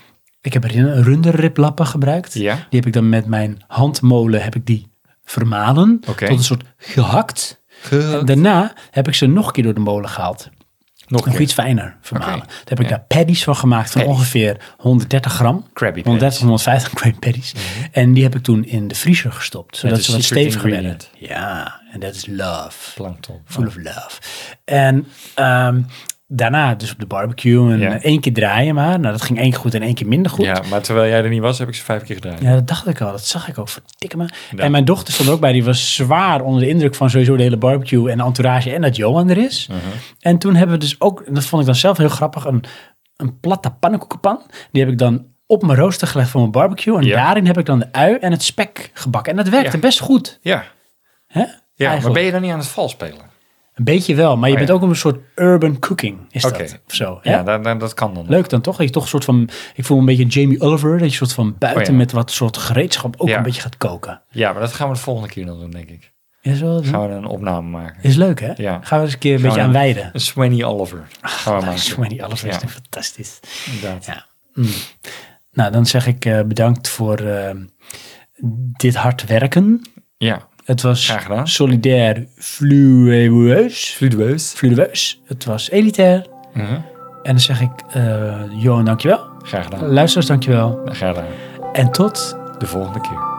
Ik heb een runderriplappen gebruikt. Ja. Die heb ik dan met mijn handmolen heb ik die vermalen. Oké. Tot een soort gehakt. En daarna heb ik ze nog een keer door de molen gehaald. Nog, Nog iets fijner vermalen. Oké. Daar heb ik Ja. daar paddies van gemaakt van Paddies. ongeveer honderddertig gram. Krabby honderddertig, honderdvijftig gram paddies. Mhm. En die heb ik toen in de vriezer gestopt. Zodat de ze wat secret steviger werden. ingredient. Ja, en dat is love. Plankton. Full of love. En ehm, daarna dus op de barbecue en Ja. één keer draaien maar. Nou, dat ging één keer goed en één keer minder goed. Ja, maar terwijl jij er niet was, heb ik ze vijf keer gedraaid. Ja, dat dacht ik al. Dat zag ik ook. Verdikke me. Ja. En mijn dochter stond ook bij. Die was zwaar onder de indruk van sowieso de hele barbecue en de entourage. En dat Johan er is. Uh-huh. En toen hebben we dus ook, en dat vond ik dan zelf heel grappig, een, een platte pannenkoekenpan. Die heb ik dan op mijn rooster gelegd voor mijn barbecue. En Ja. daarin heb ik dan de ui en het spek gebakken. En dat werkte Ja. best goed. Ja, Hè? ja maar Eigenlijk. ben je dan niet aan het vals spelen? Een beetje wel. Maar je Oh, bent ja. ook op een soort urban cooking. Is Oké. dat? Of zo. Hè? Ja, dat, dat, dat kan dan. Leuk dan toch? Dat je toch een soort van, ik voel een beetje Jamie Oliver. Dat je soort van buiten Oh ja. met wat soort gereedschap ook Ja. een beetje gaat koken. Ja, maar dat gaan we de volgende keer dan doen, denk ik. Is wel Gaan we een opname maken. Is leuk, hè? Ja. Gaan we eens een keer een Gaan beetje we aan een- wijden. Een Sweeney Oliver. Gaan we maken. Sweeney Oliver is Ja. echt fantastisch. Inderdaad. Ja. Mm. Nou, dan zeg ik eh, bedankt voor eh, dit hard werken. Ja. Het was Graag gedaan. solidair, fluweus. Fluideus. Fluweus. Het was elitair. Uh-huh. En dan zeg ik, uh, Johan, dankjewel. Graag gedaan. Luisteraars, dankjewel. Graag gedaan. En tot De volgende keer.